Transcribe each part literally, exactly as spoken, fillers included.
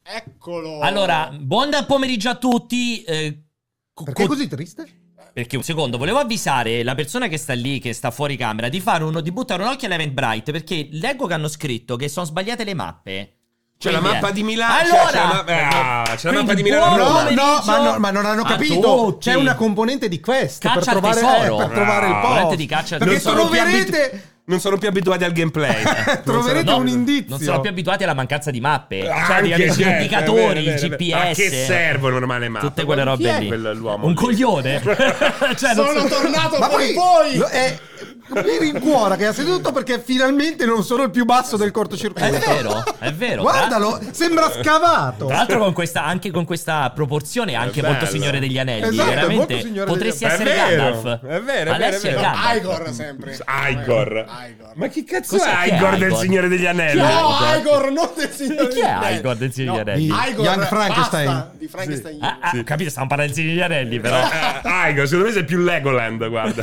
Eccolo. Allora, buon pomeriggio a tutti. Eh, Perché è così triste? Perché un secondo, volevo avvisare la persona che sta lì, che sta fuori camera, di fare uno, di buttare un occhio all'Eventbrite, perché leggo che hanno scritto che sono sbagliate le mappe. C'è la mappa è... di Milano. Allora, c'è, c'è la, ma... ah, c'è la mappa di Milano. buon No, pomeriggio no, ma, no, ma non hanno capito. C'è una componente di quest per Caccia al trovare, tesoro. eh, per trovare Ah, il componente posto. di caccia- Perché Non sono più troverete, Non sono più abituati al gameplay. troverete No, un indizio. Non sono più abituati alla mancanza di mappe. Cioè, Anche, di avere gli certo, indicatori, è vero, è vero, il è G P vero. Ma S. che servono ormai mappe? Tutte quelle Chi robe è lì. quell'uomo Un lì? coglione. Cioè, non Sono so- tornato Ma per poi voi. lo- è, mi rincuora che ha seduto perché finalmente non sono il più basso del È cortocircuito. vero, è vero. Guardalo, sembra scavato. Tra l'altro con questa, anche con questa proporzione anche bello. molto Signore degli Anelli. Esatto, è veramente molto Signore potresti degli essere Anelli. È vero, Gandalf. è vero, è Alessio vero, è vero. Gandalf. Igor sempre. Igor. Igor. Ma che cazzo Cos'è è che è Igor del Igor? Signore degli Anelli? Chi è No, Igor? Igor, non del Signore Chi è degli Anelli. Igor del Signore degli Di Anelli? Igor, Young Frankenstein. basta, di Frankenstein. Ah, ah, capito, stiamo parlando del Signore degli Anelli, però. Eh, Igor, secondo me sei più Legoland, guarda.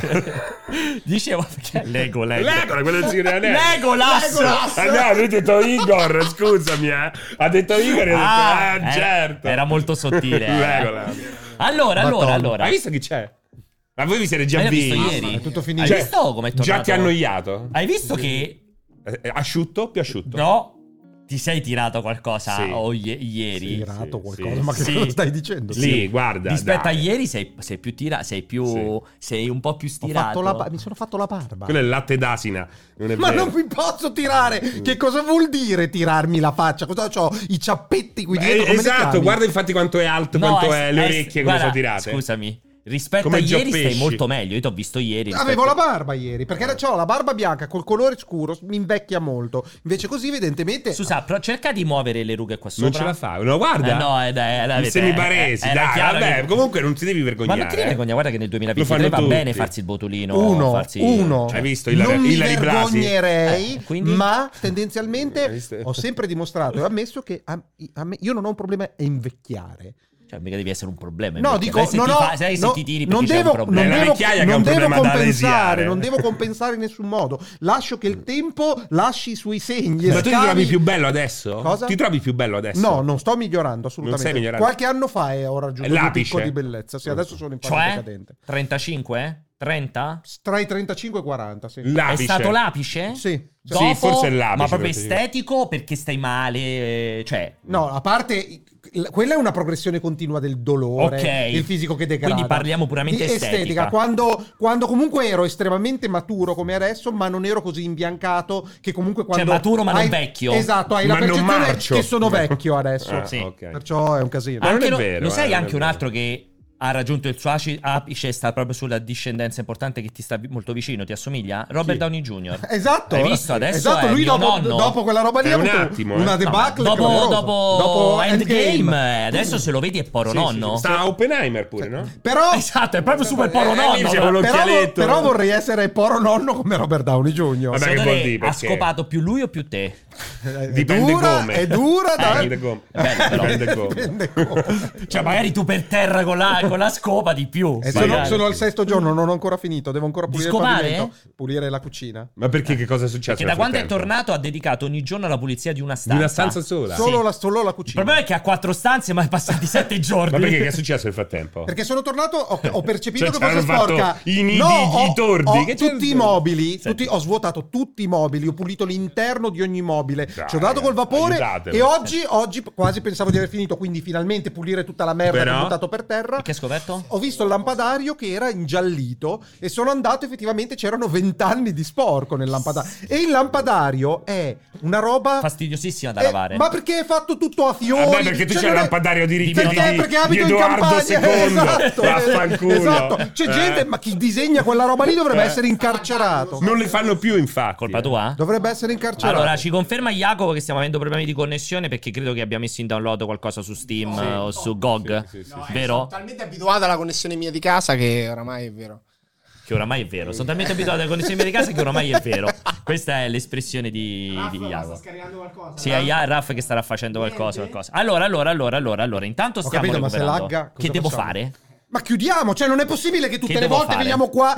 Dicevo che è Legoland. Legoland, quello del Signore degli Anelli. Legolas! Legolas! Ah no, lui ha detto Igor, scusami, eh. Ha detto Igor e ho detto, Ah, eh, era- certo. Era molto sottile. eh. Legoland. Allora, allora, Madonna. allora. Hai visto chi c'è? Ma voi vi siete già Hai visto visti? ieri? È tutto finito. Hai Cioè, visto come è tornato? Già ti ha annoiato? Hai visto che Eh, Asciutto? Più asciutto? no? Ti sei tirato qualcosa Sì. o ie- ieri? Tirato Sì, qualcosa, sì. ma che Sì. cosa stai dicendo? Sì, guarda. Rispetto dai. a ieri sei, sei più tira, sei più Sì. sei un po' più Ho stirato. fatto la ba- mi sono fatto la barba. Quello è il latte d'asina. Non è Ma vero. non mi posso tirare! Che cosa vuol dire tirarmi la faccia? Cosa c'ho? I ciappetti qui dietro? Eh, come li esatto, chiami? guarda infatti quanto è alto, No, quanto è- è, le è- orecchie, come guarda, sono tirate. Scusami. Rispetto Come a ieri Gio stai Pesci. molto meglio. Io ti ho visto ieri. Avevo rispetto- la barba ieri, perché ho la barba bianca col colore scuro, mi invecchia molto. Invece così evidentemente... Scusa, però cerca di muovere le rughe qua sopra. Non ce la fa. No, guarda. Eh, no, eh, dai, eh, I avete- semibaresi, eh, era dai, chiaro vabbè, che- comunque non ti devi Ma vergognare. non ti devi eh. vergognare, guarda che nel Lo duemilaventitré fanno va tutti. bene farsi il botulino. Uno, farsi... uno. Hai visto Hilary- non mi Hilary Blasi? vergognerei, Eh, quindi? ma Hai tendenzialmente visto? ho sempre dimostrato e ammesso che a, a me, io non ho un problema a invecchiare. Cioè, mica devi essere un problema. No, invece. dico, Sai se non ti ho, fa- sai se no, ti tiri non perché c'è devo, un problema. non È la devo, vecchiaia che ha non un devo problema da compensare, resiare. non devo compensare in nessun modo. Lascio che il tempo lasci i suoi segni. Ma tu ti scavi- trovi più bello adesso? Cosa? Ti trovi più bello adesso? No, non sto migliorando assolutamente. Non stai migliorando. Qualche anno fa eh, ho raggiunto il L'apice. picco di bellezza. Sì, adesso sono in fase Cioè? decadente. trentacinque? trenta? Tra i trentacinque e i quaranta, sì. L'apice. È stato l'apice? Sì. Dopo, Sì, forse è l'apice, ma proprio perché- estetico perché stai male, eh, cioè No, a parte l- quella è una progressione continua del dolore, Ok. il fisico che degrada. Quindi parliamo puramente Di estetica. Quando, quando comunque ero estremamente maturo come adesso, ma non ero così imbiancato che comunque quando maturo ma non hai- vecchio. Esatto, hai Ma la non percezione marcio. che sono vecchio adesso. Ah, Sì. ok. Perciò è un casino. Ma non Anche è lo, vero, lo eh, sai non è anche un vero. altro che ha raggiunto il suo aci- apice, sta proprio sulla discendenza importante che ti sta vi- molto vicino, ti assomiglia? Robert Chi? Downey junior Esatto. Hai visto? Adesso esatto, è lui mio dopo, nonno. dopo quella roba lì È ha un avuto attimo, eh. una No, ma debacle dopo, clamorosa. dopo, Dopo Endgame, eh, adesso se lo vedi è poro Sì, sì, nonno. sì. Sta a Oppenheimer pure, no? Però Esatto, è proprio super poro Eh, nonno. lì c'è quello- però, l'occhialetto. però vorrei essere poro nonno come Robert Downey junior Vabbè, Secondo che vuol te dire, ha perché? scopato più lui o più te? È Dipende dura, come. È dura, dai. Dipende come. È bello, però. Dipende come. Dipende come. Cioè magari tu per terra con la, con la scopa di più. E sono, magari. sono al sesto giorno, non ho ancora finito. Devo ancora Di pulire scopare? il pavimento, pulire la cucina. Ma perché che cosa è successo? Che da nel quando è frattempo? tornato ha dedicato ogni giorno alla pulizia di una Di stanza. una stanza sola. Solo, Sì. la, solo la Il cucina. problema è che ha quattro stanze, ma è passati sette giorni. Ma perché che è successo nel frattempo? Perché sono tornato, ho, ho percepito Cioè, che ci fosse hanno fatto sporca. i nidi, no, i ho- tordi, ho che c'è- tutti i mobili, Senti. tutti- ho svuotato tutti i mobili, ho pulito l'interno di ogni mobile. Dai, ci ho dato col vapore aiutatelo. e oggi, oggi quasi pensavo di aver finito, quindi finalmente pulire tutta la merda Però? che ho buttato per terra. E che hai scoperto? Ho visto il lampadario che era ingiallito e sono andato, effettivamente c'erano vent'anni di sporco nel lampadario. E il lampadario è una roba Fastidiosissima da eh, lavare. ma perché è fatto tutto a fiori? Vabbè, perché tu Cioè, c'hai il non è- lampadario di, di, Perché, di, perché di abito in Edoardo campagna. secondo. Esatto, Vaffanculo. esatto. C'è Eh. gente, ma chi disegna quella roba lì dovrebbe Eh. essere incarcerato. Non li fanno più, infatti. Colpa tua? Dovrebbe essere incarcerato. Allora, ci conferma Jacopo che stiamo avendo problemi di connessione perché credo che abbia messo in download qualcosa su Steam eh, o su G O G. Sì, sì, sì, No, eh, Vero? sono talmente abituato alla connessione mia di casa che oramai è vero. Che oramai è vero. Sono talmente abituato alle connessioni mie di casa che oramai è vero. Questa è l'espressione di, di Jacopo. scaricando qualcosa? Sì, è Ja- Raff che starà facendo qualcosa, qualcosa. Allora, allora, allora, allora, allora. Intanto Ho stiamo capito, ma se recuperando. lagga, cosa Che devo facciamo? fare? Ma chiudiamo, cioè non è possibile che tutte Che le devo volte fare? veniamo qua.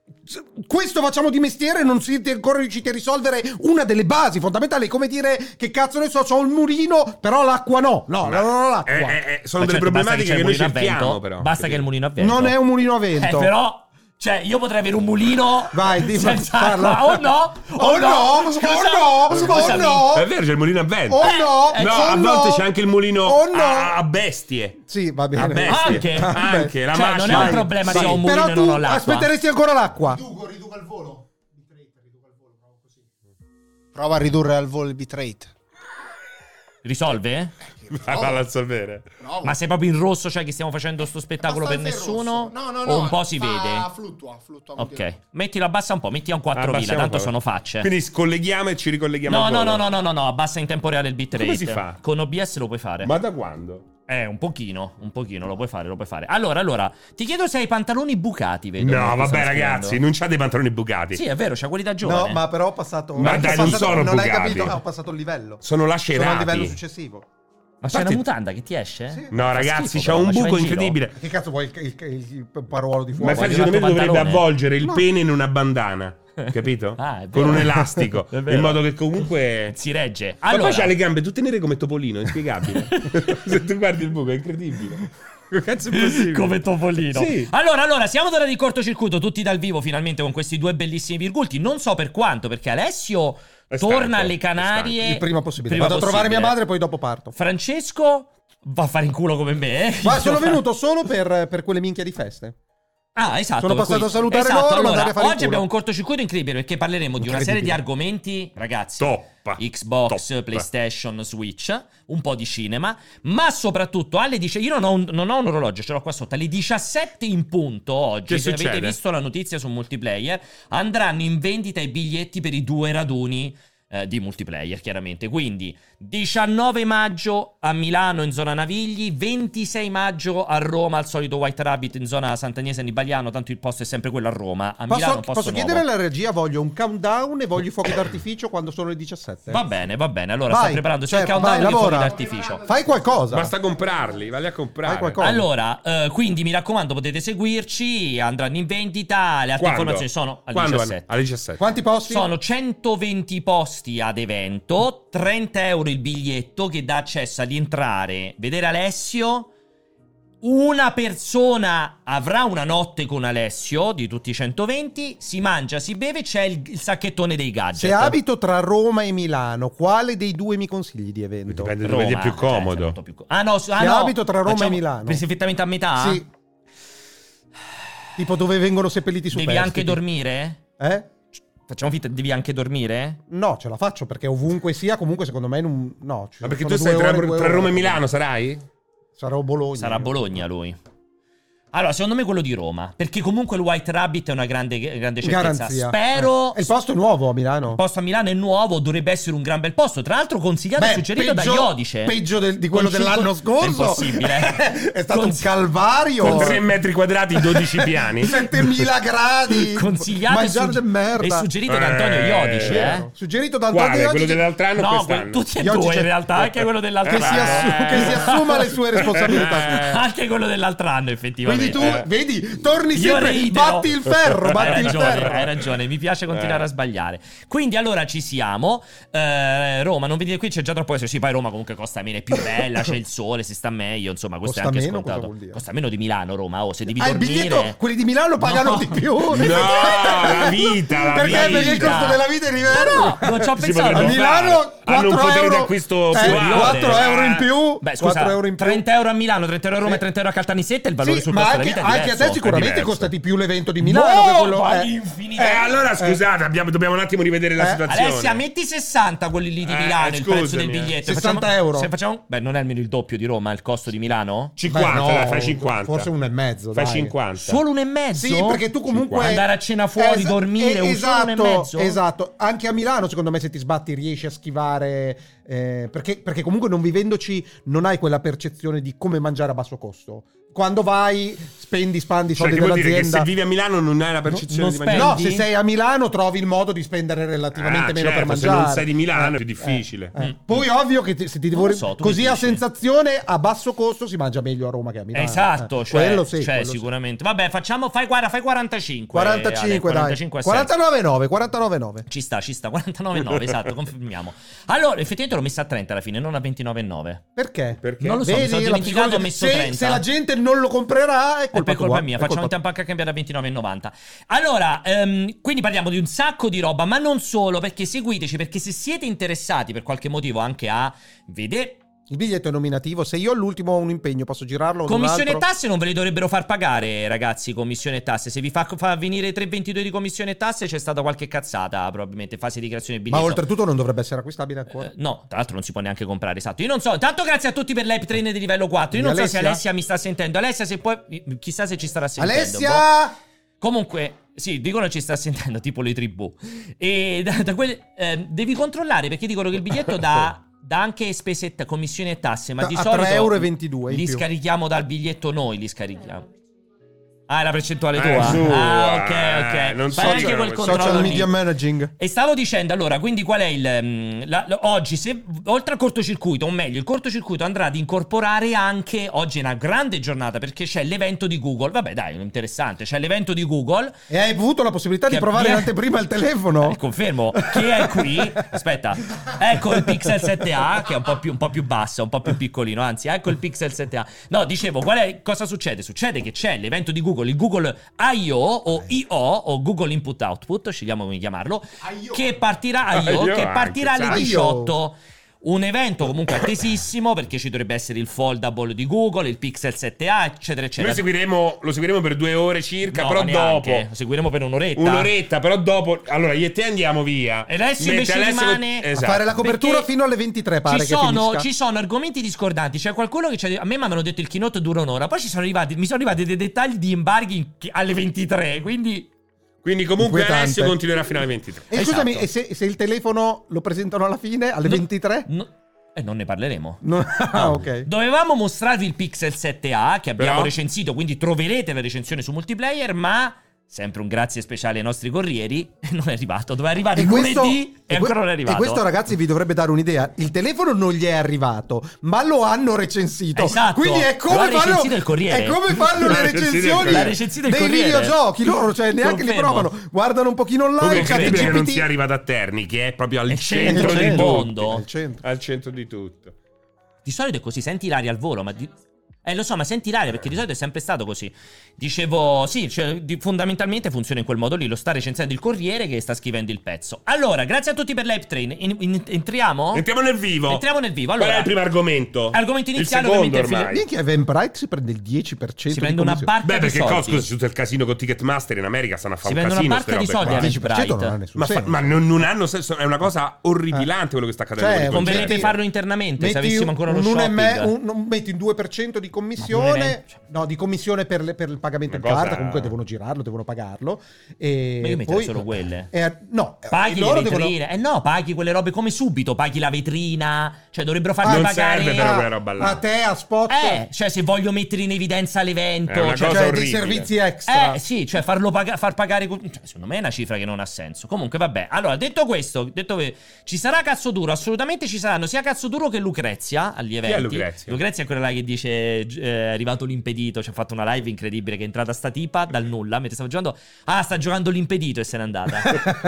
questo facciamo di mestiere, non siete ancora riusciti a risolvere una delle basi fondamentali, come dire che cazzo ne so, c'ho un mulino, però l'acqua no. No, Ma- no, no, no, l'acqua. Eh, eh, eh, sono Ma delle certo, basta problematiche c'è che il noi mulino a cerchiamo, vento, però. Basta che il mulino a vento. Non è un mulino a vento. Eh, però... Cioè, io potrei avere un mulino Vai, di- senza parla. acqua. O no? Oh no, Scusa, oh no, scusami. oh no. È vero, c'è il mulino a vento. Oh no, Eh, No, oh a no. volte c'è anche il mulino Oh no. a, a bestie. Sì, va A bene. bestie. Anche? Anche, la Cioè, non mascia. è un Vai, problema sì. se ho un mulino Però e tu non ho l'acqua. aspetteresti ancora l'acqua. Riduco, riduco al volo. Bitrate, riduco al volo, provo così. Prova a ridurre al volo il bitrate. Risolve? Ma fallo a sapere. Provo. Ma sei proprio in rosso, cioè che stiamo facendo sto spettacolo per Abbastanza nessuno? rosso. No, no, no. O un po' si fa- vede? Fluttua, fluttua. molto di Ok, più. mettilo, abbassa un po', metti a un quattromila, Abbassiamo tanto poi. sono facce. Quindi scolleghiamo e ci ricolleghiamo No, al no, volo. no, no, no, no, no, abbassa in tempo reale il bitrate. Come si fa? Con O B S lo puoi fare. Ma da quando? Eh, un pochino, un pochino, lo puoi fare, lo puoi fare. Allora, allora, ti chiedo se hai i pantaloni bucati, vedo. No, che vabbè, stanno ragazzi, scrivendo. non c'hai dei pantaloni bucati. Sì, è vero, c'ha quelli da giovane. No, ma però ho passato. Ma ho dai, non passato- sono Non hai bucati. capito? Ah, ho passato il livello. Sono lacerati. Sono al livello successivo. Ma c'è parte- una mutanda che ti esce? Sì. No, Fa ragazzi, schifo, c'è però, un ma ci buco vai in giro? incredibile. Che cazzo vuoi il, il, il, il paruolo di fuoco? Ma infatti, voglio secondo me un altro dovrebbe pantalone. avvolgere il No. pene in una bandana. Capito? Ah, è Con vero. un elastico. È vero. In modo che comunque. Si regge. Ma Allora, poi c'ha le gambe tutte nere come Topolino, inspiegabile. Se tu guardi il buco, è incredibile. Che cazzo è possibile? come Topolino. Sì. Allora, allora, siamo tornati in cortocircuito, tutti dal vivo finalmente con questi due bellissimi virgulti. Non so per quanto, perché Alessio È torna stanco, alle è Canarie Il prima possibile. prima Vado a trovare possibile. mia madre, poi dopo parto. Francesco va a fare in culo come me. eh. Ma sono venuto solo per, per quelle minchia di feste. Ah, esatto. Sono passato qui- a salutare esatto, loro, allora, mandare a fare il oggi culo. abbiamo un cortocircuito incredibile perché parleremo di una serie di argomenti, ragazzi. Top. Xbox, Top. PlayStation, Switch, un po' di cinema, ma soprattutto alle dice io non ho, un, non ho un orologio, ce l'ho qua sotto, alle diciassette in punto oggi, Che se avete succede? visto la notizia su Multiplayer, andranno in vendita i biglietti per i due raduni eh, di Multiplayer, chiaramente. Quindi diciannove maggio a Milano in zona Navigli, ventisei maggio a Roma al solito White Rabbit in zona Sant'Agnese Nibaliano, tanto il posto è sempre quello a Roma. A Milano Posso, un posto posso nuovo. chiedere alla regia? Voglio un countdown e voglio i fuochi d'artificio quando sono le diciassette. Va bene, va bene. Allora Vai, sta preparando sia il certo, countdown vai, che fuori lavora. d'artificio. Fai qualcosa. Basta comprarli, vai a comprare. Fai qualcosa. Allora, eh, quindi mi raccomando, potete seguirci, andranno in vendita, le altre Quando? informazioni sono alle Quando? diciassette. Alle diciassette. Quanti posti? Sono centoventi posti ad evento, trenta euro il biglietto che dà accesso ad entrare, vedere Alessio. Una persona avrà una notte con Alessio di tutti i centoventi, si mangia, si beve, c'è il, il sacchettone dei gadget. Se abito tra Roma e Milano, quale dei due mi consigli di evento? Dipende dove ti è più cioè, comodo. molto più co- ah no, su- ah, Se no. abito tra Roma e Facciamo Milano. perfettamente a metà? Sì. Tipo dove vengono seppelliti i Devi superstiti. anche dormire? Eh? Facciamo finta, devi anche dormire? No, ce la faccio perché ovunque sia, comunque secondo me in un... No, ci Ma perché sono tu due stai tra, ore, due tra ore. Roma e Milano, sarai? Sarò a Bologna. Sarà a Bologna lui. Allora, secondo me quello di Roma. Perché comunque il White Rabbit è una grande, grande certezza. Garanzia. Spero. Eh. E il posto è nuovo a Milano. Il posto a Milano è nuovo, dovrebbe essere un gran bel posto. Tra l'altro consigliato e Beh, suggerito da peggio- Iodice. Peggio del- di quello Con dell'anno cinque- scorso. È impossibile. È stato Consi- un calvario. Con tre metri quadrati, dodici piani. settemila gradi. Consigliato e, Mangiare sugge- di merda. e suggerito da Antonio Eh, Iodice, eh. Vero. Suggerito da Antonio Quale? Iodice Quello dell'altro anno o No, quest'anno? que- tutti e Iodice due in c'è- realtà, anche quello dell'altro che si, anno. assu- che si assuma le sue responsabilità. Anche quello dell'altro anno, effettivamente. Quindi tu, Eh. vedi, torni Io sempre, reitero. batti il ferro, batti hai il ragione, ferro. hai ragione, mi piace continuare Eh. a sbagliare. Quindi allora ci siamo. Eh, Roma, non vedete qui c'è già troppo. Sì, poi Roma comunque costa meno, è più bella, c'è il sole, si sta meglio. Insomma, questo Costa è anche meno? Cosa scontato. vuol dire? Costa meno di Milano, Roma. Oh, se devi Ah, il dormire. biglietto, quelli di Milano pagano No. di più. No, la vita, la Perché? vita. Perché il costo della vita è diverso. No, non ci ho Si pensato. A potrebbe Milano fare. Hanno un quattro potere euro, d'acquisto eh, più alto. quattro euro in più. Beh, scusa, quattro euro in più. trenta euro a Milano, trenta euro a Roma Sì. e trenta euro a Caltanissetta. Il valore Sì, sul ma costo anche, della vita è anche a diverso. te sicuramente diverso. costa di più l'evento di Milano No, che quello ma eh. infinito. Eh, allora scusate, abbiamo- dobbiamo un attimo rivedere la Eh. situazione. Alessia, metti sessanta quelli lì di Eh, Milano, il prezzo scusami, del eh. biglietto. sessanta Facciamo- euro. Se facciamo, beh, non è almeno il doppio di Roma, il costo di Milano? cinquanta, Beh, no, dai, fai cinquanta. Forse uno e mezzo, Fai dai. cinquanta. Solo uno e mezzo? Sì, perché tu comunque Andare a cena fuori, dormire, un solo uno e mezzo? Esatto, anche a Milano secondo me se ti sbatti riesci a schivare eh, perché, perché comunque non vivendoci non hai quella percezione di come mangiare a basso costo. quando vai, spendi, spandi i Cioè, soldi che vuol dire che dell'azienda. se vivi a Milano non hai la percezione non di mangiare? No, spendi? se sei a Milano trovi il modo di spendere relativamente Ah, meno certo, per se mangiare. non sei di Milano è più difficile. Eh. Poi ovvio che ti- se ti devo lo so, tu così mi a dici. sensazione a basso costo si mangia meglio a Roma che a Milano. Esatto, Eh, cioè, quello sì, cioè, quello sì. sicuramente. Vabbè, facciamo fai, guarda, fai quarantacinque. quarantacinque, Ale, dai. quarantacinque ha senso. quarantanove virgola nove, quarantanove virgola nove. Ci sta, ci sta, quarantanove virgola nove, esatto, confermiamo. Allora, effettivamente l'ho messa a trenta alla fine, non a ventinove virgola nove. Perché? Perché? Non lo so, mi sono la dimenticato, psicologia- ho messo se, trenta. se la gente non lo comprerà è È colpa, per colpa tua, mia, è facciamo colpa in tempo anche a cambiare a ventinove virgola novanta. Allora, ehm, quindi parliamo di un sacco di roba, ma non solo, perché seguiteci, perché se siete interessati per qualche motivo anche a vedere Il biglietto è nominativo, se io all'ultimo ho un impegno posso girarlo. o un commissione e altro? tasse non ve li dovrebbero far pagare, ragazzi, commissione e tasse. Se vi fa, fa venire tre virgola ventidue di commissione e tasse c'è stata qualche cazzata, probabilmente, fase di creazione del Ma biglietto. oltretutto non dovrebbe essere acquistabile ancora. Eh, no, tra l'altro non si può neanche comprare, esatto. Io non so, tanto grazie a tutti per l'hype train di livello quattro. Io Di non so se Alessia? Alessia mi sta sentendo. Alessia, se puoi, chissà se ci starà sentendo. boh. Alessia! Comunque, sì, dicono ci sta sentendo, tipo le tribù. E da, da quel, eh, devi controllare perché dicono che il biglietto dà, dà anche spese e ta- commissioni e tasse, ma A di tre solito euro e ventidue in li più. scarichiamo dal biglietto noi, li scarichiamo. Ah, è la percentuale Eh, tua? sua, Ah, ok, eh, ok. non Fai so anche se- quel social controllo Social lì. media managing. E stavo dicendo, allora, quindi qual è il... mm, la- la- oggi, se oltre al cortocircuito, o meglio, il cortocircuito andrà ad incorporare anche... Oggi è una grande giornata perché c'è l'evento di Google. Vabbè, dai, interessante. C'è l'evento di Google. E hai avuto la possibilità Che di provare mi è- l'anteprima al telefono? Eh, confermo che è qui. Aspetta, ecco il Pixel sette a, che è un po' più, un po' più basso, un po' più piccolino. Anzi, ecco il Pixel sette a. No, dicevo, qual è, cosa succede? Succede che c'è l'evento di Google, il Google I O o I O o Google Input Output, scegliamo come chiamarlo, che partirà, I O, I O che anche, partirà alle sai. diciotto. Un evento comunque attesissimo perché ci dovrebbe essere il foldable di Google, il Pixel sette a, eccetera, eccetera. Noi seguiremo, lo seguiremo per due ore circa, No, però ma neanche. dopo Lo seguiremo per un'oretta. un'oretta, però dopo allora io e te andiamo via. E Alessio Mentre invece Alessio- rimane- A esatto. fare la copertura Perché fino alle ventitré pare Ci che sono, finisca. ci sono argomenti discordanti. C'è qualcuno che c'è, a me mi avevano detto il keynote dura un'ora. Poi ci sono arrivati, mi sono arrivati dei dettagli di embarghi che- alle ventitré. Quindi Quindi comunque Inquietante. Alessio continuerà fino alle ventitré. E scusami, Esatto. e se, se il telefono lo presentano alla fine, alle No. ventitré? no, e non ne parleremo. No. Ah, ok. Dovevamo mostrarvi il Pixel sette a che abbiamo Però- recensito, quindi troverete la recensione su multiplayer, ma sempre un grazie speciale ai nostri corrieri, non è arrivato. Doveva arrivare E lunedì questo, e ancora non è arrivato. E questo, ragazzi, vi dovrebbe dare un'idea. Il telefono non gli è arrivato, ma lo hanno recensito. Esatto. Quindi è Lo come ha fanno, recensito il Corriere. è come fanno L'ha le recensito il recensioni Corriere. L'ha recensito il dei Corriere. videogiochi. Loro, cioè, neanche li Confermo. provano. Guardano un pochino online. Comunque è chat incredibile che non G P T. sia arrivato a Terni, che è proprio al È centro centro di del tutto. mondo. Al centro. Al centro di tutto. Di solito è così, senti l'aria al volo, ma di... Eh, lo so, ma senti l'aria perché di solito è sempre stato così. Dicevo, sì, cioè, di- fondamentalmente funziona in quel modo lì. Lo sta recensendo il Corriere che sta scrivendo il pezzo. Allora, grazie a tutti per l'hype train. In- in- entriamo? Entriamo nel vivo. Entriamo nel vivo. Qual Allora, è il primo argomento? Argomento iniziale, il secondo ovviamente, il ormai. Minchia, Eventbrite si prende il dieci per cento si di prende una commissione. barca Beh, di perché cosa, soldi. scusa, c'è tutto il casino con Ticketmaster in America stanno a Si fare un prendono una casino barca ste di robe soldi qua. a dieci per cento non ha Eventbrite. nessun Ma, fa- senso. ma non, non hanno senso, è una cosa orripilante quello che sta accadendo. Cioè, con i concerti. Converrebbe farlo internamente se Metti avessimo ancora lo un, un shopping. emme- un- un- metti un due per cento di Ma per un commissione, evento- no, di commissione per, le- per il pagamento in Una cosa- carta. Comunque devono girarlo, devono pagarlo. E Ma io metterei solo quelle. eh, no, Paghi le loro vetrine. devono- Eh no, paghi quelle robe come subito. Paghi la vetrina. Cioè, dovrebbero farmi non pagare. serve però quella roba là. a te, a spot, Eh, cioè, se voglio mettere in evidenza l'evento. È una cioè, cosa cioè dei orribile. servizi extra. Eh sì, cioè farlo paga- far pagare. co- Cioè, secondo me è una cifra che non ha senso. Comunque, vabbè. Allora, detto questo, detto che ci sarà cazzo duro. Assolutamente ci saranno sia cazzo duro che Lucrezia agli eventi. Lucrezia? Lucrezia è quella là che dice: eh, è arrivato l'impedito. Ci ha fatto una live incredibile. Che è entrata sta tipa dal nulla mentre stava giocando. Ah, sta giocando l'impedito e se n'è andata.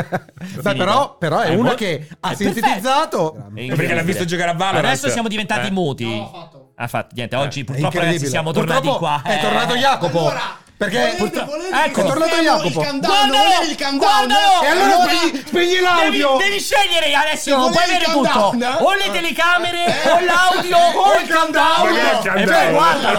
Beh, però, però è Eh, una mo- che ha è sintetizzato. perfetto. È Perché l'ha incredibile. visto giocare a Valorant. Adesso siamo diventati Eh. muti. No, ho fatto. Ha fatto niente. Oggi È purtroppo ragazzi incredibile. siamo tornati Purtroppo qua. È Eh. tornato Jacopo. Allora, perché volete, purtroppo- volete ecco, che è tornato fermo Jacopo. il countdown? Guardalo! Volete il countdown? Guardalo! E allora spegni, spegni l'audio. Devi, devi scegliere Alessio, Se non puoi volevi avere il tutto. countdown, O le telecamere, o l'audio, o il countdown. Ma che è il E countdown? poi guardalo.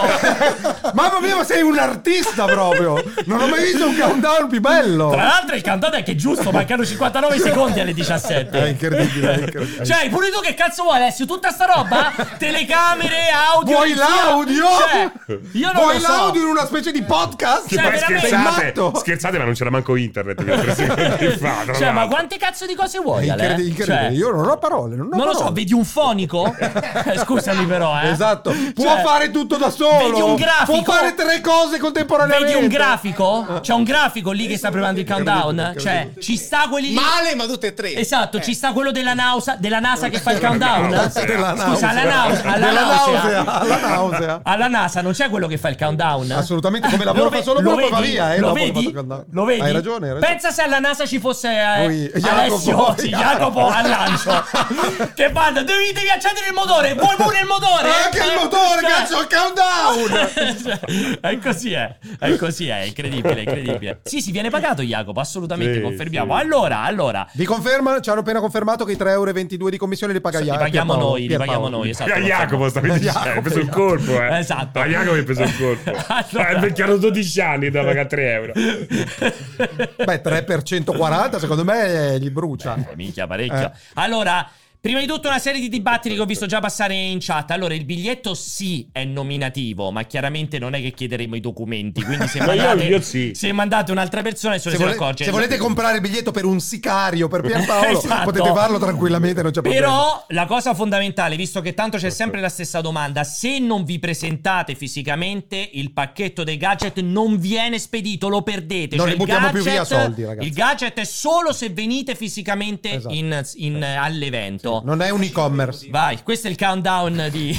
Mamma mia, ma sei un artista proprio. Non ho mai visto un countdown più bello. Tra l'altro il countdown è che è giusto, mancano cinquantanove secondi alle È diciassette. incredibile, è incredibile. Cioè, pure tu che cazzo vuoi Alessio? Tutta sta roba? Telecamere, audio. Vuoi regia? l'audio? Cioè, io non Vuoi lo so. l'audio in una specie di podcast? Che Cioè, poi veramente- scherzate, matto. scherzate, ma non c'era manco internet. che tre secondi fa, tra Cioè, ma l'altro. quante cazzo di cose È vuoi, Ale? incredibile, incredibile. Cioè, Io non ho parole. Non, ho non lo so, parole. vedi un fonico? Scusami però, eh. Esatto, può Cioè, fare tutto da solo. vedi un grafico? Può dico, fare tre cose contemporaneamente. vedi un grafico? C'è un grafico lì che sta preparando il countdown. Cioè, ci sta quelli lì. Male, ma tutte e tre. Esatto, Eh. ci sta quello della NASA, della NASA che fa il countdown. Della Scusa, alla nausea, alla Della nausea. nausea, alla nausea. Alla NASA non c'è quello che fa il countdown? Assolutamente, come lavoro Lo fa solo ve- quello, lo poi va vedi? via, eh, Lo dopo che vedi? fa il countdown. Lo vedi? Hai ragione, hai ragione. Pensa se alla NASA ci fosse eh, Lui- Alessio, Jacopo. sì, Jacopo al lancio. Che fanno? Devi, devi accendere il motore, vuoi pure il motore? Anche il motore, cazzo, il countdown! Cioè, è così è, è così è, incredibile, incredibile. Sì, si viene pagato Jacopo, assolutamente, Sì, confermiamo. sì. Allora, allora, Vi conferma, ci hanno appena confermato che i tre euro e ventidue di commissione li paga li Jacopo. paghiamo noi, li paghiamo noi, esatto. A Jacopo stavi dicendo, hai preso il colpo, eh. Esatto. A Jacopo hai preso il colpo. Allora- È invecchiato dodici anni da pagare tre euro. Beh, tre per centoquaranta secondo me gli brucia. Eh, minchia, parecchio. Eh. Allora, prima di tutto una serie di dibattiti che ho visto già passare in chat. Allora, il biglietto sì è nominativo, ma chiaramente non è che chiederemo i documenti. Quindi se Ma io- mandate, io sì. se mandate un'altra persona, nessuno Se, se ne vole- accorge. se volete comprare il biglietto per un sicario per Pierpaolo, Esatto. potete farlo tranquillamente, non c'è problema. Però la cosa fondamentale, visto che tanto c'è sempre la stessa domanda, se non vi presentate fisicamente, il pacchetto dei gadget non viene spedito, lo perdete. Non Cioè, ne il buttiamo più gadget- via soldi, ragazzi. Il gadget è solo se venite fisicamente Esatto. in, in- all'evento. Non è un e-commerce. Vai, questo è il countdown di...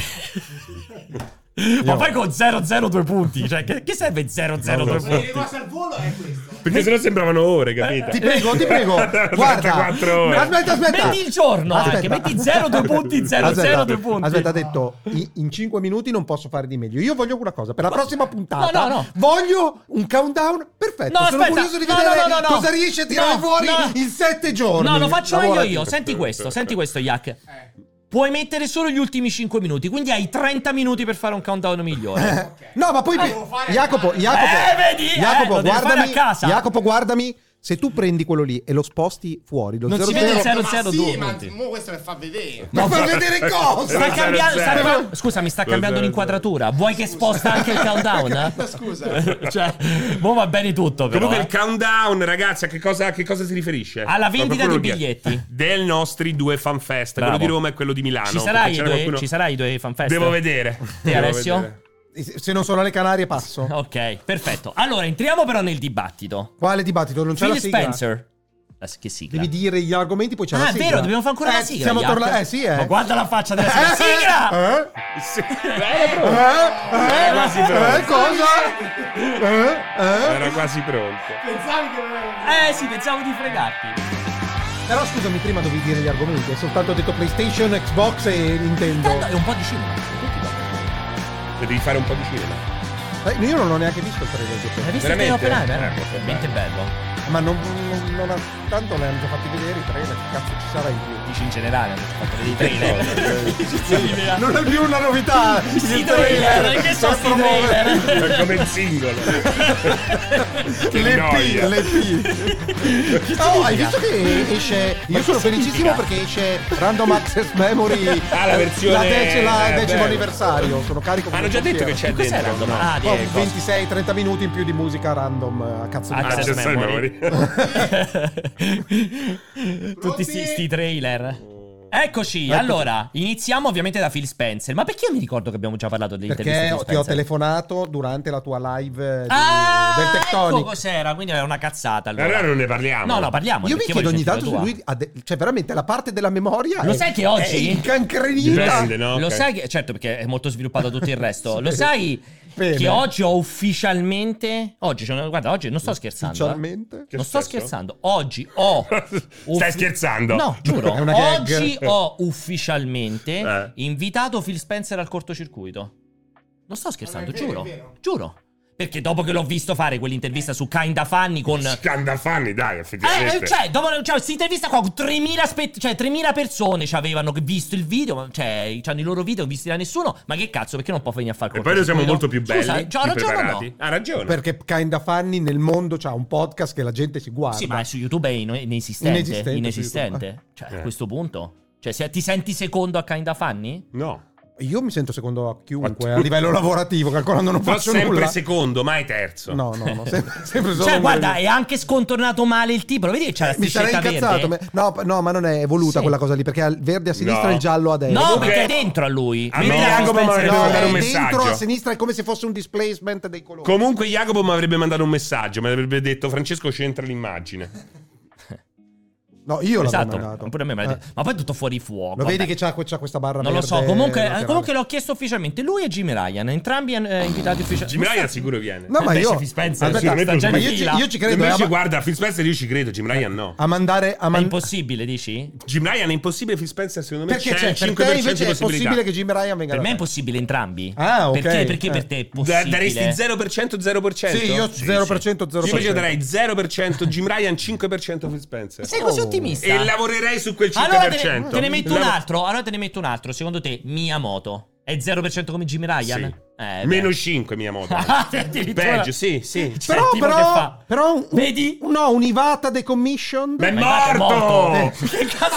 Ma poi con zero zero due punti. Cioè, che, che serve zero zero due Se punti? rimasta al volo è questo. Perché sennò sembravano ore, capito? Ti prego, ti prego. Guarda. quarantaquattro ore. Aspetta, aspetta. Metti il giorno Aspetta. anche, metti zero due punti, zero Aspetta, zero due punti. Aspetta, ha detto in, in cinque minuti non posso fare di meglio. Io voglio una cosa, per la prossima puntata No, no, no. voglio un countdown perfetto. No, Sono aspetta. curioso di No, vedere no, no, no, no. cosa riesce a tirare No, fuori no. in sette giorni. No, lo faccio meglio Lavorati. io. Senti questo, senti questo, Yak. Puoi mettere solo gli ultimi cinque minuti, quindi hai trenta minuti per fare un countdown migliore. Eh, No, ma poi devo fare- Jacopo, Jacopo, Eh, vedi? Eh, Jacopo, lo devi fare guardami, a casa. Jacopo, guardami. Se tu prendi quello lì e lo sposti fuori, lo Non si zero vede il zero, zero zero Ma due sì, ma punti. mo questo per far vedere. ma per vedere cosa? Sta zero cambiando, sta- zero. scusa, mi sta Lo cambiando zero l'inquadratura. Vuoi che sposta anche il countdown? Ma scusa. Cioè, mo va bene tutto, però. Comunque eh. il countdown, ragazzi, a che cosa, a che cosa si riferisce? Alla Ma vendita proprio dei lo chiedo. biglietti. Del nostri due fanfest. Bravo. Quello di Roma e quello di Milano. Ci sarai, perché i c'era due, qualcuno- ci sarai i due fanfest? Devo vedere. Devo Alessio? vedere. Se non sono alle Canarie passo. Ok, perfetto. Allora, entriamo però nel dibattito. Quale dibattito? Non c'è Phil la sigla? Spencer. La- Che sigla? Devi dire gli argomenti, poi c'è la Ah, è sigla. vero, dobbiamo fare ancora eh, la sigla. Siamo Jack. tornati. Eh, sì, eh. Ma guarda la faccia della sigla. Sigla! Eh? Sì. Eh? Era Eh? quasi Eh? pronto. Cosa? Eh? Eh? Era quasi pronto. Pensavi che... Eh sì, pensavo di fregarti. Però scusami, prima dovevi dire gli argomenti. Hai soltanto detto PlayStation, Xbox e Nintendo. Tanto è un po' di cinema. Tutti dopo. Devi fare un po' di cinema. Eh, io non ho neanche visto il trailer di Hai questo. visto il Veramente? trailer Oppenheimer? Eh, molto Veramente bello. Ma non, non, non ha, tanto le hanno già fatti vedere i trailer. Che cazzo ci sarà in più? Dici in generale, hanno fatto vedere i trailer. Non è più una novità. I trailer, che sono sti trailer? È come il singolo. Che Le P, noia. le P. Oh, hai visto che esce? Io sono felicissimo perché esce Random Access Memory. Ah, la versione- La dece- la eh, decimo bello. anniversario. Sono carico. Ma hanno come già detto che pompiere. c'è Cos'è dentro. random? no? Ah, di Oh, cosa? ventisei trenta minuti in più di musica random a cazzo di Ah, cazzo. Access Access Memory. memory. Tutti sti, sti trailer. Eccoci, Eccoci. allora, iniziamo ovviamente da Phil Spencer. Ma perché io mi ricordo che abbiamo già parlato dell'intervista Perché di Phil ti ho Spencer? telefonato durante la tua live di- Ah, del ecco Tectonic. cos'era, quindi era una cazzata allora. Allora non ne parliamo. No, no, parliamo. Io mi perché chiedo voglio ogni tanto se sentire lui ha de- cioè veramente la parte della memoria Lo è- sai che oggi- è incancrenita. Dipende, no? Lo Ok. sai che, certo, perché è molto sviluppato tutto il resto. Lo Sì. sai Bene. che oggi ho ufficialmente. Oggi, cioè, guarda, oggi non sto scherzando. eh. Ufficialmente? Che Non è sto successo? scherzando. Oggi ho. Stai scherzando? No, giuro. È una gag. Oggi ho ufficialmente Eh. invitato Phil Spencer al cortocircuito. Non sto scherzando, Ma è vero, giuro. è vero. Giuro. Perché dopo che l'ho visto fare quell'intervista su Kinda Funny con. Scandafanni, dai, Eh, effettivamente. cioè, dopo cioè, questa intervista qua con tremila, spe- cioè, tremila persone ci avevano visto il video, ma- cioè, c'hanno i loro video, non visti da nessuno. Ma che cazzo, perché non può venire a fare il E poi noi siamo molto più belli. Scusa, c'ho più ragione o no? preparati. Ha ragione. Perché Kinda Funny nel mondo c'ha un podcast che la gente si guarda. Sì, ma su YouTube è ino- inesistente. Inesistente su Inesistente. YouTube. Cioè, Eh. a questo punto. Cioè, se ti senti secondo a Kinda Funny? No. Io mi sento secondo a chiunque a livello lavorativo, calcolando non Però faccio sempre nulla. secondo, mai terzo. No, no, no, sempre, sempre solo Cioè, un- guarda, è anche scontornato male il tipo. Lo vedi che c'ha la mi sarei striscetta incazzato. verde? me- No, no, ma non è voluta Sì. quella cosa lì, perché ha il verde a sinistra No. e il giallo a destra. No, Comunque- perché è dentro a lui. A Vedi me la Jacopo Phil Spencer- mi No, avrebbe mandato è un dentro messaggio. a sinistra, è come se fosse un displacement dei colori. Comunque Jacopo mi avrebbe mandato un messaggio, mi avrebbe detto Francesco centra l'immagine. No, io l'avrei Esatto, mandato. pure a me me l'ha Eh. detto. Ma poi è tutto fuori fuoco. Lo vabbè. vedi che c'ha, c'ha questa barra Non lo verde so, comunque, laterale. comunque l'ho chiesto ufficialmente. Lui e Jimmy Ryan, entrambi eh, invitati ufficialmente. Jimmy Ryan sicuro viene. No, ma Invece io Phil Spencer Aspetta, sta già in ma io ci, fila. io ci credo Invece eh, ma- guarda, Phil Spencer io ci credo, Jim Ryan no. a mandare a È man- impossibile, dici? Jim Ryan è impossibile, Phil Spencer secondo me perché c'è c'è, il per cinque te per cento invece di è possibilità. possibile che Jimmy Ryan venga Per da me è te. impossibile entrambi. Ah, ok. Perché, perché Eh. per te è Da- possibile? daresti zero per cento zero per cento? Sì, io zero per cento zero Io per invece cento. darei zero per cento Jim Ryan, cinque per cento Phil Spencer. Sei così Oh. ottimista? E lavorerei su quel cinque Allora per te ne, cento. te ne metto un Lav- altro. Allora te ne metto un altro. Secondo te, Miyamoto è zero per cento come Jimmy Ryan? Sì. Eh, Meno beh. cinque Miyamoto. Ah, addirittura. Peggio, sì, sì. C'è Però, il tipo che però, fa. però un, Vedi? no, un Ivata decommissioned. Ma è Ma infatti è morto! Che cazzo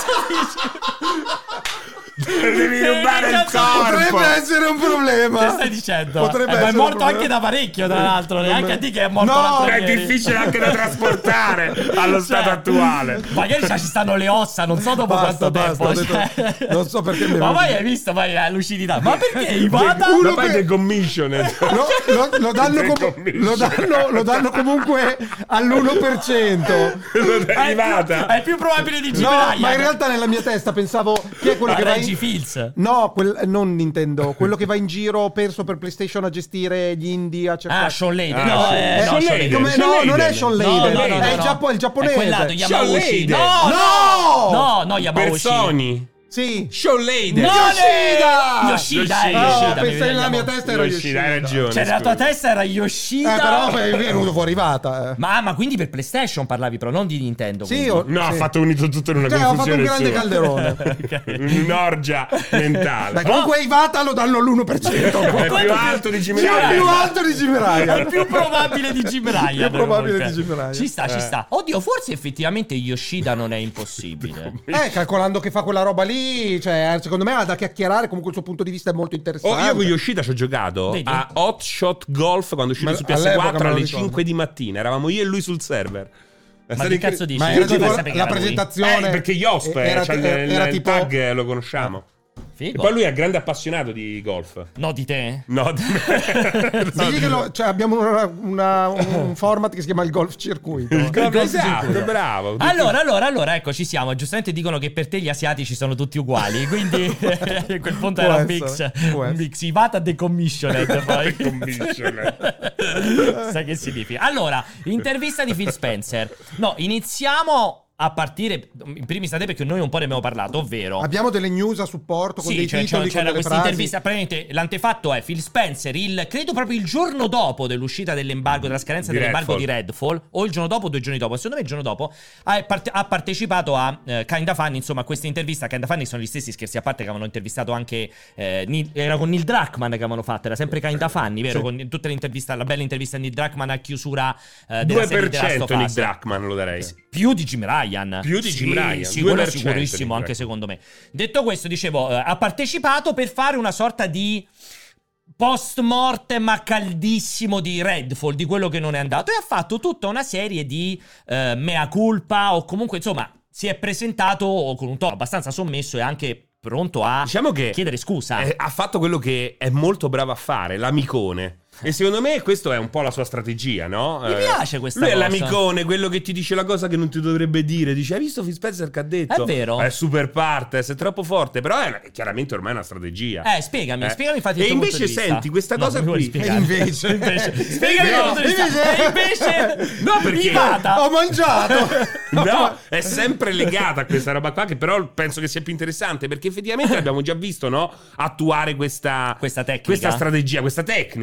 dici? Devi Che rubare il cazzo corpo! Potrebbe essere un problema. Che stai dicendo? Potrebbe Eh, ma è essere un morto problema. anche da parecchio, tra l'altro. Neanche a te che è morto No, l'altro È ieri. difficile anche da trasportare allo stato Cioè, attuale. Magari ci stanno le ossa, non so dopo Basta, quanto basta, tempo. ho detto- cioè. non so perché mi è Ma venuto- poi hai visto poi la lucidità. Ma perché Ivata? Uno Ma poi per- decommissioned. Lo, lo- lo danno com- Decommission. lo danno- lo danno comunque all'uno per cento. Lo dai È arrivata. più, è più probabile di Jimmy No, Ryan. ma in realtà nella mia testa pensavo chi è quello Ma che va Reggie in... Fields. No, quel- non Nintendo, quello che va in giro perso per PlayStation a gestire gli indie a cercare. Ah, Sean Layden. Ah, no, sì. eh, Eh, no, Sean Sean Layden. come- Sean no, non è Layden. Sean No, Layden, no, no, è, no, il no. Giappo- il giapponese. È quell'altro, Sean Yamauchi. Layden. No, No! no, no, Yamauchi. Personi. Sì. Sean Layden. No, Yoshida! Yoshida, eh, Yoshida. Yoshida. No, mi pensai viene nella mia Yamauchi. testa era Yoshida, hai Yoshida. ragione. Cioè, nella tua scusa. testa era Eh, Yoshida. però è venuto fuori Ivata. Eh. Ma, ma quindi per PlayStation parlavi, però, non di Nintendo. Sì, quindi. ho- No, ha sì. fatto unito tutto in una Cioè, ho fatto un confusione grande sua. calderone. Un'orgia mentale. Dai, comunque Ivata lo danno all'uno per cento. È più alto di Jimmy Sì, è più Ryan. alto di Jimmy Ryan. È più probabile di Jimmy Ryan. Più probabile comunque. di Jimmy Ryan. Ci sta, ci Eh. sta. Oddio, forse effettivamente Yoshida non è impossibile. Eh, calcolando che fa quella roba lì, cioè, secondo me ha da chiacchierare. Comunque il suo punto di vista è molto interessante. Oh, io con Yoshida ci ho giocato Vedi? a Hot Shot Golf quando è uscito Ma su all'epoca P S quattro me lo alle ricordo. cinque di mattina. Eravamo io e lui sul server. È Ma stato che incre- cazzo dici? Ma Io era come tipo sapevi che la era lui? presentazione. Eh, perché Yosp era, c'ha il, era- il- era il tipo tag, lo conosciamo. E Figo. poi lui è grande appassionato di golf. No, di te? No, di me. Digli che lo- cioè, abbiamo una- una- un format che si chiama il golf circuito. Il golf, golf esatto, circuito. bravo. Allora, allora, allora, ecco, ci siamo. Giustamente dicono che per te gli asiatici sono tutti uguali. Quindi a quel punto Può era un essere, mix. può Un essere. mix. Ivata decommissioned. Poi. Decommissioned. Sai che significa? Allora, intervista di Phil Spencer. No, iniziamo a partire in primis a te perché noi un po' ne abbiamo parlato, ovvero Abbiamo delle news a supporto con sì, dei cioè, titoli, c'era con delle questa frasi. intervista. Praticamente l'antefatto è Phil Spencer, il, credo proprio il giorno dopo dell'uscita dell'embargo, della scadenza Di dell'embargo Redfall. di Redfall, o il giorno dopo o due giorni dopo. Secondo me il giorno dopo ha, parte- ha partecipato a eh, Kinda Funny, insomma, a questa intervista. Kinda Funny sono gli stessi, scherzi a parte, che avevano intervistato anche eh, Neil- era con Neil Druckmann che avevano fatto, era sempre Kinda Funny, vero? Sì. Con tutte le interviste, la bella intervista a Neil Druckmann a chiusura eh, della due serie per The Last cento of Nick Us. Druckmann lo darei. Più di Jim Ryan. Più di Jim Sì, Ryan, sì, due quello per cento sicurissimo, di anche Jim secondo me. Detto questo, dicevo, eh, ha partecipato per fare una sorta di post mortem a caldissimo di Redfall, di quello che non è andato, e ha fatto tutta una serie di eh, mea culpa, o comunque, insomma, si è presentato con un tono abbastanza sommesso e anche pronto a Diciamo che chiedere scusa. eh, ha fatto quello che è molto bravo a fare, l'amicone. E secondo me questo è un po' la sua strategia, no? Mi piace questa lui cosa. Lui è l'amicone, quello che ti dice la cosa che non ti dovrebbe dire. Dice, hai visto Phil Spencer che ha detto? È vero. È super partes, è troppo forte. Però è una- chiaramente ormai è una strategia. Eh, spiegami, Eh. spiegami infatti il E tuo punto invece di vista. senti, questa No, cosa mi vuoi qui- spiegare? E invece- Invece- spiegami il No, tuo punto di vista. invece- E invece No, perché- Ivata. Ho mangiato. No, è sempre legata a questa roba qua, che però penso che sia più interessante, perché effettivamente l'abbiamo già visto, no? Attuare questa, Questa tecnica. questa strategia, questa tecnica, dai.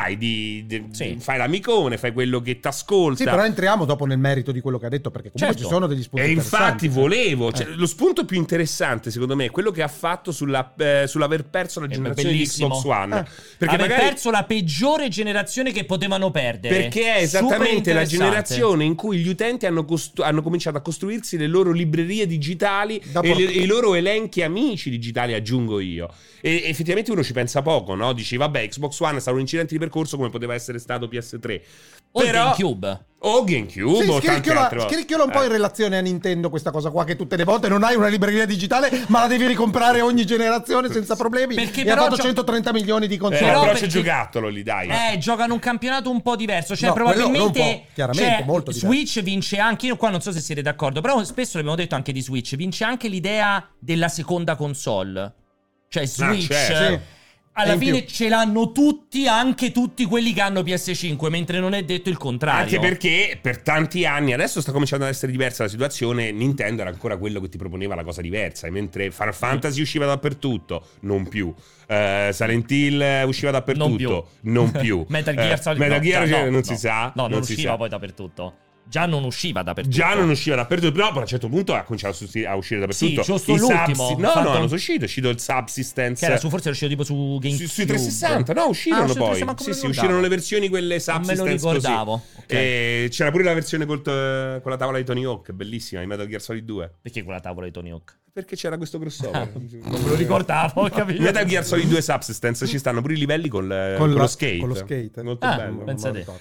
fai? Di, di, Sì. Fai l'amicone, fai quello che ti ascolta. Sì, però entriamo dopo nel merito di quello che ha detto, perché comunque Certo. ci sono degli spunti E interessanti. infatti volevo, cioè, Eh. lo spunto più interessante secondo me è quello che ha fatto sulla, eh, sull'aver perso la È generazione di bellissimo. Xbox One. Eh. Perché Aver magari perso la peggiore generazione che potevano perdere. Perché è Super esattamente la interessante. generazione in cui gli utenti hanno, costru- hanno cominciato a costruirsi le loro librerie digitali Da e, port- le- e i loro elenchi amici digitali, aggiungo io. E effettivamente uno ci pensa poco, no? Dici, vabbè, Xbox One è stato un incidente di percorso come poteva essere stato P S tre. O Però... GameCube. O GameCube Sì, o tante scricchiola, altre volte. scricchiola un po' Eh. in relazione a Nintendo questa cosa qua, che tutte le volte non hai una libreria digitale ma la devi ricomprare ogni generazione senza problemi. Perché e però ha fatto gio- centotrenta milioni di Eh, console. Però però perché- c'è giocattolo lì, dai. Eh, giocano un campionato un po' diverso. Cioè, No, quello probabilmente. non un po', chiaramente, cioè, molto diverso. Switch vince anche. Io qua non so se siete d'accordo, però spesso l'abbiamo detto anche di Switch. Vince anche l'idea della seconda console. Cioè, Switch. certo. Sì. Alla E in fine più. ce l'hanno tutti, anche tutti quelli che hanno P S cinque, mentre non è detto il contrario. Anche perché per tanti anni, adesso sta cominciando ad essere diversa la situazione, Nintendo era ancora quello che ti proponeva la cosa diversa, e mentre Final Fantasy usciva dappertutto, non più. Uh, Silent Hill usciva dappertutto, non più. più. Metal Gear Eh, Solid Metal no, Gear già cioè, no, non no. si sa. No, non, si usciva sa. poi dappertutto. Già non usciva dappertutto. Già non usciva dappertutto, no, poi a un certo punto ha cominciato a, sosti- a uscire dappertutto. Sì, giusto I l'ultimo, subsi- No, fatto- no, non sono usciti, è uscito il Subsistence. Che era su, forse era uscito tipo su GameCube. Su- sui trecentosessanta, no, uscirono Ah, sui poi. trecentosessanta, Sì, manco sì, me lo uscirono ricordavo. le versioni quelle Non me Subsistence lo ricordavo. così. Ok. E c'era pure la versione col t- con la tavola di Tony Hawk, bellissima, di Metal Gear Solid due. Perché quella tavola di Tony Hawk? Perché c'era questo crossover. Non me lo ricordavo, ho capito. Metal Gear Solid due Subsistence ci stanno pure i livelli col, Con con la- lo skate. con lo skate. Molto Ah, bello. pensa te.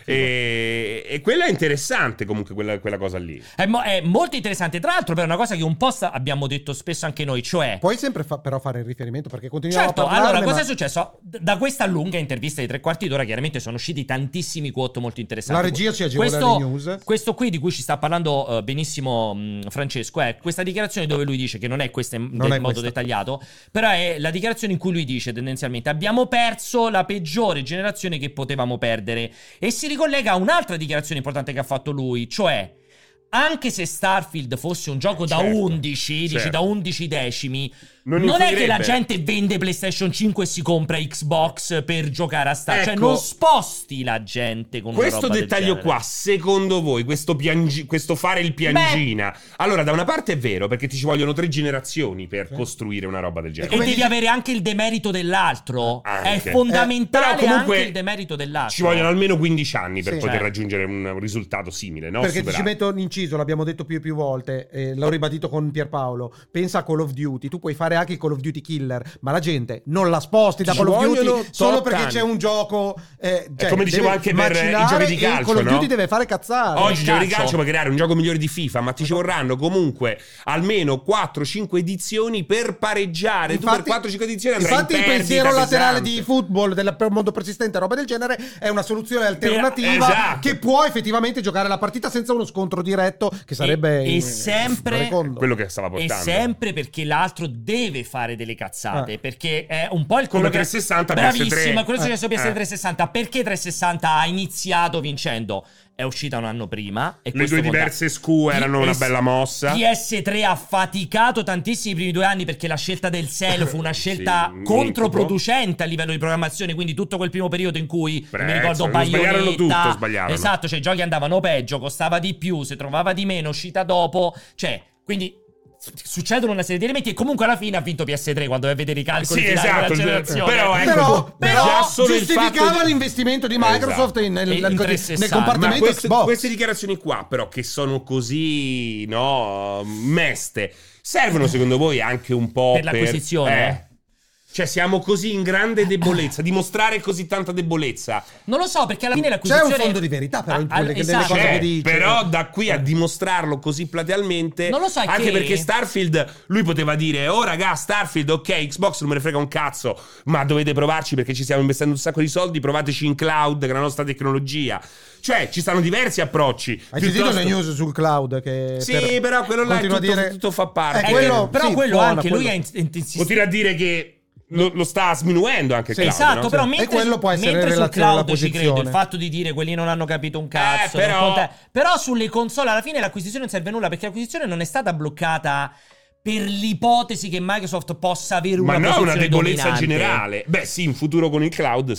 E, e quella è interessante comunque, quella, quella cosa lì. È, mo- è molto interessante. Tra l'altro, per una cosa che un po' sta- abbiamo detto spesso anche noi, cioè. Puoi sempre fa- però fare il riferimento, perché continuiamo Certo, a parlarne, allora cosa ma è successo? D- Da questa lunga intervista di tre quarti d'ora, chiaramente sono usciti tantissimi quote molto interessanti. La regia ci agevola questo, le news. Questo qui di cui ci sta parlando eh, benissimo mh, Francesco è questa dichiarazione dove lui dice che non è questa in Non del è modo questa. dettagliato, però è la dichiarazione in cui lui dice tendenzialmente abbiamo perso la peggiore generazione che potevamo perdere, e si ricollega a un'altra dichiarazione importante che ha fatto lui, cioè anche se Starfield fosse un gioco da Certo, undici, dici certo. da undici decimi, Non non, è che la influirebbe. gente vende PlayStation cinque e si compra Xbox per giocare a Star. Cioè Ecco. non sposti la gente con una Questo roba del dettaglio genere. qua, secondo voi, questo, piangi- questo fare il piangina, allora da una parte è vero, perché ti ci vogliono tre generazioni per costruire una roba del E genere. come devi dici- avere anche il demerito dell'altro. Anche. È fondamentale Eh, però comunque anche il demerito dell'altro. Ci vogliono almeno quindici anni per Sì. poter Cioè. raggiungere un, un risultato simile, no? Perché ti ci Superato. metto un inciso, l'abbiamo detto più e più volte, eh, l'ho ribadito con Pierpaolo. Pensa a Call of Duty, tu puoi fare anche il Call of Duty Killer, ma la gente non la sposti da Ci Call of vogliono Duty solo tot perché anni. c'è un gioco. Eh, cioè, come dicevo deve anche per i macinare giochi di e calcio, Call of no? Duty deve fare cazzare. Oggi i giochi di calcio. calcio puoi creare un gioco migliore di FIFA, ma ti ci vorranno comunque almeno quattro cinque edizioni per pareggiare. tu per quattro cinque edizioni andrai infatti in il perdita pensiero laterale pesante. di football del mondo persistente, roba del genere, è una soluzione alternativa esatto. che può effettivamente giocare la partita senza uno scontro diretto, che sarebbe e in- sempre- recondo. Quello che stava E portando. sempre perché l'altro deve fare delle cazzate. Ah. Perché è un po' il Come quello che- trecentosessanta, Bravissimo, P S tre. è quello che è successo a P S tre Eh. trecentosessanta. Perché trecentosessanta ha iniziato vincendo? È uscita un anno prima. E Le questo due conta. diverse S K U erano una P S bella mossa. P S tre ha faticato tantissimi i primi due anni perché la scelta del S E L fu una scelta Sì, controproducente a livello di programmazione. Quindi tutto quel primo periodo in cui Prezzo, mi ricordo non sbagliarono Bayonetta, tutto, sbagliarono. esatto, cioè i giochi andavano peggio, costava di più, si trovava di meno, uscita dopo, cioè quindi s- succedono una serie di elementi e comunque alla fine ha vinto P S tre quando vai a vedere i calcoli Sì, finali della esatto, generazione. però ecco, Però, però già solo il giustificava fatto di- l'investimento di Microsoft Esatto. in- nel, E in nel- nel trecentosessanta. Ma compartimento queste, Xbox. queste dichiarazioni qua, però, che sono così, no, meste, servono secondo voi anche un po' Per l'acquisizione? eh, cioè, siamo così in grande debolezza, dimostrare così tanta debolezza. Non lo so perché alla fine C'è l'acquisizione un fondo di verità però in Ah, quelle che delle esatto. cose C'è, che dice. però da qui a dimostrarlo così platealmente, Non lo so, è anche che- perché Starfield, lui poteva dire: oh raga, Starfield, ok, Xbox non me ne frega un cazzo, ma dovete provarci perché ci stiamo investendo un sacco di soldi, provateci in cloud, che è la nostra tecnologia. Cioè, ci stanno diversi approcci. Hai sentito Piuttosto- le news sul cloud che Sì, per- però quello là è continua tutto, a dire- tutto fa parte. Eh, Eh, quello- però sì, quello suona, anche lui quello. ha int- int- insistito. Continua a dire che lo, lo sta sminuendo anche il Sì, cloud, Esatto, no? però Sì. mentre, E quello può essere mentre in sul relazione alla cloud ci credo, il posizione. fatto di dire quelli non hanno capito un cazzo, Eh, però- non conta- però sulle console alla fine l'acquisizione non serve a nulla perché l'acquisizione non è stata bloccata per l'ipotesi che Microsoft possa avere una Ma no, posizione una debolezza dominante. generale. Beh, sì, in futuro con il cloud, sì.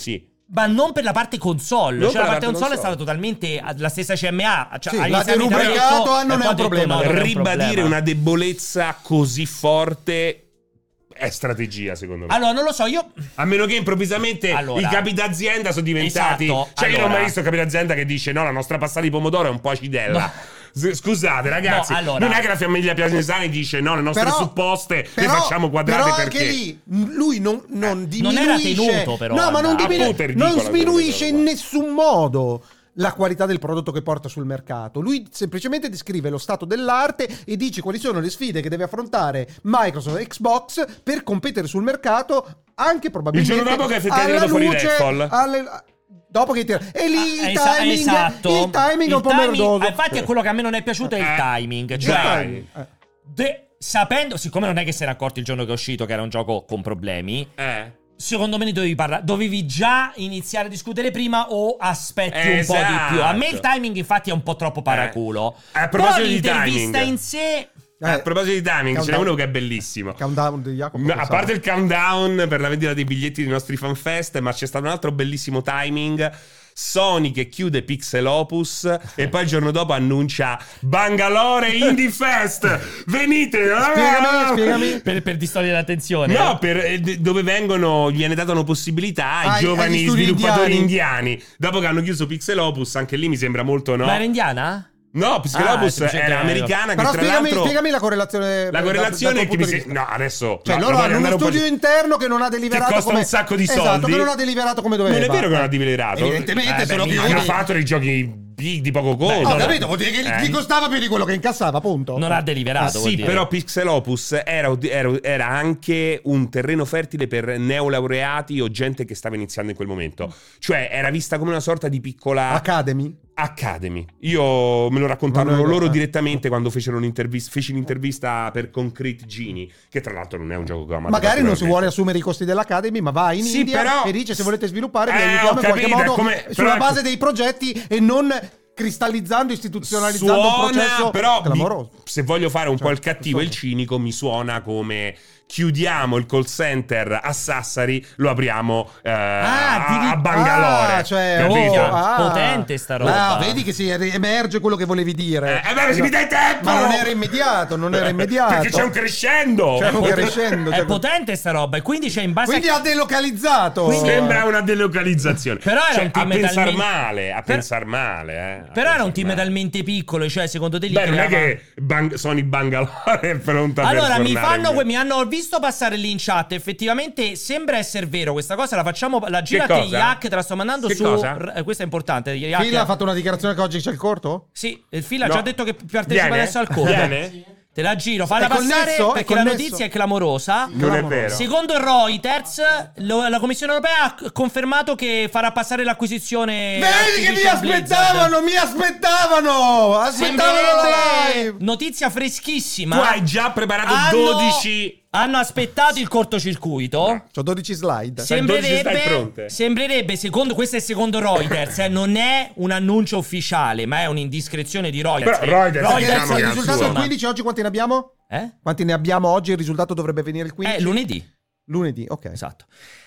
Ma non per la parte console, Non cioè per la la parte parte console è stata console. totalmente la stessa C M A, cioè Sì, agli la esami derubricato, d'ha detto, ah, non e è poi ha un detto, problema. no, non è un Ribadire problema. una debolezza così forte è strategia, secondo me. Allora, non lo so, io A meno che improvvisamente Allora. i capi d'azienda sono diventati. Esatto, Cioè, io non ho allora. mai visto un capi d'azienda che dice: no, la nostra passata di pomodoro è un po' acidella. No. S- Scusate, ragazzi, No, allora. non è che la famiglia Pianesani dice: no, le nostre Però- supposte però- le facciamo quadrate però perché. anche lì lui non, non non era diminuisce. tenuto, però, no, ma non, andare. diminu- Appunto, è ridicola non quella sminuisce cosa in qua. nessun modo la qualità del prodotto che porta sul mercato. Lui semplicemente descrive lo stato dell'arte e dice quali sono le sfide che deve affrontare Microsoft e Xbox per competere sul mercato, anche probabilmente Il giorno dopo che ha alla tirato fuori luce, Redfall. alle- dopo che tira e lì Ah, il, esa- timing, esatto. il timing è Il un po' timing- merdoso. ah, infatti è quello che a me non è piaciuto, è il Eh. timing, Il cioè timing, eh. de- sapendo, siccome non è che si era accorto il giorno che è uscito che era un gioco con problemi, Eh. secondo me ne dovevi parlare, dovevi già iniziare a discutere prima o aspetti un po' Esatto. di più. A me il timing infatti è un po' troppo paraculo. Eh, a proposito Però di l'intervista timing. in sé Eh, A proposito di timing, ce n'è countdown- uno che è bellissimo. Countdown di Jacopo. No, a parte il countdown per la vendita dei biglietti dei nostri fanfest, ma c'è stato un altro bellissimo timing. Sony che chiude Pixel Opus e poi il giorno dopo annuncia Bangalore Indie Fest. Venite! Spiegami, spiegami. per, per distogliere l'attenzione. No, per, eh, d- dove vengono, viene data una possibilità ai, Ai- giovani agli studi sviluppatori indiani. indiani. Dopo che hanno chiuso Pixel Opus, anche lì mi sembra molto no. Ma era indiana? No, Pixel Ah, Opus semplicemente- era americana. Però che tra spiegami, l'altro spiegami la correlazione. la da- correlazione dal è tuo che mi punto di se- vista. no, adesso Cioè, no, loro no, voglio hanno uno andare un po' studio di- interno che non ha deliberato che costa come... un sacco di Esatto, soldi. che non ha deliberato come doveva. Non è vero che non ha Eh. deliberato. Evidentemente Eh, sono beh, più Hanno di... fatto dei giochi big di poco conto. Ho non- capito, vuol dire che Eh. gli costava più di quello che incassava, appunto. Non ha deliberato. Ah, vuol sì, dire. però Pixel Opus era, era- era anche un terreno fertile per neolaureati o gente che stava iniziando in quel momento. Cioè, era vista come una sorta di piccola Academy. Academy. Io me lo raccontarono Ma noi- loro eh. direttamente quando fecero un'intervista, feci l'intervista per Concrete Genie, che tra l'altro non è un gioco che ho amato Magari non si vuole particolarmente. assumere i costi dell'Academy, ma va in Sì, India però- e dice se volete sviluppare vi Eh, aiutiamo ho in qualche capito, modo è come- sulla però- base dei progetti e non cristallizzando, istituzionalizzando un Suona, processo però clamoroso. mi- se voglio fare un Cioè, po' il cattivo e il insomma. cinico, mi suona come chiudiamo il call center a Sassari, lo apriamo eh, Ah, a, di- a Bangalore. Ah, cioè, capito? oh, ah. Potente sta roba. Ah, vedi che si emerge quello che volevi dire. Eh, eh, beh, se mi dai tempo! Ma non era immediato, non era immediato. Perché c'è un crescendo. C'è un Pot- crescendo. È cioè- potente sta roba. E quindi c'è in base Quindi a... ha delocalizzato. Quindi- Sembra una delocalizzazione. Però era Cioè, un team a pensare talmente- male, a Per- pensare male. Eh, a Però era un pensar team male. talmente piccolo, cioè secondo te lì Beh, non è creava- che Bang- Sony Bangalore è pronta Allora per mi tornare fanno in- que- mi hanno visto passare lì in chat. Effettivamente sembra essere vero questa cosa. La facciamo. La gira a te, cosa? Yak. Te la sto mandando Che su. cosa? r- Questo è importante. Yak- Phil ha fatto una dichiarazione che oggi c'è il corto? Sì, il Phil ha No. già detto che partecipa Viene? adesso al corto. Viene? Te la giro, falla È passare connesso? È perché la connesso? notizia è clamorosa. Non è vero. Secondo Reuters, lo- la Commissione Europea ha confermato che farà passare l'acquisizione. Vedi che mi Activision Blizzard. aspettavano, mi aspettavano! Aspettavano la Sembrerebbe live! notizia freschissima. Tu hai già preparato Hanno- dodici. Hanno aspettato il cortocircuito. C'ho dodici slide. Sì. dodici stai Sembrerebbe, pronte. sembrerebbe, secondo questo è secondo Reuters, eh, non è un annuncio ufficiale, ma è un'indiscrezione di Reuters. Però Reuters, Perché diciamo adesso che il è risultato è suo. il quindici, oggi quanti ne abbiamo? Eh? Quanti ne abbiamo oggi? Il risultato dovrebbe venire il quindici? È lunedì. Lunedì, ok. Esatto.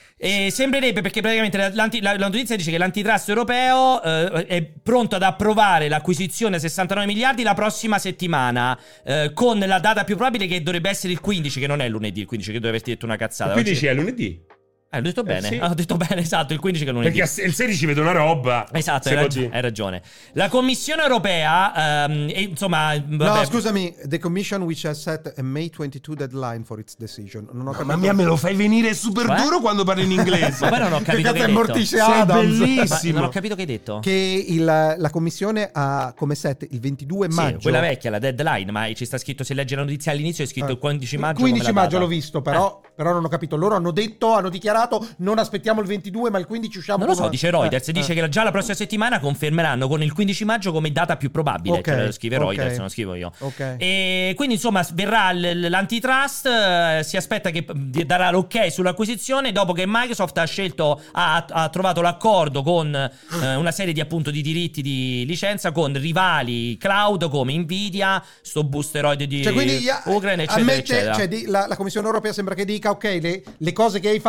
E sembrerebbe perché praticamente la, l'anti- la- la notizia dice che l'antitrust europeo eh, è pronto ad approvare l'acquisizione a sessantanove miliardi la prossima settimana, eh, con la data più probabile che dovrebbe essere il quindici, che non è lunedì, il quindici, che dovrei averti detto una cazzata. Quindi Oggi- c'è lunedì. Eh, ho detto bene, sì. Ah, ho detto bene, esatto, il quindici che è lunedì. Perché a- il sedici vedo una roba. Esatto, Se hai, può ragio- dire. hai ragione. La Commissione europea, ehm, e, insomma, No, vabbè, scusami, the commission which has set a May twenty-two deadline for its decision. Non ho capito. Mamma mia, me lo fai venire super Cioè? duro quando parli in inglese. Ma poi non ho Che capito che, cazzo è hai detto. Morticia Sei Adams? bellissimo. Ma non ho capito che hai detto. Che il- la commissione ha come set il ventidue Sì, maggio. quella vecchia, la deadline, ma ci sta scritto, se leggi la notizia all'inizio è scritto il quindici maggio. quindici come la maggio data. l'ho visto, però, però non ho capito. Loro hanno detto, hanno dichiarato, non aspettiamo il ventidue, ma il quindici usciamo. Non lo con so, una- dice Reuters, Eh, dice eh. che già la prossima settimana confermeranno con il quindici maggio come data più probabile. Ok, Cioè, lo scrive ok. Reuters, non scrivo io. Ok. E quindi insomma verrà l- l'antitrust, eh, si aspetta che eh, darà l'ok sull'acquisizione dopo che Microsoft ha scelto, ha, ha trovato l'accordo con eh, una serie di appunto di diritti di licenza con rivali cloud come Nvidia, sto boosteroid di Cioè, quindi Ucraina, eccetera, ammette, eccetera. cioè, di- la, la Commissione europea sembra che dica: ok, le, le cose che hai fatto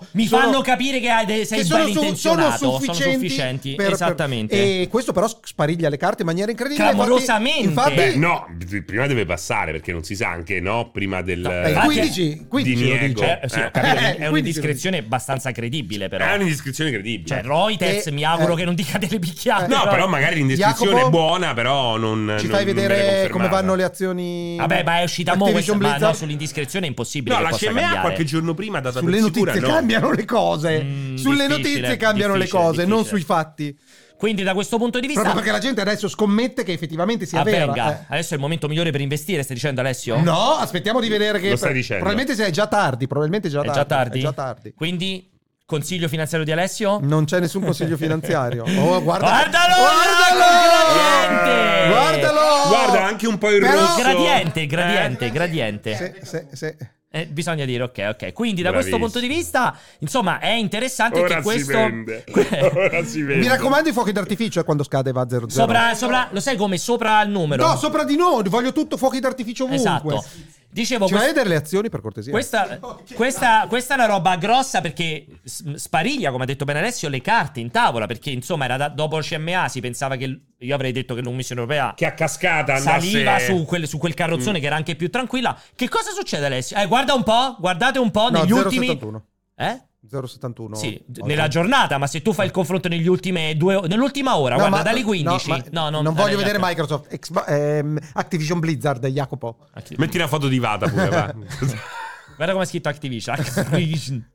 mi sono- fanno capire che hai de- sei che sono, ben su- sono intenzionato. sufficienti, Sono sufficienti. per- per- Esattamente. E questo però spariglia le carte in maniera incredibile. Clamorosamente. Infatti, Beh, infatti no, prima deve passare perché non si sa anche, no? Prima del No, eh, infatti- quindici, quindici lo Diniego. dice. Eh, sì, ho Eh. capito, Eh, è quindi un'indiscrezione abbastanza credibile, però. È un'indiscrezione credibile. Cioè, Reuters, Eh, mi auguro eh. che non dica delle picchiate. no, però magari l'indiscrezione Jacopo, è buona, però non. Ci non- fai non viene vedere come confermata. vanno le azioni. Vabbè, ma è uscita mo Activision questa, ma no, Blizzard? sull'indiscrezione è impossibile No, che la possa C M A cambiare. qualche giorno prima ha dato Sulle per sicura, notizie no. cambiano le cose. Mm, Sulle difficile, notizie cambiano le difficile, cose, non difficile. sui fatti. Quindi da questo punto di vista Proprio perché la gente adesso scommette che effettivamente sia avvenga. vera. eh. Adesso è il momento migliore per investire, stai dicendo Alessio? No, aspettiamo di vedere che Lo stai dicendo. probabilmente se è già tardi, probabilmente è già È tardi. già tardi? È già tardi. Quindi consiglio finanziario di Alessio? Non c'è nessun consiglio finanziario. Oh, guarda. Guardalo! Guardalo! Gradiente! Guardalo! Guarda, anche un po' il Però- rosso. Gradiente, gradiente, gradiente. Sì, sì, sì. Eh, bisogna dire ok, ok. Quindi da questo Bravissimo. punto di vista, insomma, è interessante Ora che si questo vende. Ora si vende. Mi raccomando i fuochi d'artificio, eh, quando scade va a zero zero. sopra, sopra, lo sai come sopra il numero? No, sopra di noi, voglio tutto fuochi d'artificio ovunque. Esatto. Dicevo, Ci vai a quest- vedere le azioni per cortesia? questa, questa, questa è una roba grossa perché s- spariglia, come ha detto bene Alessio, le carte in tavola. Perché insomma, era da- dopo C M A si pensava che l- io avrei detto che la Commissione Europea Che a cascata andasse. saliva su quel, su quel carrozzone che era anche più tranquilla. Che cosa succede, Alessio? Eh, guarda un po', guardate un po' No, negli zero ultimi. settantuno. Eh? zero settantuno. Sì, d- Ok. nella giornata, ma se tu fai il confronto negli ultimi due nell'ultima ora, No, guarda, ma- dalle quindici. no, ma No, non, non voglio eh, vedere eh, Microsoft, Xbox- ehm, Activision Blizzard, Jacopo. Activ- Metti una foto di Vata pure, va. Guarda come è scritto Activision. Activision.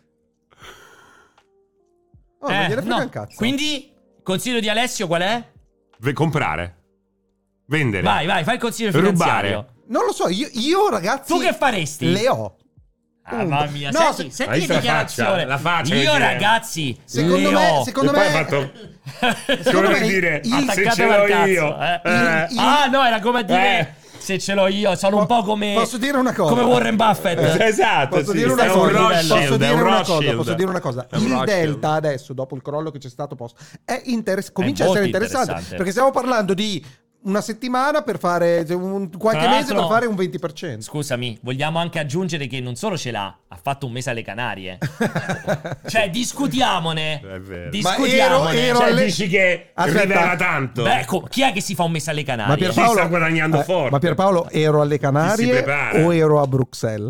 Oh, non Eh, gliene frega no. un cazzo. Quindi, consiglio di Alessio qual è? Ve- comprare. Vendere. Vai, vai, fai il consiglio Rubare. finanziario. Non lo so, io, io, ragazzi... Tu che faresti? Le ho. Ah, mamma mia, No, senti, se- senti Hai che visto la dichiarazione. faccia? La faccia, Io, perché- ragazzi, Secondo le me- ho. secondo e poi me- ha fatto. Secondo Come me dire, il- se Attaccatelo ce al l'ho cazzo, io. eh. Eh. Il- Ah, no, era come a dire. Eh. Se ce l'ho io, sono un po' come. Posso dire una cosa? Come Warren Buffett. Esatto, Posso sì, dire una è un cosa? Rothschild, Posso è dire un una Rothschild. cosa? Posso dire una cosa? È un Il Rothschild. Delta adesso, dopo il crollo che c'è stato post, è interess- comincia a molto essere interessante, interessante. perché stiamo parlando di una settimana per fare un, qualche Tra mese per l'altro- fare un venti per cento. Scusami, vogliamo anche aggiungere che non solo ce l'ha, ha fatto un mese alle Canarie. Cioè, discutiamone. È vero. Discutiamone. Ma ero- ero Cioè, alle- dici che Aspetta. rivela tanto. Beh, co- chi è che si fa un mese alle Canarie? Ma Pierpaolo, Chi sta guadagnando eh, forte? ma Pierpaolo, ero alle Chi si Canarie prepara? o ero a Bruxelles?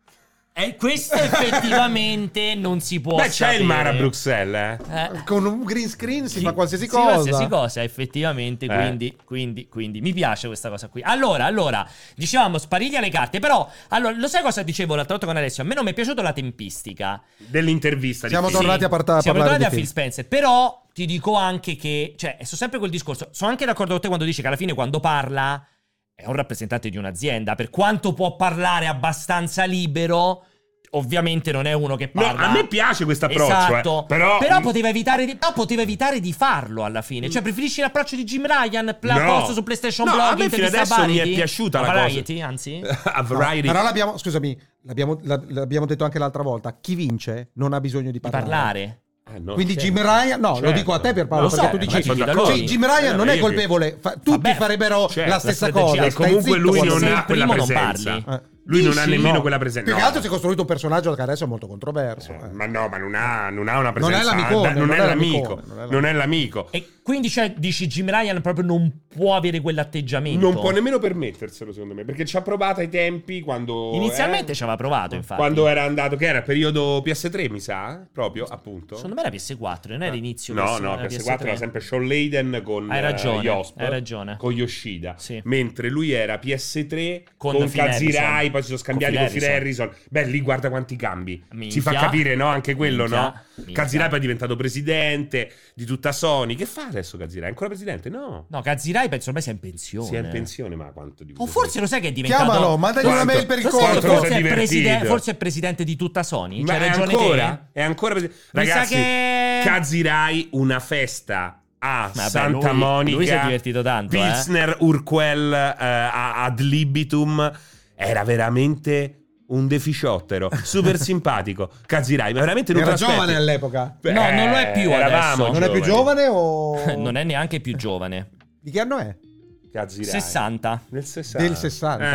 E questo effettivamente non si può Beh, c'è sapere. il mare a Bruxelles, eh. Eh. Con un green screen si fa qualsiasi Sì, cosa. qualsiasi cosa, effettivamente. Eh. Quindi, quindi, quindi, mi piace questa cosa qui. Allora, allora, dicevamo spariglia le carte. Però, allora, lo sai cosa dicevo l'altra volta con Alessio? A me non mi è piaciuta la tempistica. Dell'intervista. Siamo di Phil. tornati a parta- Siamo parlare tornati a di Phil film. Spencer. Però ti dico anche che, cioè, sono sempre quel discorso. Sono anche d'accordo con te quando dici che alla fine, quando parla, è un rappresentante di un'azienda. Per quanto può parlare abbastanza libero, ovviamente non è uno che No, parla. a me piace questo approccio, Esatto. eh. Però, poteva evitare di, però poteva evare di farlo alla fine. Cioè, preferisci l'approccio di Jim Ryan? La No. posto su PlayStation No, Blog? a me fino intervista adesso mi è Variety? piaciuta A la cosa. Variety, anzi. a No, Variety. però l'abbiamo, scusami, l'abbiamo, la- l'abbiamo detto anche l'altra volta. Chi vince non ha bisogno di Di parlare. parlare. Eh, no, Quindi certo. Jim Ryan, no, lo Certo. dico a te Pierpaolo, Lo perché so, tu ma dici sono da d'accordo. lui. sì, Jim Ryan Eh, non è io- colpevole, fa- tutti Vabbè, farebbero certo, la la stessa strategia cosa. è E stai comunque zitto lui quando non sei il ha quella primo non presenza. parli. Eh. Lui non ha Dici? nemmeno No. quella presenza. Più che No. altro si è costruito un personaggio che adesso è molto controverso. Eh, eh. Ma no, ma non ha, non ha una Non è presenza. l'amicone, non, non è è l'amico. l'amicone, non è l'amico. Non è l'amico. E quindi, cioè, dici Jim Ryan proprio non può avere quell'atteggiamento. Non può nemmeno permetterselo, secondo me. Perché ci ha provato ai tempi quando. Inizialmente eh, ci aveva provato, infatti. Quando era andato, che era periodo P S tre, mi sa, proprio appunto. Secondo me era P S quattro, non era inizio. No, questo, no, era P S quattro tre. era sempre Sean Layden con Hai ragione, eh, Yosp, hai ragione. con Yoshida. Sì. Mentre lui era P S tre Con con, Phil Kazirai, Harrison. poi si sono scambiati Con con Phil Phil Harrison. Beh, lì guarda quanti cambi. Minchia. Ci fa capire, no? Anche quello, Minchia. no? Minchia. Kazirai poi è diventato presidente di tutta Sony. Che fa adesso Kazirai? È ancora presidente? No. No, Kazirai penso ormai sia in pensione. Si è in pensione, ma quanto di O forse lo sai che è diventato. Chiamalo, mandagli una Quanto- mail per il Lo sai che quanto conto. si forse è è, preside- divertito. forse è presidente di tutta Sony. Ma C'hai è ragione ancora? te. È ancora presidente. Mi sa Ragazzi, che- Kazirai una festa a Vabbè, Santa lui- Monica. lui si è divertito tanto, eh. Pilsner Urquell eh, a- ad libitum. Era veramente un deficiottero, super simpatico. Kazirai, ma veramente non Era te l'aspetti? giovane all'epoca. Beh, No, non lo è più eravamo adesso. Non è più giovane o... Non è neanche più giovane. Di che anno è? Kazirai. sessanta. Nel sessanta. Del sessanta. Eh,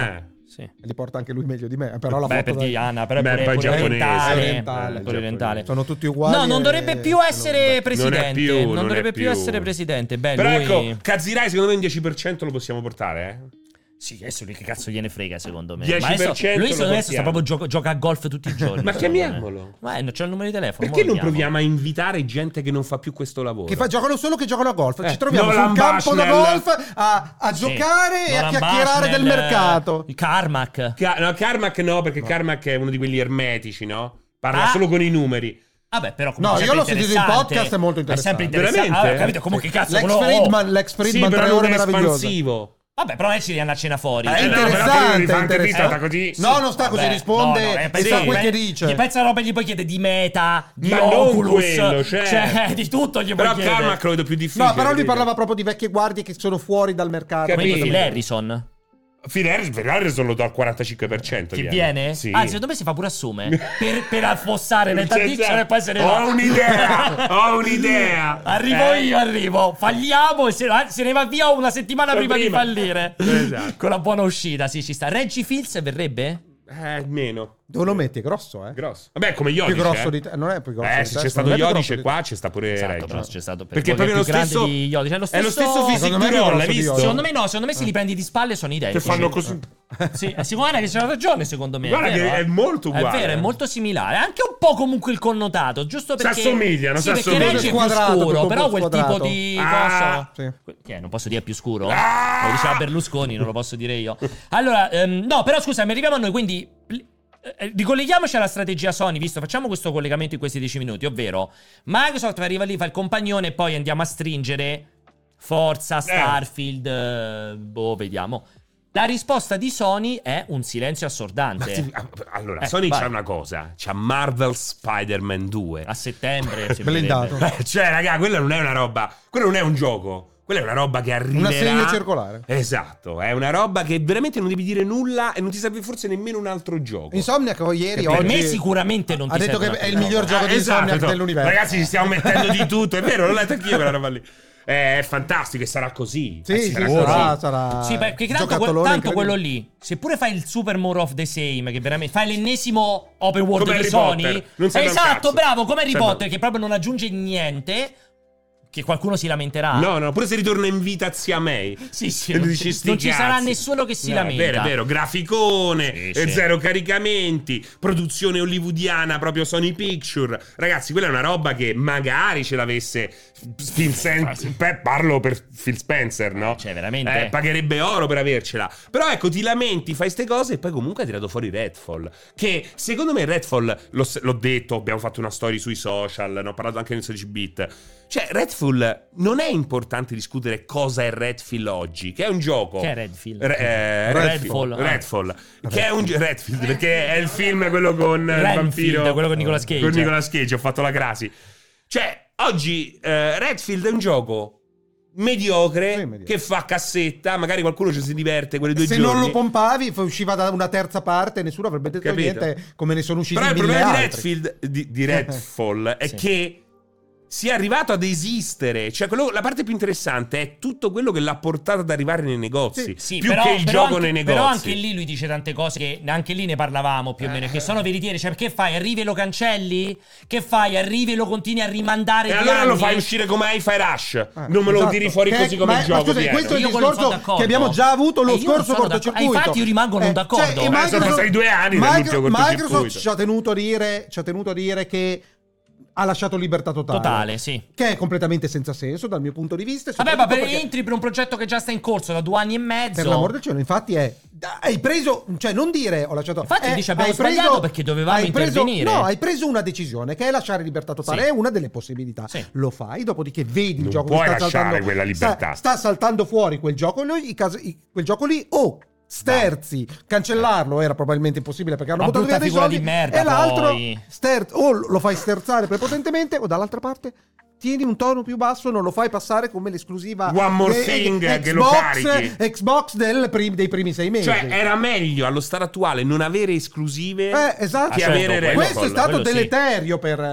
Sì. Li porta anche lui meglio di me, però la Beh, foto per da- Diana, però Beh, è pure, poi pure giapponese. orientale, Orientale, eh, pure orientale. sono tutti uguali. No, non e- dovrebbe più essere non- presidente. Non è più, non non è dovrebbe più più. essere presidente. Beh, Però lui... ecco, Kazirai secondo me un dieci per cento lo possiamo portare, eh. Sì, adesso lui che cazzo gliene frega, secondo me. dieci Ma adesso, per cento lui lo secondo me sta portiamo. proprio gioca, gioca a golf tutti i giorni. Ma secondo me. chiamiamolo. Ma eh, non c'è il numero di telefono. Perché mo non lo chiamo. proviamo a invitare gente che non fa più questo lavoro? Che fa, giocano solo che giocano a golf. Eh, Ci troviamo sul Nolan campo da Bushnell. golf a, a Sì. giocare e a Nolan chiacchierare del Bushnell, mercato. Il Carmack. Ca- no, Carmack no, perché Carmack è uno di quelli ermetici, no? Parla Ah. solo con i numeri. Vabbè, però comunque No, io sempre l'ho sentito in interessante. podcast, è molto È sempre interessante. interessante. Veramente? Ah, ho capito, comunque cazzo L'ex quello- Friedman, l'ex Sì, Friedman però tre non ore è meravigliose. espansivo. Vabbè, però lei ci viene a cena fuori. È Eh, no, però interessante, che fa interessante. intervista così. No, non sta così, Vabbè, risponde no, no, e eh, sa sì, quel beh, che dice. Gli pensa roba gli puoi chiedere di Meta, di Ma non Oculus, quello, cioè. cioè di tutto gli puoi Però chiedere. Carmack lo vedo più difficile. No, però lui capito? parlava proprio di vecchie guardie che sono fuori dal mercato. Capito. Quindi Phil Harrison Phil Harrison, Phil Harrison lo do al quarantacinque per cento. che viene? Sì. Anzi, secondo me si fa pure assume per, per affossare Net Cioè, Addiction e poi se ne va. Ho un'idea, ho un'idea. Arrivo Eh. io, arrivo, falliamo e se, se ne va via una settimana Cioè, prima, prima. di fallire. Esatto. Con la buona uscita, sì, ci sta. Reggie Fields verrebbe? Eh, meno. Dove lo metti? È grosso, eh? Grosso. Vabbè, come Più Iodice. grosso eh. di te. Non è più grosso Eh, di se te, c'è stato non è più Iodice grosso di qua, c'è sta pure Esatto, Reggie. però c'è stato Perché è proprio lo più grande stesso di Iodice. È lo È lo stesso, stesso physique Secondo me è di più Roll, grosso l'hai di visto? Iodice. Secondo me no, secondo me se li prendi di spalle sono Che identici. fanno così. Sì, e secondo me che c'è ragione, secondo me. Guarda è vero, che eh. è molto uguale. È vero, è molto similare. Anche un po' comunque il connotato, giusto Si perché assomigliano, sì, si perché assomigliano. Reggie è più Squadrato, scuro, più però quel squadrato. tipo di Ah, cosa sì. che è, non posso dire più scuro? Ah! Lo diceva Berlusconi, non lo posso dire io. Allora, ehm, no, però scusami, arriviamo a noi, quindi eh, ricolleghiamoci alla strategia Sony, visto, facciamo questo collegamento in questi dieci minuti, ovvero Microsoft arriva lì, fa il compagnone e poi andiamo a stringere Forza, Starfield, eh, boh, vediamo. La risposta di Sony è un silenzio assordante. Allora, Eh, Sony vai. c'ha una cosa, c'ha Marvel Spider-Man due. A settembre si Blindato. vedrebbe. Eh, cioè, raga, quella non è una roba, quello non è un gioco. Quella è una roba che arriverà. Una serie circolare. Esatto, è una roba che veramente non devi dire nulla e non ti serve forse nemmeno un altro gioco. Insomniac ieri, Per oggi me sicuramente non ha ti detto serve che una è il cosa. miglior gioco Ah, di Insomniac esatto. dell'universo. Ragazzi, ci stiamo mettendo di tutto, è vero, l'ho letto anch'io quella roba lì. È fantastico e sarà così. Sì, Eh, sì, sarà sarà, così. sarà Sì, perché tanto, que- giocattolone tanto quello incredibile. lì, seppure fai il super more of the same, che veramente fai l'ennesimo open world Come di Harry Sony. Potter, non serve un Esatto, cazzo. bravo, come Harry Serve- Potter, che proprio non aggiunge niente. Che qualcuno si lamenterà. No, no, pure se ritorna in vita zia May. Sì, sì, E non, dici, sti non ci sarà cazzi. nessuno che si No, lamenta. È vero, è vero, graficone, Sì, e sì. zero caricamenti, produzione hollywoodiana, proprio Sony Picture. Ragazzi, quella è una roba che magari ce l'avesse Phil Sen- Beh, parlo per Phil Spencer, no? Cioè, veramente. Eh, pagherebbe oro per avercela. Però ecco, ti lamenti, fai ste cose e poi comunque hai tirato fuori Redfall. Che secondo me Redfall, l'ho, l'ho detto, abbiamo fatto una story sui social, ne ho parlato anche nel sedici bit. Cioè, Redfall non è importante discutere cosa è Redfall oggi, che è un gioco. Che è Redfield? Re- eh, Redfall. Redfall. Che è un gi- Redfield, perché è il film quello con il Renfield, vampiro. quello con Nicolas Cage. Con Nicolas Cage, ho fatto la crasi. Cioè, oggi eh, Redfield è un gioco mediocre, Sì, mediocre. che fa cassetta, magari qualcuno ci si diverte quei due Se giorni. non lo pompavi, poi usciva da una terza parte, nessuno avrebbe detto Capito? niente, come ne sono usciti Però il mille problema di altri. Redfield, di, di Redfall è Sì. che sia arrivato ad esistere. Cioè, quello- la parte più interessante è tutto quello che l'ha portato ad arrivare nei negozi. Sì, più però, che il però gioco anche, nei negozi. però anche lì lui dice tante cose che anche lì ne parlavamo più o meno, che sono veritiere. Cioè, perché fai? Arrivi e lo cancelli? Che fai? Arrivi e lo continui a rimandare E di allora lo anni? fai uscire come Hi-Fi Rush. Eh, non me lo esatto. tiri fuori Che- così come ma- gioco. Ma scusa, Piero. questo è il Io quello non sono discorso d'accordo. che abbiamo già avuto lo Eh, io non scorso sono d'accordo. cortocircuito. Eh, infatti io rimango non d'accordo. e Eh, Microsoft- sono stati due anni dall'ultimo cortocircuito. Microsoft ci ha tenuto a dire, ci ha tenuto a dire che ha lasciato libertà totale. Totale, sì. Che è completamente senza senso dal mio punto di vista. e Vabbè, ma per, soprattutto perché- entri per un progetto che già sta in corso da due anni e mezzo. Per l'amor del cielo, infatti è hai preso, cioè non dire ho lasciato. Infatti eh, dice abbiamo hai sbagliato perché dovevamo hai preso- intervenire. No, hai preso una decisione che è lasciare libertà totale, Sì. è una delle possibilità. Sì. Lo fai, dopodiché vedi il Non gioco puoi che sta lasciare saltando quella libertà. Sta, sta saltando fuori quel gioco lì, i cas- i- quel gioco lì o sterzi, cancellarlo era probabilmente impossibile perché hanno Ma buttato brutta via dei figura soldi di merda, e l'altro poi. sterz- o lo fai sterzare prepotentemente o dall'altra parte tieni un tono più basso, non lo fai passare come l'esclusiva One more de- thing Xbox, che lo carichi. Xbox del prim- dei primi sei mesi. Cioè, era meglio allo stato attuale non avere esclusive Eh, esatto. che Ah, certo, avere quello- Questo è Redfall. stato quello sì. deleterio per, eh,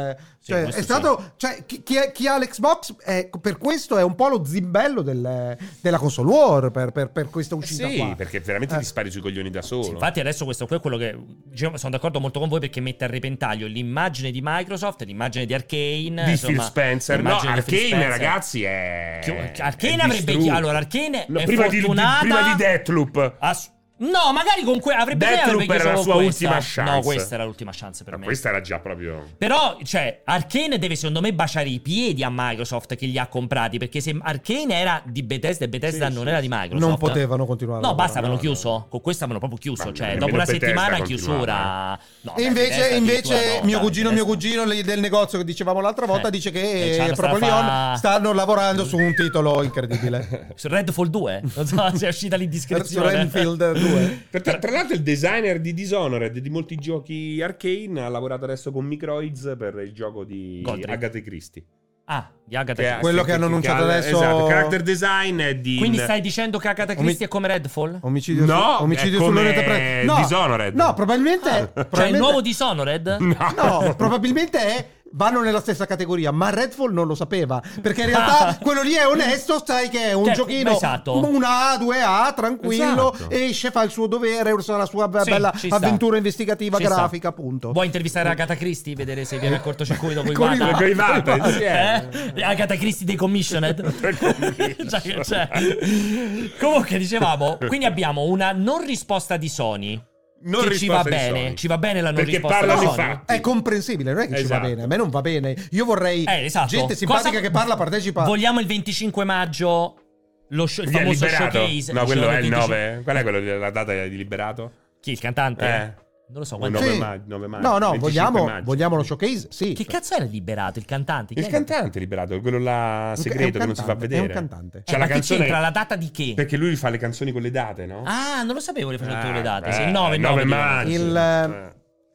Sì, Cioè, questo è stato, cioè, chi, chi è- chi ha l'Xbox è, per questo è un po' lo zimbello del- della console war per, per- per questa uscita Sì, qua. perché veramente Eh. ti spari sui coglioni da solo. Sì, infatti adesso questo qui è quello che diciamo, sono d'accordo molto con voi perché mette a repentaglio l'immagine di Microsoft, l'immagine di Arcane, Di insomma, Phil Spencer. No, l'immagine di Phil Arcane, Spencer. ragazzi, è. Chi- Arcane è avrebbe distrutto. allora Arcane No, è prima, di, di- fortunata prima di Deathloop. Ass- no, magari con que- avrebbe Deathloop avrebbe chiuso era la sua questa. ultima chance. No, questa era l'ultima chance per Ma me. questa era già proprio. Però, cioè, Arcane deve secondo me baciare i piedi a Microsoft che li ha comprati. Perché se Arcane era di Bethesda e Bethesda Sì, non sì, era sì. di Microsoft, Non potevano continuare. a No, lavorare. basta, avevano no, chiuso. no. Con questo avevano proprio chiuso. Ma Cioè, nemmeno dopo una Bethesda settimana continuava. chiusura. No, E beh, invece, Bethesda invece addirittura no, mio dai, cugino, mio Bethesda- cugino lì del negozio che dicevamo l'altra volta Eh. dice E che c'hanno proprio sta Leon fa- stanno lavorando su un titolo incredibile. Su Redfall due. Non so se è uscita Su l'indiscrezione. Renfield due. Tra, tra l'altro il designer di Dishonored e di molti giochi Arcane ha lavorato adesso con Microids per il gioco di Goldrick. Agatha Christie. Ah, di Agatha Che- Christie. Quello che hanno annunciato ha- adesso- Esatto, character design è di. Quindi stai dicendo che Agatha Christie è come Redfall? Omicidio, No, su, omicidio è come sull'Oriente Pre- no, Dishonored. No, probabilmente è, Cioè, il probabilmente- nuovo Dishonored? No, probabilmente è vanno nella stessa categoria, ma Redfall non lo sapeva, perché in realtà quello lì è onesto, sai che è un Che- giochino esatto. una A, due A, tranquillo, Esatto. esce, fa il suo dovere, usa la sua be- Sì, bella ci sta. avventura investigativa Ci sta. grafica, appunto. Vuoi intervistare Agatha Christie? Vedere se viene a cortocircuito con i Con i- Wata? Con i Wata, insieme. Eh? Agatha Christie dei Commissioned. Cioè, che c'è. Comunque dicevamo, quindi abbiamo una non risposta di Sony. Non che ci va risposta di bene, Sony. ci va bene la non Perché risposta parlano di i Sony. fatti. È comprensibile, non è che ci va Esatto. bene, a me non va bene. Io vorrei Eh, esatto. gente simpatica Cosa- che parla, partecipa. Vogliamo il venticinque maggio lo show- il Chi è famoso liberato? showcase. No, quello è il venticinque nove. Qual è quello della data di liberato? Chi, il cantante? Eh. Non lo so. Il quanto- nove Sì. maggio, nove maggio, No, no, venticinque vogliamo, maggio. vogliamo lo showcase? Sì. Che cazzo era liberato? Il cantante? Chi Il è? cantante è liberato, quello là È un segreto che non si fa cantante, vedere. È un cantante. Eh, C'è ma la che canzone. c'entra la data di che? Perché lui fa le canzoni con le date, no? Ah, non lo sapevo le facevano tutte le date. Eh, Sì, il nove, il nove nove di- maggio. Il- Eh.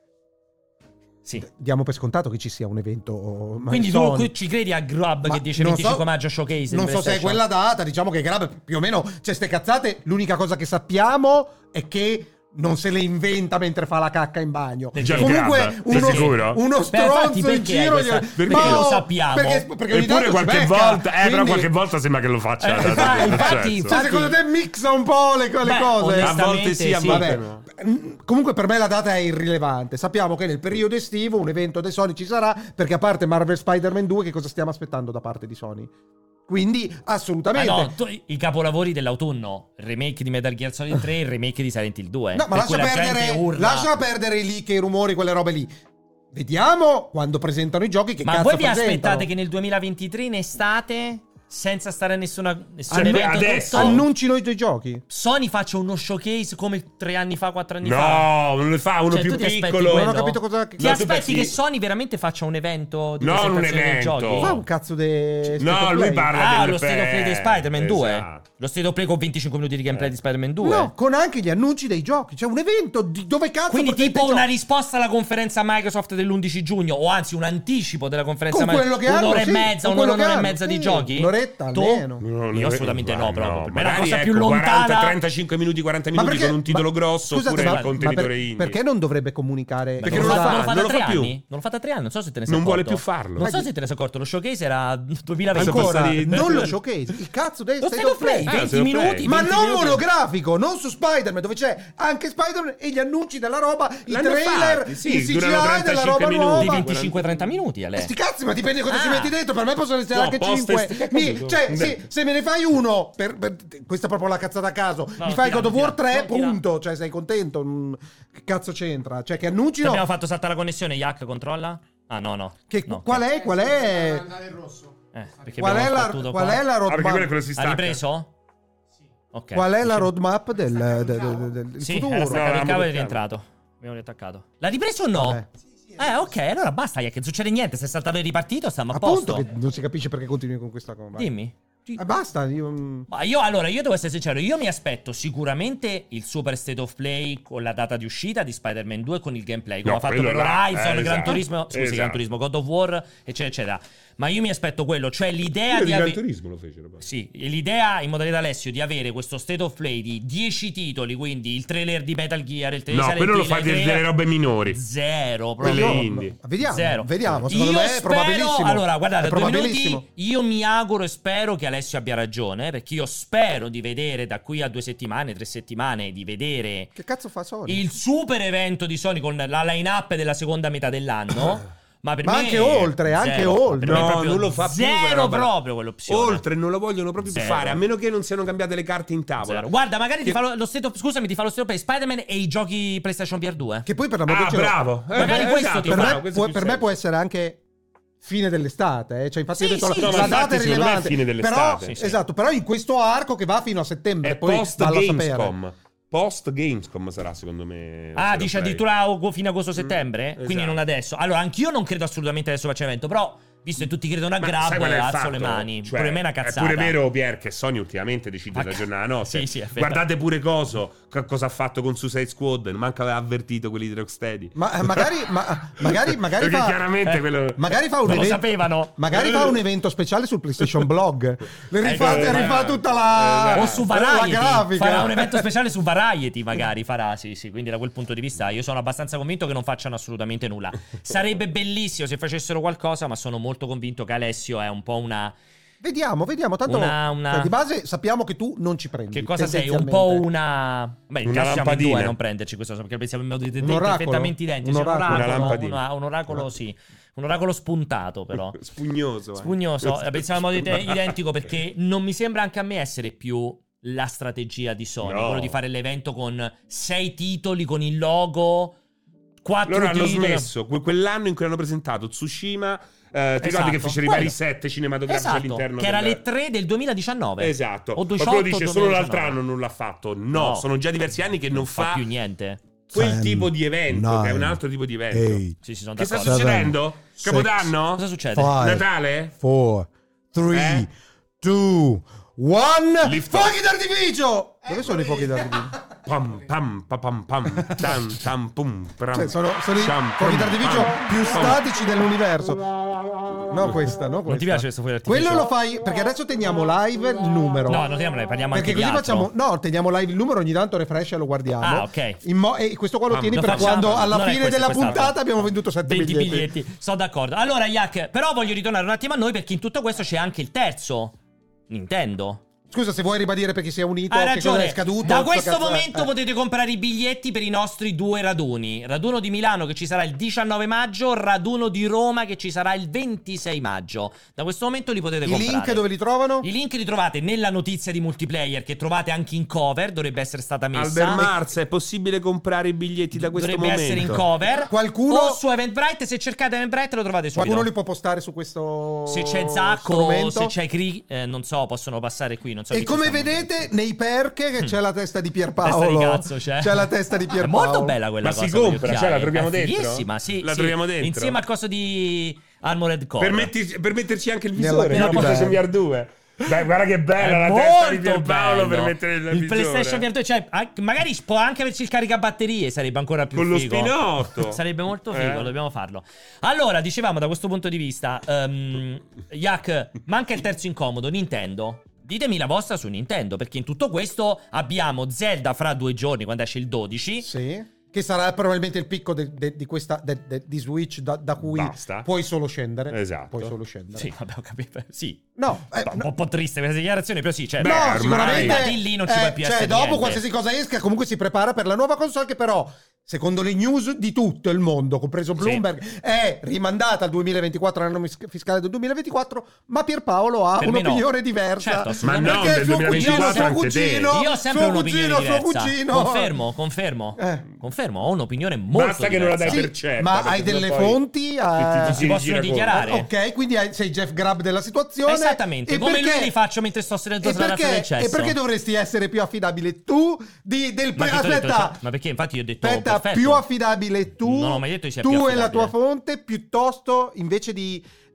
Sì. Diamo per scontato che ci sia un evento. ma Quindi Sony. tu ci credi a Grub Ma che dice non venticinque so- maggio showcase? Non di so se è PlayStation? quella data, diciamo che Grab più o meno, cioè ste cazzate, l'unica cosa che sappiamo è che non se le inventa mentre fa la cacca in bagno. Perché? Comunque Grab? uno, Sei sicuro? uno Beh, stronzo infatti, in perché giro hai questa- gli- perché Ma- lo sappiamo? Perché, perché ogni Eppure tanto si qualche becca, volta, eh, però quindi- qualche volta sembra che lo faccia. Eh, da- da- infatti, da- infatti, successo. Cioè, infatti- secondo te mixa un po' le, le Beh, cose? onestamente, A volte sì, a sì. volte Vabbè, no. mm, comunque per me la data è irrilevante. Sappiamo che nel periodo estivo un evento di Sony ci sarà, perché a parte Marvel Spider-Man due, che cosa stiamo aspettando da parte di Sony? Quindi Ah, assolutamente. no, tu- i capolavori dell'autunno, il remake di Metal Gear Solid tre e il remake di Silent Hill due. No, ma Per lascia cui la gente perdere, urla. lascia perdere i leak, i rumori, quelle robe lì. Vediamo quando presentano i giochi che Ma cazzo voi vi presentano. aspettate che nel duemilaventitré in estate, senza stare a nessuna, nessun Annu- evento, adesso? tutto, Annuncino i tuoi giochi. Sony faccia uno showcase come tre anni fa, quattro anni fa? No, non le fa uno Cioè, più tu ti aspetti piccolo. quello? Non ho capito cosa- Ti No, tu aspetti pensi- che Sony veramente faccia un evento di No, un presentazione dei evento. giochi? Fa un cazzo di No, lui parla Ah, del lo State of Play di Spider-Man due? Esatto. Lo State of Play con venticinque minuti di gameplay di Spider-Man due? No, con anche gli annunci dei giochi. C'è un evento di dove cazzo Quindi presenta tipo i una giochi? risposta alla conferenza Microsoft dell'undici giugno, o anzi un anticipo della conferenza Con quello che Microsoft, hanno, un'ora sì, e mezza, con un'ora, quello che un'ora e hanno, mezza di sì. giochi? Un'oretta Tu? almeno. No, Io no, assolutamente no, no, proprio. Per me è la magari, cosa più ecco, lontana. quaranta, trentacinque minuti, quaranta Ma minuti perché- con un titolo ma- grosso scusate, oppure ma- il ma contenitore per- indie. Perché non dovrebbe comunicare? Ma Perché non non lo lo fa, fa, non lo fa non da lo tre fa più. anni? Non lo fa da tre anni, non so se te ne sei Non vuole accorto. più farlo. Non so se te ne sei accorto, lo showcase era duemilaventi. Sono Ancora, passati- non lo showcase, il cazzo del Lo State State of Play. venti State of Play. minuti, Ma venti non minuti. monografico, non su Spider-Man, dove c'è anche Spider-Man e gli annunci della roba, i L'hanno trailer, fatti, sì, il C G durano I della trentacinque roba minuti. nuova. Di venticinque trenta minuti, Ale. Sti cazzi, ma dipende cosa Ah. ci metti dentro. Per me possono essere No, anche post cinque. est- Mi- cioè, Beh. sì, se me ne fai uno, per, per- questa è proprio la cazzata a caso. No, mi fai tira, God of War tira, tre, no, tira. punto. Cioè, sei contento? Mm, Che cazzo c'entra? Cioè, che Ci annuncino. abbiamo fatto saltare la connessione, Yak controlla? Ah no, no. Che, No, qual ok. è? Qual è? Eh, perché Qual è, abbiamo la, sbattuto qual qua. è la Ah, perché quello è roadmap? quello si Ha stacca. ripreso? Ok. Qual è la Dicevo- roadmap del, del, del- del Sì, futuro? era staccato il No, cavo ed è no, rientrato. Abbiamo riattaccato. L'ha ripreso o no? Vabbè. Eh, ok, allora basta, Yak, non succede niente. Se è saltato e ripartito, stiamo a Appunto, posto. che non si capisce perché continui con questa cosa. vai. Dimmi. Eh, basta. Io... Ma io allora, io devo essere sincero, io mi aspetto sicuramente il super state of play con la data di uscita di Spider-Man due con il gameplay, come No, ha fatto quello per là, Horizon, eh, Gran esatto. Turismo, scusi, Esatto. Gran Turismo, God of War, eccetera, eccetera. Ma io mi aspetto quello, cioè l'idea Quello di di Gran avere... Turismo lo fecero poi. Sì, l'idea in modalità Alessio di avere questo state of play di dieci titoli, quindi il trailer di Metal Gear, il trailer No, di quello lo Silent fa Hill, delle, delle robe minori. zero, Quelle proprio. indie. Vediamo, Zero. vediamo. Secondo Io me è spero, probabilissimo. allora, guardate, è due probabilissimo. minuti, io mi auguro e spero che Alessio abbia ragione, perché io spero di vedere da qui a due settimane, tre settimane, di vedere Che cazzo fa Sony? il super evento di Sony con la line-up della seconda metà dell'anno. Ma, per Ma me anche oltre, zero. anche oltre. Per me No, proprio non lo fa più quella zero roba là. proprio quell'opzione. Oltre, non lo vogliono proprio più Zero. fare, a meno che non siano cambiate le carte in tavola. Zero. Guarda, magari ti Che- fa lo, lo state of, scusami, ti fa lo state of play Spider-Man e i giochi PlayStation V R due. Che poi per l'amor Ah, del cielo- bravo. Eh, Magari beh, questo esatto, ti per, fa- me, questo può, più per me senso. può essere anche fine dell'estate, eh. Cioè, infatti Sì, io ho detto sì, la, sì. la No, ma data infatti è secondo me è rilevante, fine dell'estate. però, Sì, sì. esatto, però in questo arco che va fino a settembre, È poi post vallo a sapere. Gamescom. Post Gamescom sarà secondo me. Ah, State dice of Play. addirittura a- fino a agosto-settembre? Mm, Quindi esatto. non adesso. Allora, anch'io non credo assolutamente adesso faccia evento, però, visto che tutti credono a Ma Grab, sai qual è il alzo fatto? le mani. Cioè, pure me è una è cazzata. pure vero, Pier, che Sony ultimamente decide Ma da ca- giorno alla notte. Sì, sì, è vero. Guardate pure Coso, co- cosa ha fatto con Suicide Squad. Manca aveva avvertito quelli di Rocksteady. Ma eh, magari, ma, magari, magari Perché fa, chiaramente eh, quello. magari fa un Non lo evento, sapevano. magari fa un evento speciale sul PlayStation Blog. Le rifà, Ecco, rifà tutta la, O su la Variety. grafica. Farà un evento speciale su Variety, magari farà, sì, sì. Quindi da quel punto di vista io sono abbastanza convinto che non facciano assolutamente nulla. Sarebbe bellissimo se facessero qualcosa, ma sono molto convinto che Alessio è un po' una... Vediamo, vediamo. Tanto Una- una- cioè, di base sappiamo che tu non ci prendi. Che cosa sei? Un po' una... Beh, in Una caso siamo in lampadina. due a non prenderci questo, perché pensiamo in modo Un oracolo? perfettamente identici. Un Un oracolo? oracolo, Una lampadina. una- un oracolo, sì. Un oracolo spuntato, però. Spugnoso. eh. Spugnoso. Eh, Pensiamo in modo ide- identico, perché non mi sembra anche a me essere più la strategia di Sony. No. Quello di fare l'evento con sei titoli, con il logo, quattro Loro hanno titoli. smesso que- quell'anno in cui hanno presentato Tsushima. Eh, ti ricordi Esatto, che fecero i quello. vari set cinematografici Esatto, all'interno che era del- le tre del duemiladiciannove. Esatto. O Qualcuno diciotto, dice solo l'altro duemiladiciannove. anno non l'ha fatto. No, No. sono già diversi anni che non, Non fa fa più niente. quel Ten, tipo di evento, che è un nine, altro tipo di evento. eight, Sì, sì, sono Che sta d'accordo. succedendo? six, Capodanno? Cosa succede? five, Natale? four, three, Eh? two, one. Lift Fuochi d'artificio! Dove sono i fuochi d'artificio? Pam pam pa, pam pam tam tam pum pram, Cioè, sono, sono i sham, fuochi pam, d'artificio pam, più pam. statici dell'universo. No, questa, no, questa. Non ti piace questo fuoco d'artificio? Quello lo fai perché adesso teniamo live il numero. No, non teniamo live, parliamo Perché anche così di altro. facciamo. No, teniamo live il numero, ogni tanto refresh e lo guardiamo. Ah, ok. In mo- e questo qua lo Ah, tieni lo per facciamo. quando alla Non è fine questo, della quest'altro. puntata abbiamo venduto sette venti biglietti. biglietti. Sono d'accordo. Allora, Yak, però voglio ritornare un attimo a noi, perché in tutto questo c'è anche il terzo Nintendo. Scusa, se vuoi ribadire per chi si è unito, Hai che cosa ragione. è scaduto. Da sto questo cazzo è. momento Eh. potete comprare i biglietti per i nostri due raduni. Raduno di Milano che ci sarà il diciannove maggio, raduno di Roma che ci sarà il ventisei maggio. Da questo momento li potete I comprare. link dove li trovano? I link li trovate nella notizia di multiplayer, che trovate anche in cover, dovrebbe essere stata messa. Albert Mars, è possibile comprare i biglietti da questo Dovrebbe momento? essere in cover. Qualcuno- O su Eventbrite, se cercate Eventbrite lo trovate subito. Qualcuno li può postare su questo Se c'è Zacco, strumento? se c'è Cree, eh, non so, possono passare qui. Non so E chi come ci sta- vedete, nei perche che c'è la testa di Pierpaolo. Testa di cazzo c'è. C'è la testa di È Pierpaolo. molto bella quella Ma cosa. si con gli compra? occhiali. Cioè, la troviamo È dentro? fighissima, sì, La sì. troviamo dentro? Insieme al coso di Armored Core. Per, metti- per metterci anche il Nella- visore, nella no? PlayStation bella. V R due. Beh, guarda che bella È la testa di molto Pierpaolo bello. per mettere il, il visore. PlayStation V R due, cioè, anche- magari può anche averci il caricabatterie, sarebbe ancora più Con lo figo. spinotto. Sarebbe molto figo, Eh. dobbiamo farlo. Allora, dicevamo da questo punto di vista, um, Yak, manca il terzo incomodo, Nintendo. Ditemi la vostra su Nintendo, perché in tutto questo abbiamo Zelda fra due giorni, quando esce il dodici. Sì. Che sarà probabilmente il picco de- de- di questa de- de- di Switch da, da cui Basta. puoi solo scendere. Esatto. Puoi solo scendere. Sì, vabbè, ho capito. Sì. No, eh, Un no. po', un po' triste questa dichiarazione, però sì, cioè, Beh, No, ormai- sicuramente. Da di lì non ci puoi più cioè, essere dopo niente. qualsiasi cosa esca, comunque si prepara per la nuova console, che però, secondo le news di tutto il mondo, compreso Bloomberg, è rimandata al duemilaventiquattro, all'anno mis- fiscale del duemilaventiquattro. Ma Pierpaolo ha Per me no. un'opinione diversa. Certo, Ma assolutamente. no, Perché del suo cugino, duemilaventiquattro suo anche te. cugino, Io ho sempre suo un'opinione cugino, suo diversa. cugino. Confermo, confermo. Eh. Confermo, ho un'opinione molto Basta che non la dai diversa. per certa. Ma perché hai sennò delle poi fonti? ti- Eh, ti- Si ti possono gira dichiarare. Ok, quindi hai- sei Jeff Grubb della situazione. Esattamente, E come perché- lui li faccio mentre sto sedendo e sulla razza perché, del cesso. e perché dovresti essere più affidabile tu di, del Ma che t'ho detto, aspetta, cioè, ma perché infatti io ho detto aspetta, perfetto. più affidabile tu, Non ho mai detto che sia tu più e la tua affidabile. fonte, piuttosto invece di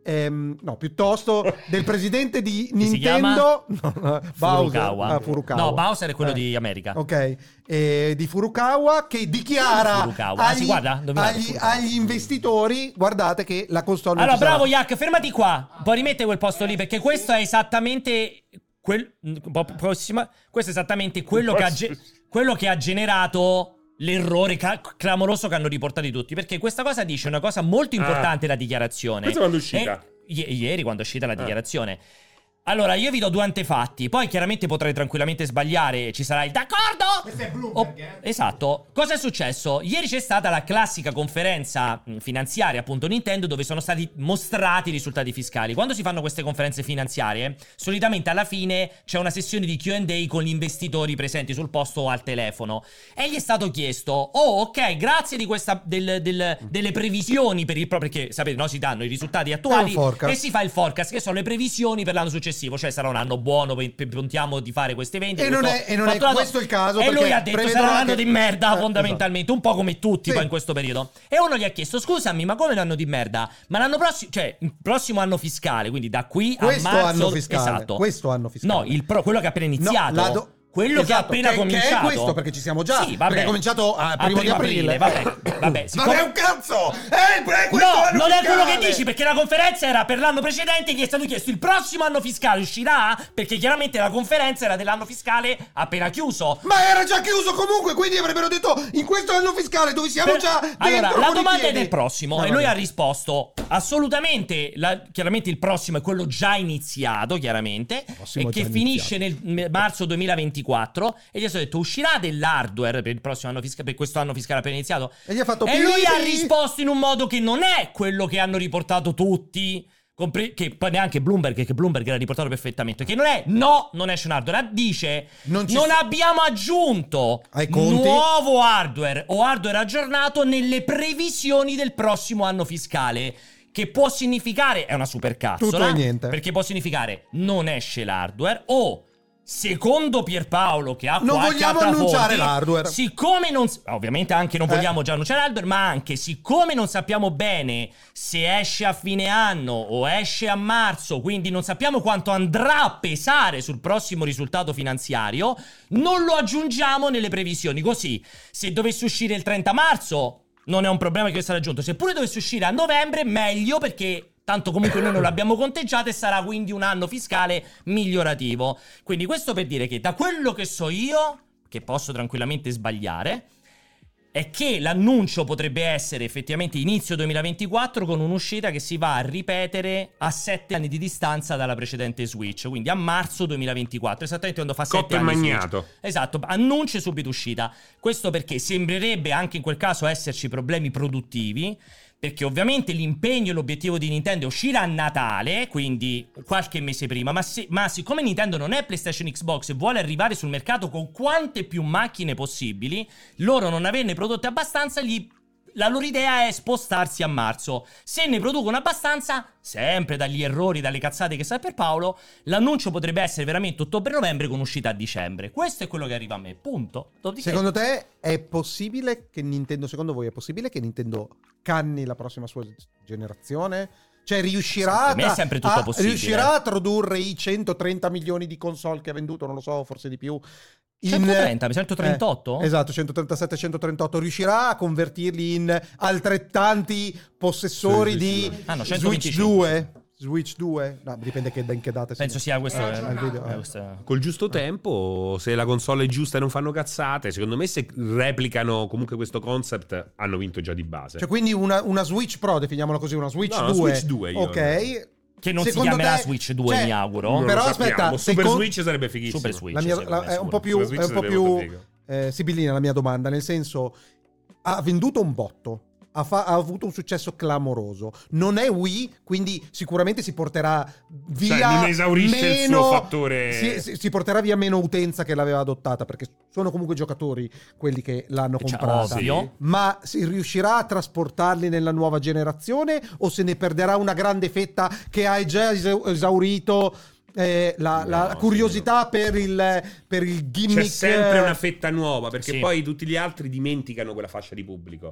ehm, no, piuttosto del presidente di Chi si Nintendo, no, Bowser, Furukawa. ah, Furukawa. No, Bowser è quello Eh, di America. Ok, eh, di Furukawa che dichiara Furukawa. agli, Sì, guarda, indovinato, agli, Furukawa. agli investitori, guardate che la console non Allora, ci sarà. bravo Yak, fermati qua. Puoi rimettere quel posto lì perché questo è esattamente quel un po' prossima, questo è esattamente quello che ha ge- quello che ha generato l'errore ca- clamoroso che hanno riportato tutti, perché questa cosa dice una cosa molto importante, Ah. la dichiarazione. Questa quando è uscita? E- i- ieri quando è uscita la Ah. dichiarazione. Allora, io vi do due antefatti, poi chiaramente potrei tranquillamente sbagliare, ci sarà il d'accordo? Questo è Bloomberg, Oh, eh. esatto. Cosa è successo? Ieri c'è stata la classica conferenza mh, finanziaria, appunto Nintendo, dove sono stati mostrati i risultati fiscali. Quando si fanno queste conferenze finanziarie, solitamente alla fine c'è una sessione di Q and A con gli investitori presenti sul posto o al telefono. E gli è stato chiesto: oh, ok, grazie di questa del- del- delle previsioni per il proprio, perché sapete, no, si danno i risultati attuali È un forecast. e si fa il forecast, che sono le previsioni per l'anno successivo. Cioè sarà un anno buono, pe- pe- contiamo di fare queste vendite. E non questo è- e non è fatturato. questo il caso, E lui perché ha detto prevedono sarà un anno anche- di merda, Eh, fondamentalmente, un po' come tutti Sì. poi in questo periodo. E uno gli ha chiesto: scusami, ma come un anno di merda? Ma l'anno prossimo, cioè il prossimo anno fiscale, quindi da qui Questo a marzo, anno fiscale, esatto. questo anno fiscale. No, il pro- quello che ha appena iniziato. No, la do- Quello che ha Esatto, appena che- cominciato. Che è questo, perché ci siamo già. Sì, vabbè. Perché è cominciato a primo di aprile. Vabbè, vabbè. siccome- Vabbè, un cazzo! Eh, è questo No, anno non è quello che fiscale! dici, perché la conferenza era per l'anno precedente, gli è stato chiesto il prossimo anno fiscale uscirà, perché chiaramente la conferenza era dell'anno fiscale appena chiuso. Ma era già chiuso comunque, quindi avrebbero detto in questo anno fiscale dove siamo Per- già dentro. allora, la con i domanda è piedi. del prossimo Ah, e lui vabbè. ha risposto assolutamente, la- chiaramente il prossimo è quello già iniziato, chiaramente, prossimo e è che già finisce nel m- marzo duemilaventiquattro, e gli è stato detto uscirà dell'hardware per il prossimo anno fiscale, per questo anno fiscale appena iniziato. E gli ha fatto E lui piriri. ha risposto in un modo che non è quello che hanno riportato tutti, compre- che poi neanche Bloomberg, che Bloomberg l'ha riportato perfettamente, che non è no, non esce un hardware, dice Non non, ci sta- abbiamo aggiunto Ai conti? nuovo hardware o hardware aggiornato nelle previsioni del prossimo anno fiscale. Che può significare, è una supercazzola, Tutto e niente. perché può significare non esce l'hardware o, secondo Pierpaolo che ha Non qualche vogliamo altra annunciare fonte, l'hardware. siccome non, ovviamente anche non Eh. vogliamo già annunciare l'hardware, ma anche siccome non sappiamo bene se esce a fine anno o esce a marzo, quindi non sappiamo quanto andrà a pesare sul prossimo risultato finanziario, non lo aggiungiamo nelle previsioni. Così, se dovesse uscire il trenta marzo, non è un problema che sarà aggiunto. Seppure dovesse uscire a novembre, meglio, perché tanto comunque noi non l'abbiamo conteggiato e sarà quindi un anno fiscale migliorativo. Quindi questo per dire che da quello che so io, che posso tranquillamente sbagliare, è che l'annuncio potrebbe essere effettivamente inizio duemilaventiquattro, con un'uscita che si va a ripetere a sette anni di distanza dalla precedente Switch, quindi a marzo duemilaventiquattro, esattamente quando fa Cotto sette e anni magnato. Switch. Esatto, annuncia subito uscita. Questo perché sembrerebbe anche in quel caso esserci problemi produttivi, perché ovviamente l'impegno e l'obiettivo di Nintendo è uscire a Natale, quindi qualche mese prima, ma, se- ma siccome Nintendo non è PlayStation Xbox e vuole arrivare sul mercato con quante più macchine possibili, loro non averne prodotte abbastanza, gli la loro idea è spostarsi a marzo. Se ne producono abbastanza, sempre dagli errori, dalle cazzate che sa per Paolo, l'annuncio potrebbe essere veramente ottobre-novembre con uscita a dicembre. Questo è quello che arriva a me, punto. Dopodiché- Secondo te è possibile che Nintendo, secondo voi è possibile che Nintendo canni la prossima sua generazione? Cioè riuscirà, Per me è a- sempre tutto a, possibile. riuscirà a tradurre i centotrenta milioni di console che ha venduto, non lo so, forse di più. in- centotrenta, centotrentotto? Eh, esatto, centotrentasette centotrentotto. Riuscirà a convertirli in altrettanti possessori Sì, di sì, sì. Ah, no, Switch centoventicinque. due? Switch due? No, dipende che, in che date. Penso sia questo. Eh, eh, il video, eh, eh. questo è- Col giusto tempo, se la console è giusta e non fanno cazzate, secondo me se replicano comunque questo concept hanno vinto già di base. Cioè, quindi una, una Switch Pro, definiamola così, una Switch No, una due. Switch due io- Ok. Che non si Secondo chiamerà te- Switch due, cioè, mi auguro. Non lo però sappiamo. aspetta, Super secon- Switch sarebbe fighissimo. Super Switch. La mia- secondo la- me, è un po' sicuro. più, Super Switch è un po' sarebbe più molto figo. eh, sibillina la mia domanda, nel senso, ha venduto un botto, ha, fa- ha avuto un successo clamoroso, non è Wii, quindi sicuramente si porterà via Cioè, non esaurisce il meno, suo fattore- si, si- si porterà via meno utenza che l'aveva adottata, perché sono comunque giocatori quelli che l'hanno Cioè, comprata. ovvio. Ma si riuscirà a trasportarli nella nuova generazione o se ne perderà una grande fetta che hai già esau- esaurito eh, la, la No, curiosità per il, per il gimmick? C'è sempre una fetta nuova, perché Sì. poi tutti gli altri dimenticano quella fascia di pubblico.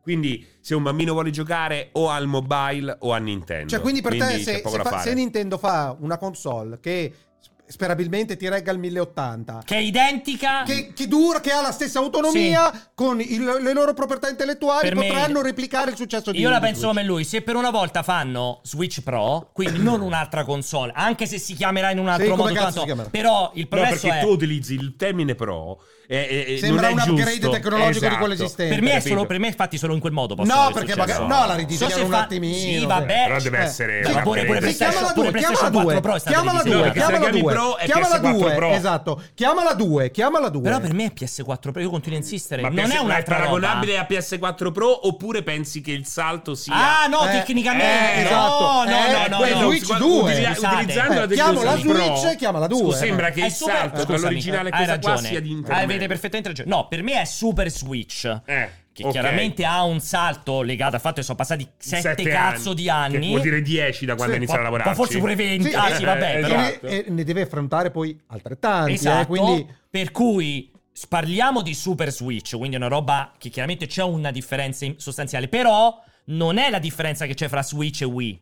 Quindi se un bambino vuole giocare o al mobile o a Nintendo. Cioè, quindi per Quindi te, c'è se, poco se, da fa- fare. se Nintendo fa una console che sperabilmente ti regga il mille ottanta, Che è identica. che, che dura, che ha la stessa autonomia, con il- le loro proprietà intellettuali, Per me- potranno replicare il successo di Io la di penso Switch. come lui. Se per una volta fanno Switch Pro, quindi non un'altra console, anche se si chiamerà in un altro Sì, come modo, cazzo tanto, si chiamerà? però il No, progresso perché è tu utilizzi il termine pro e, e Sembra non è un upgrade giusto. tecnologico di quello Esatto. esistente. per me è capito? solo per me infatti solo in quel modo posso No, avere perché successo. magari no, la So ridisegnano se un fa- attimino. Sì, cioè. vabbè. Però deve Eh. essere Ma un pure- upgrade. pure Sì, PlayStation- chiamala pure due, PlayStation chiamala quattro due, Pro è stata chiamala ridisegnata. due, perché se la chiamala chiami due, Pro è chiamala P S quattro due, Pro. esatto, chiamala due, chiamala due. Però per me è P S quattro Pro, io continuo a insistere, Ma non P S è un'altra paragonabile roba. a P S quattro Pro oppure pensi che il salto sia Ah, no, Eh, tecnicamente eh, no, esatto. no, Eh, no, no, quello no. Switch due. Utilizza- Scusate. utilizzando la Eh, chiamo la tecnologia Switch, Pro, chiama la due. sembra che È il super- salto scusami, dall'originale a hai questa qua ragione. sia di Avete intermedio. perfettamente ragione. No, per me è Super Switch. Eh, Che ok. chiaramente ha un salto legato al fatto che sono passati sette, Sette cazzo anni, di anni. che vuol dire dieci da quando Sì, iniziano a Ma lavorare. forse pure venti. Sì, ah, eh, sì, vabbè, eh, però. esatto. E, e ne deve affrontare poi altrettanti, Esatto. eh, quindi Per cui parliamo di Super Switch, quindi è una roba che chiaramente c'è una differenza in- sostanziale, però non è la differenza che c'è fra Switch e Wii.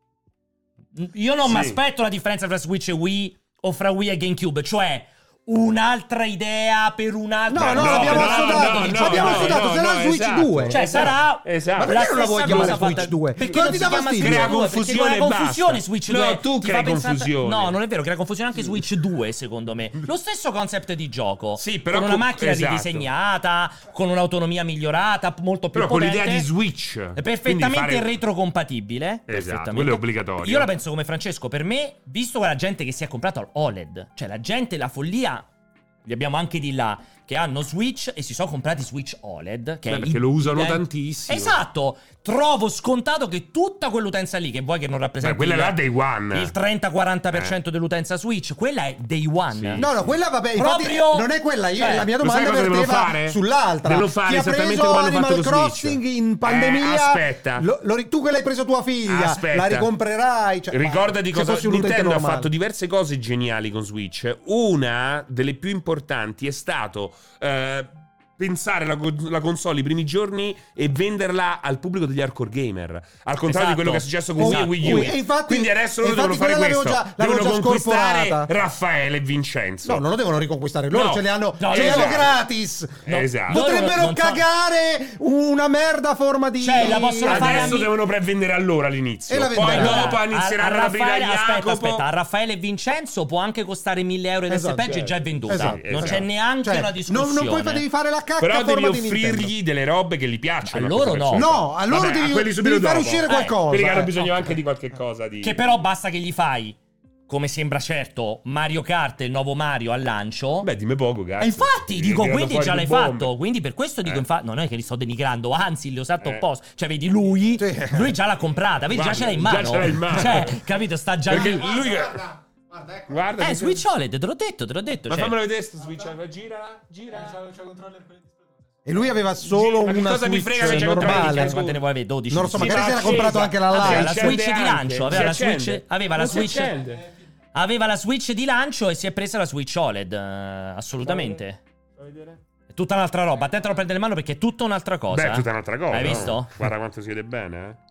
Io non Sì. mi aspetto la differenza fra Switch e Wii o fra Wii e GameCube, cioè un'altra idea per un'altra No, no, cosa. l'abbiamo no, assodato, no, no, abbiamo no, assodato, no, sarà no, Switch esatto. due. Cioè sarà Esatto. Ma la perché non la vuoi stessa chiamare cosa Switch fatta- due? Perché Cosa non ti si dà chiama fastidio? Switch Crea due? Perché confusione crea e basta. confusione Switch No, due. tu Ti crei fa pensare- confusione. No, non è vero, crea confusione anche Switch due, secondo me. Lo stesso concept di gioco. Sì, però con una con- macchina esatto. ridisegnata, con un'autonomia migliorata, molto più Però con potente. l'idea di Switch. È Quindi perfettamente fare- retrocompatibile. Esatto, perfettamente. quello è obbligatorio. Io la penso come Francesco. Per me, visto la gente che si è comprato l'O L E D, cioè la gente, la follia, li abbiamo anche di là, che hanno Switch e si sono comprati Switch O L E D. Che Beh, è perché il- lo usano eh, tantissimo. Esatto. Trovo scontato che tutta quell'utenza lì, che vuoi che non rappresenti Beh, quella il- là day one. il trenta-quaranta per cento Eh. dell'utenza Switch, quella è day one. Sì. No, no, quella vabbè, infatti Proprio- non è quella, io, cioè, la mia lo sai domanda cosa devono verteva fare? sull'altra. Devono fare Chi ha esattamente preso come hanno Animal fatto con Crossing Switch. in pandemia, Eh, aspetta. lo- lo- tu che l'hai preso tua figlia, Aspetta. la ricomprerai, cioè, Ricorda di se cosa fossi un utente Nintendo ha normale. fatto diverse cose geniali con Switch. Una delle più importanti è stato eh, pensare la, co- la console i primi giorni e venderla al pubblico degli hardcore gamer. Al contrario Esatto. di quello che è successo con Esatto. Wii e Wii U. E infatti- Quindi adesso loro e devono infatti fare quella questo. l'avevo già- l'avevo devono già conquistare scorporata. Raffaele e Vincenzo. No, non lo devono riconquistare, loro No. ce le hanno, No, ce le hanno esatto. gratis. No. Esatto. Loro Potrebbero non so- cagare una merda a forma di Cioè, la possono fare Adesso a mi- devono pre-vendere allora all'inizio. E la Poi venderanno. dopo inizieranno a, ad a aprire Raffaele, agli aspetta, Jacopo. aspetta, a Raffaele e Vincenzo può anche costare mille euro ed essere Esatto, peggio e già è venduta. esatto, non c'è esatto. neanche Cioè, una non, discussione. non puoi fare, devi fare la cacca Però a devi forma di Nintendo. offrirgli delle robe che gli piacciono. A loro no. No, a loro Vabbè, devi- a quelli subito devi far dopo. uscire Eh, qualcosa, Perché hanno eh. bisogno anche di qualche cosa di... Che però basta che gli fai, come sembra certo, Mario Kart, il nuovo Mario al lancio. Beh, dimmi poco, cazzo. E infatti, Ti dico, tirano quindi fuori già le l'hai bombe. fatto. Quindi per questo dico, Eh. infatti, non è che li sto denigrando, anzi, li ho esatto Eh. opposto. Cioè, vedi, lui, Sì. lui già l'ha comprata, vedi, Guarda, già ce l'ha in già mano. ce l'ha in mano. Cioè, capito, sta già Perché lì. lui... Guarda, guarda, ecco. Guarda, Eh, che- Switch O L E D, te l'ho detto, te l'ho detto. Ma cioè. fammelo vedere sto Switch. Gira, gira. C'ho il controller quelli di E lui aveva solo Ma che una cosa mi Switch frega che c'è un normale. controller? Quante ne vuoi avere? dodici? Non lo so, Sì. magari si era accesa. comprato anche la Aveva Lite. la Si Switch accende di lancio, anche, aveva si la accende. Switch, aveva la Non si Switch, accende. aveva la Switch di lancio e si è presa la Switch O L E D, eh, assolutamente. Fai vedere. È tutta un'altra roba, attento a non prendere in mano perché è tutta un'altra cosa. Beh, è eh. tutta un'altra cosa. Hai no? visto? Guarda quanto si vede bene, eh.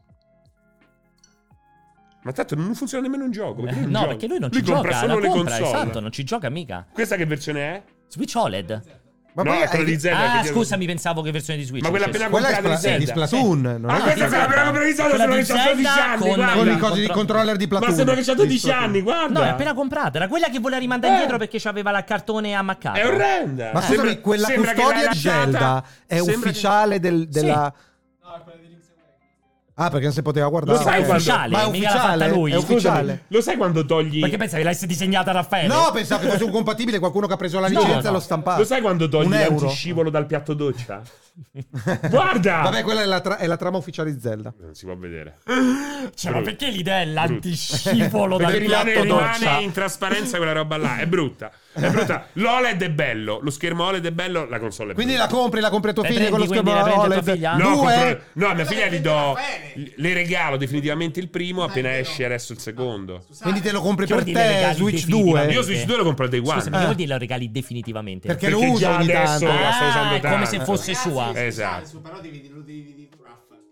Ma tanto non funziona nemmeno un gioco. Perché Eh, lui no, gioca. perché lui non lui ci compra gioca, solo la le compra, console. esatto, non ci gioca mica. Questa che versione è? Switch O L E D. Ma no, poi è quella hai- di Zelda. Ah, che- scusami, pensavo che versione di Switch. Ma quella dicessi. appena Quella è comprata Spla- di di Zelda. Splatoon. non Ah, è questa che- è la prima comprata Quella sono di che c'ha dodici Zelda anni, con- guarda. con i il cosi di contro- controller di Ma Platoon. sembra che c'ha dodici Splatoon. anni, guarda. No, è appena comprata. Era quella che voleva rimandare Eh. indietro perché c'aveva la cartone ammaccato. È orrenda. Ma Sembra- scusami, quella sembra che custodia l'hai di lasciata- Zelda è sembra che- ufficiale del- della... No, è quella di Link's Awakening. Ah, perché non si poteva guardare. Lo sai ok. quando- ufficiale, Ma è mica l'ha fatta ufficiale? lui. È ufficiale? Scusami, lo sai quando togli... Perché pensavi l'avesse disegnata Raffaele? No, pensavo che fosse un compatibile, qualcuno che ha preso la No, licenza e no. l'ho stampato. Lo sai quando togli Un euro. l'antiscivolo dal piatto doccia? Guarda! Vabbè, quella è la, tra- è la trama ufficiale di Zelda. Non si può vedere. Cioè, ma perché l'idea è l'antiscivolo dal Perché rimane, piatto rimane doccia? in trasparenza quella roba là. È brutta. È brutta. L'O L E D è bello. Lo schermo O L E D è bello. La console è Quindi brutta. la compri, la compri a tua La figlia con lo prendi, schermo quindi la prendi a O L E D. tua figlia? No, Due. compro- no, a mia figlia gli do. Raffaele. Le regalo definitivamente il primo. Appena esce adesso il secondo. Quindi te lo compri Che per vuol dire te, regali Switch definitivamente? due. Io Switch due lo compro al day one. Scusami, che vuol dire lo regali definitivamente? Perché Perché lo usa già ogni adesso tanto. la sto Ah, usando è come tanto. se fosse Ragazzi, sua. scusate, Esatto. Però devi, lo devi, devi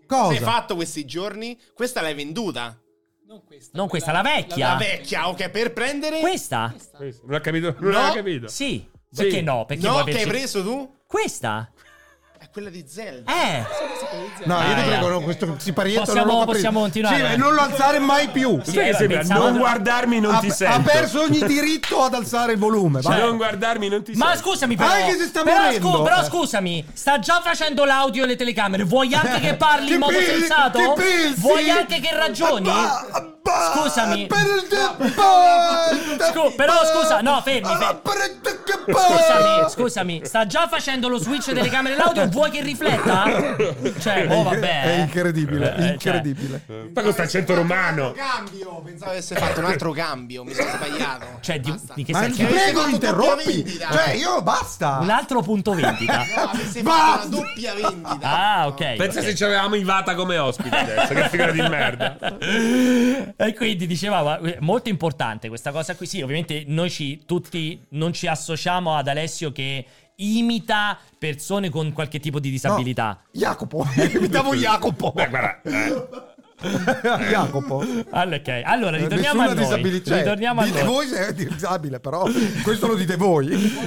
Cosa? hai fatto questi giorni? Questa l'hai venduta? Non questa. Non questa, la vecchia. La vecchia, ok, per prendere... Questa? Non ha capito? Non No. ha capito. Sì. Perché Sì. no? Perché No, vuoi che hai averci- preso tu? Questa? È quella di Zelda. Eh. No, io Ah, ti prego, yeah. no, questo siparietto Possiamo- non lo capito. possiamo continuare? Sì, e non lo alzare mai più. Sì, Sai che eh, sembra? pensavo- Non guardarmi, non ha, ti ha sento. perso ogni diritto ad alzare il volume. Cioè, vai. non guardarmi, non ti Ma sento. scusami però, Anche se sta però, morendo. scu- però Eh. scusami, sta già facendo l'audio e le telecamere. Vuoi anche che parli Che in modo pensi- sensato? che pensi? Vuoi anche che ragioni? Abba- abba- Scusami. per il de- Scu- però scusa, no, fermi, fermi. Scusami, scusami, sta già facendo lo switch delle camere l'audio, vuoi che rifletta? Cioè, oh vabbè. È incredibile, Eh, incredibile. Poi con sta accento romano. Cambio, pensavo avesse fatto un altro cambio, mi sono sbagliato. Cioè, di, Basta. di che Ma stai ti chiamando? prego, fatto interrompi. doppia vendita. Cioè, io basta. Un altro punto vendita. No, avessi Basta. fatto una doppia vendita. Ah, ok. Pensa ok. se ci avevamo Ivata come ospite adesso, che figura di merda. E quindi diceva, molto importante questa cosa qui. Sì, ovviamente noi ci tutti non ci associamo ad Alessio che imita persone con qualche tipo di disabilità. Jacopo, imitavo Jacopo. Beh, guarda, eh, Jacopo. Allora, ok. Allora, ritorniamo a Nessuna noi. disabilità. Cioè, Ritorniamo a dite noi. voi se è disabile, però questo lo dite voi.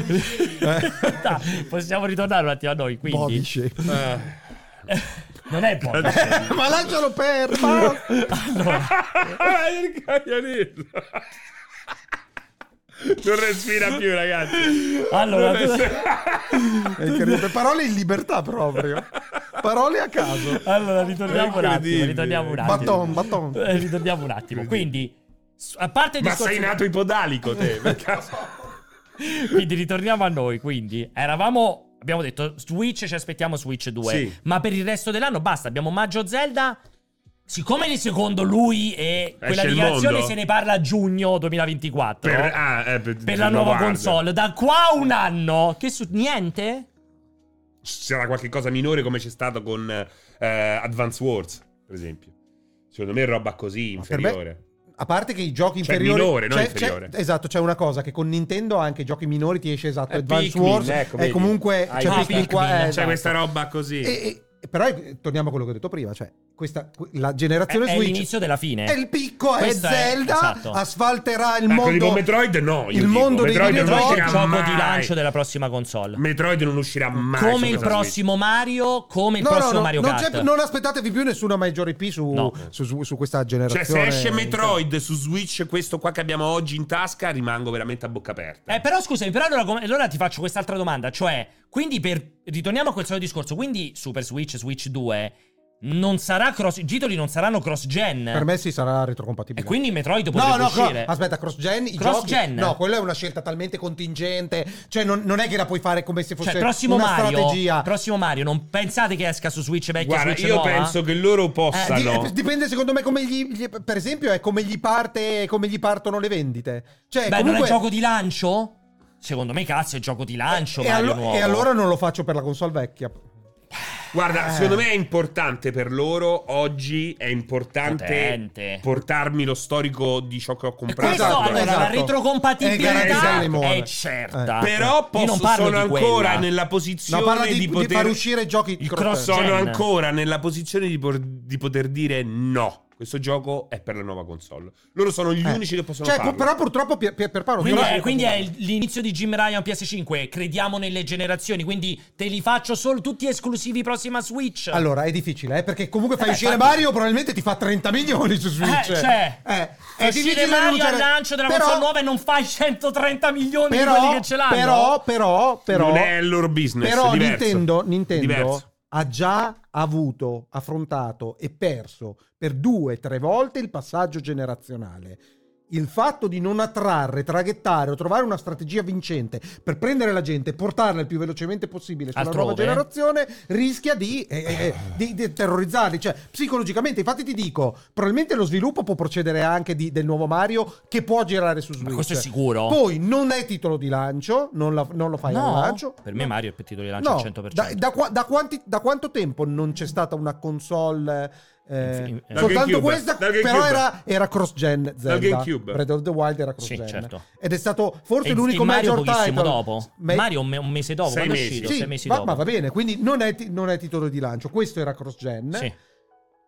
Dai, possiamo ritornare un attimo a noi, quindi. Body shape. Non è body shape. Ma lascialo per. Ma... il cagnolino. Non respira più, ragazzi. Allora, Non respira. È incredibile. Parole in libertà proprio. Parole a caso. allora ritorniamo un attimo, Incredibile. ritorniamo un attimo. Baton, baton. Eh, ritorniamo un attimo. Quindi, s- a parte il Ma discorso- sei nato ipodalico te, per caso? Quindi ritorniamo a noi, quindi eravamo, abbiamo detto Switch, ci aspettiamo Switch due, Sì. ma per il resto dell'anno basta, abbiamo maggio Zelda. Siccome di secondo lui e quella il dichiarazione mondo? se ne parla a giugno duemilaventiquattro Per, ah, eh, per, per la nuova console, da qua a un anno, che su niente? C'era qualche cosa minore come c'è stato con eh, Advance Wars, per esempio. Secondo me è roba così, per me- inferiore. A parte che i giochi Cioè, inferiori. minore, non c'è- inferiore. c'è- esatto, c'è una cosa che con Nintendo anche i giochi minori ti esce esatto. È Advance Pikmin, Wars ecco, è vedi. comunque. Hai C'è visto Pikmin qua. Pikmin, eh, C'è esatto. questa roba così. E- e- però eh, torniamo a quello che ho detto prima, cioè questa, la generazione È, è Switch l'inizio della fine. è il picco, è Questo è- Zelda, esatto. asfalterà il Ecco, mondo. tipo Metroid no, io il dico. mondo dei Metroid non videogiochi. Questo è uscirà il gioco mai. di lancio della prossima console. Metroid non uscirà mai. Come su il questa prossimo Mario, come il No, no, prossimo no, Mario non, Kart. c'è- non aspettatevi più nessuna Major I P su, No. su, su- su questa Switch. Cioè, generazione. se esce Metroid su Switch, questo qua che abbiamo oggi in tasca, rimango veramente a bocca aperta. Eh, però scusami, però allora, come- allora ti faccio quest'altra domanda. Cioè, quindi per. Ritorniamo a quel solito discorso. Quindi Super Switch, Switch due. Non sarà cross. I titoli non saranno cross-gen. Per me sì, sarà retrocompatibile. E quindi Metroid potrebbe No, no, cro- uscire. aspetta, cross-gen, i Cross-gen? giochi. No, quella è una scelta talmente contingente. Cioè, non, non è che la puoi fare come se fosse Cioè, prossimo una Mario. strategia. Prossimo Mario, non pensate che esca su Switch vecchia Guarda, Switch io nuova? penso che loro Eh, di- possano. dipende secondo me come gli, gli- per esempio è come gli parte come gli partono le vendite. Cioè, Beh, comunque, non è gioco di lancio? Secondo me, cazzo, è gioco di lancio. e, Mario allo- nuovo. e allora non lo faccio per la console vecchia. Guarda, Eh. secondo me è importante per loro. Oggi è importante Potente. portarmi lo storico di ciò che ho comprato. Questo, Esatto, allora, la esatto. retrocompatibilità È garantita, è, eh. certa. Però Io posso, non parlo sono di ancora quella. nella No, posizione parla di, di di poter far uscire giochi il cross- cross- Sono Gen. ancora nella posizione di, por- di poter dire no. Questo gioco è per la nuova console. Loro sono gli Eh. unici che possono Cioè, farlo. però purtroppo per, per, per Paolo Quindi, però- è, quindi è il- l'inizio di Jim Ryan P S cinque. Crediamo nelle generazioni. Quindi te li faccio solo tutti esclusivi prossima Switch. Allora, è difficile, eh, perché comunque fai Eh, uscire infatti- Mario, probabilmente ti fa trenta milioni su Switch. Eh, cioè, eh, è Fa uscire difficile Mario rinunciare- al lancio della però- console nuova e non fai centotrenta milioni però, di quelli che ce l'hanno. Però, però, però, non è il loro business. però è diverso. Nintendo, È Nintendo diverso. ha già avuto, affrontato e perso per due, tre volte il passaggio generazionale. Il fatto di non attrarre, traghettare o trovare una strategia vincente per prendere la gente e portarla il più velocemente possibile sulla Altrove. nuova generazione rischia di, eh, eh, di, di terrorizzarli, cioè psicologicamente. Infatti ti dico, probabilmente lo sviluppo può procedere anche di- del nuovo Mario che può girare su Switch. Ma questo è sicuro? Poi non è titolo di lancio, non, la- non lo fai No, al lancio. per me No. Mario è per titolo di lancio No, al cento per cento. da, da qua- da quanti- da quanto tempo non c'è stata una console eh, In- in- Dal soltanto GameCube, questa, dal però GameCube. era, era cross-gen Zelda. GameCube. Breath of the Wild era cross-gen. Sì, certo. Ed è stato forse E- l'unico e Mario major pochissimo title. dopo. Ma- Mario un, me- un mese dopo. Sei Quando è mesi. uscito? sì, Sei mesi va, dopo. ma va bene, quindi non è, ti- non è titolo di lancio. Questo era cross-gen. Sì.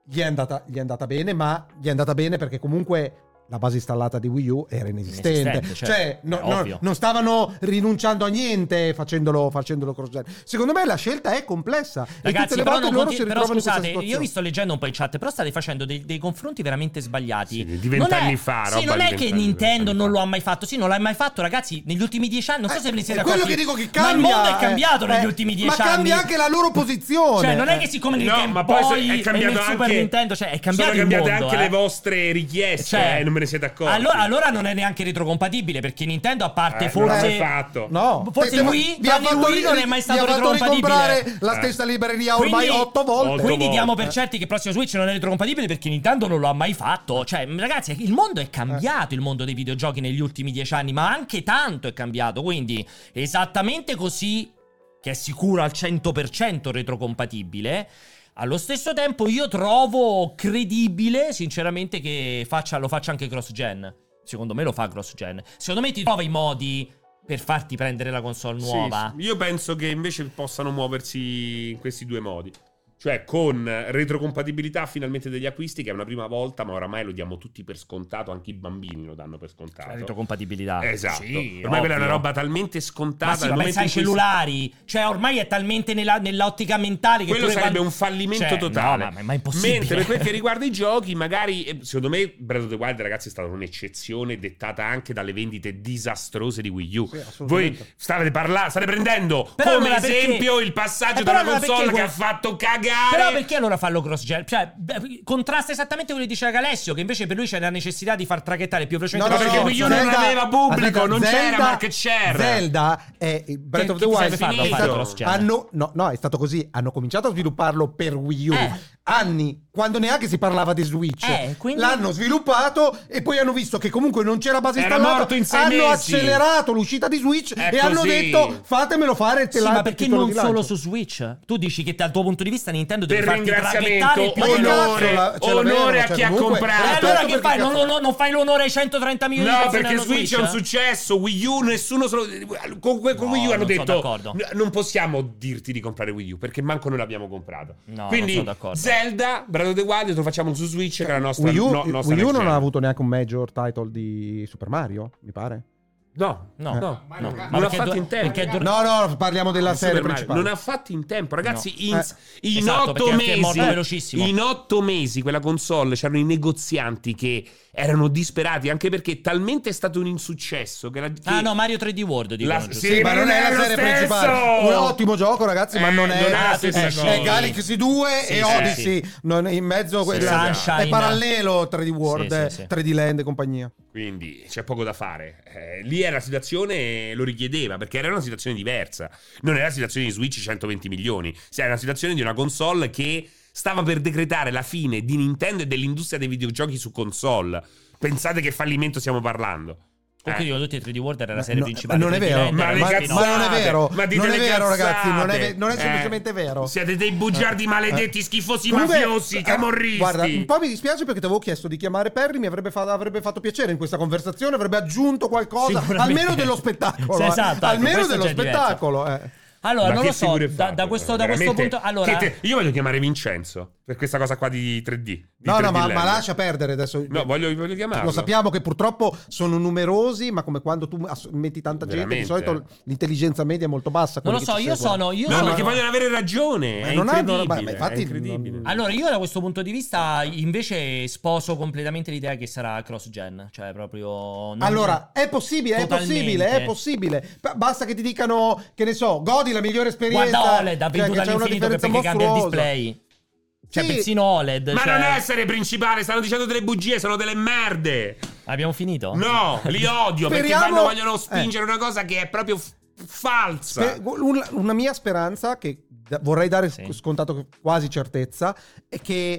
gli è andata, gli è andata bene, ma gli è andata bene perché comunque la base installata di Wii U era inesistente, Inesistente, certo. cioè no, È no, ovvio. non stavano rinunciando a niente facendolo, facendolo cross-gen. Secondo me la scelta è complessa e Ragazzi, tutte le però, volte non loro conti- si però ritrovano in scusate, questa io vi situazione. sto leggendo un po' in chat, però state facendo dei, dei confronti veramente sbagliati. Sì, di vent'anni Non è- fa, Sì, roba non di è che vent'anni, Nintendo vent'anni non fa. lo ha mai fatto. Sì, non l'ha mai fatto, ragazzi, negli ultimi dieci anni. Non so se ve ne siete È quello accorti. che dico che Ma il cambia, mondo è cambiato eh, negli eh, ultimi dieci ma anni. cambia anche la loro posizione. Cioè, non è eh. che siccome nel No, Game ma poi se- Boy è e cambiato nel Super anche- Nintendo, cioè è cambiato Sono il cambiate mondo, anche eh. le vostre richieste, Cioè, eh, non me ne siete accorti. Allora, allora non è neanche retrocompatibile, perché Nintendo, a parte Eh, non l'ha forse mai fatto. No, Forse Te- te- Wii, vi ha tranne fatto Wii, non ri- è mai vi stato ha fatto retrocompatibile. ricomprare la Eh. stessa libreria ormai Quindi- otto volte. Otto Quindi volte. diamo per certi che il prossimo Switch non è retrocompatibile perché Nintendo non lo ha mai fatto. Cioè, ragazzi, il mondo è cambiato, il mondo dei videogiochi negli ultimi dieci anni, ma anche tanto è cambiato. Quindi, esattamente così, che è sicuro al cento per cento retrocompatibile, allo stesso tempo io trovo credibile, sinceramente, che faccia, lo faccia anche cross-gen. Secondo me lo fa cross-gen. Secondo me ti trova i modi per farti prendere la console Sì, nuova. sì. Io penso che invece possano muoversi in questi due modi. Cioè con retrocompatibilità finalmente degli acquisti, che è una prima volta, ma oramai lo diamo tutti per scontato, anche i bambini lo danno per scontato. La retrocompatibilità. Esatto. Sì, Ormai quella è una ovvio. roba talmente scontata. Ma sì, dal ma momento pensa ai in cui si- cellulari. Cioè, ormai è talmente nella- nell'ottica mentale che Quello pure sarebbe quando- un fallimento Cioè, totale. No, ma, ma è impossibile. Mentre per quel che riguarda i giochi, magari, eh, secondo me, Breath of the Wild, ragazzi, è stata un'eccezione dettata anche dalle vendite disastrose di Wii U. Sì, assolutamente. Voi state parlando, state prendendo Però come allora perché- esempio il passaggio Eh, da però una allora console perché che quel- ha fatto cagare. Però perché allora farlo cross-gen? Cioè, beh, contrasta esattamente quello che diceva Alessio, che invece per lui c'è la necessità di far traghettare più velocemente no, la perché console. Wii U non aveva pubblico, aspetta, non c'era Zelda- market share. Zelda è Breath Che- of the chi ti Wild serve farlo, è farlo stato- cross-gen? hanno, no, no, è stato così. Hanno cominciato a svilupparlo per Wii U Eh. anni, quando neanche si parlava di Switch. Eh, quindi- L'hanno sviluppato e poi hanno visto che comunque non c'era base Era installata. morto in sei hanno mesi. accelerato l'uscita di Switch È e hanno così. detto fatemelo fare. Te Sì, la- ma il perché titolo non di solo lancio. su Switch? Tu dici che dal tuo punto di vista Nintendo deve Per farti ringraziamento, traghettare il più Ma che onore, cazzo, la- ce onore l'avevano, a cioè, chi ha comunque- E comprato. allora Certo, che perché fai? cazzo- Non, non- non fai l'onore ai centotrenta milioni di No, persone perché hanno Switch è un successo. Wii U, nessuno solo. Con, con No, Wii U hanno non sono detto: d'accordo. "N- non possiamo dirti di comprare Wii U perché manco noi l'abbiamo comprato. No, Quindi, non sono d'accordo. Zelda, Breath of the Wild, te lo facciamo su Switch, che è la nostra. Wii U, no, nostra Wii U next non gen. ha avuto neanche un major title di Super Mario, mi pare. No, No, no, no. Mario Ma Kart. non ha perché fatto do- in tempo. perché do- No, no, parliamo della Di serie Super Mario. principale. Non ha fatto in tempo, ragazzi. No. In, Eh. in Esatto, otto perché è morto mesi, velocissimo. in otto mesi, quella console c'erano i negozianti che erano disperati. Anche perché talmente è stato un insuccesso che la. Che Ah no, Mario tre D World dicono, La- giusto? sì, Sì, ma non è la lo serie stesso! principale. Un ottimo gioco, ragazzi, ma Eh, non è, non è la è- stessa è, cosa. Galaxy due Sì, e sì, Odyssey. sì. Non è in mezzo Sì, quella- Sunshine. è parallelo tre D World, Sì, eh, sì, sì. tre D Land e compagnia. Quindi c'è poco da fare. Eh, lì era la situazione, lo richiedeva, perché era una situazione diversa. Non era la situazione di Switch centoventi milioni. Sì, era una situazione di una console che stava per decretare la fine di Nintendo e dell'industria dei videogiochi su console. Pensate che fallimento stiamo parlando. Comunque Eh. dicono tutti i tre D World era la serie No, principale. non è tre D vero, Land Ma, era le uno ma- spin-off. ma non è vero, ma dite non è le vero, cazzate. ragazzi, non è ve- non è Eh, semplicemente vero. Siete dei bugiardi maledetti, schifosi Comunque, mafiosi, eh, camorristi. Guarda, un po' mi dispiace perché ti avevo chiesto di chiamare Perry, mi avrebbe, fa- avrebbe fatto piacere in questa conversazione, avrebbe aggiunto qualcosa, Sicuramente. almeno dello spettacolo. Sì, eh. esatto, ecco, almeno questo dello già è diverso. spettacolo. eh. Allora, Ma non che lo so, figure da, fate? da questo, da questo Veramente? punto... Allora, Che te- io voglio chiamare Vincenzo per questa cosa qua di tre D. di No, tre D no, ma, Land. ma lascia perdere adesso. No, voglio, voglio chiamarlo. Lo sappiamo che purtroppo sono numerosi, ma come quando tu ass- metti tanta gente, di Veramente? solito l'intelligenza media è molto bassa. non lo quelli so, che ci io seguono. sono... Io No, sono... perché vogliono avere ragione. Ma È non hanno- incredibile. ma- ma infatti è incredibile. non- Allora, io da questo punto di vista invece sposo completamente l'idea che sarà cross-gen. Cioè, proprio... non- Allora, è possibile, è Totalmente. possibile, è possibile. B- basta che ti dicano, che ne so, godi la migliore esperienza. Guarda OLED, ha cioè, venduto che c'è una all'infinito che differenza perché cambia il mostruosa. display. Cioè, Sì. persino OLED. Ma cioè... non è essere principale, stanno dicendo delle bugie, sono delle merde. Abbiamo finito? No, li odio perché Speriamo- vanno, vogliono spingere una cosa che è proprio f- falsa. Spe- un- una mia speranza, che da- vorrei dare Sì. scontato che- quasi certezza, è che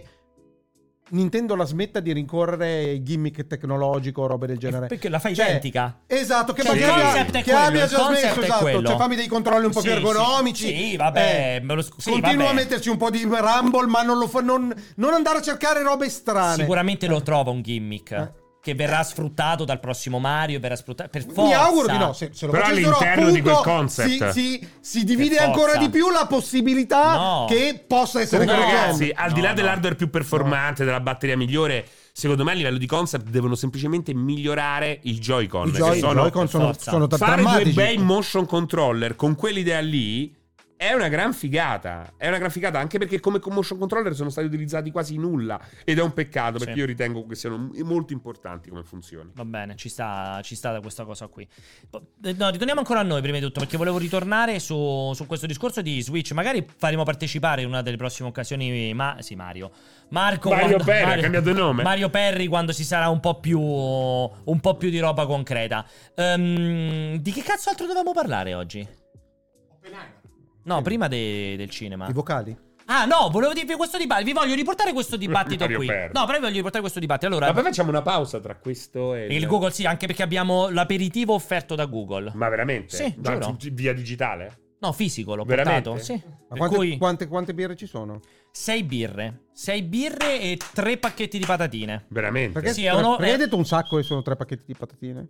Nintendo la smetta di rincorrere gimmick tecnologico o robe del genere. Perché la fai Cioè, identica. Esatto, che Cioè, il magari concept è che quello, abbia il già concept smesso, è esatto. quello. Cioè, fammi dei controlli un po' Sì, più sì. ergonomici. Sì, vabbè, me lo- sì, continua vabbè. a metterci un po' di rumble, ma non lo fa, non, non andare a cercare robe strane. Sicuramente lo trova un gimmick. Eh. che verrà sfruttato dal prossimo Mario, verrà sfruttato per forza. Mi auguro di no, se, se lo Però facessero, all'interno appunto, di quel concept. si, si, si divide Per ancora forza. di più la possibilità No. che possa essere Comunque, No. ragazzi, al di là No, no. dell'hardware più performante, della batteria migliore, secondo me a livello di concept devono semplicemente migliorare i Joy-Con. I che Joy- sono- Joy-Con sono, forza. sono Fare due drammatici. bei motion controller con quell'idea lì è una gran figata. È una gran figata anche perché come motion controller sono stati utilizzati quasi nulla. Ed è un peccato perché Sì. io ritengo che siano molto importanti come funzioni. Va bene, ci sta, ci sta da questa cosa qui. Po- eh, No, ritorniamo ancora a noi prima di tutto, perché volevo ritornare su, su questo discorso di Switch. Magari faremo partecipare in una delle prossime occasioni. Ma sì, Mario. Marco. Mario quando- Perry, ha cambiato nome. Mario Perry quando ci sarà un po' più. Un po' più di roba concreta. Ehm, di che cazzo altro dovevamo parlare oggi? Oppenheimer. No, prima de- del cinema. I vocali? Ah, no, volevo dirvi questo dibattito. Vi voglio riportare questo dibattito Mario qui. Perry. No, però vi voglio riportare questo dibattito. Allora, Ma poi facciamo una pausa tra questo e il Google sì, anche perché abbiamo l'aperitivo offerto da Google. Ma veramente? Sì, Da- giuro. via digitale? No, fisico, l'ho Veramente? portato. Sì. Ma Per quante, cui quante, quante birre ci sono? sei birre. Sei birre e tre pacchetti di patatine. Veramente? Perché, Sì, è uno- perché hai è- detto un sacco e sono tre pacchetti di patatine?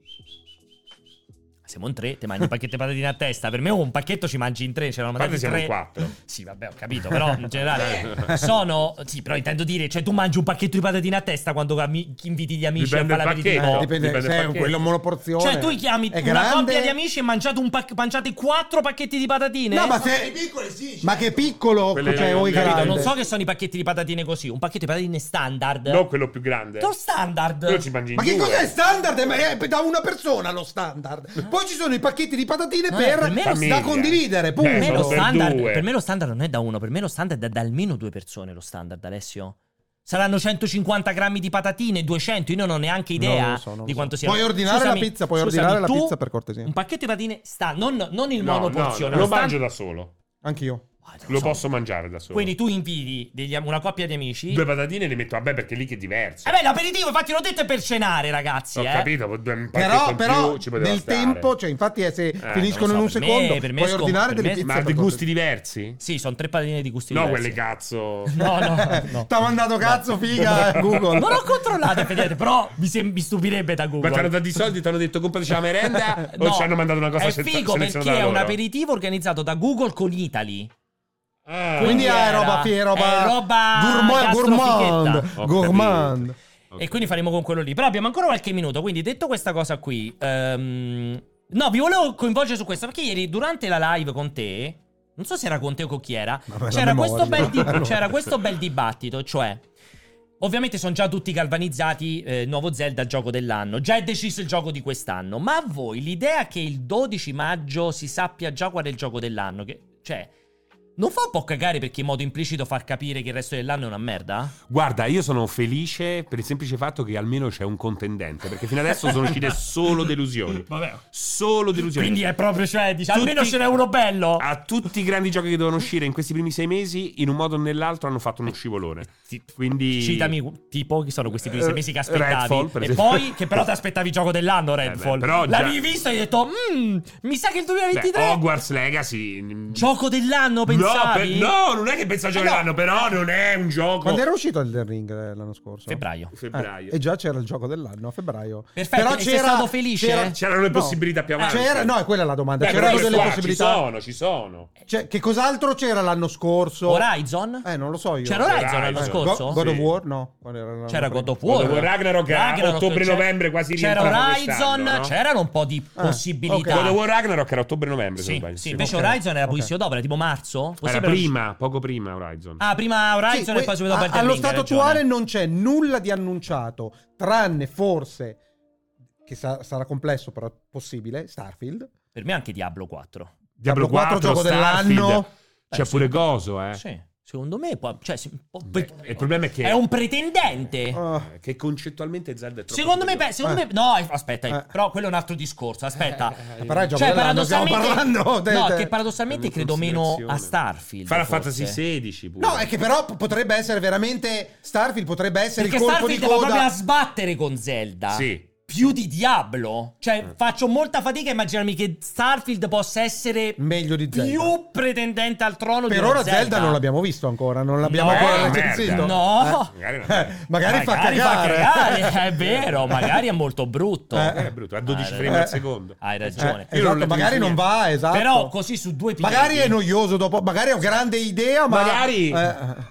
Siamo in tre, ti mangi un pacchetto di patatine a testa. Per me un pacchetto ci mangi in tre. C'erano A parte mandati siamo tre. in quattro. Sì, vabbè, ho capito. Però in generale sono. Sì, però intendo dire, cioè, tu mangi un pacchetto di patatine a testa quando ami- inviti gli amici Dipende a fare dal l'aperitivo. pacchetto. Eh, dipende, dipende se dal è pacchetto. quello monoporzione. Cioè, tu chiami è una grande. coppia di amici e mangiate un pac- mangiate quattro pacchetti di patatine? No, ma I se... piccoli sì. Ma che piccolo, Quelle- cioè, vuoi Capito, grande? Non so che sono i pacchetti di patatine così. Un pacchetto di patatine standard. Non quello più grande. Tu standard. Quello ci mangi in Ma che due. cos'è standard? Ma è da una persona lo standard. Poi ci sono i pacchetti di patatine No, eh, per, per me lo- da Famiglia. condividere, Eh, Per me, punto. lo sono per standard, due. per me lo standard non è da uno, per me lo standard è da almeno due persone. Lo standard, Alessio. Saranno centocinquanta grammi di patatine, duecento. Io non ho neanche idea Non lo so, non lo di so. quanto sia. Puoi ordinare Scusami, la pizza, puoi scusami, ordinare la tu pizza per cortesia. Un pacchetto di patatine sta, non, non il No, monoporzione. no, lo sta- mangio da solo. Anch'io. Ah, non Lo so. posso mangiare da solo. Quindi tu inviti degli- una coppia di amici. Due patatine li metto, vabbè, perché lì che è diverso. Eh beh, l'aperitivo, infatti, l'ho detto è per cenare, ragazzi. Ho eh. capito, un pacchetto Però, in però più ci poteva nel stare. tempo, cioè, infatti, è se finiscono non in lo un so, per me- secondo, per me puoi scom- ordinare per delle me- pizze. Ma per di gusti cortesia. diversi? Sì, sono tre patatine di gusti No, diversi. quelle cazzo. No, no, no. T'ha mandato cazzo, figa, eh, Google. Non ho controllato, effettivamente, però mi, sem- mi stupirebbe da Google. Ma ti hanno dato i soldi, ti hanno detto comprateci la merenda o No, ci hanno mandato una cosa è se- figo selezionata perché è da un loro? aperitivo organizzato da Google con Italy. Ah, Quindi è era- roba, fi- roba, è roba gourmand, gourmand, gastrofichetta. Ho gourmand. capito. E quindi faremo con quello lì. Però abbiamo ancora qualche minuto. Quindi, detto questa cosa qui, ehm, no, vi volevo coinvolgere su questo. Perché ieri, durante la live con te, non so se era con te o con chi era, Vabbè, la c'era, memoria. questo bel di- c'era questo bel dibattito. Cioè, ovviamente sono già tutti galvanizzati. Eh, nuovo Zelda, gioco dell'anno. Già è deciso il gioco di quest'anno. Ma a voi l'idea che il dodici maggio si sappia già qual è il gioco dell'anno? Che, cioè. Non fa un po' cagare perché in modo implicito far capire che il resto dell'anno è una merda? Guarda, io sono felice per il semplice fatto che almeno c'è un contendente, perché fino adesso sono uscite solo delusioni. Vabbè. Solo delusioni. Quindi è proprio, cioè, dice, Tutti- almeno ce n'è uno bello. A tutti i grandi giochi che dovevano uscire in questi primi sei mesi, in un modo o nell'altro hanno fatto uno scivolone. Sì. Quindi Citami, tipo, chi sono questi primi sei mesi che aspettavi? Redfall, per E esempio. poi, che però ti aspettavi il gioco dell'anno, Redfall. beh, però già- L'avevi visto e hai detto, mmm, mi sa che il Beh, duemilaventitré... Hogwarts Legacy. Gioco dell'anno, No, pensavi? per- no, non è che penso a gioco Eh, no. dell'anno, però non è un gioco. Quando era uscito Elden Ring eh, l'anno scorso? Febbraio. Febbraio. Eh, e già c'era il gioco dell'anno a febbraio. Perfetto, e sei stato felice? c'era- C'erano le no. possibilità più avanti. C'era, no, è quella la domanda. Beh, C'erano però delle qua possibilità. Ci sono, ci sono. Cioè, che cos'altro c'era l'anno scorso? Horizon? Eh, non lo so io. C'era Horizon l'anno Horizon. scorso? Go- God of Sì. War? No. Qual era l'anno C'era prima? God of War. God of War Ragnarok era ottobre-novembre, quasi C'era rientrato Horizon, quest'anno, no? c'erano un po' di Ah, possibilità. ok. God of War Ragnarok era ottobre-novembre, se non Sì, sbaglio. sì, invece Ok, Horizon era ok. pochissimo dopo, era tipo marzo? Era Forse per- prima, poco prima Horizon. Ah, prima Horizon Sì, e que- poi subito dopo a- Elden allo Ring, hai stato ragione. attuale non c'è nulla di annunciato, tranne forse, che sa- sarà complesso però possibile, Starfield. Per me anche Diablo quattro. Diablo quattro, gioco Starfield. dell'anno. C'è Eh, pure sì. coso, eh. Sì, secondo me può, cioè, si- può- Beh, il problema è che è un pretendente. Ah, eh, che concettualmente Zelda è troppo Secondo me, superiore. beh, secondo Eh. me no, eh, aspetta, Eh. però quello è un altro discorso, aspetta. però è il gioco Cioè, dell'anno, stiamo paradossalmente parlando. de- No, de- che paradossalmente in credo meno a considerazione. Starfield. Final forse. Fantasy sedici pure. No, è che però p- potrebbe essere veramente Starfield potrebbe essere Perché il colpo Starfield di va coda. proprio a sbattere con Zelda. Sì. più di Diablo. Cioè, faccio molta fatica a immaginarmi che Starfield possa essere Meglio di Zelda. più pretendente al trono Per di ora Zelda. Zelda non l'abbiamo visto ancora, non l'abbiamo No, ancora merda. recensito. No, Magari non Eh, magari, fa magari cagare. fa cagare, è vero, magari è molto brutto. Eh. è brutto, a dodici Ah, frame eh. al secondo. Hai Eh, ragione. Io non esatto, l'ho magari visto non va, esatto. Però così su due piedi. magari è noioso dopo, magari ho grande idea, ma Magari- eh,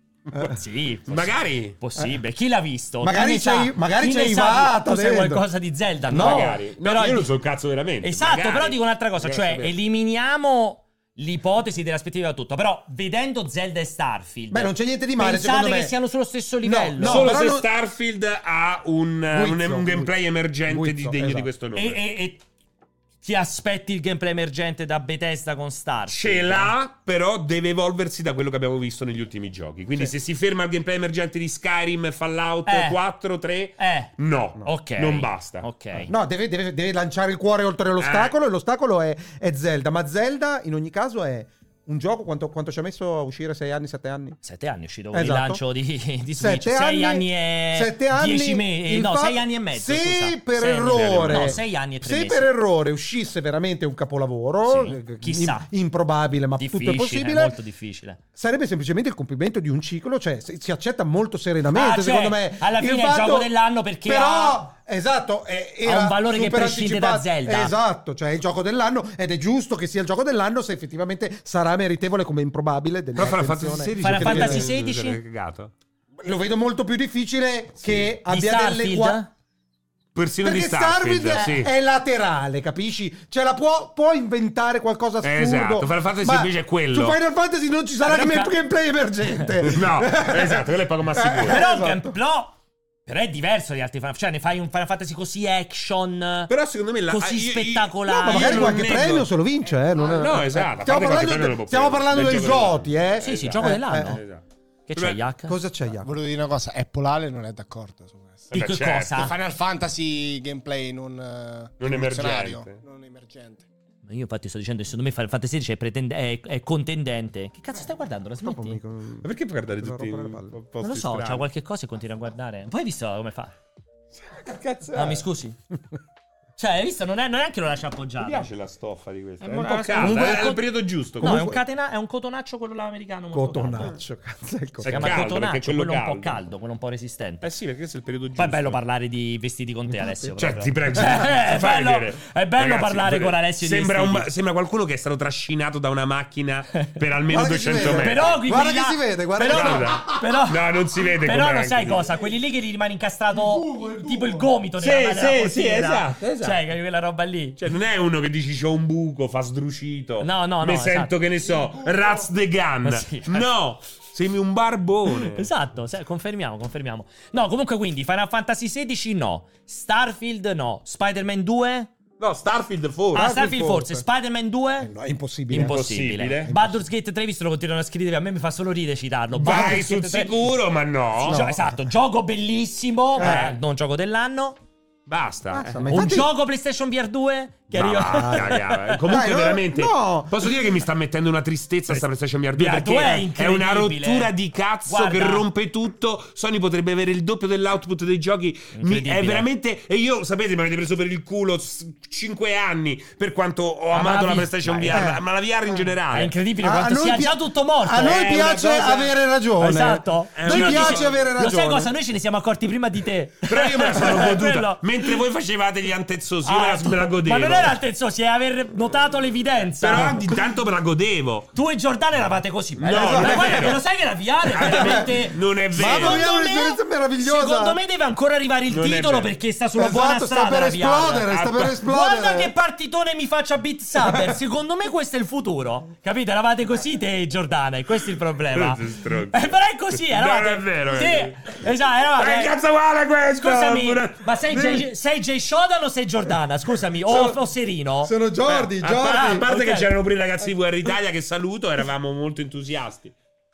Sì, poss- Magari possibile. Chi l'ha visto? Magari Chi ne c'hai- sa? magari Chi ne c'hai sa? Iwata Tu sai dentro. qualcosa di Zelda? No. Magari. No, Però io non so il cazzo veramente. Esatto, Magari. però dico un'altra cosa, Magari cioè sapere. eliminiamo l'ipotesi dell'aspettativa da tutto, però vedendo Zelda e Starfield, Beh, non c'è niente di male, pensate secondo me. che siano sullo stesso livello? no, Solo però se non- Starfield ha un, un, Guizzo, un gameplay Guizzo. emergente Guizzo, di degno esatto. di questo nome. E, e- e ti aspetti il gameplay emergente da Bethesda con Starfield? Ce l'ha, però deve evolversi da quello che abbiamo visto negli ultimi giochi. Quindi Sì. se si ferma al gameplay emergente di Skyrim e Fallout Eh. quattro, tre, Eh, no, ok. non basta. Ok. No, deve, deve- deve lanciare il cuore oltre l'ostacolo, e l'ostacolo è, è Zelda. Ma Zelda, in ogni caso, è un gioco. Quanto, quanto ci ha messo a uscire? Sei anni, sette anni? Sette anni è uscito Esatto. il lancio di, di Switch. Sette sei anni, anni e sette anni, dieci mesi. il No, fa- sei anni e mezzo. Se scusa. per Sei anni- errore, No, sei anni e tre se mesi. per errore uscisse veramente un capolavoro, Sì, eh, chissà. im- improbabile, ma tutto è Difficile, possibile. molto difficile. Sarebbe semplicemente il compimento di un ciclo, cioè si si accetta molto serenamente, Ah, cioè, secondo me. alla il fine è il gioco dell'anno perché però, ha- esatto, è- ha era un valore che super prescinde da anticipato. Zelda. Esatto, cioè è il gioco dell'anno ed è giusto che sia il gioco dell'anno se effettivamente sarà meritevole come improbabile della Però Final attenzione. Fantasy sedici Final che- Fantasy che- sedici? che- cagato. Lo vedo molto più difficile che Di abbia delle Starfield? qua- Persino Perché di Starfield, Starfield è, sì. è laterale, capisci? Cioè la può, può inventare qualcosa assurdo. Esatto, Final Fantasy ma invece è quello. Su Final Fantasy non ci sarà Però game- ca- gameplay emergente. No, esatto, quello è poco ma sicuro. Però, esatto. però, però è diverso dagli altri Final Cioè, ne fai un Final Fantasy così action, Però secondo me la, così io- io- spettacolare. No, ma magari io qualche non premio nego- se lo vince, eh? non è- No, esatto, a Stiamo parte qualche parlando, premio lo può stiamo prendere. parlando Del dei gioco Goti, eh? Sì, sì, Eh, gioco eh, dell'anno. eh. Esatto. Che c'è, Yak? Cosa c'è, Jacopo? Volevo dire una cosa, Apple Ale non è d'accordo su questo. Di Beh, che certo. cosa? Final Fantasy gameplay non, eh, Non rivoluzionario, emergente. non emergente. Ma io infatti sto dicendo che secondo me Final Fantasy sedici è, pretende- è, è contendente. Che cazzo stai guardando? La Troppo smetti? mica- Ma perché puoi guardare Devo tutti rompere i le palle. posti Non lo so, strani? c'ha qualche cosa e continua a guardare. Poi hai visto come fa? Che cazzo No, è? mi scusi. Cioè, hai visto? Non è, non è che lo lascia Mi appoggiato. piace la stoffa di questa. È È un molto- po' calda, comunque- è il periodo giusto. No, è un, comunque. catena- è un cotonaccio quello là americano. molto caldo. Cotonaccio, cazzo, è il Si È chiama caldo, perché è cotonaccio, quello quello un po' caldo. caldo, quello un po' resistente. Eh sì, perché questo è il periodo giusto. Poi è bello parlare di vestiti con te, Alessio. Cioè, proprio. ti prego. Eh, è, fai bello, vedere. è bello Ragazzi, parlare per- con Alessio di sembra, un- vestiti. sembra qualcuno che è stato trascinato da una macchina per almeno Guarda che si duecento vede. metri. Però, qui Guarda brilla- che si vede, guarda però, che si vede. però, No, non si vede Però com'è lo sai anche cosa? Quelli lì che gli rimane incastrato tipo il gomito Sì, nella, nella sì, sì, portiera. esatto, esatto. Cioè, quella roba lì. Cioè, non è uno che dici c'ho un buco, fa sdrucito. No, no, no, Mi esatto. sento, che ne so, Raz the Gun. Sì. No, sembri un barbone. Esatto, se- confermiamo, confermiamo. No, comunque quindi Final Fantasy sedici no, Starfield no, Spider-Man due? No, Starfield forse. Ah, Starfield forse, forse. Spider-Man due? No, è impossibile. Impossibile. Impossibile. Baldur's Gate tre, visto lo continuano a scrivere, a me mi fa solo ridere citarlo. Vai Baldur's sul Gate tre- sicuro, ma no. Sì, gio- esatto, gioco bellissimo, Eh. ma non gioco dell'anno. Basta. Basta, Eh. ma Un infatti- gioco PlayStation V R due che No, arriva. raga, comunque Dai, no, veramente no. posso dire che mi sta mettendo una tristezza sta PlayStation V R due V R perché due è è, incredibile. una rottura di cazzo Guarda. che rompe tutto. Sony potrebbe avere il doppio dell'output dei giochi. Mi- Incredibile. è veramente e io sapete mi avete preso per il culo cinque anni per quanto ho Ah, ma amato la la vi- PlayStation ma- V R, eh. ma la V R in È generale. incredibile A- a quanto noi sia pi- già tutto morto. A noi È una piace cosa- avere ragione. Esatto. È Noi una piace cosa- avere ragione. Lo sai cosa? Noi ce ne siamo accorti prima di te. Però io me la sono Quello. goduta mentre voi facevate gli antezzosi, io me Ah, la- me la godevo. Ma non era altezzosi, è aver notato l'evidenza. Però intanto me la godevo. Tu e Giordano eravate così. No, non è guarda, vero. che lo sai che la V R è veramente. Non è vero. Mamma mia, Secondo un'esperienza me- meravigliosa. Secondo me deve ancora arrivare il Non è titolo vero. perché sta sulla buona Esatto, sta strada per la V R. esplodere, sta per Ah, esplodere. Guarda che partitone mi faccia Beat Saber. Secondo me questo è il futuro. Capite? Eravate così te e Giordana e questo è il problema. Questo è stronzo. Eh, però è così, eravate. Non è vero, Sì, è esatto, eravate. Ma che cazzo vuole questo? Scusami, Pure- ma sei Jay, sei Jay Shodan o sei Giordana? Scusami, o, o Serino? Sono Jordi, A, par- a Jordi. parte ok. che c'erano pure i ragazzi di V R Italia che saluto, eravamo molto entusiasti.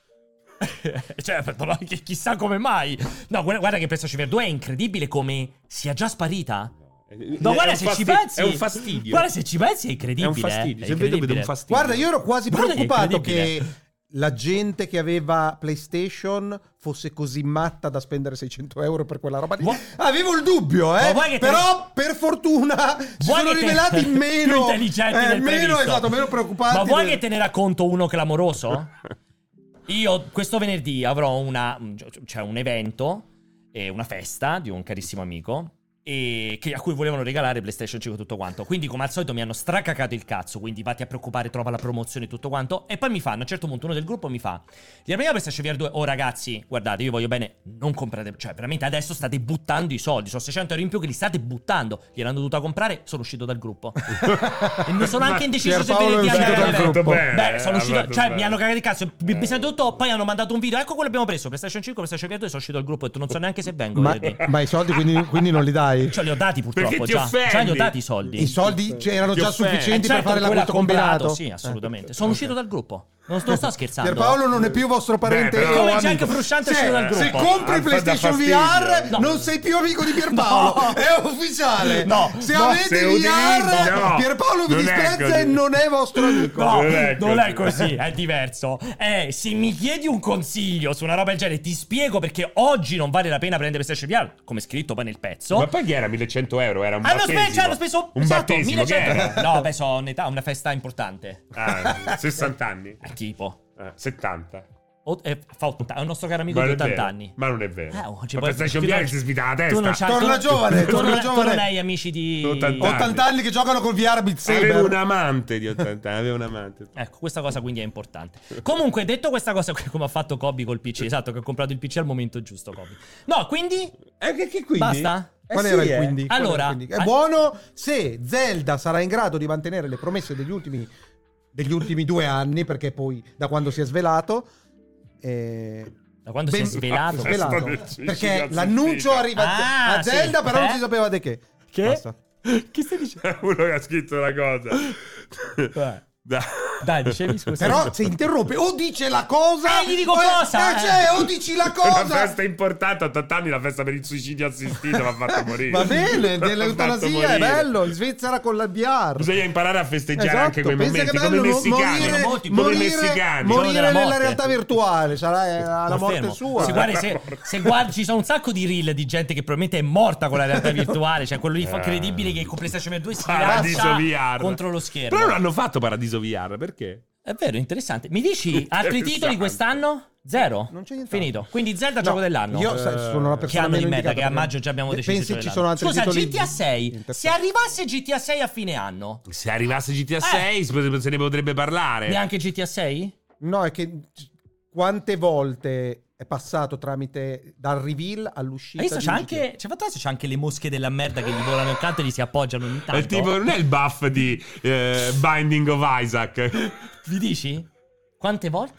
Cioè, ma chi- chissà come mai. No, guarda, guarda che PlayStation V R due è incredibile come sia già sparita. No, È guarda un se fasti- ci pensi. È un fastidio. Guarda se ci pensi è incredibile. È un fastidio. eh, Se è vedo, vedo un incredibile. fastidio. Guarda, io ero quasi Guarda che è preoccupato incredibile. che la gente che aveva PlayStation fosse così matta da spendere seicento euro per quella roba lì. Vuoi- Avevo il dubbio, eh. Ma vuoi che te Però per fortuna si Vuoi sono che te- rivelati più meno intelligenti eh, del meno previsto. esatto, meno preoccupanti. Ma vuoi del- che te ne racconto uno clamoroso? Io questo venerdì avrò una, cioè un evento, e una festa di un carissimo amico, e che, a cui volevano regalare PlayStation cinque e tutto quanto. Quindi come al solito mi hanno stracacato il cazzo, quindi vatti a preoccupare, trova la promozione e tutto quanto. E poi mi fanno, a un certo punto uno del gruppo mi fa: gli abbiamo PlayStation V R due, oh ragazzi, guardate, io voglio bene, non comprate, cioè veramente adesso state buttando i soldi, sono seicento euro in più che li state buttando. Gliel'hanno dovuta comprare, sono uscito dal gruppo. E mi sono anche indeciso se Pierpaolo è venerdì uscito andare dal all'evento. gruppo. Bene, Beh, sono ha uscito, fatto cioè bene. mi hanno cagato il cazzo, mi mi sento tutto, poi hanno mandato un video, ecco quello abbiamo preso, PlayStation cinque, PlayStation V R due, sono uscito dal gruppo e ho detto, non so neanche se vengo. Ma, venerdì. ma i soldi quindi, quindi non li dai? Cioè li ho dati purtroppo, Perché ti già. offendi? Già li ho dati i soldi. I soldi cioè, erano Ti già offendi. sufficienti Eh, certo, per fare quello l'acquisto ha comprato, combinato? sì, assolutamente. Sono uscito dal gruppo. Non, non sto scherzando. Pierpaolo non è più vostro parente. Beh, però- o Come amico. Jack Frusciante è Se- uscito dal Se gruppo. compri Ah, fa- PlayStation dà V R No. non sei più amico di Pierpaolo. No. È ufficiale. No. Se No, avete se V R, utilizzi- no. Pierpaolo vi Non è disprezza così. e non è vostro amico. No, Non è non è così. così, è diverso. Eh, se mi chiedi un consiglio su una roba del genere, ti spiego perché oggi non vale la pena prendere PlayStation V R, come scritto poi nel pezzo. Ma poi che era millecento euro? Era un Hanno battesimo. speso, hanno speso un esatto, battesimo che millecento. era? No, beh, so un'età, una festa importante. Ah, sessanta anni. Eh, tipo. Eh, settanta. O- eh, fa ottanta, è un nostro caro amico Ma di non è ottanta vero. anni. Ma non è vero. Eh, oh, ci Ma puoi- PlayStation tu V R non- si svita la Tu testa. non c'hai- Torna tu- giovane, tu torna non- giovane. Tu non hai amici di ottanta anni. ottanta anni che giocano col V R Beat Avevo Saber. un amante di ottanta anni. Avevo un amante. Ecco, questa cosa quindi è importante. Comunque, detto questa cosa qui, come ha fatto Kobe col P C, esatto, che ha comprato il P C al momento giusto, Kobe. No, quindi Eh, che, che quindi? basta? Eh Qual sì, era il eh. quindi? Qual era il Allora, quindi? È a- buono se Zelda sarà in grado di mantenere le promesse degli ultimi, degli ultimi due anni, perché poi da quando si è svelato. eh, Da quando ben- si è svelato? È svelato. stato il suicidio Perché l'annuncio assistito. arriva a- Ah, a Zelda, sì. però non Eh? si sapeva di che. Che? Basta. Che stai dicendo? Uno che ha scritto una cosa. Eh. Dai. Dai, dicevi scusa. Però se interrompe o dice la cosa Eh, gli dico o è- cosa, eh, eh. cioè, o dici la Una cosa. festa importante, a ottanta anni la festa per il suicidio assistito mi ha fatto morire. Va bene, Mi ha fatto dell'eutanasia è morire. bello, in Svizzera con la B R. Bisogna imparare a festeggiare Esatto, anche quei pensa momenti, che come i bello, messicani. morire, molti- come i morire, messicani. morire della nella morte. realtà virtuale, sarà eh, la Confermo. morte sua. Se guardi, se, se guardi, ci sono un sacco di reel di gente che probabilmente è morta con la realtà virtuale. Cioè, quello lì fa incredibile che con PlayStation due si Paradiso lancia V R contro lo schermo. Però non hanno fatto Paradiso V R, perché? È vero, interessante. Mi dici altri titoli quest'anno? Zero? Non c'è niente. Finito. Quindi Zelda No, gioco dell'anno. Io sai, sono una Che persona anno di meno merda, indicata che a per- maggio già abbiamo deciso. Pensi gioco ci dell'anno. sono altri Scusa, titoli G T A sei. interessanti. Se arrivasse G T A sei a fine anno, Se arrivasse G T A Eh. sei se ne potrebbe parlare. neanche G T A sei? No, è che quante volte è passato tramite dal reveal all'uscita. Hai visto? di C'è un anche, c'è fatto adesso c'è anche le mosche della merda che gli volano accanto e gli si appoggiano ogni tanto. È tipo, non è il buff di eh, Binding of Isaac. Vi dici? Quante volte?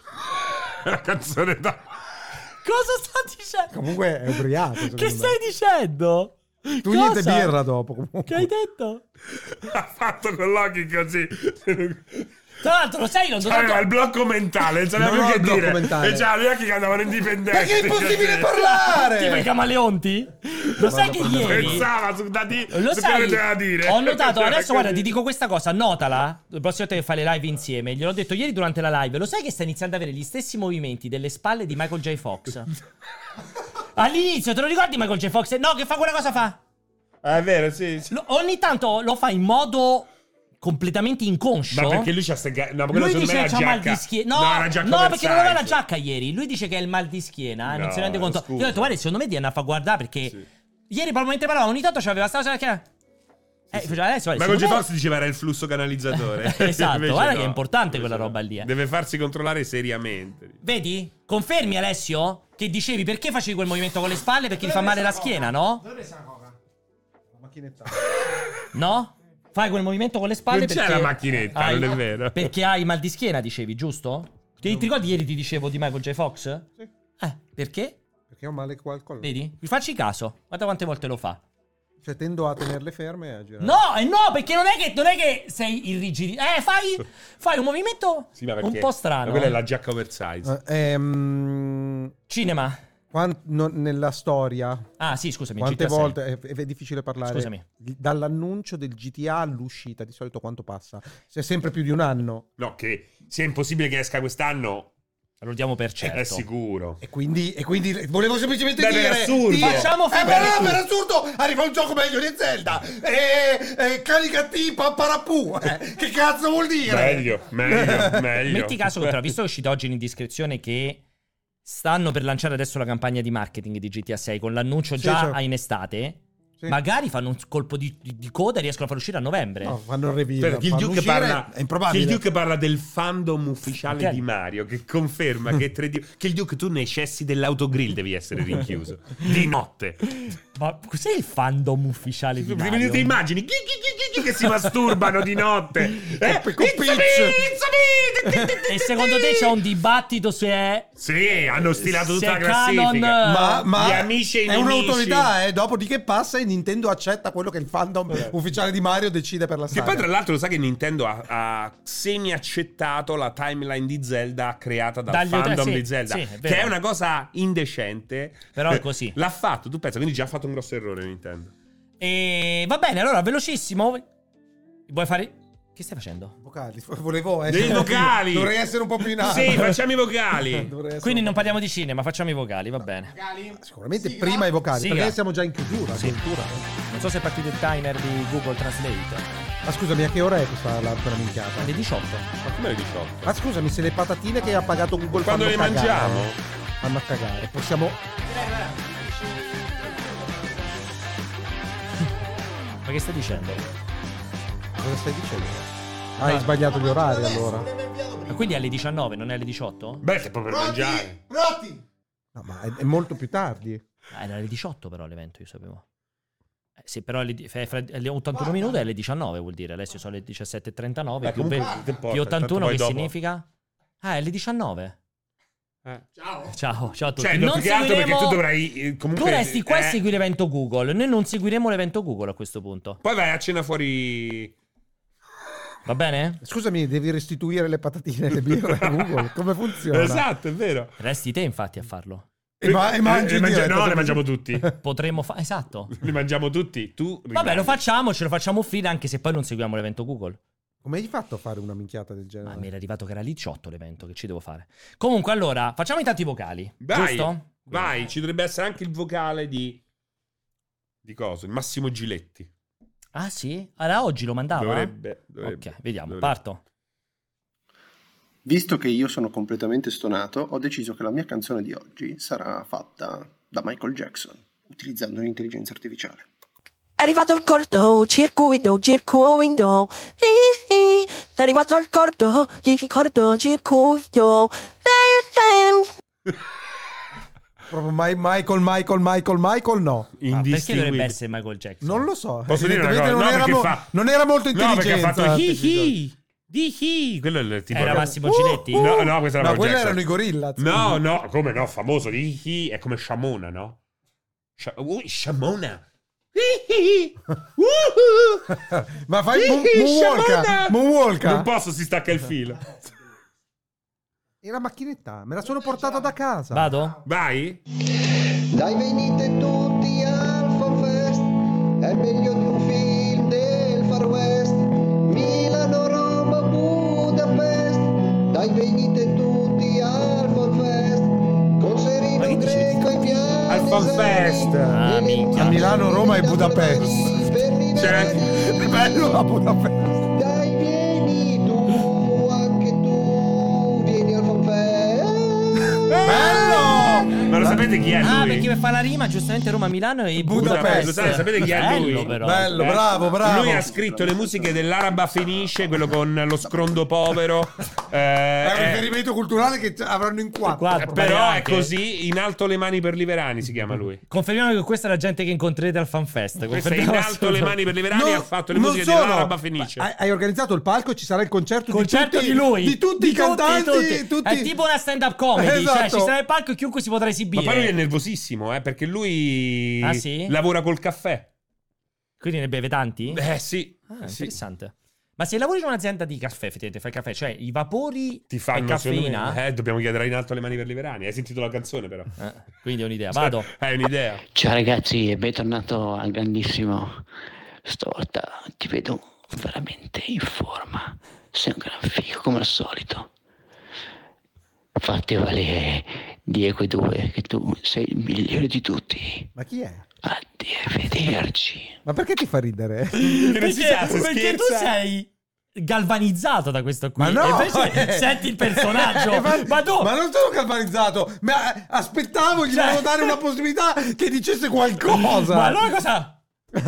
La canzone da... Cosa sta dicendo? Comunque è ubriaco. secondo Che me. stai dicendo? Tu niente Cosa? birra dopo. Comunque. Che hai detto? ha fatto con l'occhio così. Tra l'altro, lo sai, non Aveva il blocco mentale, non sapeva Non più ho che il blocco dire. mentale. E c'ha gli occhi che andavano indipendenti. Perché è impossibile Così. parlare? tipo i camaleonti? Lo sai che ieri... Pensava su da di... Lo su sai, quello che doveva dire. ho notato, adesso Così. guarda, ti dico questa cosa, notala, la prossima volta che fai le live insieme, gliel'ho detto ieri durante la live, lo sai che sta iniziando ad avere gli stessi movimenti delle spalle di Michael J. Fox? All'inizio, te lo ricordi Michael J. Fox? No, che fa quella cosa fa? Ah, è vero, sì. sì. Lo- ogni tanto lo fa in modo completamente inconscio. Ma perché lui c'ha ste ga- No, ma quello Lui secondo dice me che è c'ha la mal giacca. di schiena. No, No, è una giacca no, perché oversize. non aveva la giacca ieri. Lui dice che è il mal di schiena, eh, non No, si rende conto. scusa. Io ho detto, guarda, secondo me devi andare a far guardare perché Sì. ieri proprio mentre parlava ogni tanto c'aveva sta cosa che... Eh, faceva, adesso, guarda, Michael J. secondo me- Fox diceva era il flusso canalizzatore. Esatto, Invece guarda no. che è importante quella Invece roba no. lì, eh. Deve farsi controllare seriamente. Vedi? Confermi, Alessio? Che dicevi perché facevi quel movimento con le spalle? Perché ti fa male la schiena, no? Dove sei la coca? La macchinetta. No? Fai quel movimento con le spalle Non c'è perché... la macchinetta, non è vero. Perché hai mal di schiena, dicevi, giusto? Ti, ti ricordi ieri ti dicevo di Michael J. Fox? Sì. Eh, perché? Perché ho male qua al collo. Vedi? Facci caso. Guarda quante volte lo fa. Cioè tendo a tenerle ferme e a girare. No, e no, perché non è che, non è che sei irrigidito. Eh, fai, fai un movimento Sì, ma perché? un po' strano. Ma quella è la giacca oversize. Eh, ehm, Cinema. Quan- non- nella storia, Ah, sì, scusami. quante G T A sei. volte è, è difficile parlare. Scusami. Dall'annuncio del G T A all'uscita, di solito quanto passa? Se è sempre più di un anno. No, che sia impossibile che esca quest'anno, Lo diamo per certo. è sicuro. E quindi, e quindi volevo semplicemente Beh, per dire: assurdo. dire- Facciamo eh, finta- però per assurdo arriva un gioco meglio di Zelda. E, e caricati papparapù. Eh, che cazzo vuol dire? Meglio, meglio, meglio. Metti caso che, però, visto che è uscito oggi in indiscrezione che stanno per lanciare adesso la campagna di marketing di G T A sei con l'annuncio Sì, già certo. in estate, Sì. magari fanno un colpo di, di- di coda e riescono a far uscire a novembre. No, fanno il reveal. Aspetta, Kill fanno Duke uscire, parla, è improbabile. Kill Duke parla del fandom ufficiale Ok. di Mario che conferma che tre D Kill Duke, tu nei cessi dell'autogrill devi essere rinchiuso di notte. Ma cos'è il fandom ufficiale di Mario? Venite immagini chi, chi, chi, chi, che si masturbano di notte. Eh, Con it's Peach. me, it's me. E secondo te c'è un dibattito se è... Sì, hanno stilato Se tutta la è canon- classifica. Ma, ma Gli amici e i è nemici. un'autorità, eh. Dopodiché passa e Nintendo accetta quello che il fandom ufficiale di Mario decide per la Che saga. poi tra l'altro lo sai che Nintendo ha, ha semi accettato la timeline di Zelda creata dal Dagli fandom utenti, sì, di Zelda, sì, è vero. che è una cosa indecente. Però è così. L'ha fatto, tu pensa, quindi già ha fatto un grosso errore Nintendo. E va bene, allora, velocissimo. Vuoi fare... Che stai facendo? Vocali, volevo essere Dei un po' più- vocali. Dovrei essere un po' più in alto. Sì, facciamo i vocali. Dovrei essere Quindi un non po' parliamo di cinema, facciamo i vocali, va bene. Gali? Sicuramente Sigla? prima i vocali, Sigla. perché siamo già in chiusura. Sì. addirittura. Non so se è partito il timer di Google Translate. Ma scusami, a che ora è questa la quella minchiata? Alle diciotto. Ma come le diciotto? Ma scusami, se le patatine che ha pagato Google Quando fanno le cagare, mangiamo? fanno a cagare. Possiamo. Ma che stai dicendo? Cosa stai dicendo? Ah, hai sbagliato gli orari allora. Ma quindi è alle diciannove, non è alle diciotto? Beh, se proprio per mangiare. Pronti? No, ma è, è molto più tardi. Ah, era alle diciotto però l'evento, io sapevo. Eh, sì, però alle, di- fra- fra- alle ottantuno minuti è alle diciannove, vuol dire. Adesso sono le diciassette e trentanove. Beh, più, comunque, ve- che importa, più ottantuno tanto poi che dopo- significa? Ah, è alle diciannove. Eh. Ciao. Ciao, ciao a tutti. Cioè, no, più che altro perché tu dovrai eh, comunque Tu resti qua e eh, segui l'evento Google. Noi non seguiremo l'evento Google a questo punto. Poi vai a cena fuori. Va bene? Scusami, devi restituire le patatine e le birre a Google. Come funziona? Esatto, è vero. Resti te infatti a farlo. E, ma- e mangi Eh, in mangia- diretta, no, se- le mangiamo tutti. Potremmo fare... Esatto. Li mangiamo tutti. Tu Vabbè, rimani. lo facciamo, ce lo facciamo offrire anche se poi non seguiamo l'evento Google. Come hai fatto a fare una minchiata del Ma genere? mi era arrivato che era lì diciotto l'evento, che ci devo fare. Comunque, allora, facciamo intanto i vocali. Vai, Giusto? vai, ci dovrebbe essere anche il vocale di. Di cosa? Il Massimo Giletti. Ah, sì? Allora, oggi lo mandava? Dovrebbe, dovrebbe. Ok, vediamo, Dovrebbe. parto. Visto che io sono completamente stonato, ho deciso che la mia canzone di oggi sarà fatta da Michael Jackson, utilizzando l'intelligenza artificiale. È arrivato il corto circuito, circuito. È arrivato il corto, il corto circuito. Proprio mai- Michael, Michael, Michael, Michael, no. Ah, perché Indistinguibile. dovrebbe essere Michael Jackson? Non lo so. Posso dire una Evidentemente cosa? Non, No, era perché mo- fa- non era molto No, perché ha intelligente. fatto hi hi. Di hi. Quello è il tipo. Era Massimo Uh, Giletti? uh. No, no, questo era No, Michael quelli Jackson. erano i Gorillaz. No, no, come no, famoso di hi hi. È come Shamona, no? Sha- uh, Shamona. Hi hi. Uh-huh. Ma fai moon- Hi hi, moonwalker. Shamona. Moonwalker. Non posso, si stacca il filo. Era macchinetta, me la sono portata da casa. Vado? Vai. Dai venite tutti al FanFest, è meglio di un film del Far West. Milano, Roma, Budapest, dai venite tutti al FanFest. Con Ma che Serino dici? Greco e piani Al FanFest. Ah, minchia. A Milano, Roma e Budapest. C'è anche- È bello a Budapest. Dai vieni tu, anche tu, vieni al FanFest. Bello! Ma lo sapete chi è lui? Ah, perché per fare la rima, giustamente Roma, Milano e Budapest. Budapest. Lo sai, sapete chi è Bello, lui? però. Bello, Eh? bravo, bravo. Lui ha scritto le musiche dell'Araba Fenice, quello con lo scrondo povero. Eh, È un eh, riferimento culturale che c- avranno in quattro. Quattro. però è anche. così, in alto le mani per Liverani si chiama lui. Confermiamo che questa è la gente che incontrerete al FanFest. Questo è in Confermiamo alto le mani per Liverani, No, ha fatto le non musiche sono- dell'Araba Fenice. Hai, hai organizzato il palco, ci sarà il concerto, Concerto di di, tutti, lui, di tutti i cantanti, tutti. tutti- È tipo una stand-up comedy, Esatto. cioè ci sarà il palco e chiunque si potrà esibire. Ma poi lui è nervosissimo, eh, perché lui Ah, sì? lavora col caffè. Quindi ne beve tanti? Eh sì, Ah, sì. interessante. Ma se lavori in un'azienda di caffè, effettivamente fai caffè, cioè i vapori Ti e fanno caffeina. me, eh, dobbiamo chiedere in alto le mani per le verani. Hai sentito la canzone, però? Eh, quindi è un'idea. Vado. Hai un'idea? Ciao ragazzi, bentornato al grandissimo. Stavolta ti vedo veramente in forma. Sei un gran figo come al solito. Fatti valere Diego e due che tu sei il migliore di tutti. Ma chi è? Arrivederci. Ma perché ti fa ridere? Perché, si sa, se perché tu scherza. sei galvanizzato da questo qui. Ma no! E invece senti il personaggio. Eh, ma, ma tu ma non sono galvanizzato. Ma eh, aspettavo, gli Cioè- volevo dare una possibilità che dicesse qualcosa. Ma allora cosa?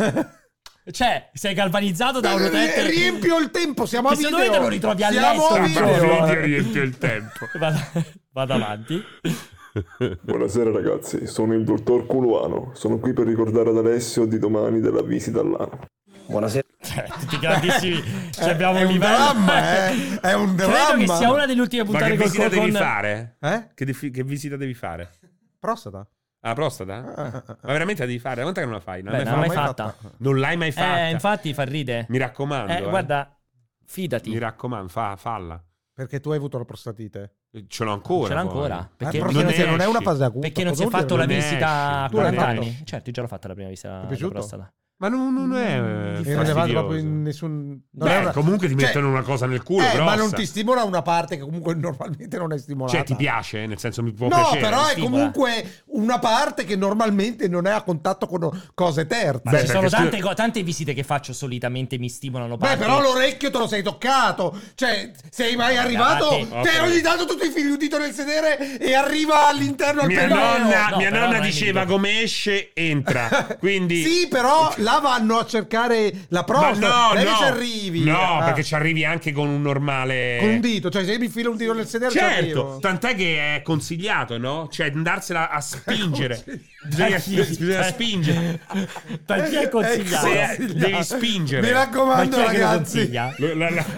Cioè, sei galvanizzato da un Eh, utente. riempio il tempo, siamo a Che secondo me video. te lo ritrovi a Siamo letto. a Ma video. Io riempio il tempo. Vado, vado avanti. Buonasera ragazzi, sono il dottor Culuano. Sono qui per ricordare ad Alessio di domani della visita all'A. Buonasera. Cioè, tutti grandissimi. Cioè, abbiamo è un un livello. dramma, eh. È un Credo dramma. che sia una delle ultime Ma puntate che col visita devi con... fare? Eh? Che, defi- che visita devi fare? Prostata? Ah, prostata? Ma veramente la devi fare? Quanto che non la fai? Non Beh, l'hai non l'hai fatta? fatta. Non l'hai mai fatta? Eh, infatti fa ride. Mi raccomando. Eh, eh. guarda, fidati. Mi raccomando, fa, falla. Perché tu hai avuto la prostatite. Ce l'ho ancora. Ce l'ha poi. ancora. Perché, Eh, perché non, non, è, si, non è una esci. fase acuta. perché non si è cosa vuol fatto la dire? Non visita a esci. Tu l'hai quaranta fatto? anni. Certo, io già l'ho fatta la prima visita Ti è alla piaciuto? prostata. Ma non, non è. eh, E non ne vado proprio fastidioso. in nessun. Non Beh, è una- comunque ti Cioè, mettono una cosa nel culo, eh, grossa. ma non ti stimola una parte che comunque normalmente non è stimolata. Cioè, ti piace? Nel senso, mi può No, piacere. però è stimola. comunque una parte che normalmente non è a contatto con cose terze. Ma Beh, ci sono perché tante, tu- co- tante visite che faccio solitamente mi stimolano Beh, parti. però l'orecchio te lo sei toccato. Cioè, sei mai arrivato? Guardate. Te ogni tanto tu ti fili un dito nel sedere e arriva all'interno al Mia pennello. nonna, No, mia però nonna non è diceva mito. come esce, entra. Quindi. Sì, però là vanno a cercare la Ma prostata. no, Lei no. ci arrivi. No, Ah. perché ci arrivi anche con un normale. Con un dito. Cioè, se mi filo un dito nel sedere ci Certo, arrivo. tant'è che è consigliato, no? Cioè, andarsela a spingere. Bisogna, Da chi? bisogna Cioè, spingere. Da chi è consigliato? Se- devi spingere. Mi Ma raccomando, chi è che lo ragazzi. consiglia? La- la- la-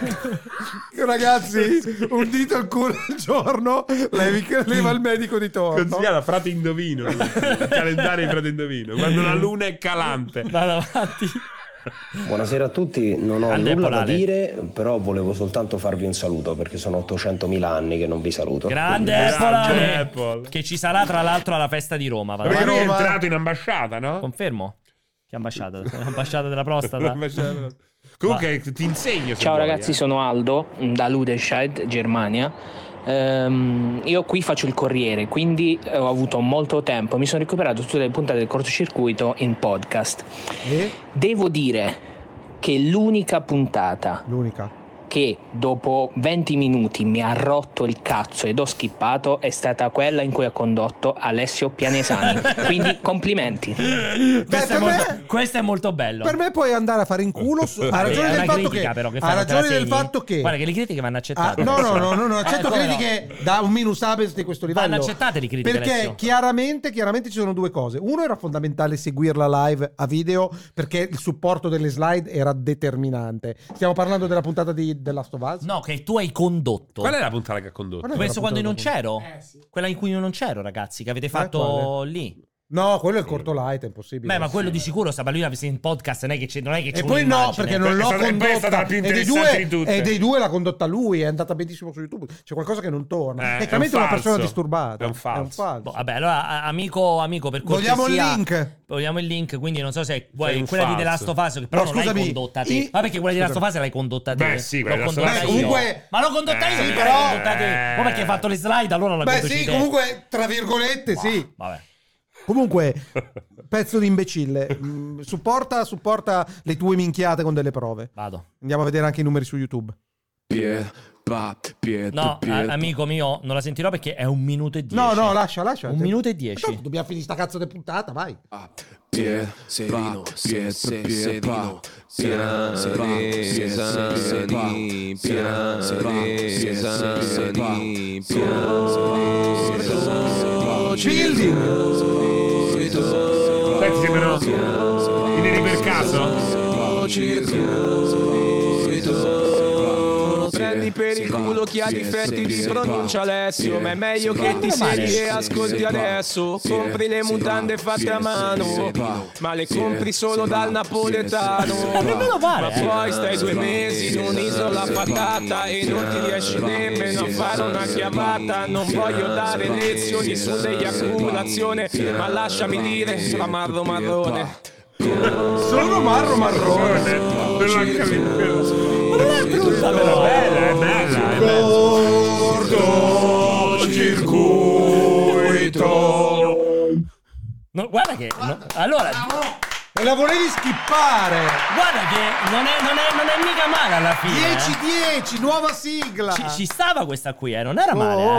Ragazzi, un dito al culo al giorno, levi, leva il medico di torno. Consigliata frate indovino. Il calendario di frate indovino. Quando la luna è calante. Vado avanti. Buonasera a tutti, non ho Grande nulla da Polare. dire, però volevo soltanto farvi un saluto perché sono ottocentomila anni che non vi saluto. Grande Grande Apple, Apple. che ci sarà tra l'altro alla festa di Roma. Vado Perché avanti. lui è Roma. entrato in ambasciata, no? Confermo. Che ambasciata? Ambasciata della prostata. L'ambasciata. Comunque ti insegno. se Ciao vuoi, ragazzi, eh. sono Aldo da Ludenscheid, Germania. Ehm, io qui faccio il corriere, quindi eh, ho avuto molto tempo. Mi sono recuperato tutte le puntate del cortocircuito in podcast. E Devo dire che l'unica puntata l'unica. che dopo venti minuti mi ha rotto il cazzo ed ho skippato è stata quella in cui ha condotto Alessio Pianesani. Quindi complimenti. Questo, Beh, è per molto, me- questo è molto bello. Per me puoi andare a fare in culo. su- Ha È ragione una del fatto critica, che. però, che Ha fanno, te la ragione del segni? fatto che. Guarda che le critiche vanno Ah, accettate. no, no, no, no, no, Eh, accetto come critiche no? da un minus abes di questo livello. Vanno accettate le critiche, Perché Alessio. chiaramente, chiaramente ci sono due cose. Uno, era fondamentale seguirla live a video perché il supporto delle slide era determinante. Stiamo parlando della puntata di The Last of Us. No, che tu hai condotto. Qual è la puntata che ha condotto? Qual è Penso la quando io non puntata c'ero. Eh, sì. Quella in cui io non c'ero, ragazzi, che avete fatto quale? lì. No, quello è il corto light, è impossibile. Beh, ma quello di sicuro sta lui avesse in podcast, non è che c'è, non è che c'è E poi no, un'immagine. perché non È l'ho stata- poi è stata condotta. la più E dei, interessante due, di tutte. e dei due l'ha condotta lui, è andata benissimo su YouTube. C'è qualcosa che non torna. Eh, è è chiaramente un una persona falso. disturbata. È un falso. Boh, vabbè, allora a- amico, amico, per cortesia. Vogliamo il link? Vogliamo il link, quindi non so se vuoi Sei un quella di The falso. Last of Us, che però No, non l'hai scusami, condotta te. i- Ma perché quella di The Last of scusami. Us l'hai condotta te? Beh, sì, quella l'ho di Last of condotta Us io. sì. Comunque- Ma l'ho condotta io, Eh, mica però- l'hai condotta te. Ma perché hai fatto le slide, allora la Beh, condotti sì, te. comunque, tra virgolette, sì. Vabbè. Comunque, pezzo di imbecille. Mm, supporta, supporta le tue minchiate con delle prove. Vado. Andiamo a vedere anche i numeri su YouTube. No, a- amico mio, non la sentirò perché è un minuto e dieci. No, no, lascia, lascia. Un minuto e dieci. No, dobbiamo finire sta cazzo di puntata, vai. Serino, se, se, Serino, Piera, Resani, Piera, Resani, Building. Senti, sembrano i neri per caso. prendi per il culo chi ha difetti di pronuncia Alessio, ma è meglio che ti siedi e ascolti adesso. Compri le mutande fatte a mano, ma le compri solo dal napoletano. Ma poi stai due mesi in un'isola patata e non ti riesci nemmeno a fare una chiamata. Non voglio dare lezioni sull'eiaculazione, ma lasciami dire ramarro marrone. Solo marro marrone. Non l'ho capito. Non è brutta però. È bella, è bella, è bella. Cortocircuito. No, guarda che no, allora E la volevi skippare. guarda che non è, non è, non è mica male alla fine. dieci eh. dieci, nuova sigla. Ci, ci stava questa qui, eh, non era male, eh.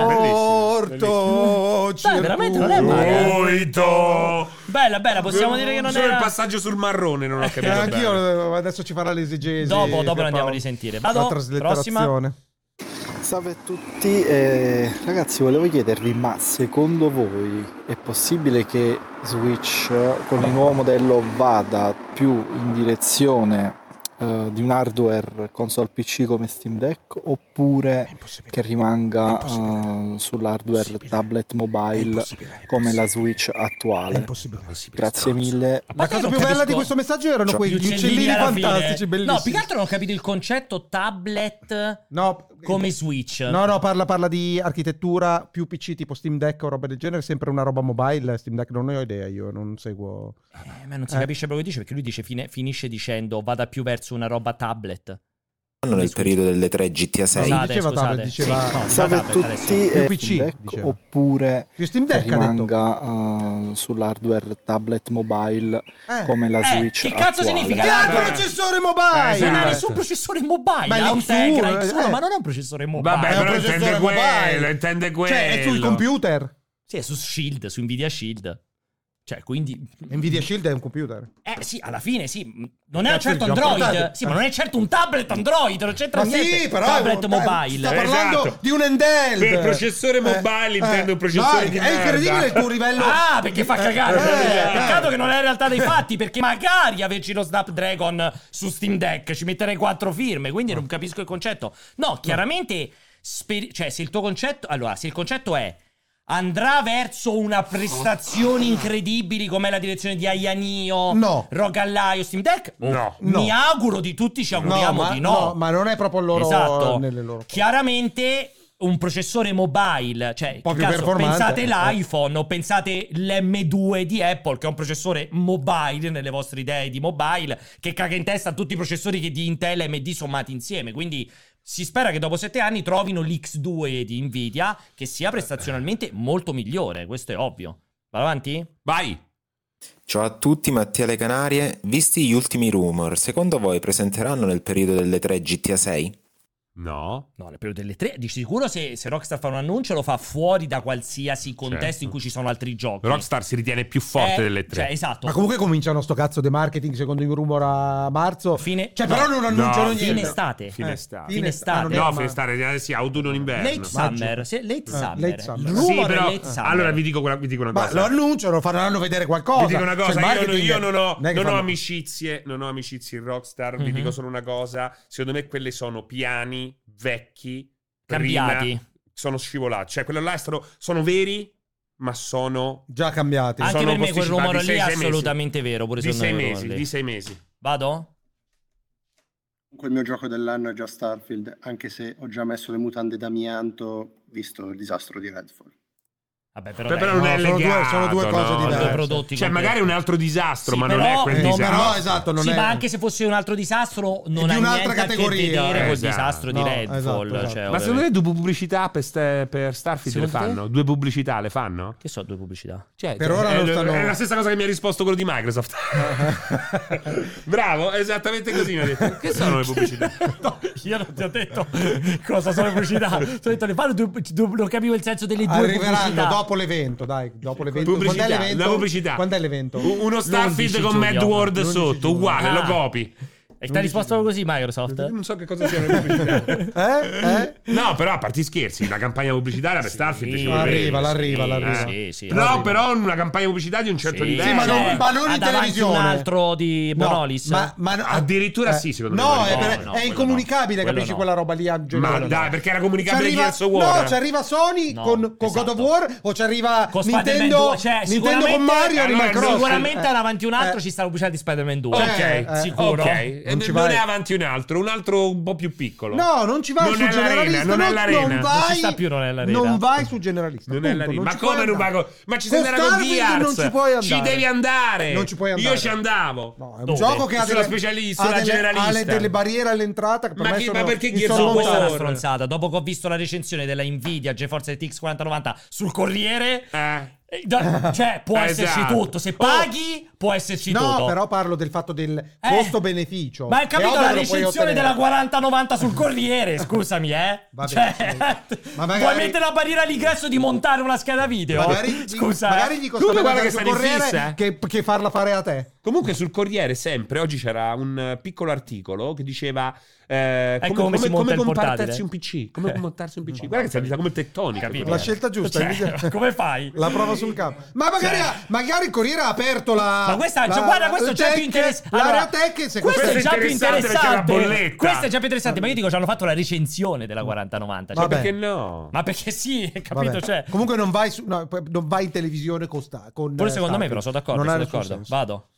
Corto. Dai, veramente non è male. Circuito. Bella, bella, possiamo dire che non Solo era. il passaggio sul marrone non ho capito. Eh, bene. anch'io adesso ci farà l'esegesi. Dopo, dopo per lo andiamo a Paolo. risentire. La Vado, traslitterazione. Salve a tutti, eh, ragazzi volevo chiedervi, ma secondo voi è possibile che Switch con il nuovo modello vada più in direzione eh, di un hardware console P C come Steam Deck, oppure che rimanga eh, sull'hardware tablet mobile come la Switch attuale? Grazie mille. La cosa più bella di questo messaggio erano Cioè, quei gli uccellini alla fine. fantastici, bellissimi. No, più che altro non ho capito il concetto tablet No, come Switch. No, no, parla, parla di architettura più P C tipo Steam Deck o roba del genere, sempre una roba mobile. Steam Deck non ne ho idea, io non seguo. Eh, ma non si Eh. capisce proprio che dice, perché lui dice fine- finisce dicendo vada più verso una roba tablet. Nel periodo delle tre G T A sei. Non diceva tablet, diceva- no, Salve a tablet adesso. tutti, Più eh, P C, Steam Deck, diceva. oppure Più Steam che Deck ha detto. rimanga eh, sull'hardware tablet mobile Eh. come la Eh, Switch che cazzo attuale. significa Che ha il l'hardware? processore mobile! Non ha Esatto. nessun processore mobile, Ma ha un l'X Tegra uno, X uno, eh. ma non è un processore mobile. Vabbè, È un però processore intende mobile. quello, intende quello. Cioè, è sul computer. Sì, è su Shield, su Nvidia Shield. Cioè, quindi Nvidia Shield è un computer. eh sì, alla fine sì, non è Cazzo, certo li abbiamo Android. portati. Sì, ma non è certo un tablet Android, non c'entra Ma niente. sì, però tablet è un- mobile. Sta parlando Esatto. di un handheld. Per processore mobile intendo un processore Dai, di è incredibile merda. il tuo livello. Ah, perché fa cagare. Eh, Peccato eh. che non è la realtà dei fatti, perché magari averci lo Snapdragon su Steam Deck ci metterei quattro firme, quindi non capisco il concetto. No, chiaramente sper- cioè se il tuo concetto, allora, se il concetto è andrà verso una prestazione incredibili come la direzione di Aianio, No. Rogue Ally o Steam Deck? No. Mi No. auguro di tutti, ci auguriamo ma, di no. ma non è proprio il loro Esatto. nelle loro. Chiaramente un processore mobile, cioè po' più cazzo, performante. pensate Eh. l'iPhone o pensate l'M due di Apple, che è un processore mobile nelle vostre idee di mobile, che caga in testa a tutti i processori che di Intel e A M D sommati insieme. Quindi si spera che dopo sette anni trovino l'X due di Nvidia, che sia prestazionalmente molto migliore, questo è ovvio. Vado avanti? Vai. Ciao a tutti, Mattia Le Canarie. Visti gli ultimi rumor, secondo voi presenteranno nel periodo delle tre G T A sei? No. No, nel periodo delle tre. Di sicuro se, se Rockstar fa un annuncio lo fa fuori da qualsiasi contesto Certo. in cui ci sono altri giochi. Rockstar si ritiene più forte Eh, delle tre. Cioè, esatto. Ma comunque cominciano sto cazzo di marketing secondo i rumor a marzo. Fine, Cioè, no, però non annunciano no, niente. fine estate. Fine Eh, estate. Fine estate. ah, non No, è- fine estate, sì, autunno inverno. Late summer. Sì, late summer. late summer. Il Sì, rumore però è late summer. allora vi dico, una- vi dico una Ma cosa. lo annunciano, faranno vedere qualcosa. Vi dico una Cioè, cosa, il io, marketing io non ho, è che non ho fanno- amicizie, non ho amicizie in Rockstar, vi Mhm. dico solo una cosa, secondo me quelle sono piani, vecchi, Cambiati. prima sono scivolati, cioè quello là è stato- sono veri, ma sono già cambiati. Anche sono per me quel posticipati rumore di lì è sei, sei mesi. assolutamente vero. Pure di secondo sei me quel mesi, rumore lì. di sei mesi. Vado? Comunque il mio gioco dell'anno è già Starfield, anche se ho già messo le mutande d'amianto, visto il disastro di Redfall. Vabbè, però, Però, dai, non no, è sono due- legato, sono due cose no? diverse. due prodotti Cioè completi. magari un altro disastro, Sì, ma non però- è quel no, disastro. però esatto, non sì, è ma anche se fosse un altro disastro, non di ha un'altra niente a che categoria. vedere col Esatto. disastro di No, Redfall. esatto, esatto. Cioè, Ma secondo te due pubblicità per, ste- per Starfield le Secondo te? fanno? Due pubblicità le fanno? Che so, due pubblicità. Cioè, Per ora è, non stanno- è la stessa cosa che mi ha risposto quello di Microsoft. Bravo, esattamente così mi ha detto. Che sono le pubblicità? No, io non ti ho detto cosa sono le pubblicità. Ti ho detto, ne fanno due, due- non capivo il senso delle due Arriveranno pubblicità. dopo l'evento, dai, dopo l'evento. Pubblicità, Quando è l'evento? la pubblicità. Quando è l'evento? U- Uno Starfield l'undici con Mad giugno. World l'undici sotto, giugno. uguale, Ah. lo copi. E ti ha risposto così Microsoft? Non so che cosa sia una pubblicità. eh? Eh? No, però a parte scherzi, la campagna pubblicitaria per Sì, Starfield ci arriva, vorrebbe. l'arriva, Sì, l'arriva. Sì, sì, No, arriva. però una campagna pubblicitaria di un certo Sì, livello. Sì, ma non, Eh, ma non ha in davanti televisione. un altro di No, Bonolis? ma, ma no, Addirittura eh, sì, secondo me. No, quello è, no. per- no, è quello incomunicabile, no. capisci Quello quella roba lì a Ma genere. dai, perché era Ci comunicabile arriva, Gears of War. no, ci arriva Sony No, con, con esatto. God of War o ci arriva Con Spider-Man Nintendo, due, cioè, Nintendo con sicuramente- Mario allora, Animal Crossing. Sicuramente Eh, un avanti un altro eh. ci sta la pubblicità di Spider-Man due. Ok, Eh, sicuro. ok. Non Non, ci non vai. è avanti un altro, un altro un po' più piccolo. No, non ci vai Non sul è l'arena, generalista, non è l'arena. non Non vai, ci sta più, non è l'arena. non vai sul generalista. Non è punto, l'arena. non Ma ci puoi come non andare. vai con- Ma ci sei Con andato con Starfield non Gears? ci puoi Ci andare. devi andare. Non ci puoi andare. Io ci andavo. No, è un Dove? gioco che ha Sulla delle, specialista, ha sulla delle, generalista. ha le- delle barriere all'entrata che per Ma me chi- sono ma perché Gears insormontabili. of Questa è una War? stronzata. Dopo che ho visto la recensione della Nvidia GeForce R T X quaranta novanta sul Corriere, Eh. eh, da- cioè può Esatto. esserci tutto. Se paghi, può esserci No, tutto. però parlo del fatto del costo-beneficio. Ma hai È capito ovvio la che lo puoi recensione ottenere. della quaranta novanta sul Corriere? Scusami, eh. Vabbè, Cioè, ma magari- vuoi mettere la barriera all'ingresso di montare una scheda video? Magari, Scusa, magari eh. gli costa Tu meno guarda che sul sta in Corriere fissa, eh. che, che farla fare a te. Comunque sul Corriere sempre, oggi c'era un eh, piccolo articolo che diceva eh, come, come si monta il comportarsi portatile. un P C, come montarsi un P C. Guarda che sta come tettonica. Capito. La scelta giusta. Cioè, come fai? La prova sul campo. Ma magari, Cioè. magari il Corriere ha aperto la. Ma questa, la, cioè, guarda, questo è il già più tech, interessante. L'area tech, se questo è questo già è più interessante perché c'è la interessante. bolletta. Questo è già più interessante. Ma io dico, ci hanno fatto la recensione della quaranta novanta. Cioè, Vabbè. Perché no? ma perché sì, capito? Vabbè. Cioè, Comunque non vai, su, no, non vai in televisione con sta. Con, pure eh, secondo me, Starfield. però, sono d'accordo. Non Sono ha nessun d'accordo. senso. Vado.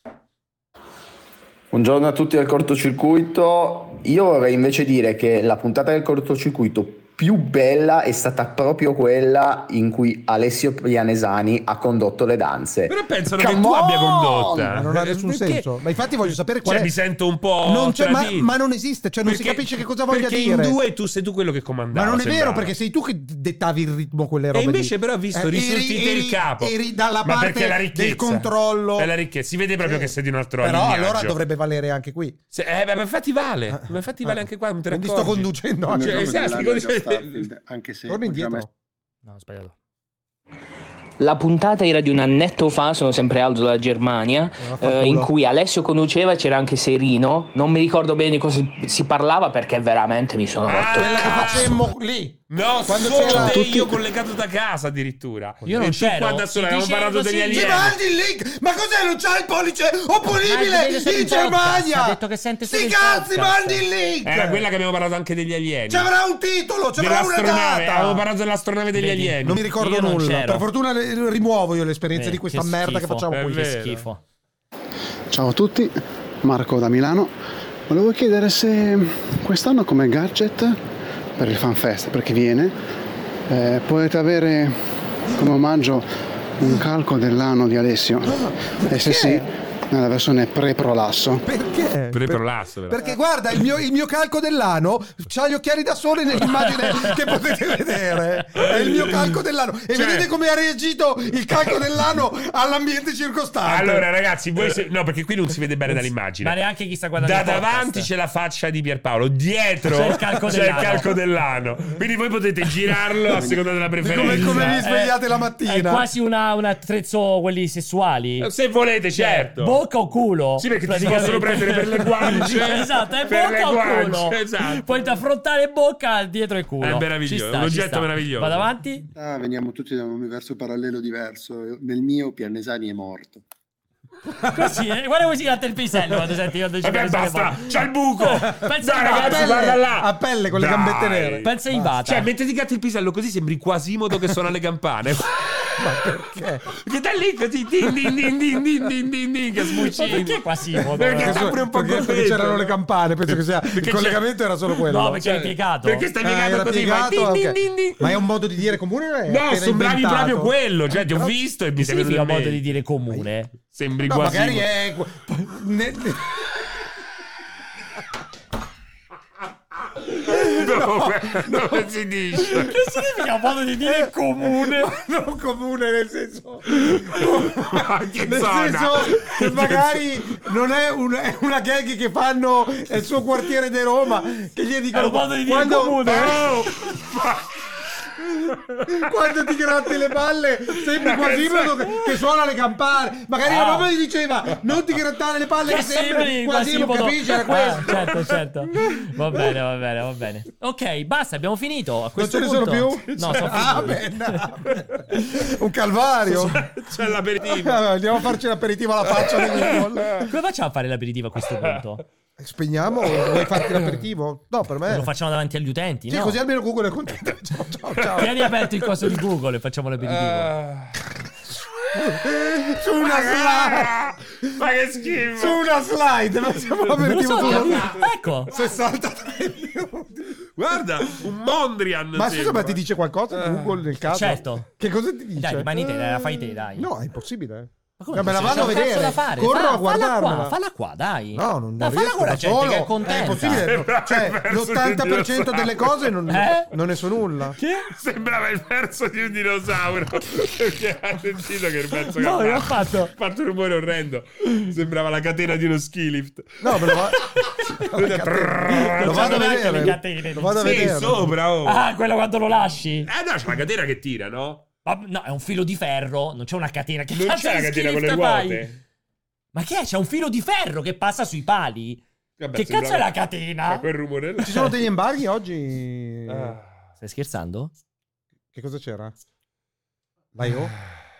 Buongiorno a tutti del cortocircuito. Io vorrei invece dire che la puntata del cortocircuito più bella è stata proprio quella in cui Alessio Pianesani ha condotto le danze. Però pensano Come che tu on! abbia condotta. Ma non ha nessun Perché? senso. Ma infatti voglio sapere qual Cioè, è. mi sento un po' Non c'è, ma, tradito. ma non esiste, cioè non Perché- si capisce che cosa voglia perché dire. in due tu sei tu quello che comandava. Ma non è vero, sembrava. perché sei tu che dettavi il ritmo quelle E robe. invece lì. però ho visto Eh, risulti eri- te il eri- capo. Eri dalla Ma parte perché la ricchezza del controllo. è la ricchezza. Si vede proprio Sì. che sei di un altro Però lignaggio. allora dovrebbe valere anche qui. Se- eh, beh, ma infatti vale. Ma infatti vale anche qua. Non te ne Quindi sto accorgi. conducendo Come anche. Cioè, nome esatto, dell'anno dico- di Starfield, anche se Torna indietro. ultimamente- No, ho sbagliato. La puntata era di un annetto fa, sono sempre Aldo dalla Germania, eh, in cui Alessio conduceva e c'era anche Serino. Non mi ricordo bene di cosa si parlava perché veramente mi sono rotto il Quella che cazzo. facemmo lì. No, Quando solo c'era- te tutti- io collegato da casa addirittura. Io non e tu c'ero. qua da solo Si avevamo dice parlato così. degli Ci Ci alieni. mandi il link? Ma cos'è? Non c'ha il pollice opponibile Ma vedi, sei in in podcast, Germania? ha detto che sente solo Sti il cazzi, podcast. mandi il link! Era quella che abbiamo parlato anche degli alieni. Ci avrà un titolo, ci avrà una Dell'astronave. data. Avevo parlato dell'astronave degli Vedi, alieni. Non mi ricordo Io non nulla. c'ero. Per fortuna le- rimuovo io l'esperienza Eh, di questa che merda schifo. che facciamo È qui. Che vero. schifo. Ciao a tutti, Marco da Milano. Volevo chiedere se quest'anno come gadget per il FanFest, per chi viene, eh, potete avere come omaggio un calco dell'anno di Alessio. E se sì, nella versione pre-prolasso. Perché? Pre-prolasso, però. Perché guarda, il mio, il mio calco dell'anno c'ha gli occhiali da sole nell'immagine che potete vedere. È il mio calco dell'anno. E Cioè- vedete come ha reagito il calco dell'anno all'ambiente circostante. Allora, ragazzi, voi se- no, perché qui non si vede bene dall'immagine. Ma neanche chi sta guardando Da il podcast. davanti c'è la faccia di Pierpaolo, dietro C'è il calco c'è il dell'anno. calco dell'anno. Quindi voi potete girarlo a seconda della preferenza. Come, come vi Eh, svegliate la È mattina. quasi una, un attrezzo quelli sessuali. Se volete, certo. Bocca o culo? Sì, perché ti si praticamente. possono prendere per le guance. Esatto, è Per le bocca o guance, culo. esatto. Puoi affrontare bocca, dietro e culo. È meraviglioso, Ci sta, è un ci oggetto sta. meraviglioso. Vado avanti? Ah, veniamo tutti da un universo parallelo diverso. Nel mio Pianesani è morto. Così, eh? Guarda come si gratta il pisello quando senti quando dici Vabbè, che sono basta, le c'ha il buco. Pensa Dai, ai ragazzi, Vata. guarda là. A pelle con le Dai. gambette nere. Pensa ai Vata. Cioè, mentre ti gatti il pisello così sembri Quasimodo che suona le campane. Ma perché? Perché da lì così din din din din din din din din che Ma smuccini. perché Quasimodo? Perché Perché, sta pure un po' perché- perché contento. c'erano le campane, penso che sia il c'è- collegamento era solo quello. No, perché è piegato. Perché stai Ah, piegato era così, piegato, ma din, ok. din, din, din. Ma è un modo di dire comune o è No, appena sembravi inventato? proprio quello. Cioè, ti ho visto e mi Che sei venuto significa in modo mente. di dire comune? Sembri No, Quasimodo. magari è ne- ne- Dove, dove si dice? Che significa modo di dire comune? non comune nel senso Che nel zona? senso che magari non è, un- è una gag che fanno nel suo quartiere di Roma che gli È dicono un modo di dire quando, comune. Oh! Quando ti gratti le palle sembri Quasimodo che, che suona le campane. Magari Ah. la mamma gli diceva non ti grattare le palle che sembri Quasimodo, capisci? Era Ah, questo. certo, certo. Va bene, va bene, va bene. Ok, basta, abbiamo finito. A questo Non ce ne punto... sono più? No, sono Ah, finiti. beh, no. Un calvario. C'è l'aperitivo. Andiamo a farci l'aperitivo alla faccia di Google. Come facciamo a fare l'aperitivo a questo punto? Spegniamo? Vuoi farti l'aperitivo? No, per me. Lo facciamo davanti agli utenti, Sì, no? così almeno Google è contento. Ciao, ciao, ciao. Tieni aperto il coso di Google e facciamo l'aperitivo. Su una slide. Ma che schifo. Su una slide. Facciamo l'aperitivo Non lo so, su una capito. Ecco. sessantatré minuti. Guarda, un Mondrian. Ma scusa, sembra. ma ti dice qualcosa Google nel caso? Certo. Che cosa ti dice? Dai, rimani te, la fai te, dai. No, è impossibile. Ma come No, me la c'è vanno a un cazzo vedere. da fare? Corro Fa- a guardarmela. Falla qua, falla qua, dai. No, non, No, non falla riesco con la da gente solo. che è contenta. È impossibile. Cioè, l'ottanta per cento delle cose non, Eh? non ne so nulla. Che? Sembrava il verso di un dinosauro. Perché ha sentito che il verso No, che l'ho ha fatto. Ha fatto un rumore orrendo. Sembrava la catena di uno ski lift. No, me lo, va... lo vado a Neanche le vedere. catene. Lo vado a Sì, vedere. sopra, oh. Ah, quello quando lo lasci. Eh no, c'è la catena che tira, no? Ma- No, è un filo di ferro, non c'è una catena. Che Non cazzo c'è la di catena con le schifo fai? ruote. Ma che è? C'è un filo di ferro che passa sui pali. Vabbè, Che cazzo è sembrava- la catena? Fa quel rumore là. Ci sono degli embarghi oggi? Ah. Stai scherzando? Che cosa c'era? L'I O?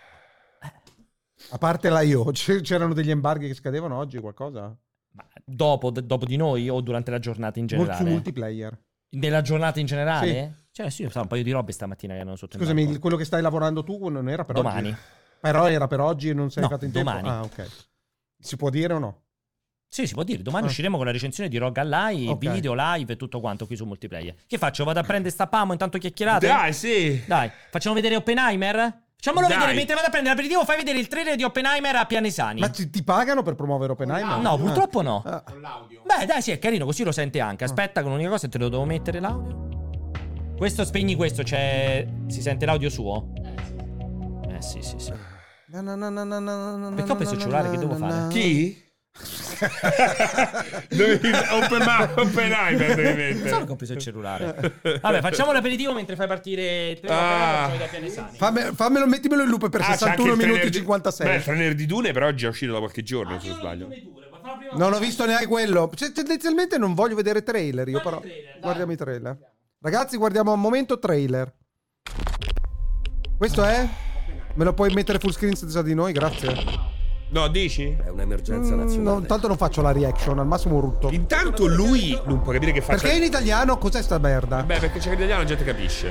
A parte l'I O, c- c'erano degli embarghi che scadevano oggi, qualcosa? Ma dopo, d- dopo di noi o durante la giornata in Mul- generale? Su multiplayer. Nella giornata in generale? Cioè, sì, io so un paio di robe stamattina che erano sotto il Scusami, banco. il- quello che stai lavorando tu non era per Domani. oggi? Però era per oggi e non sei No, fatto in domani. tempo? Ah, ok. Si può dire o no? Sì, si può dire. Domani Ah. usciremo con la recensione di Rogue Ally, Ok. video live e tutto quanto qui su multiplayer. Che faccio? Vado a prendere sta pamo intanto chiacchierate? Dai, sì. Dai, facciamo vedere Oppenheimer? Facciamolo Dai. vedere mentre vado a prendere l'aperitivo. Fai vedere il trailer di Oppenheimer a Pianesani. Ma ti, ti pagano per promuovere Oppenheimer? No, purtroppo no. Ah. Beh, dai, sì, è carino, così lo sente anche. Aspetta, con l'unica cosa te lo devo mettere l'audio. Questo, spegni questo, c'è... Si sente l'audio suo? Eh sì, sì, sì. Na, na, na, na, na, na, na, Perché ho preso il cellulare? Che devo fare? Chi? Dovevi open ma- Oppenheimer devi Non mettere. so che ho preso il cellulare. Vabbè, facciamo l'aperitivo mentre fai partire il trailer. Ah. Facciamo vedere a Pianesani. Fammi- fammelo, mettimelo in loop per Ah, c'è sessantuno anche il minuti trailer e di- cinquantasei. Beh, il trailer di Dune però oggi è uscito da qualche giorno, se non sbaglio. Non ho visto neanche quello. Cioè, tendenzialmente non voglio vedere trailer io, però. Guardiamo i trailer. Ragazzi, guardiamo un momento trailer. Questo è? Me lo puoi mettere full screen senza di noi? Grazie. No, dici? È un'emergenza Mm, nazionale. no, tanto non faccio la reaction, al massimo un rutto. Intanto lui non può capire che faccia. Perché in italiano cos'è sta merda? Beh, perché c'è l'italiano, la gente capisce.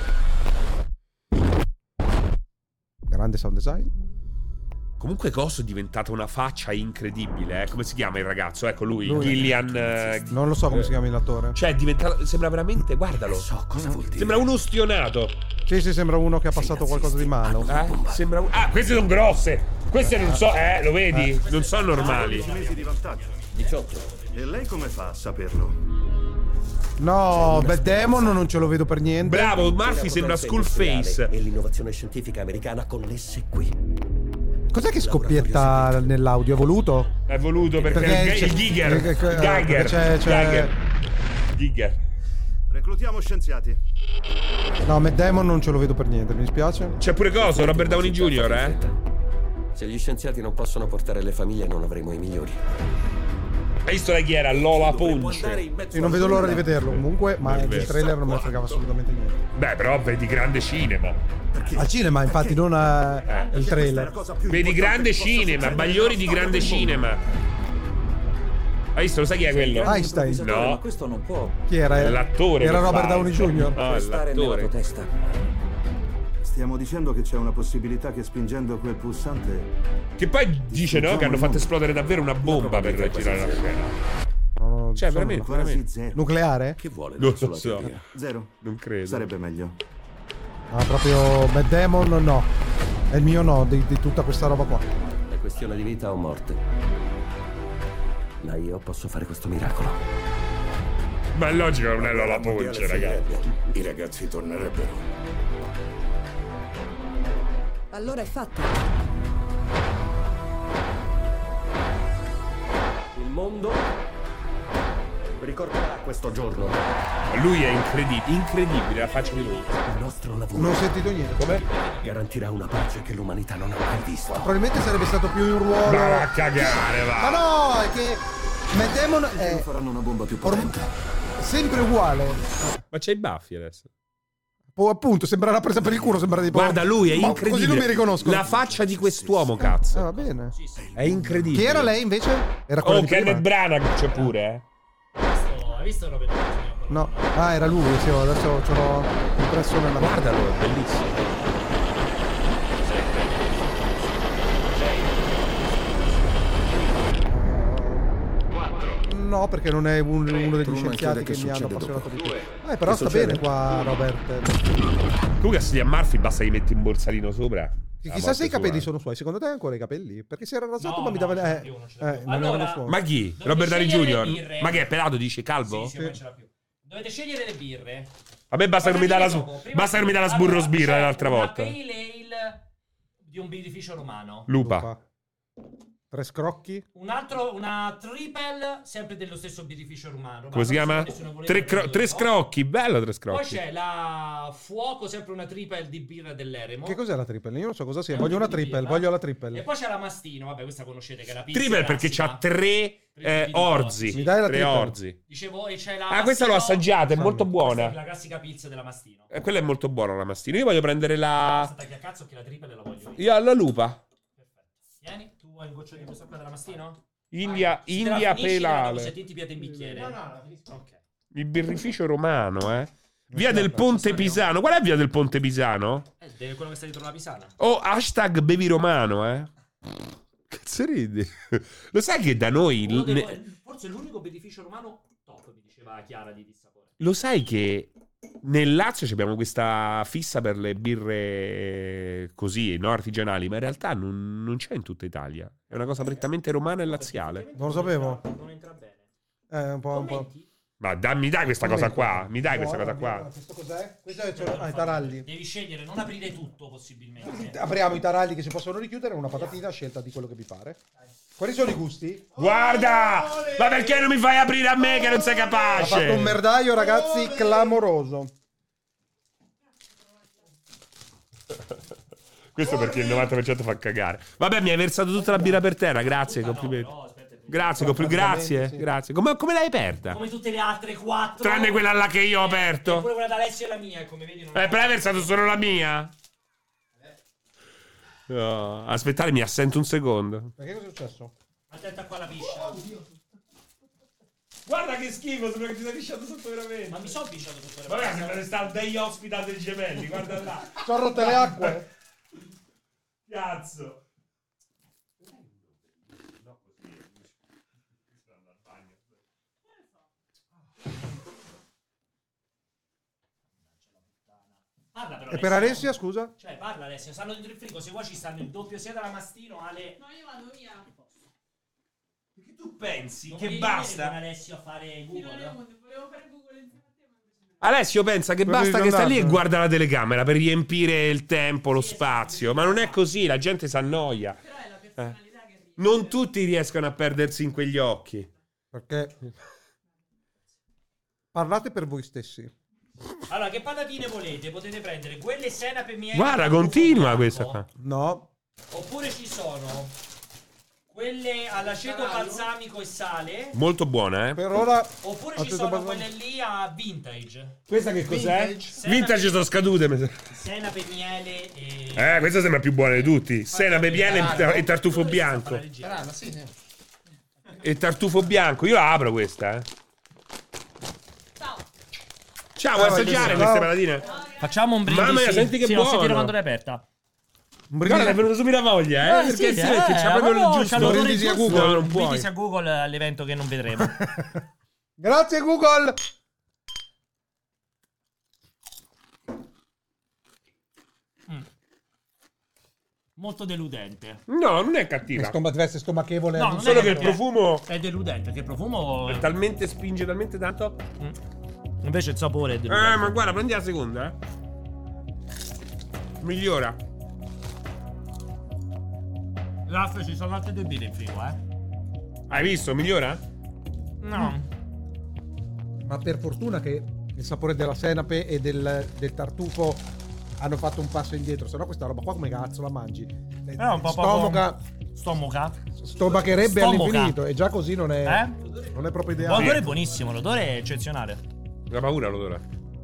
Grande sound design. Comunque Coso è diventata una faccia incredibile, eh. Come si chiama il ragazzo? Ecco lui, Lui. Gillian. eh, Non lo so come si chiama l'attore. Cioè, è diventato. Sembra veramente. Guardalo. So cosa vuol dire. Sembra uno ustionato. Sì, sì, sembra uno che ha passato qualcosa di malo. Eh? Sembra un... Ah, queste sono grosse. Queste non so. Eh, lo vedi? Non sono normali. dodici mesi di vantaggio. diciotto. E lei come fa a saperlo? No, Bad Demon non ce lo vedo per niente. Bravo, Murphy sembra Skull Face. E l'innovazione scientifica americana connesse qui. Cos'è che scoppietta nell'audio? È voluto? È voluto perché, Perché il, c'è- il Giger. eh, Il eh, Geiger. perché c'è- c'è- Geiger. Giger. Reclutiamo scienziati. No, Matt Damon non ce lo vedo per niente, mi dispiace. C'è pure Coso, Robert Downey junior, eh? Se gli scienziati non possono portare le famiglie, non avremo i migliori. Hai visto la chi era? Lola Punch. Io non vedo l'ora di vederlo comunque, ma È il vero. trailer non me ne fregava assolutamente niente. Beh, però vedi grande cinema. Al cinema, infatti, non a- il trailer. Vedi grande cinema, Bagliori di grande cinema. Hai visto? Lo sai chi è quello? Einstein. No. Questo non può. Chi era? L'attore. Era che Robert fa. Downey junior No, è Stare nella tua l'attore. testa. Stiamo dicendo che c'è una possibilità che spingendo quel pulsante. Che poi dice no che hanno fatto esplodere davvero una bomba per girare la scena. No, Cioè, sono- veramente, Quasi veramente. zero. Nucleare? Che vuole Non sulla lo so. Terra? Zero. Non credo. Sarebbe meglio. No, proprio Matt Damon no. È il mio no di, di tutta questa roba qua. È questione di vita o morte. Ma io posso fare questo miracolo. Ma è logico che non è Lola Punch, ragazzi. I ragazzi tornerebbero. Allora è fatto. Il mondo ricorderà questo giorno. Lui è incredibile, incredibile la faccia di lui. Il nostro lavoro. Non ho sentito niente. Come? Garantirà una pace che l'umanità non ha mai visto. Probabilmente sarebbe stato più in ruolo. Ma va a cagare, va. Ma no, è che Matt Damon è faranno una bomba più potente. sempre uguale. Ma c'hai i baffi adesso. Oh, appunto, sembra una presa per il culo, sembra tipo. Guarda, lui è Ma incredibile. così non mi riconosco. La faccia di quest'uomo, cazzo. Ah, va bene. È incredibile. Chi era lei invece? Era quella Oh, di prima? Kenneth Branagh c'è pure, eh. Hai visto Robert? No. Ah, era lui, sì, adesso ce l'ho impresso nella. Guardalo, è bellissimo. No, perché non è un- uno degli Tu non scienziati crede che che mi hanno succede appassionato dopo. di più. Eh, però Che sta succede? bene qua, Robert. Comunque a Cillian Murphy basta gli metti un borsalino sopra. La Chissà se i morte capelli sua. sono suoi. Secondo te ha ancora i capelli? Perché si era rasato, No, ma mi no, dava. ce l'ha Eh, più, non ce eh, l'ha più. non Allora, erano suoi. Ma chi? Dovete Robert Downey scegliere Junior? le birre. Ma che è pelato, dici? Calvo? Sì, sì, ormai ce l'ha più. Dovete scegliere le birre. A me basta che non mi dà la, Dopo, prima- basta che non mi dà la allora, sburro sbirra c'è l'altra una volta. pale ale di un birrificio romano. Lupa. Tre scrocchi. Un altro, una triple, sempre dello stesso birrificio romano. Come si chiama? Tre, cro- tre scrocchi. Bello tre Poi scrocchi. c'è la Fuoco, sempre una triple di birra dell'Eremo. Che cos'è la triple? Io non so cosa sia. Voglio una triple, voglio la triple. E poi c'è la Mastino, vabbè, questa conoscete che è la pizza Triple perché classica. c'ha tre eh, orzi. Mi dai la tre triple? orzi. Dicevo, e c'è la Ah, questa l'ho Mastino. assaggiata, è molto Questa è buona. la classica pizza della Mastino. Eh, quella è molto buona la Mastino. Io voglio prendere la. Basta tagli a cazzo che la triple la voglio io. Io la lupa. Vieni, tu vuoi un goccio di questa qua della Mastino? India, Se te la India finisci, te la dopo, pelale. se ti ti piace in bicchiere. No, no, la finisco. Ok. Il birrificio romano, eh. Via del Ponte Pisano. Qual è via del Ponte Pisano? Eh, deve- quello che sta dietro la Pisana. Oh, hashtag bevi romano, eh. Cazzo ridi? Lo sai che da noi... Uno dei- ne- Forse è l'unico birrificio romano top, mi diceva Chiara di Dissapore. Lo sai che nel Lazio abbiamo questa fissa per le birre così, no, artigianali, ma in realtà non, non c'è in tutta Italia. È una cosa prettamente romana e laziale. Non lo sapevo. Non entra bene. Eh, un po'. Un po'. Ma dammi, dai questa cosa qua. Mi dai questa cosa qua. Questo cos'è? Questo è ah, i taralli. Devi scegliere, non aprire tutto possibilmente. Apriamo i taralli che si possono richiudere, una patatina a scelta di quello che vi pare. Quali sono i gusti? Guarda! Ma perché non mi fai aprire a me che non sei Ha fatto un capace? merdaio, ragazzi, clamoroso. Questo perché il novanta per cento fa cagare. Vabbè, mi hai versato tutta la birra per terra, grazie, complimenti. Grazie, compl- grazie, grazie. Come, come l'hai aperta? Come tutte le altre quattro. Tranne quella là che io ho E aperto. pure quella da Alessio e la mia, e come vedi non Eh, però hai versato solo la mia? No, aspettare, mi assento un secondo. Perché cosa è successo? Attenta qua la piscia. Guarda che schifo, sembra che ti sei lisciato sotto veramente. Ma mi sono pisciato sotto veramente. Vabbè, sembra che sta degli hospital dei gemelli, guarda là. Sono rotte le acque. Cazzo. Parla però. E per Alessia, scusa? Cioè, parla Alessio, stanno dentro il frigo, se vuoi ci stanno il doppio sia dalla Mastino alle. No, io vado via. Perché tu pensi Non che volevi basta? venire con Alessio a fare Google. Volevo fare Google insieme a te, ma invece Alessio pensa che Quello basta di che sta lì e Leonardo. guarda la telecamera per riempire il tempo, lo spazio. Ma non è così, la gente si annoia. Eh. Non tutti riescono a perdersi in quegli occhi. Perché parlate per voi stessi. Allora, che patatine volete? Potete prendere quelle senape miele. Guarda, con continua bianco, questa qua. No. Oppure ci sono quelle all'aceto balsamico e sale. Molto buona, eh. Per ora. Oppure ci aceto sono balsamico. quelle lì a vintage. Questa che cos'è? Vintage. Vintage sono scadute. mi sa. Senape, miele e. Eh, questa sembra più buona di tutti. Senape, miele e- e tartufo bianco. Brava, sì, sì. E tartufo bianco. Io la apro questa, eh. Ciao, vuoi Ciao, assaggiare ciao. queste patatine? Facciamo un brindisi. Mamma mia, senti che sì, non buono. sentire quando l'hai aperta. Guarda, è venuto subito la voglia, eh? Eh, Perché sì, sì, eh, c'è proprio proprio il giusto. c'ha l'odore Brindisi a giusto. Google, non puoi. Brindisi a Google all'evento che non vedremo. Grazie Google. Mm. Molto deludente. No, non è cattiva. Stomach, deve essere stomachevole. No, non Solo è che il cattiva. profumo È deludente, che il profumo. è talmente spinge talmente tanto. Invece il sapore è deludente. Eh, ma guarda, prendi la seconda, eh. Migliora. Raff, ci sono altre due birre in frigo, eh. Hai visto? Migliora? No. Ma per fortuna che il sapore della senape e del, del tartufo hanno fatto un passo indietro, sennò questa roba qua come cazzo la mangi? Eh, un po' Stomaca, Stomaca. stomacherebbe Stomaca. all'infinito e già così non è, Eh? non è proprio ideale. L'odore è buonissimo, l'odore è eccezionale. La paura l'odore.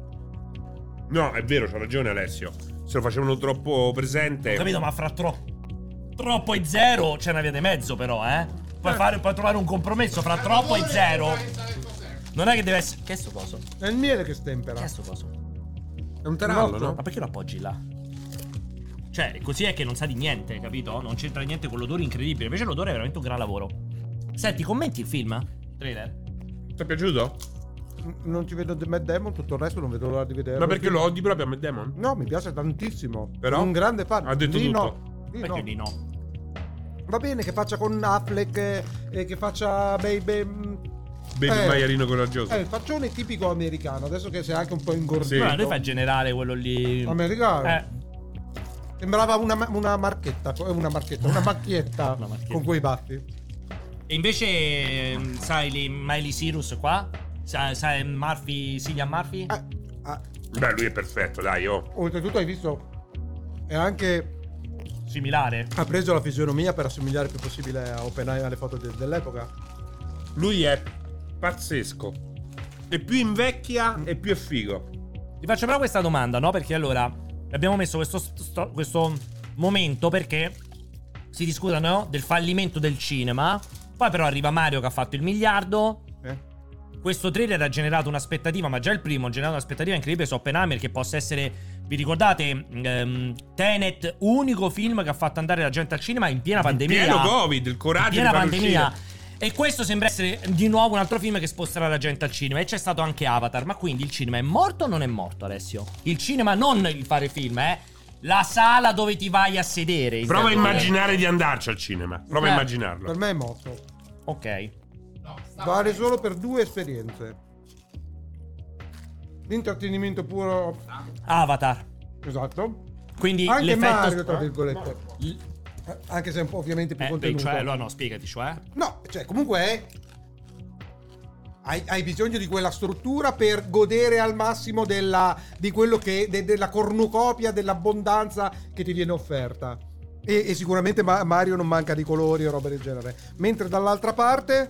No, è vero, c'ha ragione Alessio. Se lo facevano troppo presente. Ho capito, ma fra tro- troppo e zero c'è una via di mezzo però, eh? Puoi, fare, puoi trovare un compromesso fra troppo e zero. Non è che deve essere... Che è sto coso? È il miele che stempera. Che è sto coso? È un tarallo, no? Ma perché lo appoggi là? Cioè, così è che non sa di niente, capito? Non c'entra niente con l'odore incredibile. Invece l'odore è veramente un gran lavoro. Senti, commenti il film? Trailer? Ti è piaciuto? Non ci vedo The Matt Damon, tutto il resto non vedo l'ora di vederlo. Ma perché lo odi proprio a Matt Damon? No, mi piace tantissimo. Però? Sono un grande fan. Ha detto Lì tutto. no. Lì Perché no. lì no? Va bene che faccia con Affleck e eh, che faccia Baby Baby eh, maialino coraggioso. Eh, il faccione tipico americano, adesso che sei anche un po' ingordito. Sì. Ma lui fa il generale quello lì. Americano. Eh. Sembrava una, una marchetta, una marchetta, una macchietta, Una macchietta. con quei baffi. E invece, ehm, sai, lì Miley Cyrus qua? Sai, sai Murphy, Cillian Murphy? Eh, ah, Beh, lui è perfetto, dai, oh. oltretutto hai visto è anche Similare. ha preso la fisionomia per assomigliare il più possibile a Oppenheimer, alle foto de- dell'epoca. Lui è pazzesco. E più invecchia e più è figo. Ti faccio però questa domanda, no? Perché allora abbiamo messo questo, sto- questo momento perché si discutono del fallimento del cinema. Poi però arriva Mario che ha fatto il miliardo. Eh? Questo trailer ha generato un'aspettativa, ma già il primo ha generato un'aspettativa incredibile su Oppenheimer, che possa essere, vi ricordate, ehm, Tenet, unico film che ha fatto andare la gente al cinema in piena pandemia. Pieno Covid, il coraggio in piena di farlo pandemia. uscire. E questo sembra essere di nuovo un altro film che sposterà la gente al cinema. E c'è stato anche Avatar. Ma quindi il cinema è morto o non è morto, Alessio? Il cinema non il fare film, eh? La sala dove ti vai a sedere. Prova a intendo. immaginare di andarci al cinema. Prova Eh, a immaginarlo. Per me è morto. Ok. Vale solo per due esperienze. L'intrattenimento puro. Avatar. Esatto. Quindi Anche l'effetto... Mario, tra virgolette. Eh, Anche se è un po' ovviamente più Eh, beh, contenuto. cioè, allora no, spiegati, cioè. No, cioè comunque è hai, hai bisogno di quella struttura per godere al massimo della, di quello che de- della cornucopia, dell'abbondanza che ti viene offerta. E, e sicuramente Ma- Mario non manca di colori o roba del genere. Mentre dall'altra parte,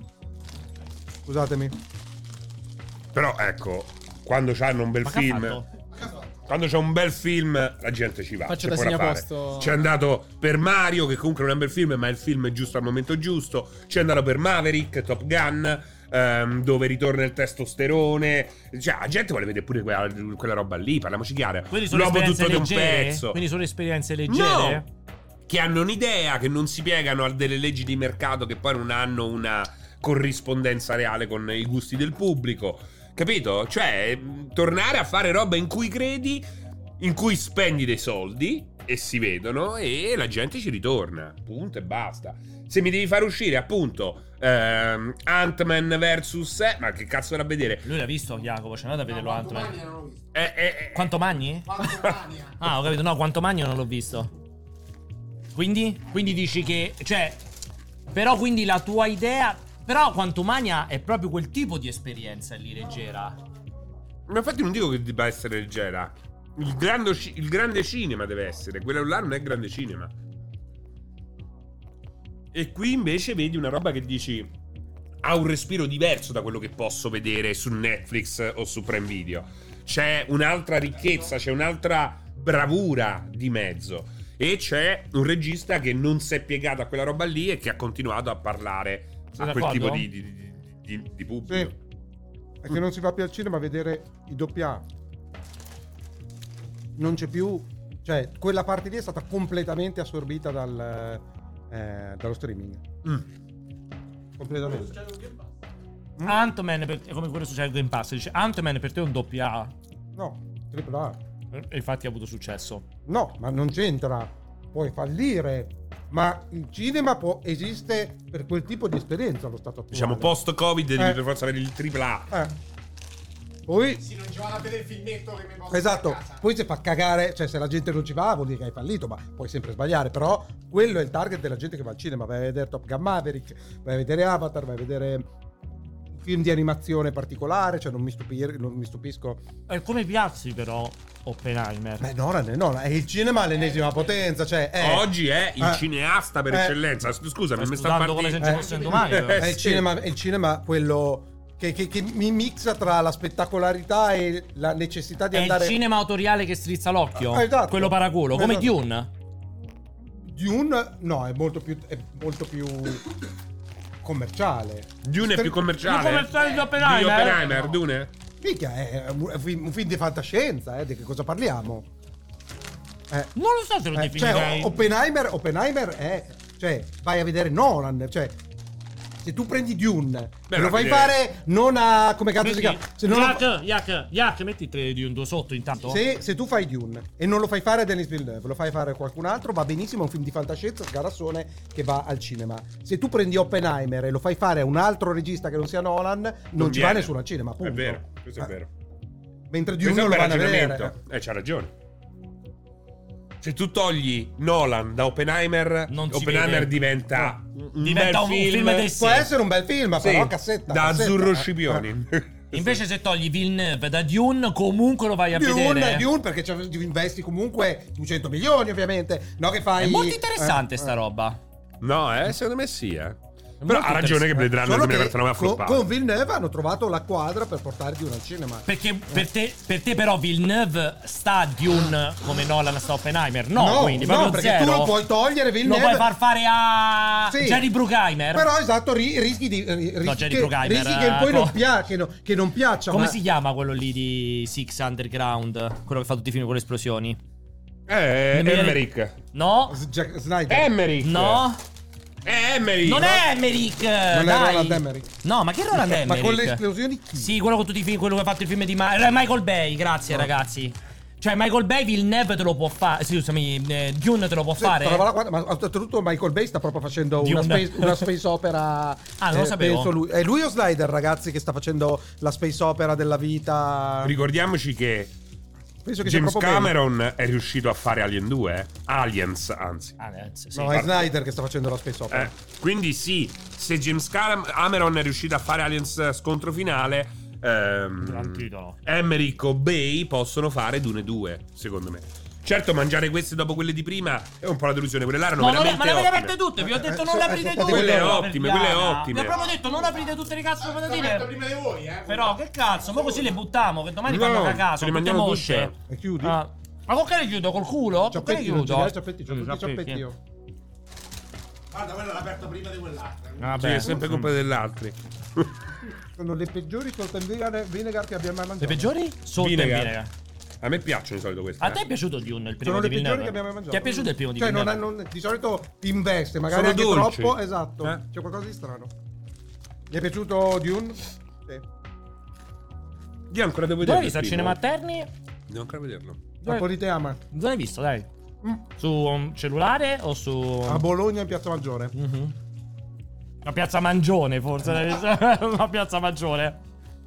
scusatemi, Però ecco, quando c'hanno un bel Ma che ha film, fatto? quando c'è un bel film, la gente ci va. Faccio c'è da fuori da fare. segnaposto. C'è andato per Mario, che comunque non è un bel film, ma il film è giusto al momento giusto. C'è andato per Maverick, Top Gun, ehm, dove ritorna il testosterone. Cioè, la gente vuole vedere pure quella, quella roba lì, parliamoci chiaro. Quindi sono L'uomo esperienze tutto di un leggere? pezzo. Quindi sono esperienze leggere? No! Che hanno un'idea, che non si piegano a delle leggi di mercato, che poi non hanno una corrispondenza reale con i gusti del pubblico. Capito? Cioè, mh, tornare a fare roba in cui credi, in cui spendi dei soldi e si vedono e la gente ci ritorna. Punto e basta. Se mi devi far uscire, appunto, ehm, Ant-Man versus... Eh, ma che cazzo da vedere? Lui l'ha visto, Jacopo, c'è andato a vederlo Ant-Man. non l'ho visto. Eh, eh, eh, Quanto Magni? Ah, ho capito, no, Quanto Magni non l'ho visto. Quindi? Quindi dici che, cioè, però quindi la tua idea, però Quanto Magna è proprio quel tipo di esperienza lì leggera. Ma infatti non dico che debba essere leggera. Il grande, il grande cinema deve essere. Quello là non è grande cinema. E qui invece vedi una roba che dici ha un respiro diverso da quello che posso vedere su Netflix o su Prime Video. C'è un'altra ricchezza, c'è un'altra bravura di mezzo. E c'è un regista che non si è piegato a quella roba lì e che ha continuato a parlare Sei a quel d'accordo? tipo di, di, di, di, di pubblico. Sì. È che non si va più al cinema a vedere i doppia A. Non c'è più, cioè quella parte lì è stata completamente assorbita dal, eh, dallo streaming. Mm. Completamente. Ant-Man, per, è come quello su Game Pass, dice Ant-Man per te è un doppia A. No, tripla A. E infatti ha avuto successo. No, ma non c'entra. Puoi fallire, ma il cinema può, esiste per quel tipo di esperienza allo stato attuale. Diciamo post-Covid devi Eh. per forza avere il tripla A. Eh. Poi Sì, non ci vado a vedere il filmetto che mi posso esatto, a casa. poi se fa cagare, cioè se la gente non ci va vuol dire che hai fallito, ma puoi sempre sbagliare, però quello è il target della gente che va al cinema, vai a vedere Top Gun Maverick, vai a vedere Avatar, vai a vedere film di animazione particolare, cioè non mi, stupir- non mi stupisco. E come piazzi però Oppenheimer? Beh, Nolan, Nolan è il cinema all'ennesima potenza, cioè è, oggi è il eh, cineasta per eh, eccellenza. Scusami, mi sta scusando come se non ci fosse un domani. È però. il cinema, è il cinema quello che, che, che mi mixa tra la spettacolarità e la necessità di È andare. il cinema autoriale che strizza l'occhio. Ah, esatto. Quello paraculo, come Esatto. Dune. Dune no, è molto più è molto più commerciale. Dune è più commerciale. Più commerciale di Oppenheimer. Di Oppenheimer, Dune? Minchia, è un film, un film di fantascienza, eh, di che cosa parliamo? Eh, Non lo so se lo eh, definirei. cioè, Oppenheimer, Oppenheimer è, cioè, vai a vedere Nolan, cioè, se tu prendi Dune Beh, e lo ma fai che- fare non a, come cazzo si Metti- chiama? Se, non lo fa- Yak, Yak, Yak, metti tre di un due sotto intanto. se, se tu fai Dune e non lo fai fare a Denis Villeneuve, lo fai fare a qualcun altro, va benissimo, è un film di fantascienza, sgarassone, che va al cinema. Se tu prendi Oppenheimer e lo fai fare a un altro regista che non sia Nolan, non, Non ci viene. va nessuno al cinema, punto. È vero, questo è Eh, vero. Mentre Questo Dune è lo un bel vanno a vedere. ragionamento. Eh, c'ha ragione. Se tu togli Nolan da Oppenheimer, Non si Oppenheimer vede. diventa No. un Diventa bel un film, film del Può essere un bel film, Sì, però cassetta. da cassetta, Azzurro eh. Scipioni. Invece se togli Villeneuve da Dune, comunque lo vai a Dune, vedere. Dune, perché ci investi comunque duecento milioni, ovviamente. No, che fai. È molto interessante eh, sta roba. No, eh, secondo me sì, eh. Però molto ha ragione che Blade Runner Solo che duemilaventinove ha con, floppato. con Villeneuve hanno trovato la quadra per portare Dune al cinema. Perché per te, per te però Villeneuve sta a Dune come Nolan sta a Oppenheimer? No, quindi no, proprio perché zero. tu lo puoi togliere Lo Villeneuve. puoi far fare a Sì. Jerry Bruckheimer. Però esatto, ri- rischi di ri- rischi, Jerry che, Bruckheimer, rischi che poi eh, non, co- pia- che, no- che non piaccia. Come ma- si chiama quello lì di Six Underground? Quello che fa tutti i film con le esplosioni. Eh, Non mi viene- Emmerich. No. Jack Snyder. Emmerich. No. È Emmerich. Non è Emmerich. Non è dai. Roland Emmerich. No, ma che Roland Ma Emmerich? con le esplosioni chi? Sì, quello con tutti i film, quello che ha fatto il film di Ma- eh, Michael Bay, grazie ragazzi. Cioè Michael Bay Villeneuve te lo può fare. Sì, scusami, eh, Dune te lo può Sì, fare. trova la quadra, ma oltretutto Michael Bay sta proprio facendo una Dune. space, una space opera. Ah, non lo sapevo. penso lui. È lui o Snyder, ragazzi, che sta facendo la space opera della vita. Ricordiamoci che Penso che sia James proprio Cameron è riuscito a fare Alien due, eh? Aliens, anzi. Ah, eh, sì. No, è Snyder che sta facendo la space opera. Eh, quindi sì, se James Cameron è riuscito a fare Aliens scontro finale, ehm, Gran titolo. Emmerich o Bay possono fare Dune due, secondo me. Certo, mangiare queste dopo quelle di prima è un po' la delusione. Quelle là erano No, non le- veramente ma le avete ottime. aperte tutte, vi ho detto Eh, non eh, le eh, aprite sono tutte. quelle ottime, quelle ottime. Vi ho proprio detto non aprite tutte le cazzo le patatine. prima di voi, eh. Però che cazzo, ma così le buttiamo, che domani No, fanno cagato, ce le tutte mangiamo molte. tutte. E chiudi? Ah. Ma con che le chiudo? Col culo? Con che le Ciappetti, non chiudo? girare, ciappetti, c'ho Mm, tutti i ciappetti. ciappetti io. Guarda, quella l'ha aperta prima di quell'altra. Vabbè. Sì, è sempre colpa degli altri. Sono le peggiori salt and vinegar- vinegar che abbiamo mai Le mangiato. peggiori? Sotto e Vinegar. vinegar. A me piacciono di solito queste. A te eh. è piaciuto Dune, il primo Sono di le peggiori Villeneuve? che abbiamo mai mangiato. Ti è piaciuto il primo di Cioè, non, Villeneuve? non- di solito ti investe, magari Sono anche dolci. troppo. Esatto. Eh. C'è qualcosa di strano. Mi è piaciuto Dune? Sì. Io ancora devo Dove vedere. hai visto al cinema a Terni? Devo ancora vederlo. A Politeama. Dove l'hai visto, dai? Mm. Su un cellulare o su... A Bologna in Piazza Maggiore. Mhm. A Piazza Mangione, forse. l'hai visto? A Piazza Maggiore.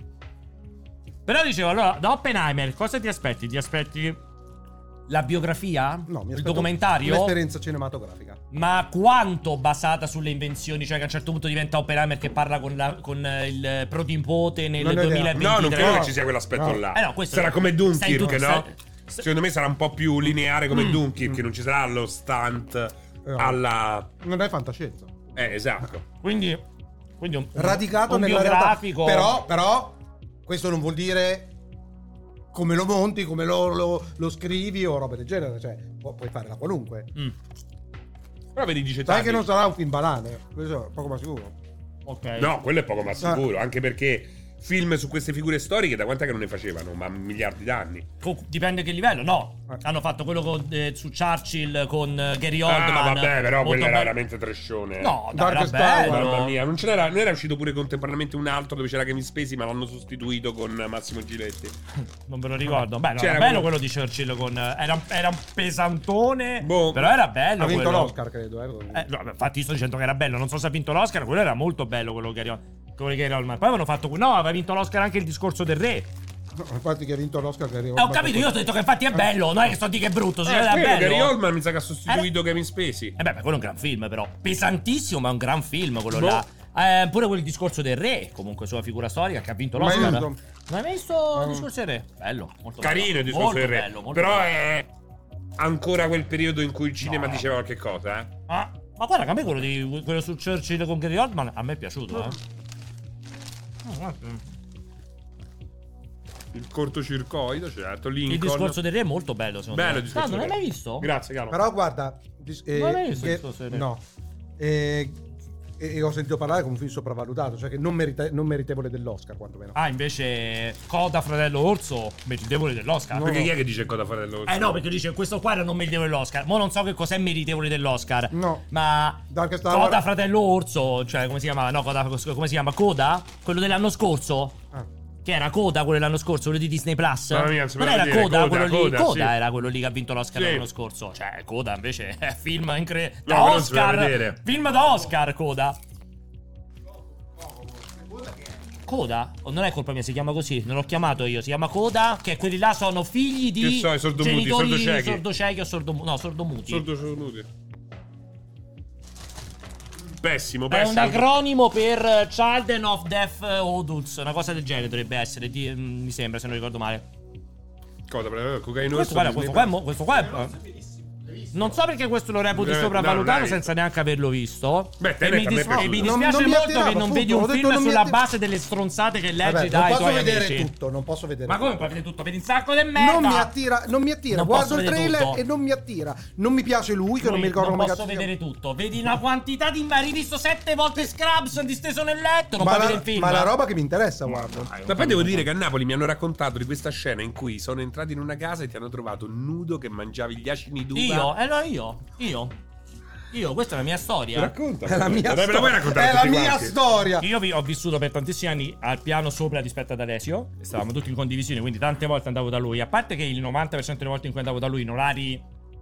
Però dicevo, allora, da Oppenheimer, cosa ti aspetti? Ti aspetti la biografia? No, mi il aspetto documentario? un'esperienza cinematografica. Ma quanto basata sulle invenzioni? Cioè che a un certo punto diventa Oppenheimer che parla con, la, con eh, il pronipote nel Non ho idea. duemilaventitré. No, non credo No. che ci sia quell'aspetto No. là. Eh no, questo sarà è- come stai Dunkirk, tu- no? stai- Secondo me sarà un po' più lineare come Mm. Dunkirk, che non ci sarà lo stunt No. alla... Non è fantascienza. Eh, esatto. Quindi, quindi un, Radicato un nella biografico. realtà. Però, però, questo non vuol dire come lo monti, come lo, lo- lo scrivi o roba del genere. Cioè, pu- puoi fare la qualunque. Mm. Però vedi, dice Sai Tati- che non sarà un film banale. Questo è poco ma sicuro. Ok. No, quello è poco ma Ah. sicuro, anche perché film su queste figure storiche da quant'è che non ne facevano? Ma miliardi d'anni. Co- Dipende che livello, no. Hanno fatto quello con, eh, su Churchill con eh, Gary Oldman. Ah, vabbè, però molto quello era bello. veramente trashone. eh. No, dai, era Darkest Hour. bello. Mamma mia, non, ce n'era, non era uscito pure contemporaneamente un altro dove c'era Kevin Spacey, ma l'hanno sostituito con Massimo Giletti. Non me lo ricordo. Beh, no, C'era era bello quello- quello di Churchill con... eh, Era, era un pesantone, Boh. però era bello Ha vinto quello. l'Oscar, credo. Eh. Eh, no, infatti sto dicendo che era bello. Non so se ha vinto l'Oscar, quello era molto bello quello che Gary quello che Gary Oldman. Poi avevano fatto... No, aveva vinto l'Oscar anche il discorso del re. No, infatti che ha vinto l'Oscar. Che Eh, ho capito, io ho detto che infatti è bello. Non è che sto a dire che è brutto, se Eh, era quello, bello. Gary Oldman mi sa che ha sostituito Era- Kevin Spacey. Eh beh, ma quello è un gran film, però. Pesantissimo, ma è un gran film quello Boh. là. Eh, pure quel discorso del re, comunque sua figura storica che ha vinto Mai l'Oscar. visto. Non hai mai visto il discorso del re? Bello, molto Carino bello. il discorso Molto del re. bello, molto Però bello. è ancora quel periodo in cui il cinema No. diceva qualche cosa, eh. Ah, ma guarda che a me quello, di, quello su Churchill con Gary Oldman a me è piaciuto, eh. Oh, guarda. Il cortocircuito, certo. Lincoln. Il discorso del re è molto bello, secondo Bello me. il discorso Ah, non del l'hai re. mai visto? Grazie, caro. Però guarda, dis- eh, Non l'hai visto il che- discorso del re? no. Eh, e, e ho sentito parlare come un film sopravvalutato, cioè che non, merita- non meritevole dell'Oscar, quantomeno. Ah, invece Coda fratello Orso, meritevole dell'Oscar. Perché chi è che dice cosa fare dello Eh no, perché dice questo qua era non meritevole dell'Oscar. Mo non so che cos'è meritevole dell'Oscar. No. Ma Dark Star Coda Wars- fratello Orso, cioè come si chiama? No, Coda, come si chiama? Coda? Quello dell'anno scorso? Ah. Che era Coda quello dell'anno scorso, quello di Disney Plus? Mamma mia, non si non poteva era dire. Coda, Coda, quello lì. Coda, Coda sì. era quello lì che ha vinto l'Oscar Sì. l'anno scorso. Cioè, Coda invece è film incredibile. No, Da quello non si poteva Oscar. vedere. Film da Oscar, Coda. Coda? O non è colpa mia, si chiama così. Non l'ho chiamato io. Si chiama Coda. Che quelli là sono figli di Che so, i sordomuti, genitori sordociechi. sordociechi o sordomuti. No, sordomuti. Sordo sordomuti. Pessimo, È pessimo. un acronimo per Children of Deaf Adults. Una cosa del genere dovrebbe essere. di- mm, mi sembra, se non ricordo male. Cosa? Cocaino Questo, guarda, questo qua è. mo- Questo qua è non so perché questo lo reputi Eh, sopravvalutato no, senza neanche averlo visto. Beh, e mi, a me dis- piace. e mi Non- dispiace non mi molto attirava, che non appunto, vedi ho un detto film non mi sulla atti- base delle stronzate che leggi Vabbè, dai non posso tuoi vedere amici. tutto, non posso vedere Ma come tutto. puoi vedere tutto? Vedi un sacco di merda. Non mi attira, non mi attira. Non Guardo posso il vedere trailer tutto. e non mi attira. Non mi piace lui, che non mi ricordo non come posso cazzo si vedere chiama. tutto. Vedi una quantità di. Hai rivisto sette volte Scrubs disteso nel letto. Non Ma puoi la, vedere il film. ma la roba che mi interessa, guarda. Ma poi devo dire che a Napoli mi hanno raccontato di questa scena in cui sono entrati in una casa e ti hanno trovato nudo che mangiavi gli acini d'uva. Io, eh no, io, io. Io, questa è la mia storia. Racconta. È la mia Me la vuoi raccontare storia. È la tutti mia quanti? storia. Io vi- ho vissuto per tantissimi anni al piano sopra rispetto ad Alessio. E stavamo tutti in condivisione, quindi tante volte andavo da lui. A parte che il novanta per cento delle volte in cui andavo da lui in orari.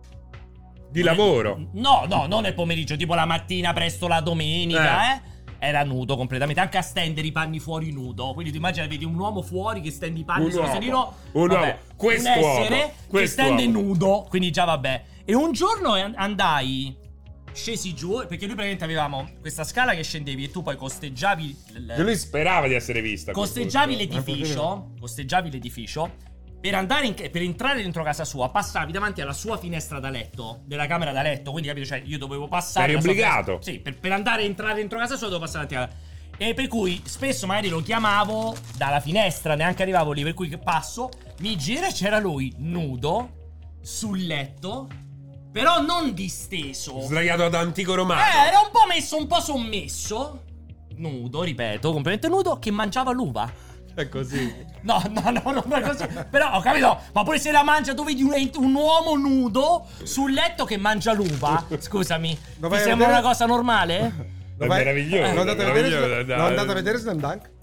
Di lavoro. No, no, non nel pomeriggio, tipo la mattina presto la domenica, Eh. eh. Era nudo completamente, anche a stendere i panni fuori nudo. Quindi tu immagina, vedi un uomo fuori che stende i panni Un sul uomo. sedino. Un vabbè, uomo. Quest'uomo. un essere che Quest'uomo. stende nudo, quindi già vabbè. E un giorno an- andai, scesi giù, perché lui praticamente avevamo questa scala che scendevi e tu poi costeggiavi l- Che lui sperava di essere vista. Costeggiavi questo. l'edificio, costeggiavi l'edificio. Per andare in, per entrare dentro casa sua, passavi davanti alla sua finestra da letto, della camera da letto. Quindi capito, cioè io dovevo passare. Eri la sua obbligato. finestra- Sì, per, per andare a entrare dentro casa sua dovevo passare davanti alla. E per cui spesso magari lo chiamavo dalla finestra, neanche arrivavo lì. Per cui che passo, mi gira e c'era lui nudo sul letto, però non disteso. Sdraiato ad antico romano. Eh, era un po' messo, un po' sommesso. Nudo, ripeto, completamente nudo, che mangiava l'uva. È così. No, no, no, non è così. Però ho capito, ma pure se la mangia, tu vedi un, un uomo nudo sul letto che mangia l'uva. Scusami, Lo ti vai a sembra vedere? una cosa normale? È Vai- meraviglioso. Non è andate a vedere, meraviglioso, non dai. andate a vedere Slam Dunk?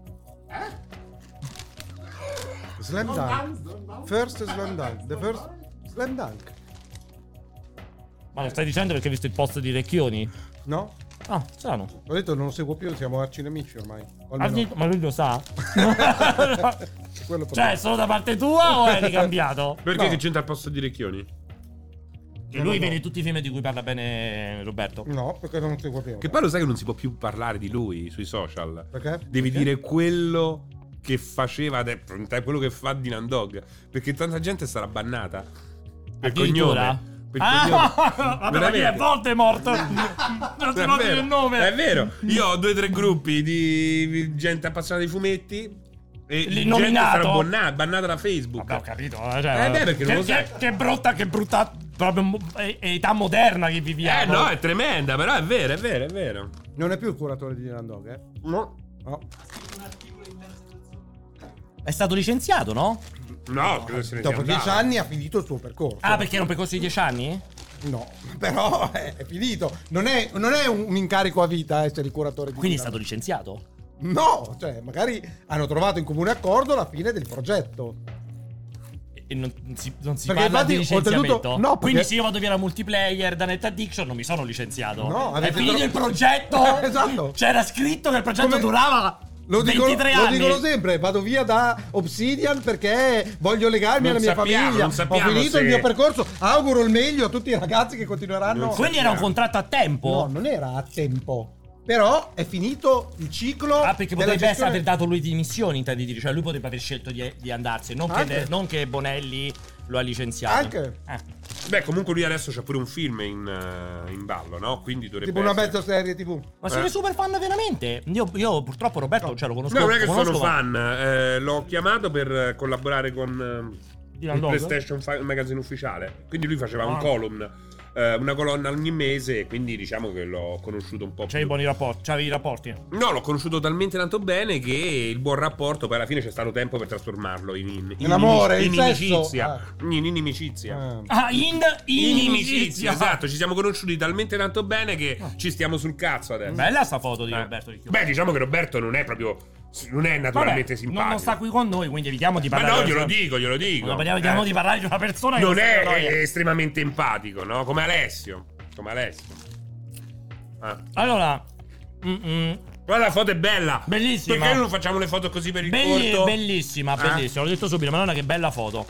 Slam Dunk. First Slam Dunk. The first Slam Dunk. Ma lo stai dicendo perché hai visto il post di Recchioni? No? Ah, strano. Ho detto non lo seguo più, siamo arcinemici ormai. O Ah, almeno- sì, ma lui lo sa? quello Cioè, solo da parte tua o hai ricambiato? Perché No. che c'entra al posto di Recchioni? Che lui vede tutti i film di cui parla bene Roberto. No, perché non seguo più. Che poi lo sai che non si può più parlare di lui sui social. Perché? Devi Perché? dire quello che faceva, ade- quello che fa Dylan Dog. Perché tanta gente sarà bannata. Per Addirittura? cognome. Per Ah, cognome. vabbè, ma chi è Veramente. Voldemort? Non si È può dire vero, il nome. È vero. Io ho due o tre gruppi di gente appassionata di fumetti. E Lì gente nominato. sarà bannata, bannata da Facebook. Vabbè, ho capito. Cioè, Eh beh, perché non che, lo sai. che, che brutta, che brutta proprio mo- e- età moderna che viviamo. Eh no, è tremenda, però è vero, è vero, è vero. Non è più il curatore di Dylan Dog, eh? No. No. È stato licenziato, no? No, credo se ne sia Dopo dieci andato. anni ha finito il suo percorso. Ah, perché era un percorso di dieci anni? No, però è, è finito. Non è, non è un incarico a vita essere il curatore di Quindi è Dylan stato licenziato. Dog. No, cioè magari hanno trovato in comune accordo la fine del progetto. E non, non si, non si Perché parla di infatti, licenziamento. oltretutto- no, perché- Quindi se io vado via da multiplayer da Net Addiction non mi sono licenziato. No, è avete finito tro- il progetto. Esatto. C'era scritto che il progetto Come- durava Lo dicono, ventitré lo anni. dicono sempre, vado via da Obsidian perché voglio legarmi Non alla mia sappiamo, famiglia. non sappiamo Ho finito se- il mio percorso. Auguro il meglio a tutti i ragazzi che continueranno. Non Quindi era un contratto a tempo. No, non era a tempo. Però è finito il ciclo. Ah, perché della potrebbe gestione... aver dato lui dimissioni, intendi dire. Cioè lui potrebbe aver scelto di, di andarsene. Non che, Anche. non che Bonelli lo ha licenziato. Anche. Eh. Beh, comunque lui adesso c'ha pure un film in, uh, in ballo, no? Quindi dovrebbe Tipo una essere... mezza serie tivù. Ma siete Eh. super fan veramente? Io, io purtroppo Roberto no. cioè, lo conosco. No, non è che lo conosco, sono ma- fan. Eh, l'ho chiamato per collaborare con uh, Dylan il Dog? PlayStation Fi- Magazine ufficiale. Quindi lui faceva Ah. un column, eh, una colonna ogni mese. Quindi diciamo che l'ho conosciuto un po' C'hai i più. buoni rapporti? C'avevi i rapporti? No, l'ho conosciuto talmente tanto bene che il buon rapporto poi alla fine c'è stato tempo per trasformarlo in, in, In amore, in in sesso. inimicizia. In inimicizia. Ah, in inimicizia. Esatto, ci siamo conosciuti talmente tanto bene che ci stiamo sul cazzo adesso. Bella sta foto di Eh. Roberto Ricchioni. Beh, diciamo che Roberto non è proprio. Non è naturalmente Vabbè, simpatico. non, non sta qui con noi, quindi evitiamo di Ma parlare. no, di- glielo dico, glielo dico. Non parliamo- evitiamo Eh. di parlare di una persona che Non sta è con noi. estremamente empatico, no? Come Alessio. Come Alessio. Ah. Allora, mm, mm, Guarda, la foto è bella. Bellissima. Perché non facciamo le foto così per il belli- corto? bellissima, Ah. bellissima. L'ho detto subito, Madonna, che bella foto.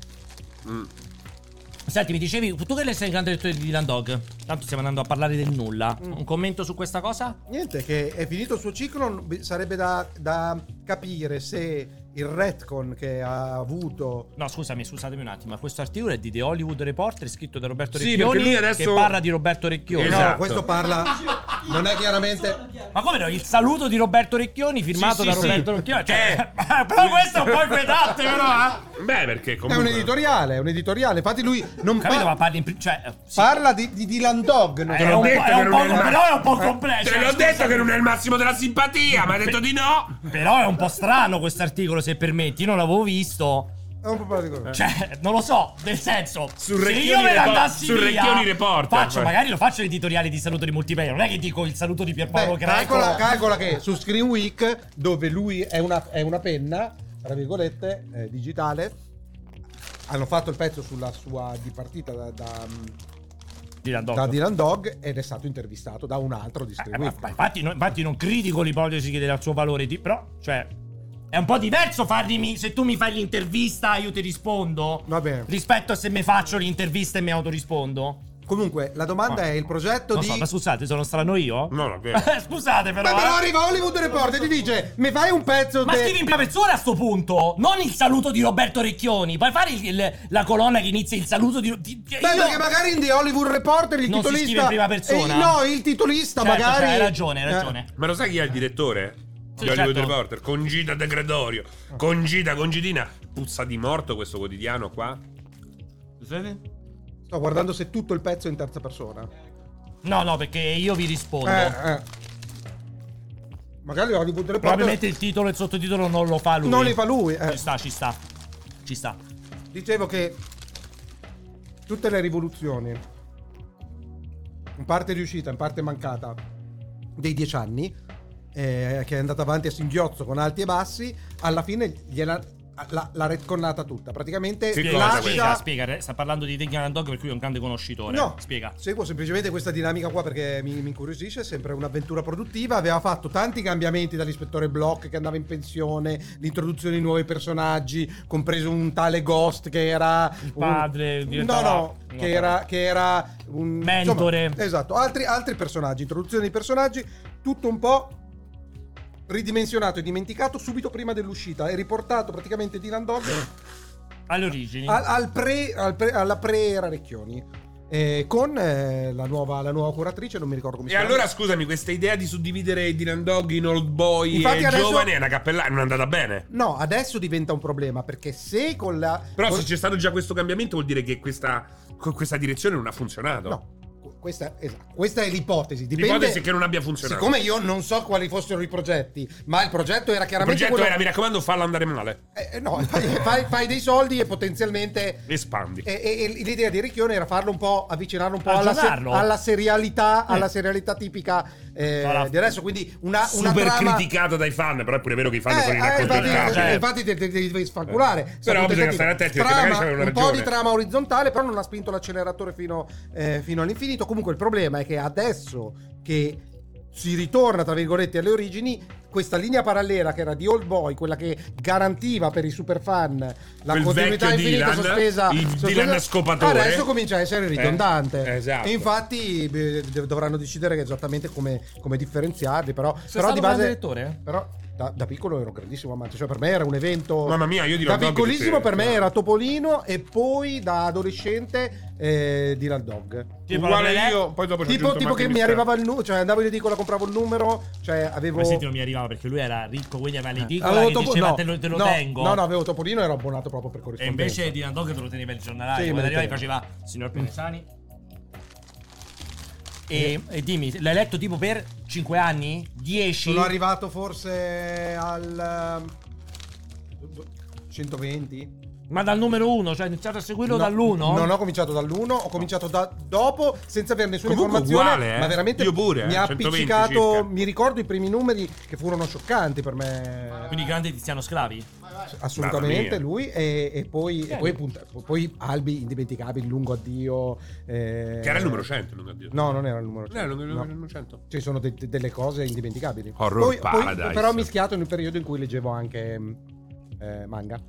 Mm. Senti, mi dicevi, tu che sei il grande direttore di Dylan Dog? Tanto stiamo andando a parlare del nulla. Un commento su questa cosa? Niente, che è finito il suo ciclo. Sarebbe da, da capire se il retcon che ha avuto. No, scusami, scusatemi un attimo. Ma questo articolo è di The Hollywood Reporter, scritto da Roberto Sì, Recchioni. perché lui adesso- Che parla di Roberto Recchioni. No, questo parla. Non è chiaramente. Ma come no? Il saluto di Roberto Recchioni firmato Sì, da sì, Roberto sì. Recchioni. Cioè, Eh. però questo è un po' inquietante, però, eh? Beh, perché È comunque. un editoriale, è un editoriale. Infatti, lui non Capito, pa- ma parli in pri- cioè, eh, sì. parla di, di Dylan Dog. non Eh, te è l'ho un po', detto. è un non po', è il ma- però è un po' complesso. Te cioè, l'ho scusa. detto che non è il massimo della simpatia, ma hai detto di no. Però è un po' strano questo articolo, se permetti. Io non l'avevo visto. È un po' particolare. Cioè, non lo so, nel senso, Sul se Recchioni io me ne Report- andassi sul via, Recchioni Reporter, faccio, poi. magari lo faccio l'editoriale di saluto di multiplayer. Non è che dico il saluto di Pierpaolo Beh, Greco. calcola, calcola che su Screen Week, dove lui è una, è una penna, tra virgolette, eh, digitale, hanno fatto il pezzo sulla sua dipartita da, da, Dylan Dog. da Dylan Dog ed è stato intervistato da un altro di Screen Eh, ma- Week. ma infatti, no- infatti non critico l'ipotesi che dal suo valore di, però, cioè, è un po' diverso farmi, se tu mi fai l'intervista io ti rispondo, Va bene. rispetto a se mi faccio l'intervista e mi autorispondo. Comunque, la domanda Ah. è il progetto Non di... so, ma scusate, sono strano io? No, no, Scusate però, Ma però eh. arriva Hollywood Report e ti dice: mi fai un pezzo Ma de- scrivi in prima persona a sto punto, non il saluto di Roberto Recchioni. Puoi fare il- il- la colonna che inizia il saluto di... di- di- Beh, io- perché magari in The Hollywood Reporter il Non si titolista scrive in prima persona? Eh, no, il titolista Certo, magari cioè, hai ragione, hai Eh. ragione. Ma lo sai chi è il direttore? Sì, Di Hollywood certo. Reporter. Congida De Gregorio. Congida, Congidina. Puzza di morto questo quotidiano qua. Sto guardando se tutto il pezzo è in terza persona. No, no, perché io vi rispondo. Eh, eh. Magari Hollywood Reporter Probabilmente il titolo e il sottotitolo non lo fa lui. non li fa lui. eh. Ci sta, ci sta. Ci sta. Dicevo che tutte le rivoluzioni, in parte riuscita, in parte mancata, dei dieci anni, eh, che è andata avanti a singhiozzo con alti e bassi, alla fine gliela, la, l'ha retconnata tutta. Praticamente Spiega, lascia... spiega, spiega, sta parlando di Dylan Dog per cui è un grande conoscitore. No, Spiega. seguo semplicemente questa dinamica qua perché mi, mi incuriosisce, è sempre un'avventura produttiva. Aveva fatto tanti cambiamenti dall'ispettore Block che andava in pensione, l'introduzione di nuovi personaggi, compreso un tale Ghost che era Il un- padre, no, diventava- no, no, che era, che era un Mentore. insomma, esatto, altri, altri personaggi, introduzione di personaggi, tutto un po' ridimensionato e dimenticato subito prima dell'uscita e riportato praticamente Dylan Dog Alle origini. al, al pre, al pre- alla pre-era Recchioni, eh, con eh, la, nuova, la nuova curatrice, non mi ricordo come E si chiama. allora scusami, questa idea di suddividere Dylan Dog in old boy Infatti e adesso- giovane è una cappellata, non è andata bene. No, adesso diventa un problema perché se con la Però con- se c'è stato già questo cambiamento vuol dire che questa, con questa direzione non ha funzionato. No. Questa, esatto, questa è l'ipotesi. Dipende, L'ipotesi è che non abbia funzionato. Siccome io non so quali fossero i progetti, ma il progetto era Il chiaramente progetto quello- era, mi raccomando, fallo andare male. Eh, no, fai, fai- fai dei soldi e potenzialmente Espandi. e, e- e l'idea di Recchioni era farlo un po', avvicinarlo un po' alla, se- Aggiornarlo. alla serialità, Eh. alla serialità tipica eh, Sarà- di adesso. Quindi una, una Super trama... criticato dai fan, però è pure vero che i fan Eh, sono eh, inaccontentabili. infatti, Certo. infatti te, te- te devi sfanculare. Però Siamo bisogna tentativi. stare attenti, perché magari c'avevano un po' ragione. di trama orizzontale, però non ha spinto l'acceleratore fino, eh, fino all'infinito. Comunque il problema è che adesso che si ritorna tra virgolette alle origini, questa linea parallela che era di Old Boy, quella che garantiva per i super fan la Quel continuità vecchio infinita Dylan, sospesa, il sospesa Dylan scopatore. adesso comincia a essere ridondante. Eh, esatto. E infatti beh, dovranno decidere esattamente come, come differenziarli, però, Sei però stato di grande base lettore? però da, da piccolo ero un grandissimo amante, cioè per me era un evento. Mamma mia, io di da Dylan Dog piccolissimo tutte- per me era Topolino e poi da adolescente eh, Dylan Dog. Tipo Uguale la- io, poi dopo ci ho Tipo, aggiunto tipo Martin che mi Mister. arrivava il numero, cioè andavo in edicola, compravo il numero, cioè avevo. Ma senti, non mi arrivava perché lui era ricco, quindi aveva l'edicola avevo che Topo- diceva no, te lo, te lo no, tengo. No, no, avevo Topolino e ero abbonato proprio per E corrispondenza. invece Dylan Dog te lo teneva il giornale. Sì, Quando me lo arrivavi tenevo. faceva signor Pinesani. E, e dimmi, l'hai letto tipo per cinque anni? dieci? Sono arrivato forse al um, centoventi. Ma dal numero uno, cioè hai iniziato a seguirlo No, dall'uno? Non ho cominciato dall'uno, ho cominciato da dopo senza avere nessuna Comunque informazione. uguale, eh. Ma veramente Io pure, mi eh, ha centoventi appiccicato. circa. Mi ricordo i primi numeri che furono scioccanti per me. Quindi grande Tiziano Sclavi? Assolutamente Mamma mia. lui e, e poi, e poi, punta- poi Albi indimenticabili, lungo addio eh, Che era il numero cento, lungo addio. no, non era il numero Non era il cento, numero- no. numero cento. Ci sono de- de- delle cose indimenticabili. Horror poi, poi- Paradise. però mischiato nel periodo in cui leggevo anche eh, manga.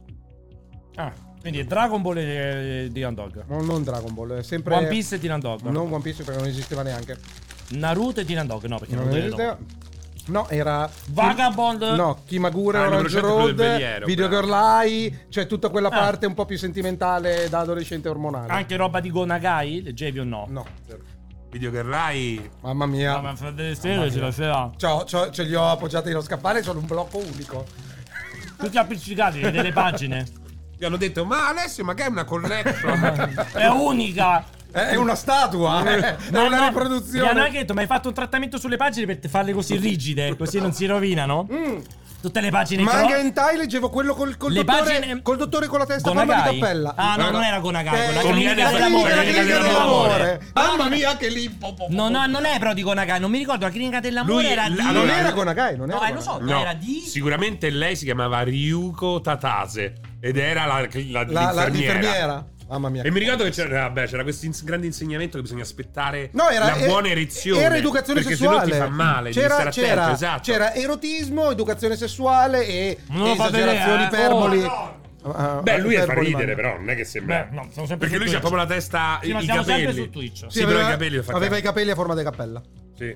Ah, quindi è Dragon Ball e Dylan Dog. No, non Dragon Ball, è sempre One Piece e Dylan Dog. Non One Piece perché non esisteva neanche. Naruto e Dylan Dog, no, perché Non non, lo esisteva. No, era Vagabond. No, Kimagure, Ah, il numero Orange cento è quello Road, del veliero, Video bravo. Girl Eye, cioè tutta quella Ah. parte un po' più sentimentale da adolescente ormonale. Anche roba di Gonagai, leggevi o no? No, zero. Video che Rai. Mamma mia. No, ma fra delle Mamma stelle ce mia. la farà. Ciao, ciao, ce li ho appoggiati nello scaffale, sono un blocco unico. Tutti appiccicati delle pagine. Gli hanno detto, ma Alessio, ma che è una collection? È unica. È una statua, eh. è una Mi hanno riproduzione. anche detto, ma hai fatto un trattamento sulle pagine per farle così rigide, così non si rovinano? Mm. Tutte le pagine che Manga ho- hentai leggevo quello col, col Le dottore, pagine- col dottore con la testa a forma di Gonagai? cappella. Ah, no, non era Gonagai, Eh, quella con clinica la dell'amore. clinica La clinica dell'amore. dell'amore. Mamma mia, che lì. No, no, non è però di Gonagai, non mi ricordo, la clinica dell'amore Lui- era di... l- allora- Non era Gonagai, non era No, eh, lo so, Gonagai. ma era di... Sicuramente lei si chiamava Ryuko Tatase ed era la, la, La, la, l'infermiera. l'infermiera. Mamma mia. E mi ricordo che c'era, vabbè, c'era questo ins- grande insegnamento che bisogna aspettare No, era, la era- buona erezione. Era educazione perché sessuale. se no ti fa male, devi C'era, stare attento, c'era, esatto. c'era erotismo, educazione sessuale e Non lo fate esagerazioni, vedere, eh. iperboli. Oh, Ah, Beh, lui fa iperboli, ridere, ma- però non è che sembra. Beh, no, siamo sempre perché su lui c'ha Twitch. proprio la testa, Sì, ma i siamo sempre capelli. su Twitch. Sì, però i capelli lo fa aveva i cagare. capelli a forma di cappella. Sì.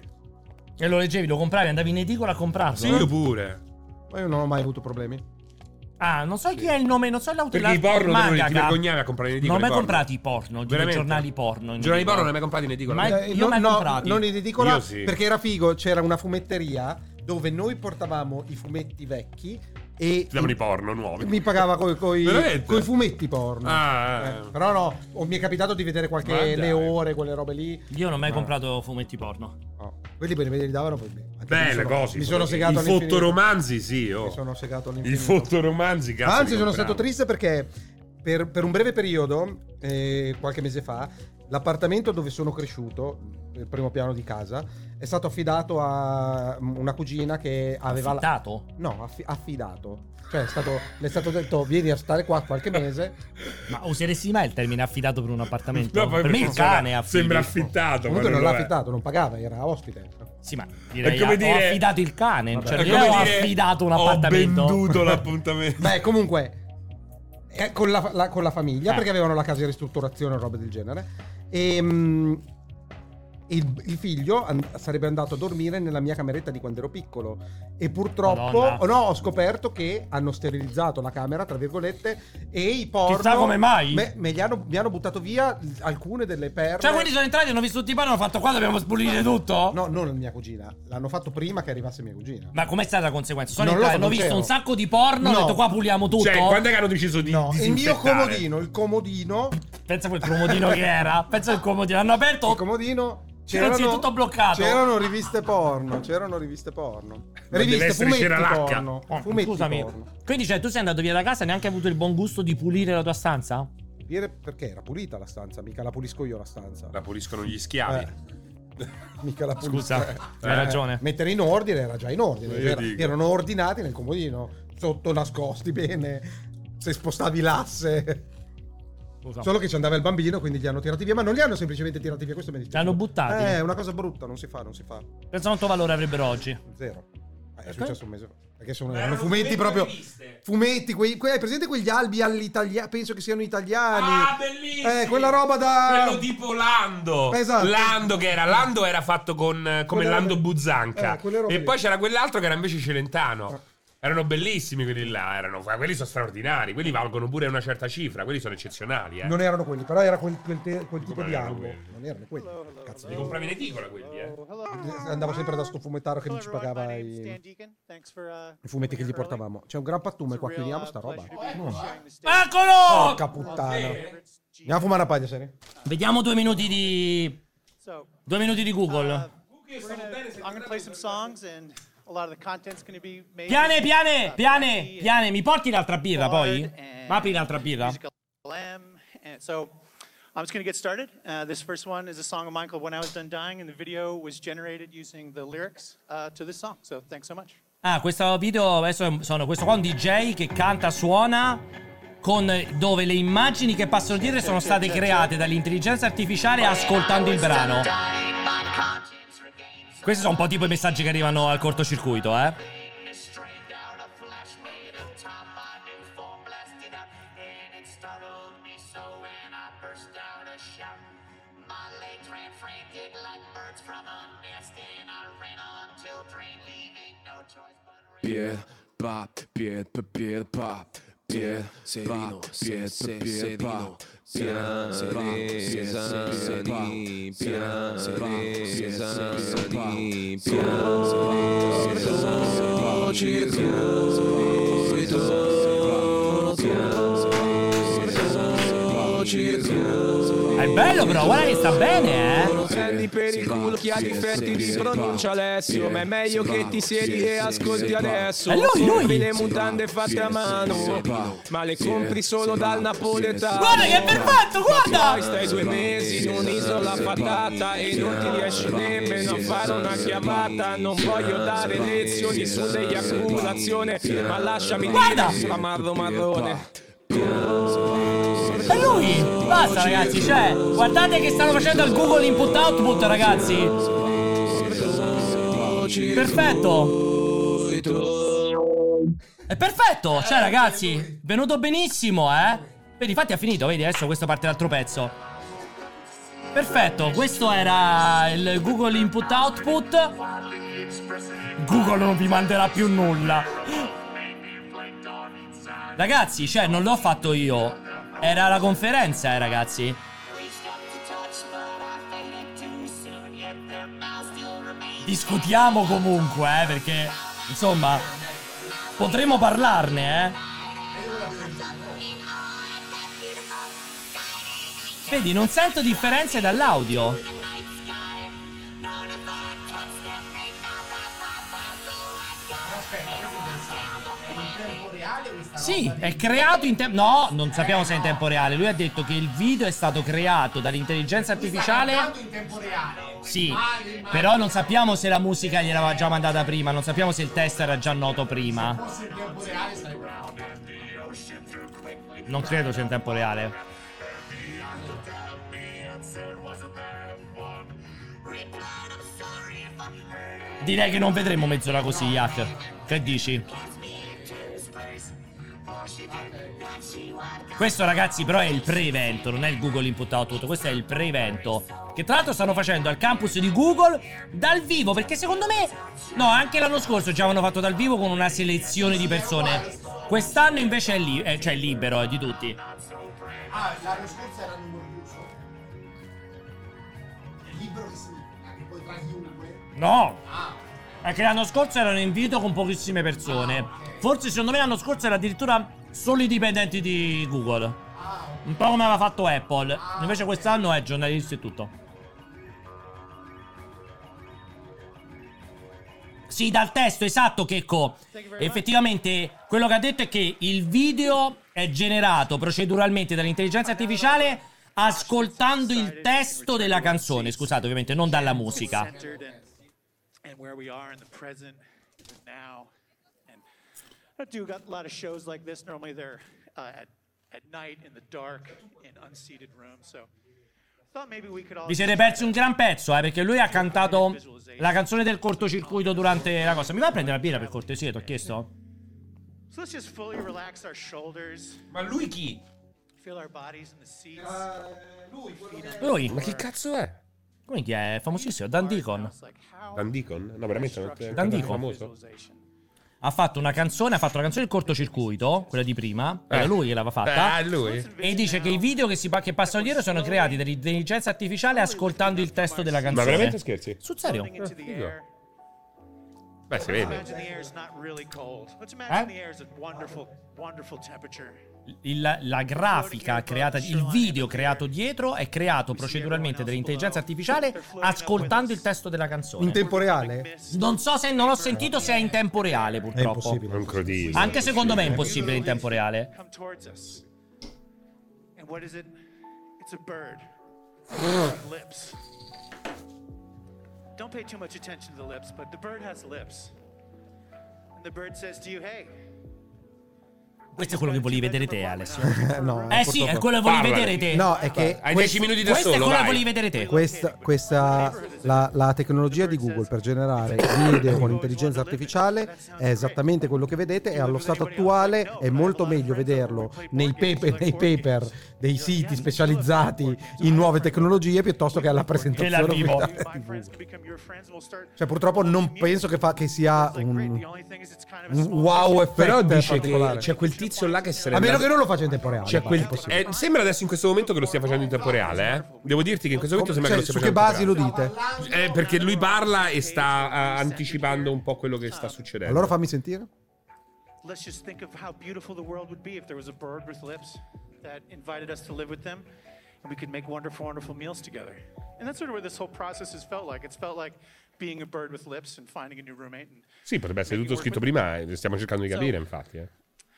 E lo leggevi, lo compravi, andavi in edicola a comprarlo? Sì, io pure. Ma io non ho mai avuto problemi. Ah, non so chi è il nome, non so l'autore. Perché i porno manga, non li ti ca- vergognavi a comprare in edicola. Non ho mai i porno. comprati i porno, i Veramente? giornali porno. in Giornali edicola. porno non hai mai comprati in edicola? Ma- Eh, io no, mai no, comprati. non in edicola Io sì. perché era figo, c'era una fumetteria dove noi portavamo i fumetti vecchi e Ti davano i porno nuovi. mi pagava coi, coi, Veramente? coi fumetti porno. Ah, Eh, però no, o mi è capitato di vedere qualche Ma dai. le ore, quelle robe lì. Io non ho mai No. comprato fumetti porno. No. Quelli me li davano poi. anche mi Belle sono- cose. Mi sono segato I all'infinito. fotoromanzi, sì. Oh. Mi sono segato I all'infinito. fotoromanzi, cazzo. Anzi, li sono compravo. stato triste perché per, per un breve periodo, eh, qualche mese fa, l'appartamento dove sono cresciuto, il primo piano di casa, è stato affidato a una cugina che aveva... la- Affittato? No, affi- affidato. Cioè, è stato, le è stato detto, vieni a stare qua qualche mese. Ma useresti mai il termine affidato per un appartamento? No, poi per me il perché cane sembra- affidi. Sembra affittato. Comunque ma non l'ha lo è. affittato, non pagava, era ospite. Sì, ma direi È come ho dire- affidato il cane, Vabbè. cioè È direi come ho dire, affidato un ho appartamento. venduto l'appuntamento. Beh, comunque, eh, con la, la- con la famiglia, Eh. perché avevano la casa in ristrutturazione o robe del genere. E mm, il, il figlio an- sarebbe andato a dormire nella mia cameretta di quando ero piccolo. E purtroppo, Madonna. oh no, ho scoperto che hanno sterilizzato la camera, tra virgolette, e i porno. Chissà come mai. Me, me li hanno, mi hanno buttato via alcune delle perle. Cioè, quindi sono entrati, hanno visto tutti i panni, hanno fatto qua, dobbiamo spulire tutto? No, non mia cugina. L'hanno fatto prima che arrivasse mia cugina. Ma com'è stata la conseguenza? Sono Non lo entrati, so, hanno non visto c'ero. un sacco di porno, hanno No. detto qua puliamo tutto. Cioè, quando è che hanno deciso di No, il mio disinfettare? comodino, il comodino. Pensa a quel comodino che era. Pensa al comodino. Hanno aperto. Il comodino. C'era tutto bloccato. C'erano riviste porno. C'erano riviste porno. Ma deve Riviste, essere fumetti Ceralacca. porno. Oh, Fumetti scusami. porno. Quindi, cioè, tu sei andato via da casa e neanche hai avuto il buon gusto di pulire la tua stanza? Dire perché era pulita la stanza, mica la pulisco io la stanza. La puliscono gli schiavi. Eh. Mica la pulisco. Scusa, eh. hai ragione. Mettere in ordine era già in ordine. Io Era- dico. erano ordinati nel comodino, sotto nascosti bene. Se spostavi l'asse. Scusa. Solo che ci andava il bambino, quindi li hanno tirati via. Ma non li hanno semplicemente tirati via. Questo mi Li dispiace. hanno buttati. Eh, è una cosa brutta, non si fa, non si fa. Pensa quanto valore avrebbero oggi. Zero. Eh, è successo un mese fa. Perché sono, erano fumetti proprio. Fumetti, quei, quei, hai presente quegli albi all'italiano? Penso che siano italiani. Ah, bellissimo! Eh, quella roba da. Quello tipo Lando. Esatto. Lando che era. Lando era fatto con come Quelle Lando robe- Buzzanca. Eh, quelle robe e lì. poi c'era quell'altro che era invece Celentano. Erano bellissimi quelli là. Erano, quelli sono straordinari. Quelli valgono pure una certa cifra. Quelli sono eccezionali. Eh. Non erano quelli, però era quel, quel, te- quel tipo Come di erano albo. quelli? Non erano quelli. Cazzo. Li compravi in edicola quelli, eh. Andavo sempre da sto fumettaro che non ci pagava i, i fumetti che gli portavamo. C'è un gran pattume qua, chiudiamo sta roba. Eccolo! Porca puttana. Andiamo a fumare una paglia, serie. Vediamo due minuti di. Due minuti di Google. I'm gonna play some songs and a lot of the content's gonna be made. Piane, piane, piane, piane. Mi porti l'altra birra poi? Ma apri l'altra birra? Glam, and so I'm just gonna get started. Uh, this first one is a song of mine called When I Was Done Dying, and the video was generated using the lyrics uh, to this song. So thanks so much. Ah, questo video adesso sono questo qua un D J che canta, suona con dove le immagini che passano dietro sono state create dall'intelligenza artificiale ascoltando il brano. Questi sono un po' tipo i messaggi che arrivano al cortocircuito, eh. Pied, pa, pied, pa, pied, pa, pied, pa, pied, pa, pied, pa, È bello però, guarda che sta bene, eh. Prendi per il culo chi ha difetti di pronuncia Alessio, ma è meglio che ti siedi e ascolti adesso. È lui, lui. Compri le mutande fatte a mano, ma le compri solo dal napoletano. Guarda che è perfetto, guarda! Poi stai due mesi in un'isola patata e non ti riesci nemmeno a fare una chiamata. Non voglio dare lezioni sull'eiaculazione, ma lasciami Guarda! dire stramarro marrone. È lui! Basta ragazzi, cioè, guardate che stanno facendo il Google Input Output, ragazzi. Perfetto. È perfetto, cioè ragazzi, venuto benissimo, eh. Vedi, infatti ha finito, vedi, adesso questo parte l'altro pezzo. Perfetto, questo era il Google Input Output. Google non vi manderà più nulla. Ragazzi, cioè, non l'ho fatto io. Era la conferenza, eh, ragazzi. Discutiamo comunque, eh, perché, insomma, potremo parlarne, eh. Vedi, non sento differenze dall'audio. Sì, è creato in tempo. No, non sappiamo se è in tempo reale. Lui ha detto che il video è stato creato dall'intelligenza artificiale. in tempo reale. Sì, però non sappiamo se la musica gliel'aveva già mandata prima. Non sappiamo se il testo era già noto prima. Forse in tempo reale sarebbe. Non credo sia in tempo reale. Direi che non vedremo mezz'ora così, Yak. Che dici? Questo ragazzi però è il pre-evento, non è il Google Input Output, questo è il pre-evento, che tra l'altro stanno facendo al campus di Google dal vivo, perché secondo me, no, anche l'anno scorso già avevano fatto dal vivo con una selezione di persone. Quest'anno invece è, li- eh, cioè è libero, è di tutti. Ah, l'anno scorso era numero chiuso. È libero che significa che poi tra chiunque. No, è che l'anno scorso erano in video con pochissime persone. Forse secondo me l'anno scorso era addirittura solo i dipendenti di Google, un po' come aveva fatto Apple. Invece quest'anno è giornalisti e tutto. Sì, dal testo, esatto, Checco. Effettivamente quello che ha detto è che il video è generato proceduralmente dall'intelligenza artificiale ascoltando il testo della canzone. Scusate, ovviamente non dalla musica. I do got a lot of shows like this. Normally they're uh, at, at night in the dark in unseated rooms. So Vi siete persi un gran pezzo, eh, perché lui ha cantato la canzone del cortocircuito durante la cosa. Mi vai a prendere la birra per cortesia, ti ho chiesto? So let's just fully relax our shoulders. Ma lui chi? Feel our bodies in the seats. lui, Lui? Ma che cazzo è? Come chi è? Famosissimo, Dan Deacon. Dan Deacon? No, veramente non è Dan Deacon. famoso. Ha fatto una canzone, ha fatto la canzone del cortocircuito, quella di prima, era Eh. lui che l'aveva fatta. Eh, lui. E dice che i video che, si, pa- che passano dietro sono creati dall'intelligenza artificiale ascoltando il testo della canzone. Ma veramente scherzi? Sul serio? Floating into the air. Beh, si vede. Imagine the air is not really cold. Let's imagine the air is a wonderful, wonderful temperature. Il- la grafica creata, il video creato dietro è creato proceduralmente dall'intelligenza artificiale ascoltando il testo della canzone. In tempo reale? Non so se non ho sentito se è in tempo reale, purtroppo. È un crodismo. Anche secondo me è impossibile in tempo reale. Come towards us. And what is it? It's a bird. Lips. Don't pay too much attention to the lips, but the bird has lips. And the bird says to you, hey. Questo è quello che volevi vedere te, Alessio. No, Eh sì, è quello che volevi vedere te. No, è che Hai questo- dieci minuti da Questo è solo, quello che vai. volevi vedere te. Questa, questa la, la tecnologia di Google per generare video con intelligenza artificiale è esattamente quello che vedete e allo stato attuale è molto meglio vederlo nei paper, nei paper dei siti specializzati in nuove tecnologie piuttosto che alla presentazione Che dal vivo. ufficiale di Google. Cioè purtroppo non penso che, fa, che sia un, un wow effetto Però dice che particolare. c'è quel tizio là che A sarebbe meno che non lo faccia in tempo reale. C'è ma quel... è possibile. eh, sembra adesso in questo momento che lo stia facendo in tempo reale, eh? Devo dirti che in questo momento sembra Cioè, che lo su stia che facendo basi in lo tempo dite? reale. Eh, perché lui parla e sta eh, anticipando un po' quello che sta succedendo. Allora fammi sentire. Let's just think of how beautiful the world would be if there was a bird with lips that invited us to live with them and we could make wonderful, wonderful meals together. And that's sort of where this whole process has felt like. It's felt like being a bird with lips and finding a new roommate. And Sì, potrebbe essere tutto scritto prima e stiamo cercando di capire, infatti. Eh.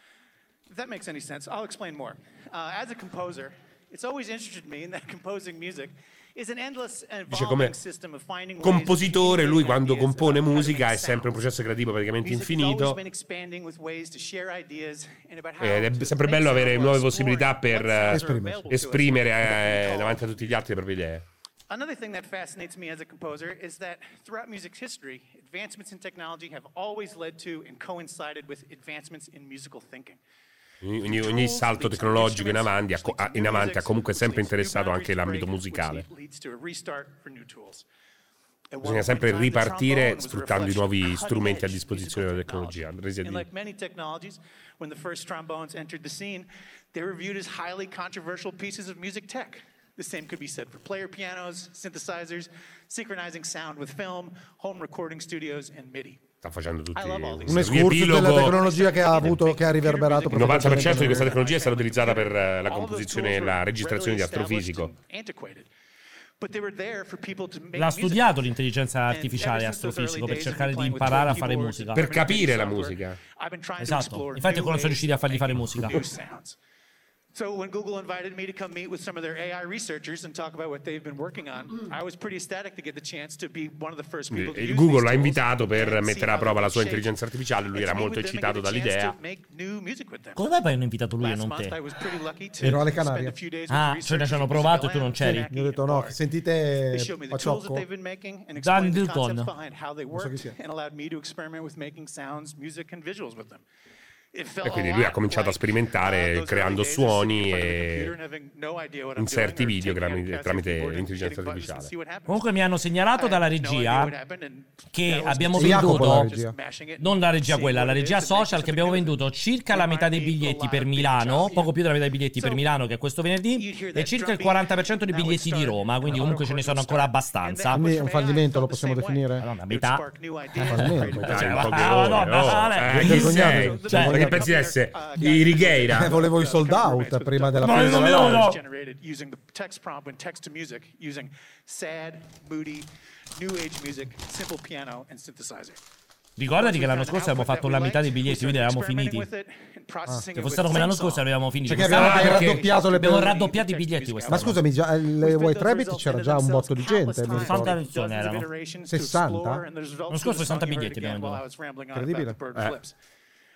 if that makes any sense, I'll explain more. Uh, as a composer, it's always interested me in that composing music is an endless and Dice come evolving system of finding ways compositore, lui quando ideas compone about how to musica make è sempre un sounds. processo creativo praticamente Music has always infinito. been expanding with ways to share ideas and about how Ed to è sempre make bello sound avere while nuove exploring possibilità per what sounds eh, are available to us. esprimere eh, davanti a tutti gli altri le proprie idee. Another thing that fascinates me as a composer is that throughout music's history, advancements in technology have always led to and coincided with advancements in musical thinking. Ogni, ogni salto tecnologico in avanti, ha, co- ha- in avanti ha comunque sempre interessato anche l'ambito musicale. Leads to a restart for new tools. At one Bisogna point sempre in time, the ripartire trombone was a sfruttando i reflection nuovi of cutting strumenti a edge disposizione della musical tecnologia. technology. Resi a And dire. like many technologies, when the first trombones entered the scene, they were viewed as highly controversial pieces of music tech. The same could be said for player pianos, synthesizers, synchronizing sound with film, home recording studios, and MIDI. Sta facendo tutti I love all these Un un excursus della riepilogo. tecnologia che ha avuto, che ha riverberato Il novanta per cento di questa professionalmente. tecnologia è stata utilizzata per eh, la composizione e la registrazione di astrofisico. Antiquated. But they were there for people to make L'ha music. studiato l'intelligenza artificiale astrofisico per cercare di imparare a fare musica. Per capire la musica. I've been trying to Esatto. explore Infatti new quando sono ways riusciti a fargli fare musica. new sounds. So when Google invited me to come meet with some of their A I researchers and talk about what they've been working on, I was pretty ecstatic to get the chance to be one of the first people to Il use Google these l'ha tools invitato per and mettere see a how prova they la sua shape intelligenza artificiale, lui and era to meet molto with them and eccitato get a chance dall'idea. to make new music with them. Come mai poi hanno invitato lui e Last non month I te? was pretty lucky to Ero alle spend Canarie. a few days with Ah, cioè researchers ci hanno from provato e tu non Musical c'eri. Gli ho detto no, sentite They showed me the tools that Paciocco. they've been making and Dan explained the Dilton. concepts behind how they Non so chi worked sia. and allowed me to experiment with making sounds, music and visuals with them. It felt E quindi a lui ha lot cominciato a like, sperimentare uh, those creando early days of suoni sitting in front of a e computer and having no idea what I'm inserti doing or video taking out tramite, a tramite keyboard and l'intelligenza hitting buttons and artificiale. see what happens. Comunque mi hanno segnalato dalla I had no idea regia what happened and che that was abbiamo just Jacopo la venduto, regia. non la regia quella, la regia social, che abbiamo venduto circa la metà dei biglietti per Milano, poco più della metà dei biglietti per Milano che è questo venerdì, e circa il quaranta per cento dei biglietti di Roma, quindi comunque ce ne sono ancora abbastanza. Quindi è un fallimento, lo possiamo definire? Madonna, metà. fallimento. Dai, Cioè, un po' che ah, ore, Madonna, oh. Ale. Eh, chi sei? Cioè, Ma che pensi di essere? I Righeira? Eh, volevo i sold out prima della No, fine non della mi live. no. generated using the text prompt when text to music using sad, moody, new age music, simple piano and synthesizer. Ricordati che l'anno scorso avevamo fatto la metà dei biglietti, quindi eravamo finiti. Se fosse stato come l'anno scorso avevamo finito. Cioè che abbiamo Quest'anno perché raddoppiato le abbiamo per- raddoppiato i biglietti Ma quest'anno. scusami, già, le White Rabbit c'era già un botto di gente. mi sessanta ricordo. persone erano. sessanta? L'anno scorso sessanta biglietti abbiamo venduto. Incredibile. Eh.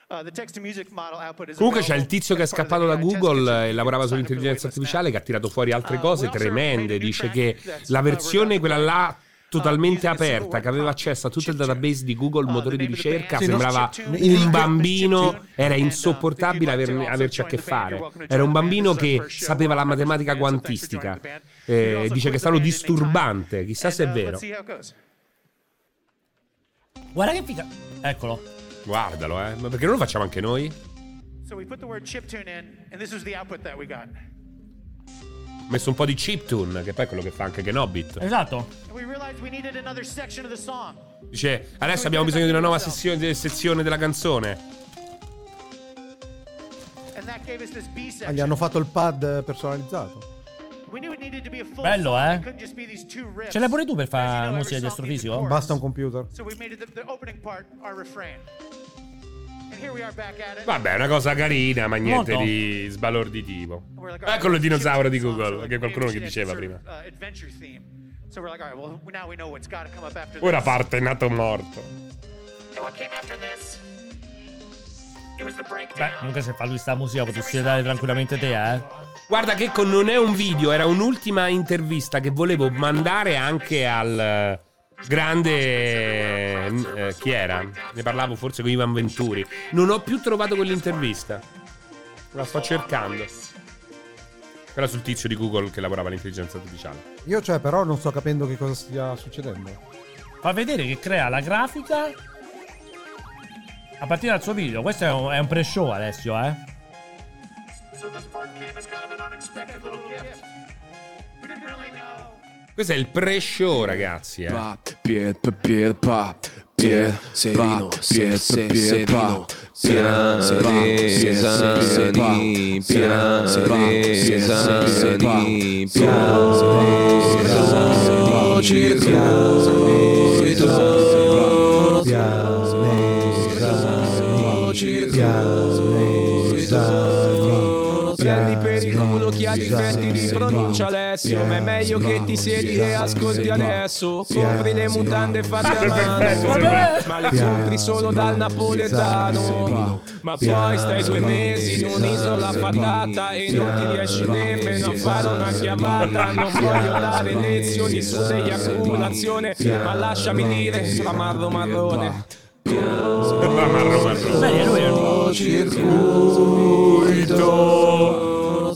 Uh, the text-to-music model output is Comunque c'è il available tizio che è as part of scappato the da A I test Google kit, e lavorava sull'intelligenza artificiale, che ha tirato fuori altre cose tremende. Dice che la versione, quella là, totalmente aperta, che aveva accesso a tutto il database di Google, motore di ricerca, sembrava un bambino, era insopportabile averne- averci a che fare. Era un bambino che sapeva la matematica quantistica. Eh, dice che è stato disturbante, chissà se è vero. Guarda che figa. Eccolo. Guardalo, eh. Ma perché non lo facciamo anche noi? So we put the word chiptune in, and this was the output that we got. Ho messo un po' di chiptune, che poi è quello che fa anche Kenobit. Esatto. And we realized we needed another section of the song. Dice, adesso abbiamo bisogno di una nuova sessione, sezione della canzone. And that gave us this B Ah, section. gli hanno fatto il pad personalizzato. We knew it needed to be a full Bello, song. eh? It couldn't just be these two riffs. Ce l'hai pure tu per As you fare know, musica every di song needs a astrofisico? chorus. Basta un computer. So we made it the, the opening part our refrain. And here we are back at it. Vabbè, è una cosa carina, ma niente Molto. di sbalorditivo. We're like, Eccolo il dinosauro di chiptune song, so Google, like, che è qualcuno maybe che we should diceva have prima. sort of, uh, adventure theme. So we're like, all right, well, now we know what's got to come up after Ora this. parte nato morto. And what came after this? It was the breakdown. Beh, comunque se fa lui sta musica potresti dare tranquillamente te, eh. Guarda che con- non è un video, era un'ultima intervista che volevo mandare anche al eh, grande... eh, chi era? Ne parlavo forse con Ivan Venturi. Non ho più trovato quell'intervista. La sto cercando. Quella sul tizio di Google che lavorava all'intelligenza artificiale. Io, cioè, però non sto capendo che cosa stia succedendo. Fa vedere che crea la grafica a partire dal suo video. Questo è un, è un pre-show, Alessio, eh. Questo è il pre-show, ragazzi, eh. Pier, pier, pa, pier, serino, pier, pier, pa, pier, sereni, pier, sereni, pier, prendi per il culo chi ha difetti di pronuncia Alessio, ma è meglio che ti siedi e ascolti adesso. Compri le mutande fatte a mano, ma le compri solo dal napoletano. Ma poi stai due mesi in un'isola patata e non ti riesci nemmeno a fare una chiamata. Non voglio dare lezioni sull'eiaculazione, ma lasciami dire ramarro marrone. Marro, marro. Beh, lui è un circuito,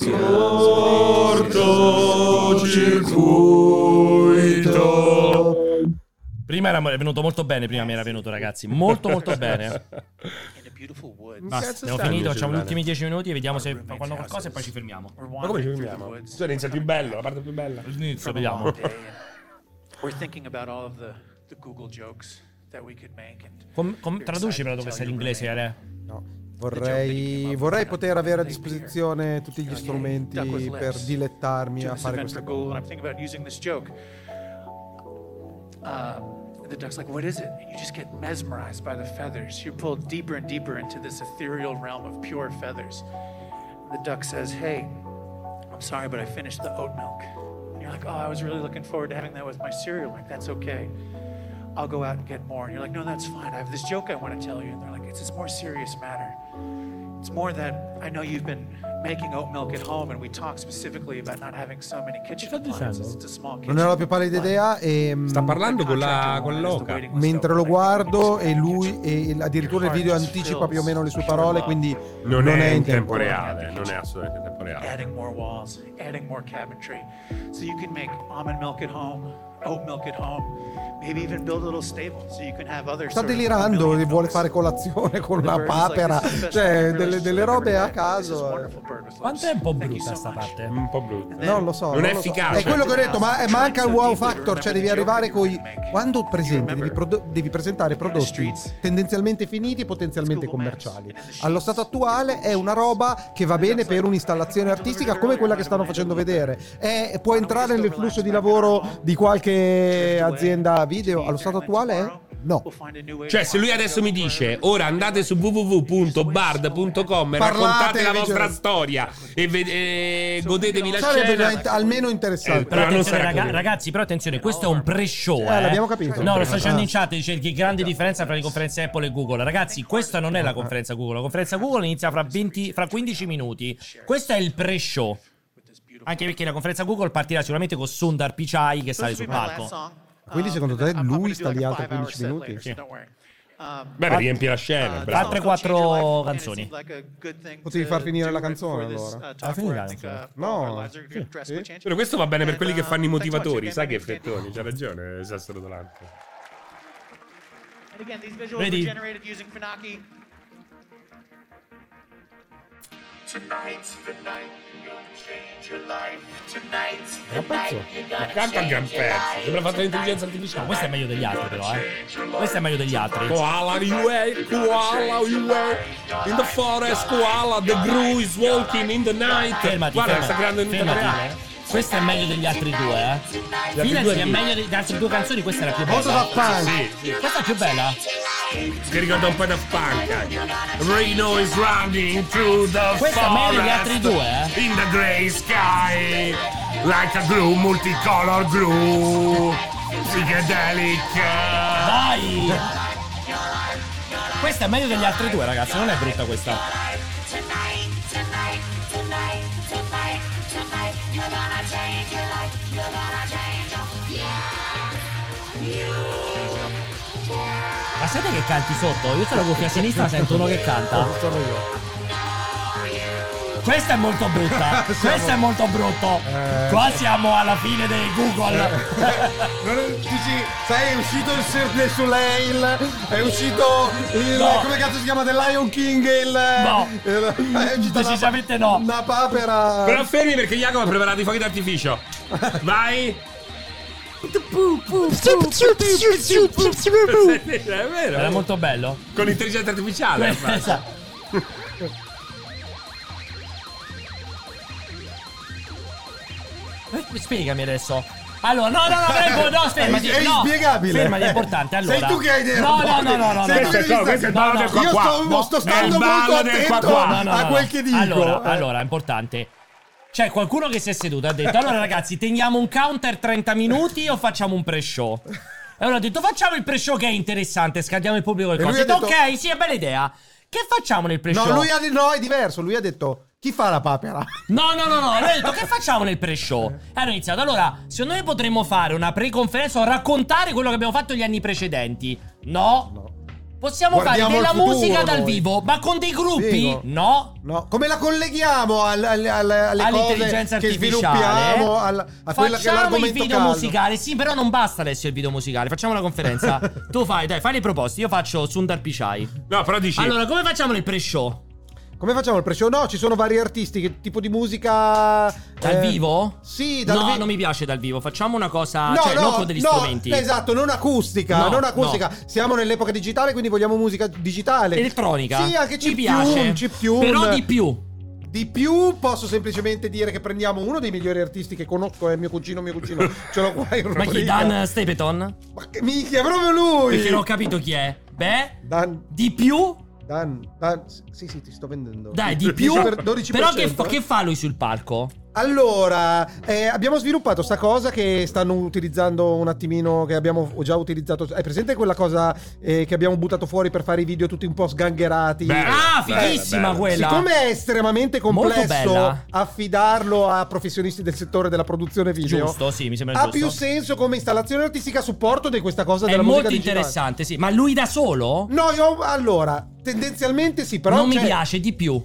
cortocircuito. Prima era è venuto molto bene, prima mi era venuto, ragazzi. Molto molto bene. Basta, abbiamo finito, facciamo gli ultimi dieci minuti e vediamo se fa quando qualcosa e poi ci fermiamo. Ma come ci fermiamo? Questo inizia più bello, la parte più bella. Inizio, vediamo. We're thinking about all of the, the Google jokes that we could make. And Com- com- traduci però dove sei l'inglese, Ale? No. Vorrei, vorrei poter avere a disposizione tutti gli strumenti per dilettarmi a fare queste cose. I'm thinking about using this joke. Uh, the duck's like, what is it? And you just get mesmerized by the feathers. You're pulled deeper and deeper into this ethereal realm of pure feathers. The duck says, hey, I'm sorry, but I finished the oat milk. And you're like, oh, I was really looking forward to having that with my cereal. Like, that's okay. I'll go out and get more. And you're like, no, that's fine. I have this joke I want to tell you. And they're like, it's this more serious matter. It's more that I know you've been making oat milk at home, and we talk specifically about not having so many kitchen appliances. It's a small kitchen. Non ne ho la più pallida idea e sta parlando con la con l'oca. Mentre lo guardo e lui e addirittura il video anticipa più o meno le sue parole, quindi non, non è, è in tempo, tempo reale. reale, non è assolutamente in tempo reale. Adding more walls, adding more cabinetry, so you can make almond milk at home, oat milk at home. Maybe even build a little stable so you can have other sta delirando e vuole fare colazione con la papera, cioè delle, delle robe a caso. Quanto è un po' brutta sta parte? Un po' brutta. Non lo so. Non, non è lo efficace. So. È quello che ho detto, ma manca il wow factor, cioè devi arrivare coi quando presenti, devi, prodo- devi presentare prodotti tendenzialmente finiti e potenzialmente commerciali. Allo stato attuale è una roba che va bene per un'installazione artistica come quella che stanno facendo vedere. È, può entrare nel flusso di lavoro di qualche azienda video. Allo stato attuale è No. Cioè, se lui adesso mi dice ora andate su w w w punto bard punto com e Parlate, raccontate la invece- vostra storia e, ved- e godetevi la Sarebbe scena. int- almeno interessante. Eh, Però però non attenzione, sarà raga- così. ragazzi, però attenzione, questo è un pre-show. Eh, Eh, l'abbiamo capito. No, lo sto dicendo Ah. in chat. Dice che grande differenza tra le conferenze Apple e Google. Ragazzi, questa non è la conferenza Google. La conferenza Google inizia fra, venti, fra quindici minuti. Questo è il pre-show. Anche perché la conferenza Google partirà sicuramente con Sundar Pichai che sale sul palco. Quindi secondo te lui sta lì altri quindici minuti? Sì. Beh, ma riempie la scena. bravo. Altre quattro canzoni. Potevi far finire la canzone allora. Ah, finire la canzone. No. Sì? Però questo va bene per quelli che fanno i motivatori. Sai che effettoni? C'ha ragione, Sassaro Dolante. Vedi? Gran pezzo. Ma canta un gran pezzo. Sembra fatto l'intelligenza artificiale. Questo è meglio degli altri, però, eh. Questo è meglio degli altri. Koala, you are, koala, you are. In the forest, koala, the gru is walking in the night. Fermati, Guarda, fermati, sta creando un fermati. reale. Questo è meglio degli altri due, eh. altri Fidati due che è chi? meglio delle altre due canzoni, questa era più Molto bella. Daft Punk. Sì, sì. Questa è più bella. Che ricorda un po' Daft Punk. Reno is running through the Questa è meglio degli altri forest due, eh. in the grey sky. Like a glue, multicolor glue. Psychedelic. Dai! Questa è meglio degli altri due, ragazzi. Non è brutta questa. Ma sapete che canti sotto? Io sono cuffia a sinistra, sento uno che canta. Sono io. Questa è molto brutta. Questo è molto brutto. Eh, Qua siamo alla fine dei Google. Non è- dici, sai, è uscito il Cirque du Soleil, è uscito il No. come cazzo si chiama The Lion King, il No. il- è uscita una- Decisamente no. Una papera. Però fermi perché Jacopo ha preparato i fuochi d'artificio. Vai. È vero. Era molto bello. Con l'intelligenza artificiale. Esatto. Eh, Spiegami adesso. Allora, no, no, no, prego, no, fermati. È no. inspiegabile. Fermati, è importante. Allora. Sei tu che hai idea. No, no, no, no, no. Sei no. tu che Questo è mi questo è il stai- ballo del qua Io qua. sto, No, sto è stando il molto ballo del qua attento qua. No, no, a no, quel no. che dico. Allora, Eh. allora, è importante. C'è qualcuno che si è seduto e ha detto: allora, ragazzi, teniamo un counter trenta minuti o facciamo un pre-show? E allora ho detto: facciamo il pre-show che è interessante, scaldiamo il pubblico. E E lui ho ha detto: detto- ok, sì, è bella idea. Che facciamo nel pre-show? No, lui ha no, è diverso. Lui ha detto: chi fa la papera? No, no, no, no, lui ha detto che facciamo nel pre-show? E hanno iniziato, allora, secondo me potremmo fare una pre-conferenza o raccontare quello che abbiamo fatto gli anni precedenti. No. Possiamo Guardiamo fare della il futuro, musica dal noi. vivo, ma con dei gruppi? Figo. No. No, come la colleghiamo al, al, al, alle All'intelligenza cose che artificiale, sviluppiamo eh? al, a quella che è Facciamo il l'argomento video caldo. musicale. Sì, però non basta adesso il video musicale. Facciamo la conferenza. Tu fai, dai, fai le proposte. Io faccio Sundar Pichai. No, però dici. Allora, come facciamo nel pre-show? Come facciamo il pre-show? No, ci sono vari artisti. Che tipo di musica Dal eh, vivo? Sì, dal No, vivo. non mi piace dal vivo. Facciamo una cosa, No, cioè, no, non con degli no, strumenti. esatto, non acustica, No, non acustica. no. Siamo nell'epoca digitale, quindi vogliamo musica digitale. Elettronica. Sì, anche Mi chiptune, piace. chiptune. Però di più. Di più posso semplicemente dire che prendiamo uno dei migliori artisti che conosco, è mio cugino, mio cugino. Ce l'ho qua in Ma chi? rubrica. Dan Stapleton? Ma che minchia, è proprio lui! Perché non ho capito chi è. Beh, Dan, di più? Dan, Dan, sì, sì, ti sto vendendo. Dai, di più. dieci per- dodici per Però che, cento, fa, eh. che fa lui sul palco? Allora, eh, abbiamo sviluppato sta cosa che stanno utilizzando un attimino, che abbiamo già utilizzato. Hai presente quella cosa eh, che abbiamo buttato fuori per fare i video tutti un po' sgangherati? Bella, Ah, bella, fighissima bella. quella. Siccome è estremamente Molto complesso bella. affidarlo a professionisti del settore della produzione video, Giusto, sì, mi sembra ha giusto. più senso come installazione artistica a supporto di questa cosa È della musica molto digitale. interessante, sì. Ma lui da solo? No, io allora, tendenzialmente sì, però non mi c'è- piace di più.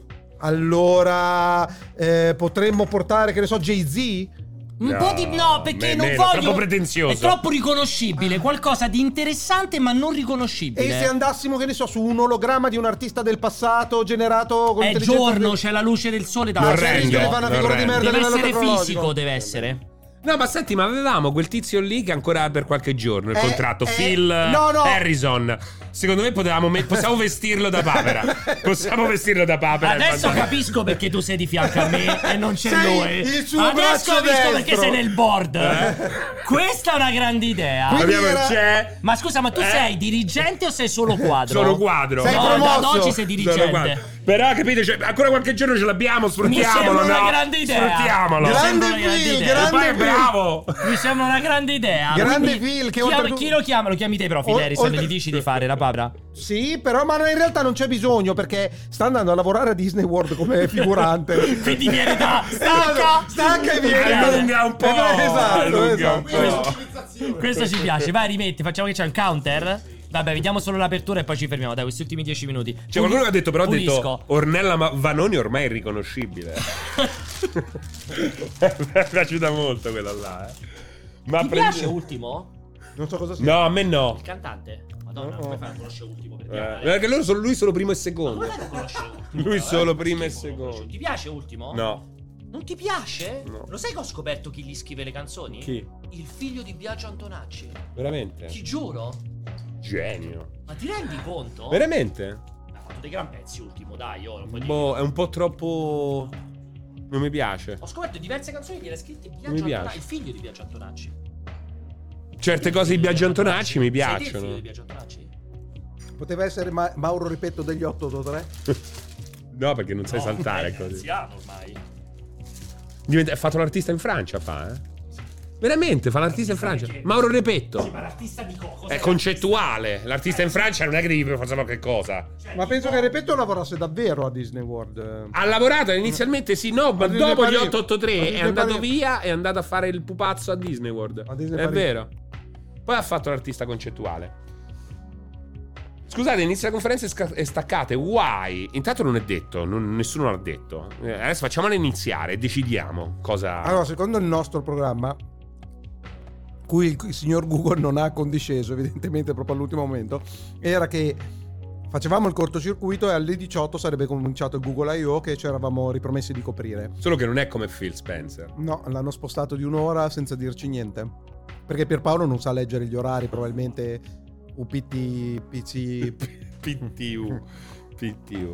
Allora, eh, potremmo portare, che ne so, Jay-Z? Un No, po' di. No, perché me- non meno, voglio. troppo pretenzioso. È troppo riconoscibile. Qualcosa di interessante, ma non E riconoscibile. se andassimo, che ne so, su un ologramma di un artista del passato generato con È intelligenza giorno, artificiale? c'è la luce del sole Non davanti. c'è il rischio che fa una non figura di rende. merda a Deve livello essere tecnologico. fisico, deve essere. No, ma senti, ma avevamo quel tizio lì che ancora per qualche giorno il Eh, contratto, eh, Phil no, no. Harrison. secondo me potevamo me- possiamo vestirlo da papera. Possiamo vestirlo da papera. Adesso capisco perché tu sei di fianco a me e non c'è Sei lui. il suo Adesso braccio capisco destro. perché sei nel board. Eh? Questa è una grande idea. Quindi Abbiamo- era- c'è Ma scusa, ma tu Eh? sei dirigente o sei solo quadro? Sono quadro. Sei No, promosso. da oggi sei Sono dirigente. quadro. Però capite, cioè, ancora qualche giorno ce l'abbiamo, sfruttiamolo, Mi sembra no? una grande idea. Sfruttiamolo. Mi Grande sembra una grande Phil, idea. grande E poi è Phil. bravo. Mi sembra una grande idea. Grande Quindi Phil, che chi, oltre- chi lo chiama? Lo chiami te, però, O- Fileri, se oltre- gli dici di fare la papra. Sì, però ma in realtà non c'è bisogno perché sta andando a lavorare a Disney World come figurante. Quindi viene da stacca. Stacca e viene. Allunga un po'. Eh, esatto, Allunga un esatto. po'. Questo ci piace. Vai, rimetti. Facciamo che c'è un counter. Vabbè, vediamo solo l'apertura e poi ci fermiamo. Dai, questi ultimi dieci minuti. C'è qualcuno che ha detto, però ha Pulisco. detto Ornella Ma- Vanoni ormai è irriconoscibile. Mi è piaciuta molto quella là, eh. Ma Ti prendi- piace Ultimo? Non so cosa sia. No, a me no. Il cantante? Madonna, come fai a conoscere Ultimo? Perché Eh, perché loro sono lui solo primo e secondo. come fai a conoscere Ultimo? Lui Eh, solo primo e Ultimo, secondo. Ti piace Ultimo? No. Non ti piace? No. Lo sai che ho scoperto chi gli scrive le canzoni? Chi? Il figlio di Biagio Antonacci. Veramente? Ti giuro? Genio. Ma ti rendi conto? Veramente? Ha fatto dei gran pezzi Ultimo, dai, io non puoi dire. Boh, è un po' troppo. Non mi piace. Ho scoperto diverse canzoni che le ha scritte Biagio mi piace. Antonacci, il figlio di Biagio Antonacci. Certe cose di Biagio Antonacci mi Sei te il figlio piacciono. di Biagio Antonacci? Poteva essere Ma- Mauro Repetto degli otto otto tre. No, perché non sai No, saltare è così. anziano ormai. Diventa- ha fatto l'artista in Francia, fa, eh? Veramente, fa l'artista in Francia. Mauro Repetto. Ma l'artista di cosa? È concettuale. L'artista in Francia non è che devi per forza sapere che cosa. Ma penso che Repetto lavorasse davvero a Disney World. Ha lavorato inizialmente, sì, no, ma A Disney dopo gli Paris. otto otto A tre è Disney andato Paris. via e è andato a fare il pupazzo a Disney World. A Disney È Paris. vero. Poi ha fatto l'artista concettuale. Scusate, inizia la conferenza e sca- e staccate. Why? Intanto non è detto, non- nessuno l'ha detto. Eh, Adesso facciamola iniziare e decidiamo cosa. Allora, secondo il nostro programma, cui il, il signor Google non ha condisceso, evidentemente proprio all'ultimo momento, era che facevamo il cortocircuito e alle diciotto sarebbe cominciato il Google I O che ci eravamo ripromessi di coprire. Solo che non è come Phil Spencer. No, l'hanno spostato di un'ora senza dirci niente. Perché Pierpaolo non sa leggere gli orari, probabilmente U P T, P C... P T U. P T U.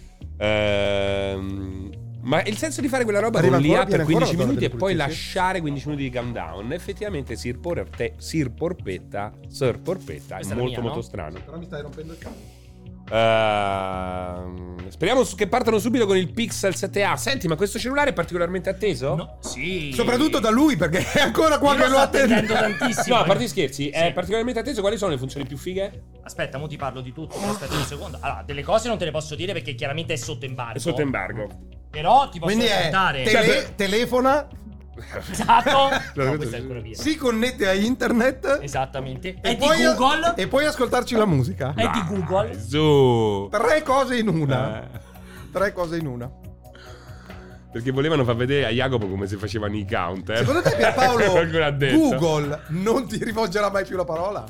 Ehm, ma il senso di fare quella roba Arriva con l'I A ancora- per viene quindici ancora minuti e l'ora poi delle pulizie, lasciare quindici minuti di countdown, effettivamente Sir, Porpe- Sir Porpetta, Sir Porpetta è Questa è la molto mia, molto no? strano. Però mi stai rompendo il cazzo. Ehm, speriamo su- che partano subito con il Pixel sette A. Senti, ma questo cellulare è particolarmente atteso? No, sì. Soprattutto da lui, perché è ancora qua Io che lo lo sto attende. attendendo tantissimo. No, a parte gli scherzi, è particolarmente atteso. Quali sono le funzioni più fighe? Aspetta, mo ti parlo di tutto. Aspetta un secondo. Allora, delle cose non te le posso dire perché chiaramente è sotto embargo. È sotto embargo. Però ti posso Quindi è raccontare. tele- telefona, Esatto. No, questa è ancora via. si connette a internet Esattamente. e È di poi, Google. e poi ascoltarci la musica. È di Google. Su. Tre cose in una. Eh. Tre cose in una. Perché volevano far vedere a Jacopo come si facevano i counter. Secondo te Pierpaolo Qualcuno ha detto. Google non ti rivolgerà mai più la parola?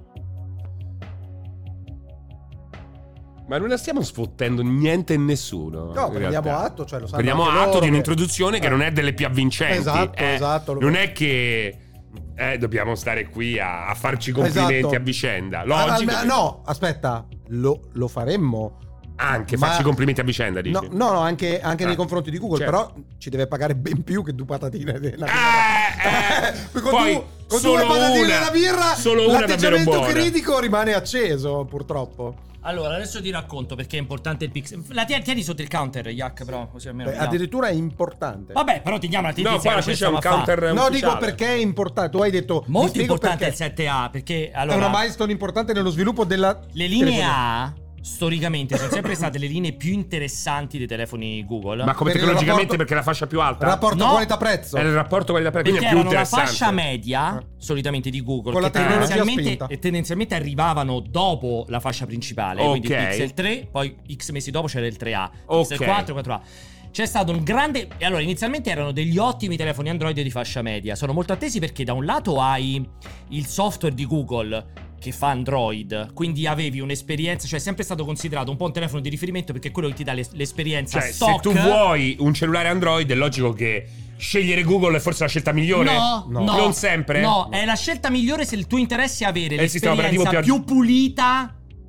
Ma non la stiamo sfottendo niente e nessuno. No, in prendiamo realtà. atto, cioè lo sanno Prendiamo anche atto loro di che- un'introduzione che Eh. non è delle più avvincenti. Esatto, eh. esatto. Non è che eh, dobbiamo stare qui a, a farci complimenti Esatto. a vicenda. Ah, Logico. alme- no, aspetta, lo, lo faremmo. Anche Ma- farci complimenti a vicenda, dici? No, no, no, anche, anche Ah. nei confronti di Google, Certo. però ci deve pagare ben più che due patatine della Eh, eh, con poi due, con solo due patatine una, della birra, solo una davvero l'atteggiamento buona. critico rimane acceso, purtroppo. Allora, adesso ti racconto perché è importante il Pixel. La tieni, tieni sotto il counter, Yak, però, così almeno. Beh, vediamo. addirittura è importante. Vabbè, però teniamo la No, tizia qua qui c'è un counter No, ufficiale. dico perché è importante. Tu hai detto vi Molto spiego importante perché. il sette A, perché È allora una milestone importante nello sviluppo della le linee telefonia. A storicamente sono sempre state le linee più interessanti dei telefoni Google. Ma come Perché il tecnologicamente rapporto- perché è la fascia più alta? Rapporto No. qualità-prezzo. È il rapporto qualità-prezzo, quindi Perché è più erano la interessante. fascia media solitamente di Google, Con la che tecnologia tendenzialmente, spinta. e tendenzialmente arrivavano dopo la fascia principale. Ok. Quindi il Pixel tre, poi X mesi dopo c'era il tre A, Ok. Pixel quattro, quattro A. C'è stato un grande. E allora, inizialmente erano degli ottimi telefoni Android di fascia media. Sono molto attesi perché da un lato hai il software di Google che fa Android, quindi avevi un'esperienza, cioè è sempre stato considerato un po' un telefono di riferimento perché è quello che ti dà l'es- l'esperienza Cioè, stock. se tu vuoi un cellulare Android, è logico che scegliere Google è forse la scelta migliore. No, no, Non sempre. No, è la scelta migliore se il tuo interesse è avere È il sistema l'esperienza operativo più più- pulita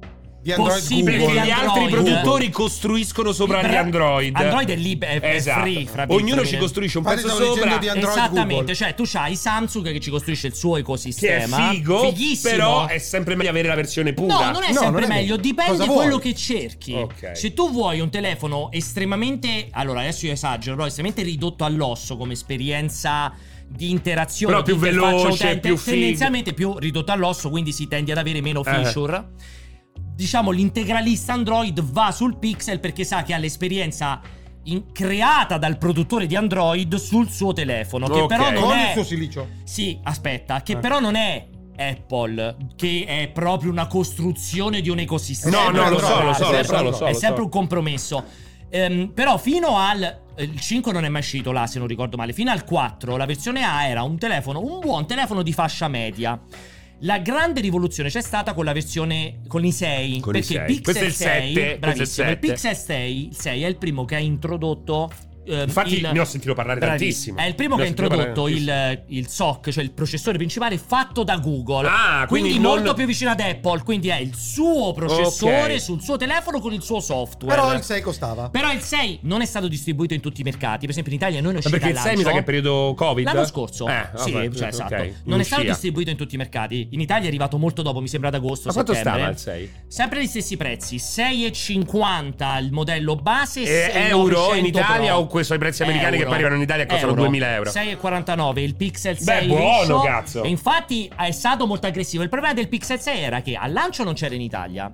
Di Android possibile Google. che Perché gli altri Android- produttori costruiscono sopra Però gli Android. Android è lib- è- è Esatto. free, fra Ognuno virgolette. ci costruisce un Infatti pezzo stavo sopra. dicendo di Android Esattamente, Google. cioè tu c'hai Samsung che ci costruisce il suo Che è ecosistema. figo, fighissimo. però è sempre meglio avere la versione pura. No, non è No, sempre non è meglio, meglio. dipende Cosa da quello vuoi? che cerchi. Ok. Se tu vuoi un telefono estremamente, allora adesso io esagero, però estremamente ridotto all'osso come esperienza di interazione, Però più di interfaccia veloce, utente, più figo. tendenzialmente più ridotto all'osso, quindi si tende ad avere meno Eh. feature. Diciamo l'integralista Android va sul Pixel perché sa che ha l'esperienza in- creata dal produttore di Android sul suo telefono, che Ok. però non Con è il suo silicio. Sì, aspetta, che Eh. però non è Apple, che è proprio una costruzione di un ecosistema. No, no, lo so, lo so, È lo sempre- so, lo so, È lo sempre so. un compromesso. Ehm, però fino al il cinque non è mai uscito là, se non ricordo male. Fino al quattro la versione A era un telefono, un buon telefono di fascia media. La grande rivoluzione c'è stata con la versione con i sei, Con i perché sei. il Questo è Pixel il sei, sette, questo è il bravissimo, il sette. Pixel sei, il sei è il primo che ha introdotto ehm, Infatti il- ne ho sentito parlare Bravissimo. tantissimo. È il primo Ne che ha ho sentito introdotto il, il S O C, cioè il processore principale fatto da Google. Ah, quindi quindi non- molto più vicino ad Apple. Quindi è il suo processore Ok. sul suo telefono con il suo software. Però il sei costava. Però il sei non è stato distribuito in tutti i mercati. Per esempio in Italia noi non è Ma uscito perché il sei mi sa che è periodo Covid? L'anno scorso. Eh, sì, vabbè, cioè, ok, esatto. non Non è stato uscì. distribuito in tutti i mercati. In Italia è arrivato molto dopo, mi sembra ad agosto. Ma quanto settembre. stava il sei? Sempre gli stessi prezzi: sei e cinquanta il modello base. E sei euro in novecento Italia Pro. o questo ai prezzi americani che Euro. poi arrivano in Italia e costano Euro. duemila euro? sei e quarantanove il Pixel Beh, sei buono, liscio. cazzo. E infatti è stato molto aggressivo. Il problema del Pixel sei era che al lancio non c'era in Italia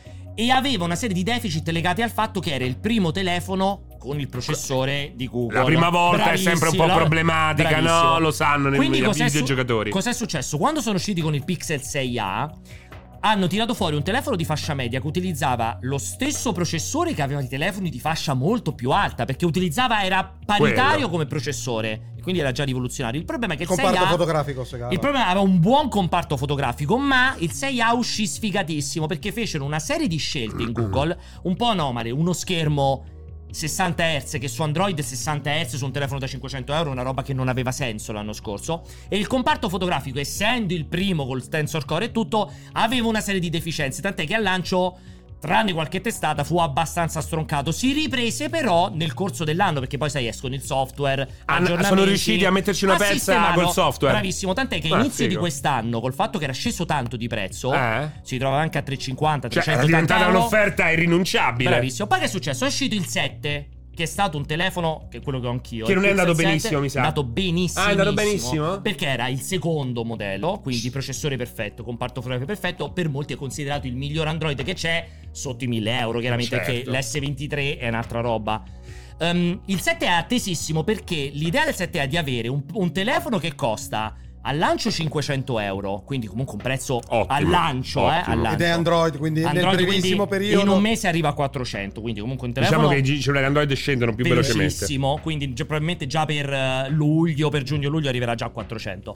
e aveva una serie di deficit legati al fatto che era il primo telefono con il processore di Google. La prima volta è sempre un po' Bravissimo, problematica, bravissimo. no? Lo sanno nei Quindi i cos'è su- videogiocatori. Cos'è successo? Quando sono usciti con il Pixel sei A hanno tirato fuori un telefono di fascia media che utilizzava lo stesso processore che avevano i telefoni di fascia molto più alta, perché utilizzava, era paritario Quello. come processore e quindi era già rivoluzionario. Il problema è che il Comparto sei A fotografico, Segala. il problema aveva un buon comparto fotografico, ma il sei A uscì sfigatissimo perché fecero una serie di scelte in Google un po' anomale, uno schermo sessanta hertz che su Android sessanta hertz su un telefono da cinquecento euro, una roba che non aveva senso l'anno scorso, e il comparto fotografico, essendo il primo col Tensor Core e tutto, aveva una serie di deficienze, tant'è che al lancio, tranne qualche testata, fu abbastanza stroncato. Si riprese però nel corso dell'anno, perché poi sai, escono il software, Ah, aggiornamenti, sono riusciti a metterci una a pezza sistemarlo. col software. Bravissimo, tant'è che Ah, inizio di figo. quest'anno, col fatto che era sceso tanto di prezzo, Eh? si trova anche a trecentocinquanta, Cioè, era trecentottanta diventata euro. un'offerta irrinunciabile. Bravissimo. Poi che è successo? È uscito il sette, che è stato un telefono, che è quello che ho anch'io. Che il non è Pixel andato sette benissimo, mi sa. È andato benissimo. Ah, è andato benissimo? Perché era il secondo modello, quindi processore perfetto, comparto fotografico perfetto. Per molti è considerato il miglior Android che c'è, sotto i mille euro, chiaramente, Certo. perché l'esse ventitré è un'altra roba. Um, il sette è attesissimo perché l'idea del sette è di avere un, un telefono che costa al lancio cinquecento euro, quindi comunque un prezzo Ottimo, al lancio, eh, ottimo. al lancio. Ed è Android, quindi Android, nel brevissimo quindi periodo. in un mese arriva a quattrocento, quindi comunque un telefono Diciamo che i cellulari Android scendono più velocemente. velocissimo, quindi già- probabilmente già per eh, luglio, per giugno-luglio arriverà già a quattrocento.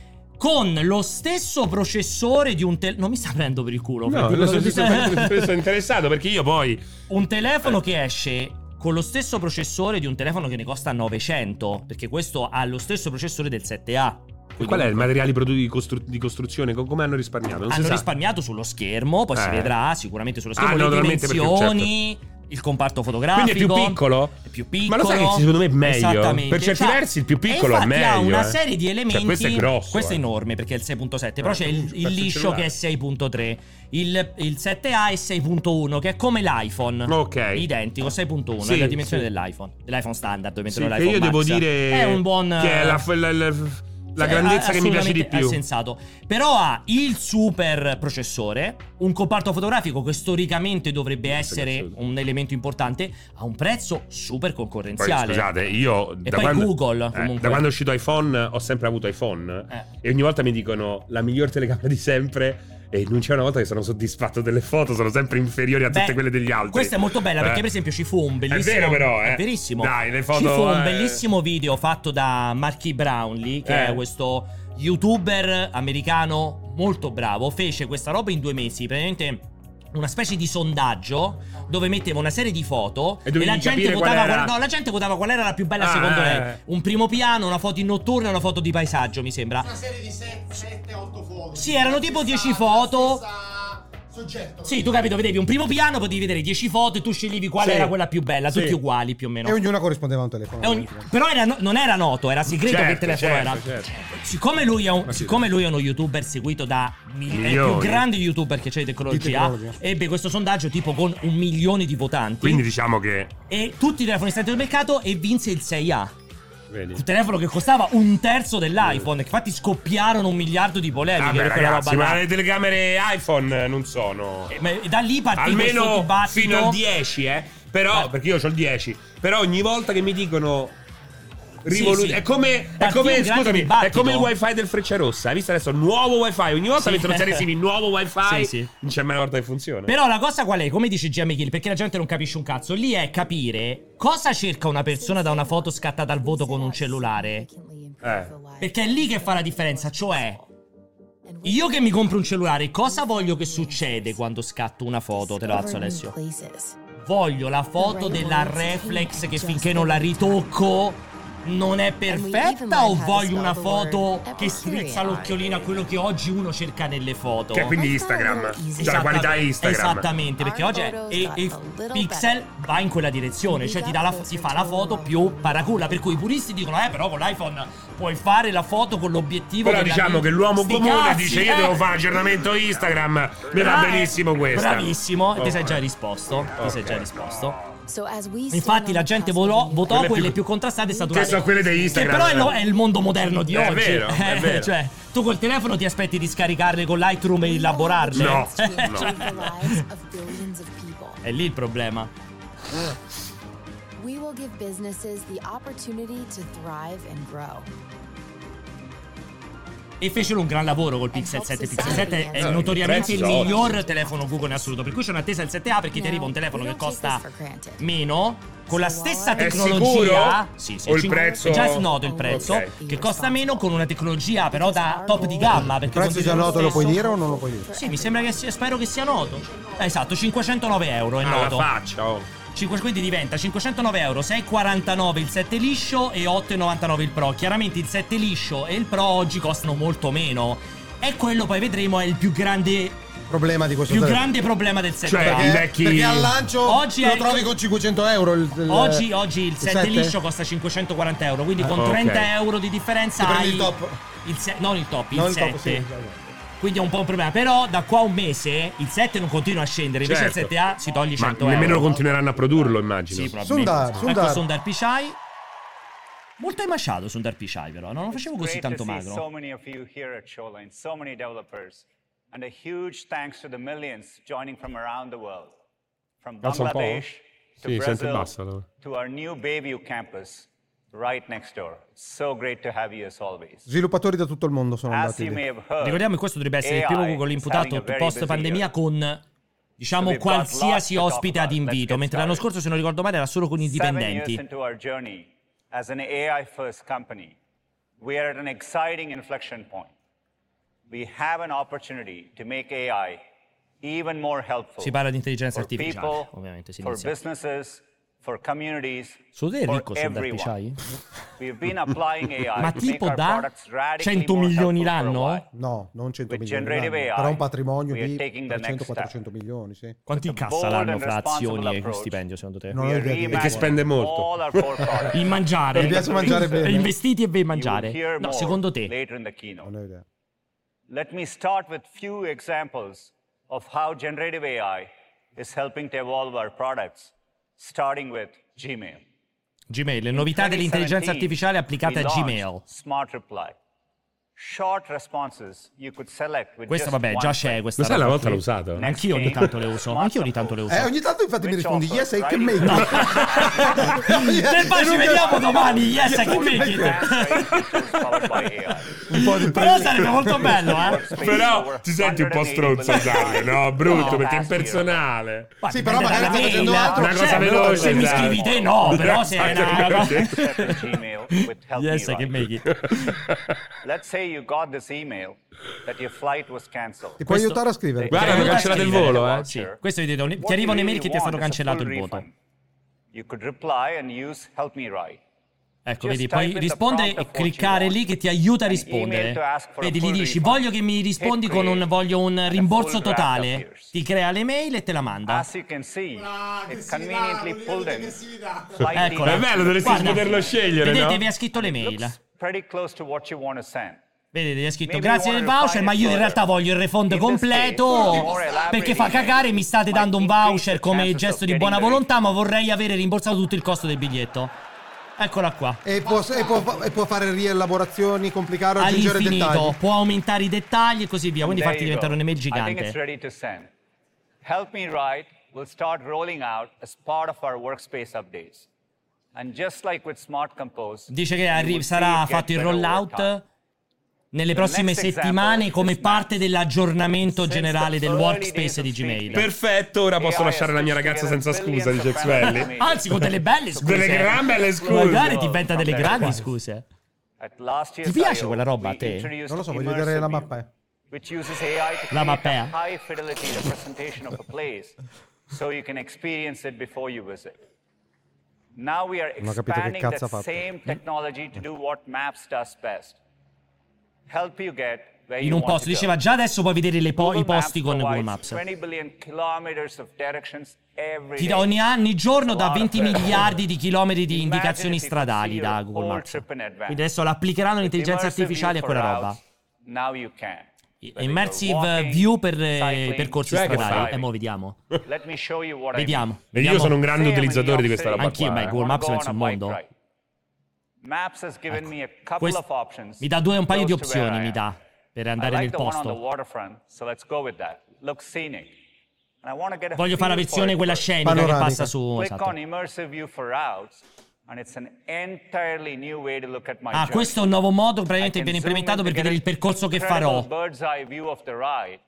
Con lo stesso processore di un telefono. Non mi sta prendendo per il culo. No, Freddy, lo quello so, che ti- sono, sono interessato perché io poi un telefono che esce con lo stesso processore di un telefono che ne costa novecento, perché questo ha lo stesso processore del sette A. Quindi qual è il comunque materiale prodotti di, costru- di costruzione? Co- Come hanno risparmiato? Non si hanno sa. risparmiato sullo schermo, poi si Eh. vedrà sicuramente sullo Ah, schermo le naturalmente, perché, dimensioni, il comparto fotografico. Quindi è più piccolo? È più piccolo. Ma lo sai che secondo me è meglio? Esattamente. Per certi Cioè, versi il più e piccolo è infatti ha meglio, una eh. serie di elementi. Cioè, questo è grosso, Questo eh. è enorme perché è il sei punto sette, però Eh, c'è il, pezzo il di liscio cellulare. che è sei punto tre. Il, il sette A è sei punto uno, che è come l'iPhone. Ok. Identico, sei punto uno, Sì, è la dimensione sì. dell'iPhone. Dell'iPhone standard, ovviamente Sì, non che l'iPhone io devo Max. dire È un buon che è la, la- la- la Sì, grandezza che mi piace di assolutamente più. sensato. Però ha il super processore, un comparto fotografico che storicamente dovrebbe essere un elemento importante, a un prezzo super Poi, concorrenziale. scusate, io E da poi quando, Google, eh, comunque. da quando è uscito iPhone ho sempre avuto iPhone Eh. e ogni volta mi dicono la miglior telecamera di sempre. E non c'è una volta che sono soddisfatto delle foto, sono sempre inferiori a tutte Beh, quelle degli altri. Questa è molto bella perché, Eh. per esempio, ci fu un bellissimo. È vero, però, eh. È verissimo. Dai, le foto. Ci fu un eh. bellissimo video fatto da Marky Brownlee, che Eh. è questo youtuber americano molto bravo. Fece questa roba in due mesi, praticamente una specie di sondaggio dove metteva una serie di foto E e, dovevi la gente capire qual votava era- qual- no, la gente votava qual era la più bella Ah, secondo eh. lei. Un primo piano, una foto in notturna e una foto di paesaggio, mi sembra. Una serie di sette otto foto. Sì, erano tipo dieci foto. Soggetto. Sì, tu capito, vedevi un primo piano, potevi vedere dieci foto e tu sceglievi quale Sì. era quella più bella, Sì. tutti uguali più o meno. E ognuna corrispondeva a un telefono. E ogni- Però era no- non era noto, era segreto Certo, che il telefono certo, era. certo. Siccome lui, è un, sì. siccome lui è uno youtuber seguito da mil- è il Milioni. più grande youtuber che c'è di tecnologia, Di tecnologia. ebbe questo sondaggio tipo con un milione di votanti. Quindi diciamo che E tutti i telefoni stanti del mercato e vinse il sei A. vedi. Un telefono che costava un terzo dell'iPhone. Che infatti scoppiarono un miliardo di polemiche Vabbè per quella ragazzi, roba là. ma le telecamere iPhone non sono Ma da lì partì questo almeno dibattito. fino al dieci, eh. Però, perché io ho il dieci. Però ogni volta che mi dicono rivolu- Sì, sì. è come, è Partì come un grande scusami, è dibattito. come il wifi del Frecciarossa. Hai visto adesso nuovo wifi? Ogni volta Sì. mettono serie simili, nuovo wifi. Sì, sì. Non c'è mai una volta che funziona. Però la cosa qual è? Come dice G M Kill, perché la gente non capisce un cazzo. Lì è capire cosa cerca una persona da una foto scattata al voto con un cellulare. Eh. Perché è lì che fa la differenza. Cioè, io che mi compro un cellulare, cosa voglio che succede quando scatto una foto? Te lo alzo, Alessio. Voglio la foto della reflex che finché non la ritocco non è perfetta, o voglio una foto che strizza l'occhiolino a quello che oggi uno cerca nelle foto? Che è quindi Instagram. Cioè la Esatta- qualità Instagram. Esattamente, perché oggi è, e, e Pixel va in quella direzione, cioè ti, dà la, ti fa la foto più paraculla, per cui i puristi dicono eh però con l'iPhone puoi fare la foto con l'obiettivo. Però della- diciamo che l'uomo Sti comune cazzi, dice io eh. devo fare aggiornamento Instagram. Mi va Bra- benissimo questa. Bravissimo, ti Ok. sei già risposto. Ti sei Ok. già risposto. Infatti la gente votò, votò Quelle quelle più- più contrastate, è stato Che una- sono quelle di Instagram. Che però è, lo- è il mondo moderno di È oggi. vero, è Eh, vero. Cioè, tu col telefono ti aspetti di scaricarle con Lightroom e elaborarle? No, Cioè, no. cioè, è lì il problema. We will give businesses the opportunity to thrive and grow. E fecero un gran lavoro col Pixel sette. Il Pixel sette è Eh, notoriamente il prezzo miglior telefono Google in assoluto. Per cui c'è un'attesa del sette A perché ti arriva un telefono che costa meno, con la stessa È tecnologia. sicuro? Sì, sì, O il cin- prezzo? È già noto il prezzo. Ok. Che costa meno con una tecnologia però da top di gamma. Il Perché prezzo è già continua noto, lo puoi stesso. dire o non lo puoi dire? Sì, mi sembra che sia, spero che sia noto. Eh, esatto, cinquecentonove euro è Ah, la noto. faccia, oh. cinque, quindi diventa cinquecentonove euro, sei virgola quarantanove il sette liscio e otto virgola novantanove il Pro. Chiaramente il sette liscio e il Pro oggi costano molto meno. E quello poi vedremo è il più grande Problema di questo più telefono. grande problema del sette Cioè, A. i vecchi- Perché al lancio Oggi lo è- trovi con cinquecento euro. Il, il- Oggi, oggi il il sette sette? liscio costa cinquecentoquaranta euro, quindi con ok. trenta euro di differenza Ti prendi hai il top. il se- non il top, il Non il sette. top, sì. Quindi è un po' un problema. Però da qua a un mese il sette non continua a scendere. Invece Certo. il sette A si toglie Ma cento euro. nemmeno continueranno a produrlo, immagino. Sì, probabilmente. Sundar, Ecco Sundar. Sundar Pichai. Molto emasciato Sundar Pichai, però. Non lo facevo così Great to tanto see magro. so many of you here at Shoreline, so many developers, and a huge thanks to the millions joining from around the world, from Alza un po'? Bangladesh to Sì, sente Brazil bassa, allora. to our new Bayview campus right next door. It's so great to have you as always. Sviluppatori da tutto il mondo sono As andati you lì. may have heard, Ricordiamo che questo dovrebbe essere il A I primo Google is imputato having a very post busy pandemia year. con, diciamo, So we've got qualsiasi lots to talk ospite ad about. Let's invito. get Mentre l'anno started. scorso, se non ricordo male, era solo con i Seven years dipendenti. into our journey as an A I first company, we are at an exciting inflection point. We have an opportunity to make A I even more helpful. Si parla di intelligenza for artificiale, people, ovviamente si for inizia. businesses, for communities, Solo te è for ricco Sundar everyone. Pichai? We've been applying A I Ma to tipo make our da products radically cento more milioni helpful for a l'anno? while. No, non cento With milioni. generative l'anno, A I, però un patrimonio we are di taking the next trecento step. quattrocento milioni, sì. Quanti With a incassa bold l'anno and fra azioni responsible e approach, stipendio, secondo te? Non ho we are idea di reimagining Perché spende molto. all our core products. Il mangiare. Mi piace mangiare bene. E investiti e bei mangiare. You will hear No, more secondo te? later in the keynote. Non ho idea. Let me start with few examples of how generative A I is helping to evolve our products, starting with Gmail. Gmail, le novità dell'intelligenza artificiale applicate a Gmail. Smart Reply. Short responses you could select with Questa just vabbè, one già c'è click. questa Lo sai, una roba volta qui. l'ho usato? Anch'io ogni tanto le uso. Anch'io ogni tanto le uso. Eh, ogni tanto infatti mi rispondi yes, I can make No. it. Se poi ci vediamo domani, yes, I can make it. Un po' di Però sarebbe molto bello, eh. Però ti senti un po' stronzo a usarle, no? Brutto, perché è impersonale. Sì, però magari stai facendo altro. Una cosa Cioè, veloce. Se mi dai. scrivi te no, però se è una Gmail with help me yes, I can write. make it. Let's say you got this email that your flight was cancelled. Ti puoi aiutare a scrivere? Guarda, hanno cancellato il volo, eh. Sì, questo vedete, ti arriva un'email che ti è stato cancellato il voto. You could reply and use help me write. Ecco, vedi, puoi rispondere e cliccare lì che ti aiuta a rispondere. Vedi, gli dici, voglio che mi rispondi con un, voglio un rimborso totale. Ti crea l'email e te la manda. As you can see, it conveniently pulled in. Ecco, è bello, dovresti guarda, poterlo scegliere, vedete, no? vi ha scritto l'email. Pretty close to what you want to send. Vedete, vi ha scritto grazie del voucher, ma io in realtà voglio il refund completo perché fa cagare, mi state dando un voucher come gesto di buona volontà, ma vorrei avere rimborsato tutto il costo del biglietto. Eccola qua. E può, e può, e può fare rielaborazioni complicate, aggiungere all'infinito, dettagli. può aumentare i dettagli e così via, quindi farti diventare un'email gigante. Help Me Write will start rolling out as part of our workspace updates. And just like with Smart Compose, dice che arri- sarà fatto il rollout nelle prossime settimane come parte dell'aggiornamento generale del workspace di Gmail. Perfetto, ora posso lasciare la mia ragazza senza scusa, dice Xvelli. Anzi, con delle belle scuse. Delle gran belle scuse. Magari ti inventa delle grandi scuse. Ti piace quella roba a te? Non lo so, voglio vedere la mappa. La mappa. high fidelity representation of a place so you can experience it before you visit. Now we are expanding that same technology to do what Maps does best. Help you get where In you un want posto, to diceva go. già adesso puoi vedere le po- i posti con Google Maps. Maps. twenty billion kilometers of directions every Ti day. dà ogni, ogni giorno da venti miliardi di chilometri di indicazioni stradali da Google Maps. Quindi adesso l'applicheranno l'intelligenza artificiale a quella roba. Now you can. Immersive view per eh, percorsi Cioè che stradali. fai? E mo vediamo. Let me show you what I Vediamo. mean. E vediamo. io sono un grande utilizzatore di questa roba Anch'io, qua, beh, eh. Google Maps penso un Go on a bike mondo. ride. Maps has given me a couple Quest- of options. Mi dà due, un paio di close to where opzioni, I mi am. dà, per I andare like nel the one on the posto. waterfront, so let's go with that. Looks scenic. And I want to get a Voglio fare la feel for versione it quella first. scenica che passa su... Click esatto. on immersive view for routes, and it's an entirely new way to look at my Ah, journey. questo è un nuovo modo che I praticamente can viene zoom implementato in per to vedere get il percorso che incredible farò. bird's eye view of the ride.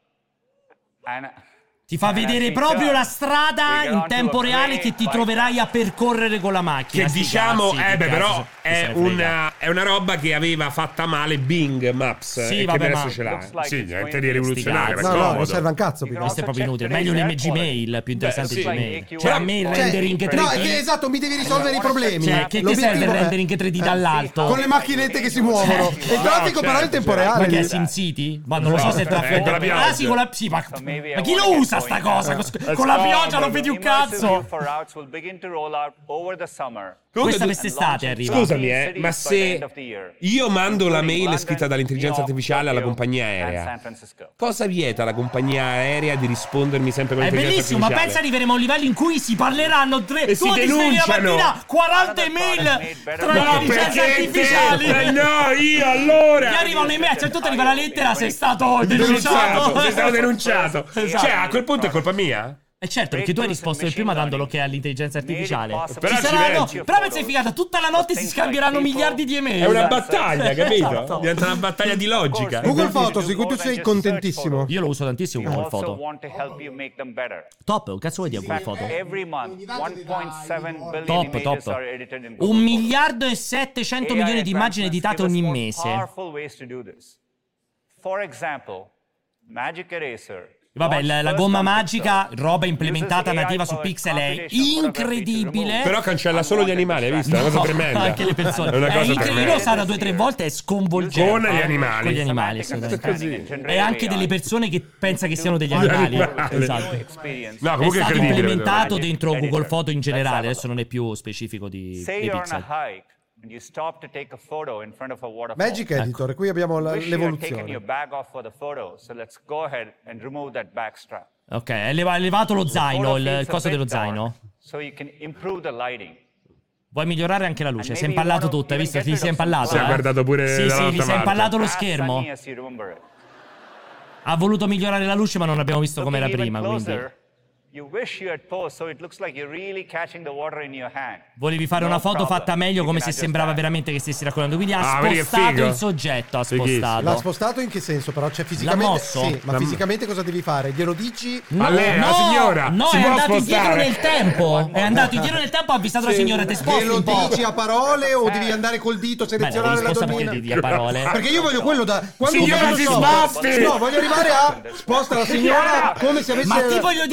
And Ti fa and as vedere we proprio turn, la strada we get in onto tempo a reale great che ti bike troverai a percorrere con la macchina. Che Sti diciamo, cazzi, eh che beh, cazzo, però chi se è ne frega. una, è una roba che aveva fatta male Bing Maps. Sì, e vabbè, che adesso ma- ce l'ha. looks like Sì, it's niente going di to- rivoluzionario. Sti è No, no, non comodo. serve un cazzo. You can Questo è also proprio check inutile. Meglio today's un'image air mail, più interessante sì. Gmail. Cioè, a me il Cioè, rendering tre D. no, è che esatto, mi devi risolvere i problemi. Cioè, che ti serve il L'obiettivo è- rendering tre D dall'alto? Con le macchinette che si muovono. E il grafico però è in tempo Ma reale. che è SimCity? Ma non lo so se è con la traffico. pioggia. Ah, sì, con la. Sì, ma, ma chi lo usa sta cosa? Con- Con la pioggia non vedi un Immersive view cazzo. for routes will begin to roll out over the summer. Questa And quest'estate launch in arriva. Scusami, eh, cities ma by the end se of the year, io mando la including mail London, scritta dall'intelligenza New York, artificiale alla Tokyo, compagnia and aerea, San Francisco. cosa vieta alla compagnia aerea di rispondermi sempre con È l'intelligenza bellissimo, ma artificiale? pensa arriveremo a un livello in cui si parleranno tre. E si tu ti svegli la denunciano. mattina, quaranta email tra le No, intelligenze perché artificiali. te? No, io allora. Ti arriva un'email, a certo ti arriva la lettera, sei stato denunciato, denunciato. sei stato denunciato. Esatto. Cioè, a quel punto è colpa mia? E certo, perché tu hai risposto per prima dandolo che è all'intelligenza artificiale. Però Ci ci saranno, vedi. però pensa figata, tutta la notte si scambieranno miliardi di email. È una battaglia, capito? Esatto. Diventa una battaglia di logica. Google Photos, di cui tu sei contentissimo. Io lo uso tantissimo We Google also Photo. want to help you make them better. Top, un cazzo vuoi dire In Google fact, Photo? every month, one point seven billion Top, images top. are edited in Google Un Photos. miliardo e settecento A I milioni di immagini advancements editate give us ogni more mese. Powerful ways to do this. For example, Magic Eraser. Vabbè, la, la gomma magica, roba implementata nativa su Pixel è incredibile. Però cancella solo gli animali, hai visto? È una cosa No, tremenda. anche le persone. È una È cosa incredibile, tremenda. lo sarà due o tre volte, è sconvolgente. Con gli animali. Con gli animali, assolutamente. Così. E anche delle persone che pensa che siano degli animali. animali. Esatto. No, comunque è è stato incredibile. implementato vedere. dentro Google Photo in generale, adesso non è più specifico di, Say dei you're on pixel. a hike and you stop to take a photo in front of a waterfall. Magic Editor, qui abbiamo la- Wish you had taken l'evoluzione. your bag off for the photo, so let's go ahead and remove that bag strap. Ok, è leva- è levato lo zaino, Photo il, feels il a coso bit dello dark, zaino. So you can improve the lighting. Vuoi migliorare anche la luce? And Si è maybe impallato you wanna tutto, hai visto? even Ti get si è rid of some impallato? Si è eh? guardato pure Sì, sì, dall'altra gli si è parte. impallato lo As schermo. sunny as you remember it. Ha voluto migliorare la luce, ma non abbiamo visto com'era Looking even prima, quindi. closer, you wish you had posed so it looks like you're really catching the water in your hand. Volevi fare No una foto problem. fatta meglio, You come can se adjust sembrava that. veramente che stessi raccogliendo. Quindi ha Ah, vedi che spostato figo. il soggetto, ha Fighissimo. spostato. L'ha spostato in che senso però? Cioè fisicamente mosso? Sì, ma L'ha- fisicamente cosa devi fare? Glielo dici? No, A lei, alla no, signora, no, si è può andato indietro spostare. nel tempo. È andato indietro nel tempo, ha avvisato la signora, te sposti Glielo un po'. dici a parole o devi andare col dito, Beh, selezionare devi la spostare donnina? perché devi a parole. Perché io voglio quello da quando Signora, non si so- sposti! No, voglio arrivare a sposta la signora come se avesse Ma tipo glielo dice alla signora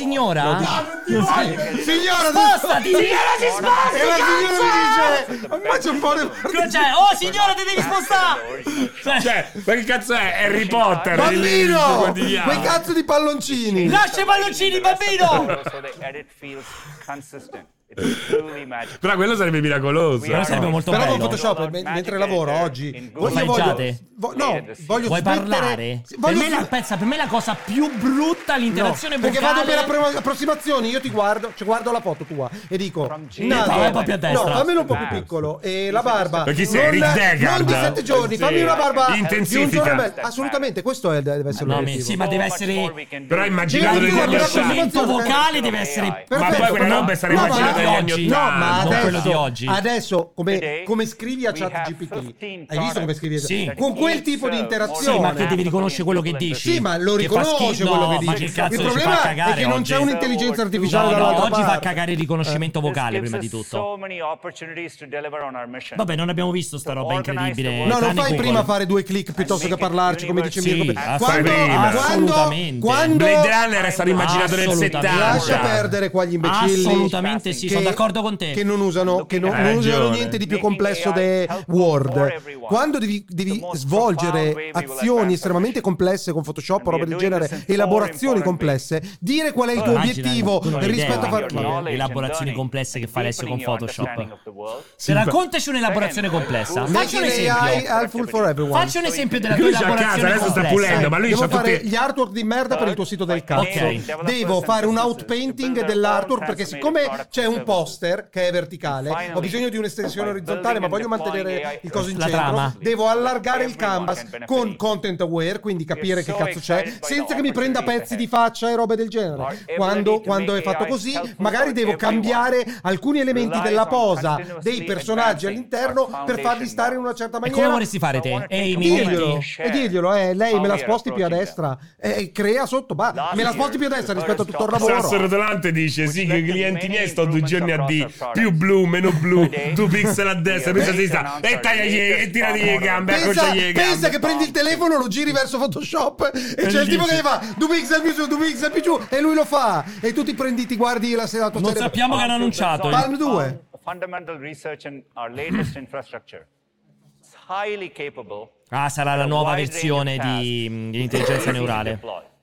signora? No, non ti voglio. Signora, spostati! Signora, si sposti! E la signora mi dice: ma c'è un po' di... Cioè, oh signora, ti devi spostare! Cioè, Cioè, ma che cazzo è? Harry Potter? Bambino! Quei cazzo di palloncini! Lascia i palloncini, bambino! So the edit feels consistent. It's truly magical. Però quello sarebbe miracoloso. Però sarebbe molto Però bello. con Photoshop, men- mentre lavoro oggi, Lo io voglio, fai vo- no, voglio Vuoi smettere- parlare? sì, voglio per, me la, sm- pensa, per me la cosa più brutta l'interazione No, perché vocale. vado per appro- approssimazioni, io ti guardo, cioè guardo la foto tua e dico: naso, Vai un po' più a destra. no, fammelo un po' più piccolo. E la barba, Ma chi sei, non, Rick Deckard? non di sette giorni, Sì. fammi una barba di un Intensifica. giorno e mezzo. Assolutamente, questo è, deve essere No, l'obiettivo. sì, ma deve essere. Però immaginate Devi negli dire anni per ottanta. L'approssimamento vocale deve essere. Ma Perfetto, poi quella no, roba sarà no, immaginata ma negli anni oggi- ottanta. No, ma non quello adesso, di oggi. adesso come, Today, come scrivi a we have ChatGPT, fifteen hai visto come scrivi? Sì. Con quel tipo di interazione. Sì, ma che devi riconoscere quello che dici. Sì, ma lo Che fa riconosce schifo. quello No, che ma dici. che cazzo Il ci fa problema cagare è che non oggi? c'è un'intelligenza artificiale No, no, dall'altra oggi fa parte. cagare il riconoscimento vocale This prima gives di us tutto. so many opportunities to deliver on our mission. Vabbè, non abbiamo visto sta roba incredibile. No, non tranne fai Google. prima fare due click piuttosto che parlarci, come dice Sì, Mirko. assolutamente. Assolutamente. quando Blade Runner è stato immaginato nel Assolutamente. settanta. lascia perdere qua gli imbecilli. Assolutamente sì, che- sono d'accordo con te. Che non usano, che non, Hai non usano ragione. niente di più complesso di Word. Quando devi, devi svolgere azioni estremamente complesse con Photoshop o roba del genere, elaborazioni complesse, dire qual è il tuo Immagina, obiettivo tu non hai rispetto a idea fare. che elaborazioni complesse che fa Alessio con Photoshop. Se raccontaci un'elaborazione complessa, faccio un Making A I esempio. helpful for everyone. Faccio un esempio della tua Lui c'è a elaborazione casa, adesso sta complessa. pulendo, ma lui Devo c'ha fare tutti... gli artwork di merda per il tuo sito del cazzo. Ok. Devo fare un outpainting dell'artwork perché siccome c'è un poster che è verticale, ho bisogno di un'estensione orizzontale, ma voglio mantenere il coso in La centro. trama. Devo allargare il canvas con content aware, quindi capire che cazzo c'è, senza che mi prenda pezzi di faccia e robe del genere. Quando, quando è fatto così, magari devo cambiare alcuni elementi della posa dei personaggi all'interno per farli stare in una certa E maniera. come vorresti fare te? Ehi, mi Dirglielo, metti? e dirglielo, eh, lei me la sposti più a destra e crea sotto, ba- me la sposti più a destra rispetto a tutto il lavoro. Sasso rotolante dice sì che i clienti miei sto due giorni a D più blu meno blu due pixel a destra pixel a sinistra e tagliagli e tirati le gambe Pensa, accrociagli le gambe. pensa che prendi il telefono, lo giri verso Photoshop e c'è il tipo che fa due pixel più su, due pixel più giù e lui lo fa e tu ti prendi, ti guardi la sera tua Non serie- sappiamo che hanno annunciato. Palm due. Fundamental research in our latest infrastructure. It's highly capable. Ah, sarà la nuova versione di, di intelligenza neurale.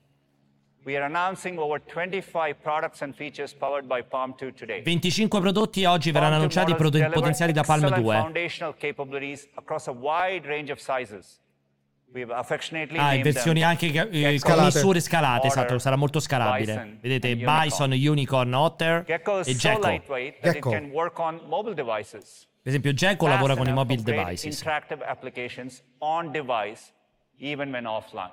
We are announcing over twenty-five products and features powered by Palm two today. venticinque prodotti oggi verranno Palm two annunciati models prote- deliver potenziali da Palm excellent due. foundational capabilities across a wide range of sizes. We've affectionately Ah, e named versioni them anche eh, con Gecko, misure scalate, Otter, esatto, sarà molto scalabile. Bison, Vedete, and Unicorn. Bison, Unicorn, Otter Gecko e is so Gecko. lightweight that Gecko. it can work on mobile devices. Per esempio, Gecko Fast lavora con i enough mobile for great devices. interactive applications on device, even when offline.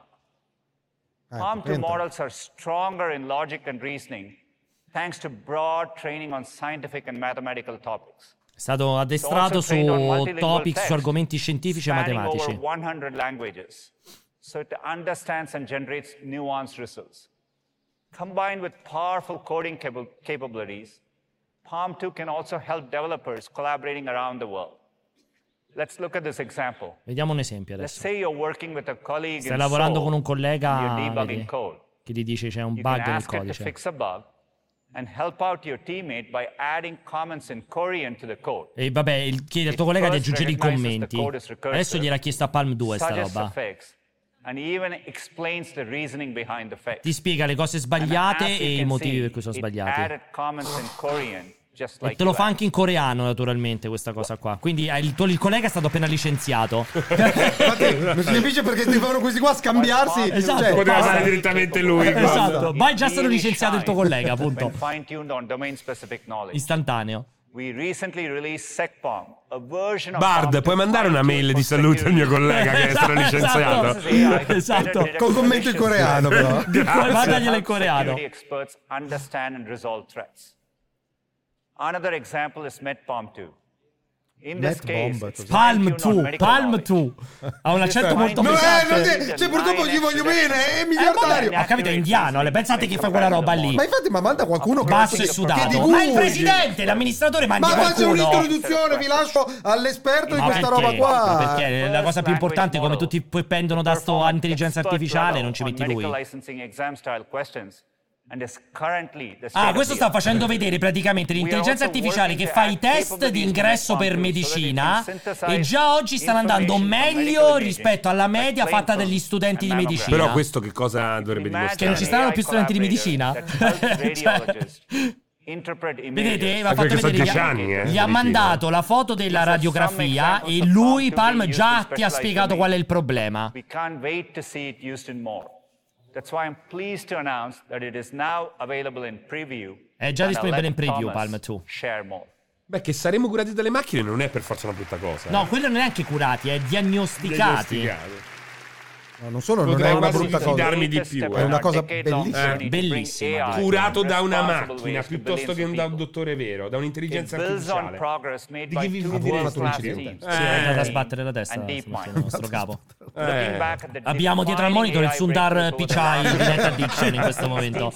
Palm two entra. models are stronger in logic and reasoning thanks to broad training on scientific and mathematical topics. È stato addestrato su topic, su argomenti scientifici e Spanning matematici. over one hundred languages, so it understands and generates nuanced results. Combined with powerful coding capa- capabilities, Palm two can also help developers collaborating around the world. Let's look at this example. Vediamo un esempio Let's adesso. say you're working with a colleague Stai in lavorando Seoul con un and collega you're debugging vedi, code. che ti dice c'è un You bug can nel ask it to codice. fix a bug and help out your teammate by adding comments in Korean to the code. E vabbè, il- chiede al tuo collega di aggiungere i commenti. Adesso gliel'ha chiesto a Palm due sta Suggests the roba. fix and even explains the reasoning behind the fix. Ti spiega le cose And sbagliate as you e i can motivi see, per cui sono it sbagliati. added comments in Korean, just E like te lo you fa asked. anche in coreano, naturalmente, questa cosa qua. Quindi eh, il tuo il collega è stato appena licenziato. Mi si capisce perché devono questi qua a scambiarsi. Esatto. Cioè, Poteva basta. fare direttamente lui. Esatto. Ma è già stato Really licenziato il tuo shine collega, appunto. when fine-tuned on domain-specific knowledge. Istantaneo. We recently released SecPalm, a version of Bard, Palm puoi mandare una mail di saluto al mio collega che è stato licenziato? Esatto. Con commento in coreano, però. Mandaglielo in coreano. Security experts understand and resolve threats. Another example is MedPalm two. In this Met case, bomb, it's Palm fine-tuned on due, medical Palm knowledge. due. Ha un accento molto No, eh, non pesante. te- cioè, purtroppo gli voglio bene, è Eh, miliardario. vabbè, ho capito, è indiano. Le pensate che fa quella roba lì? Ma infatti, ma manda qualcuno che, Basso e che sudato. divulghi. Ma il presidente, l'amministratore mandi Ma faccio qualcuno. un'introduzione, vi lascio all'esperto di Ma questa perché? roba qua. Ma perché la cosa più importante, come tutti poi pendono da sto intelligenza artificiale, non ci metti lui. Medical licensing exam style questions and is currently the state Ah, of questo the sta art. facendo vedere praticamente l'intelligenza artificiale che fa i test di ingresso per medicina e già oggi stanno andando meglio rispetto alla media fatta dagli studenti di medicina. Però questo che cosa dovrebbe dimostrare? Che non ci saranno più studenti di medicina? Vedete? Va fatto vedere, dieci anni, eh, gli ha mandato la foto della radiografia e lui, Palm, già ti ha spiegato qual è il problema. We can't wait to see it used in more. That's why I'm pleased to announce that it is now available in preview. È già and disponibile I'll in let preview, Thomas Palm, tu. Share more. Beh, che saremo curati dalle macchine non è per forza una brutta cosa. No, eh. quello non è anche curati, è diagnosticati. Diagnosticati. No, non solo non Potrei è una quasi brutta cosa, fidarmi di più, è eh. una cosa bellissima. Eh, bellissima. Curato da una macchina piuttosto che da un dottore vero, da un'intelligenza artificiale. Di chi vi Ha fatto un incidente. Sì, è andato a sbattere la testa stamattina, il nostro capo. Eh. Abbiamo dietro al monitor il Sundar Pichai di Net Addiction in questo momento.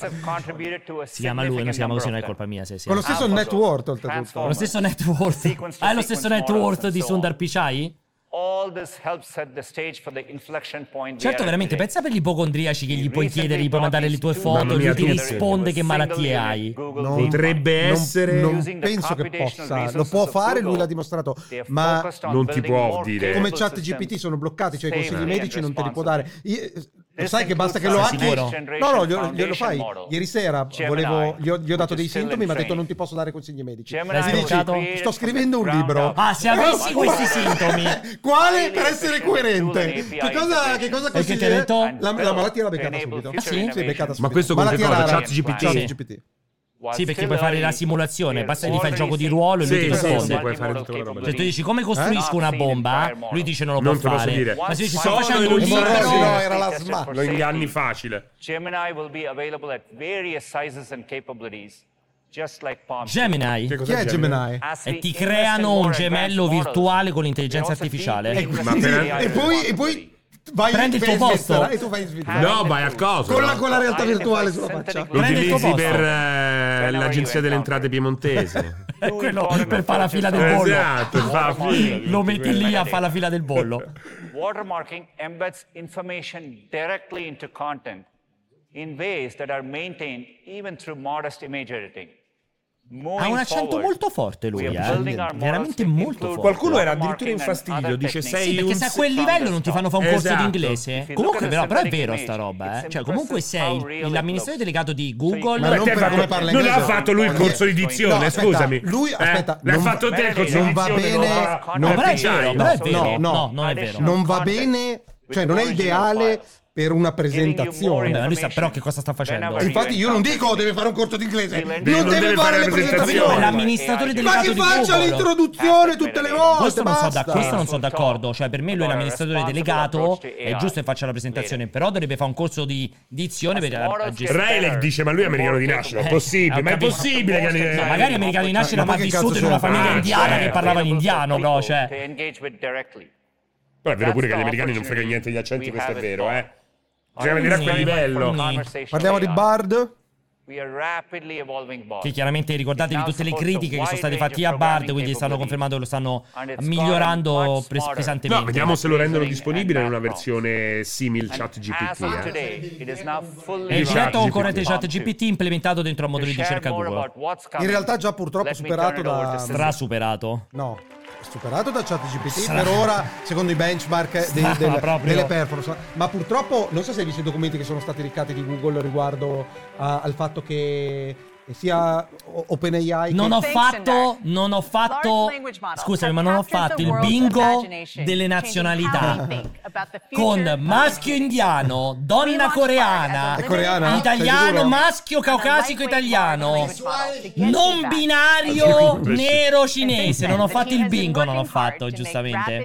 Si chiama lui, non si chiama così, non è colpa mia. Se Con lo stesso net worth, oltretutto. Con lo stesso net worth. Ah, è lo stesso net worth di Sundar Pichai? All this helps set the stage for the inflection point. Certo, veramente, pensa per gli ipocondriaci che gli puoi chiedere, gli puoi mandare le tue foto Mamma e lui mia, ti tu- risponde che malattie hai. Non- Potrebbe non- essere- non, penso che possa, lo può fare, lui l'ha dimostrato, ma non ti può dire. come chat G P T sono bloccati, cioè i consigli Safe medici and non te li può dare. Io- lo sai che basta che Sei lo hacki? sicuro? No, no, glielo, glielo fai. Ieri sera volevo, gli, ho, gli ho dato dei sintomi, mi ha detto non ti posso dare consigli medici. Gemini Gli dici, spiegato? sto scrivendo un libro. Ah, se avessi questi sintomi. Quale per essere coerente? Che cosa, che cosa E che ti ha consigli? detto? La, la malattia l'ha beccata subito. Ah, sì? Sì, beccata subito. Ma questo con che Malattia cosa? rara. Chat G P T? Chat Sì. G P T. Sì, perché puoi fare la simulazione, basta che gli fai il gioco di ruolo e lui Sì, ti sì, risponde. sì, puoi fare tutta quella roba. Cioè tu dici come costruisco una bomba, lui dice non lo può Non te lo posso fare. dire. Ma se dici sto Sono facendo un in un libro, fase- No, era la sma. Lo inganni facile. Gemini will be available at various sizes and capabilities, just like Palm. Gemini. Che Chi cos'è è Gemini? As E we ti invest in creano un more gemello advanced virtuale models, con l'intelligenza we also artificiale. deeply Ma invest in per- A I E poi, e poi vai, Prendi il vai tuo in posto. Svizzera, e tu vai in Svizzera. No, vai a cosa? Con la, no? con la realtà virtuale sulla faccia. Lo Prendi il tuo utilizzi posto. per eh, l'agenzia delle entrate piemontese. È quello per fare la fila del bollo. Esatto, fa la fila. Lo metti lì a fare la fila del bollo. Watermarking embeds information directly into content in ways that are maintained even through modest image editing. Ha un accento molto forte lui, eh. Veramente molto forte. Qualcuno era addirittura infastidio, dice sei Sì, perché un se a quel livello non ti fanno fare un corso Esatto. di inglese. Comunque però, però è vero sta roba, eh. Cioè comunque sei l'amministratore delegato di Google. Ma non Te per fa- come parla non inglese. ha fatto lui il corso di dizione, No, aspetta, scusami. lui- Eh? aspetta, L'ha non- fatto te il corso non di va dizione. bene, no, no, però è Pichai. vero, però è No, vero. no, no. No, non è vero. Non va bene, cioè non è ideale per una presentazione. Vabbè, ma lui sa però che cosa sta facendo. Infatti io non dico deve fare un corso di inglese, non non deve deve fare fare le le presentazioni. presentazioni. È l'amministratore Ma delegato che di faccia Google. l'introduzione tutte le volte, Questo non, so basta. da- questo non sono d'accordo, cioè per me lui è l'amministratore delegato, è giusto che faccia la presentazione, però dovrebbe fare un corso di dizione per la la gestione. Railek dice ma lui è americano di nascita, è possibile, Eh, ma è ho capito. possibile che No, magari americano di nascita, Ma ma ha che vissuto cazzo in una sono? famiglia Ah, indiana che certo. parlava in indiano, bro, to cioè. engage with directly. Però è vero pure che agli americani non frega niente gli accenti, questo è vero, eh. Bisogna vedere a quel livello. Parliamo di Bard. We are rapidly evolving Bard. Che chiaramente ricordatevi tutte le critiche che sono state fatte a Bard, quindi stanno confermando che lo stanno migliorando pres- pesantemente. No, vediamo se lo rendono disponibile in una versione simil chat G P As of T. Eh. today, it is now fully È il Chat diretto G P T. concorrente Chat G P T implementato dentro a moduli di ricerca Google. In realtà già purtroppo superato da... Strasuperato. No, superato da chat G P T per ora, secondo i benchmark dei- Sarà del- proprio. delle performance. Ma purtroppo, non so se hai visto i documenti che sono stati riccati di Google riguardo a- al fatto che sia o- OpenAI Non che... ho fatto, non ho fatto, scusami, ma non ho fatto il bingo delle nazionalità con maschio indiano, donna coreana, È coreana? Sei italiano, sicuro? maschio caucasico italiano, non binario, nero cinese. Non ho fatto il bingo, non ho fatto, giustamente.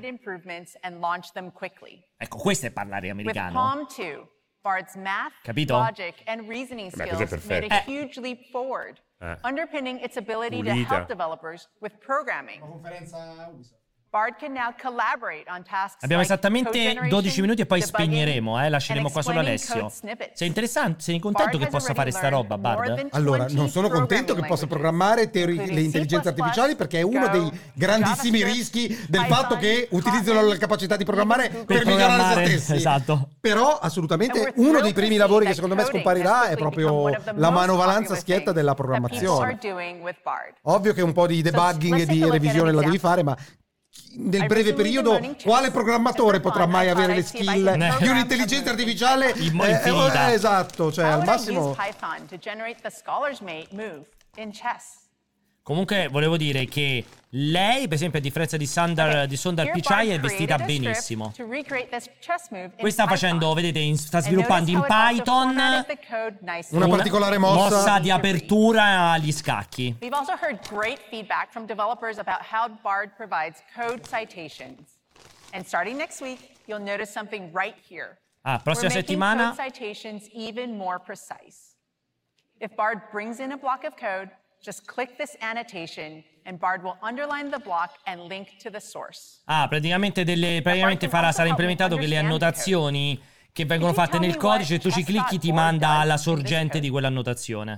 Ecco, questo è parlare americano. Bard's math, Capito? logic, and reasoning Beh, questo è skills made perfetto. a huge leap forward, Eh. underpinning its ability to Pulita. help developers with programming. Bard can now collaborate on tasks Abbiamo like esattamente code generation, dodici minuti e poi debugging, spegneremo, eh. Lasceremo and qua solo explaining Alessio. code snippets. Sei interessante? Sei contento che Bard has possa fare sta already roba, learned more Bard? than Allora, non sono contento che possa programmare teori- le intelligenze artificiali perché è uno dei grandissimi rischi del fatto che utilizzano la capacità di programmare per, Per migliorare se programmare, stessi. esatto. Però assolutamente uno dei primi lavori che secondo me scomparirà è proprio la manovalanza schietta della programmazione. Ovvio che un po' di debugging e di revisione la devi fare, ma nel breve periodo quale programmatore potrà mai avere le skill di un'intelligenza artificiale eh, infinita? eh, esatto, cioè al massimo. Comunque volevo dire che lei, per esempio, a differenza di Sundar, di Sundar Pichai, è vestita benissimo. Qui sta facendo, vedete, in, sta sviluppando in Python una particolare mossa. mossa di apertura agli scacchi. We've also heard great feedback from developers about how Bard provides code citations. And starting next week, you'll notice something right here. Ah, prossima We're making settimana. code citations even more precise. If Bard brings in a block of code, just click this annotation and Bard will underline the block and link to the source. Ah, praticamente, delle, praticamente farà, sarà implementato che le annotazioni che vengono fatte nel codice, tu ci clicchi, ti manda alla sorgente di quell'annotazione.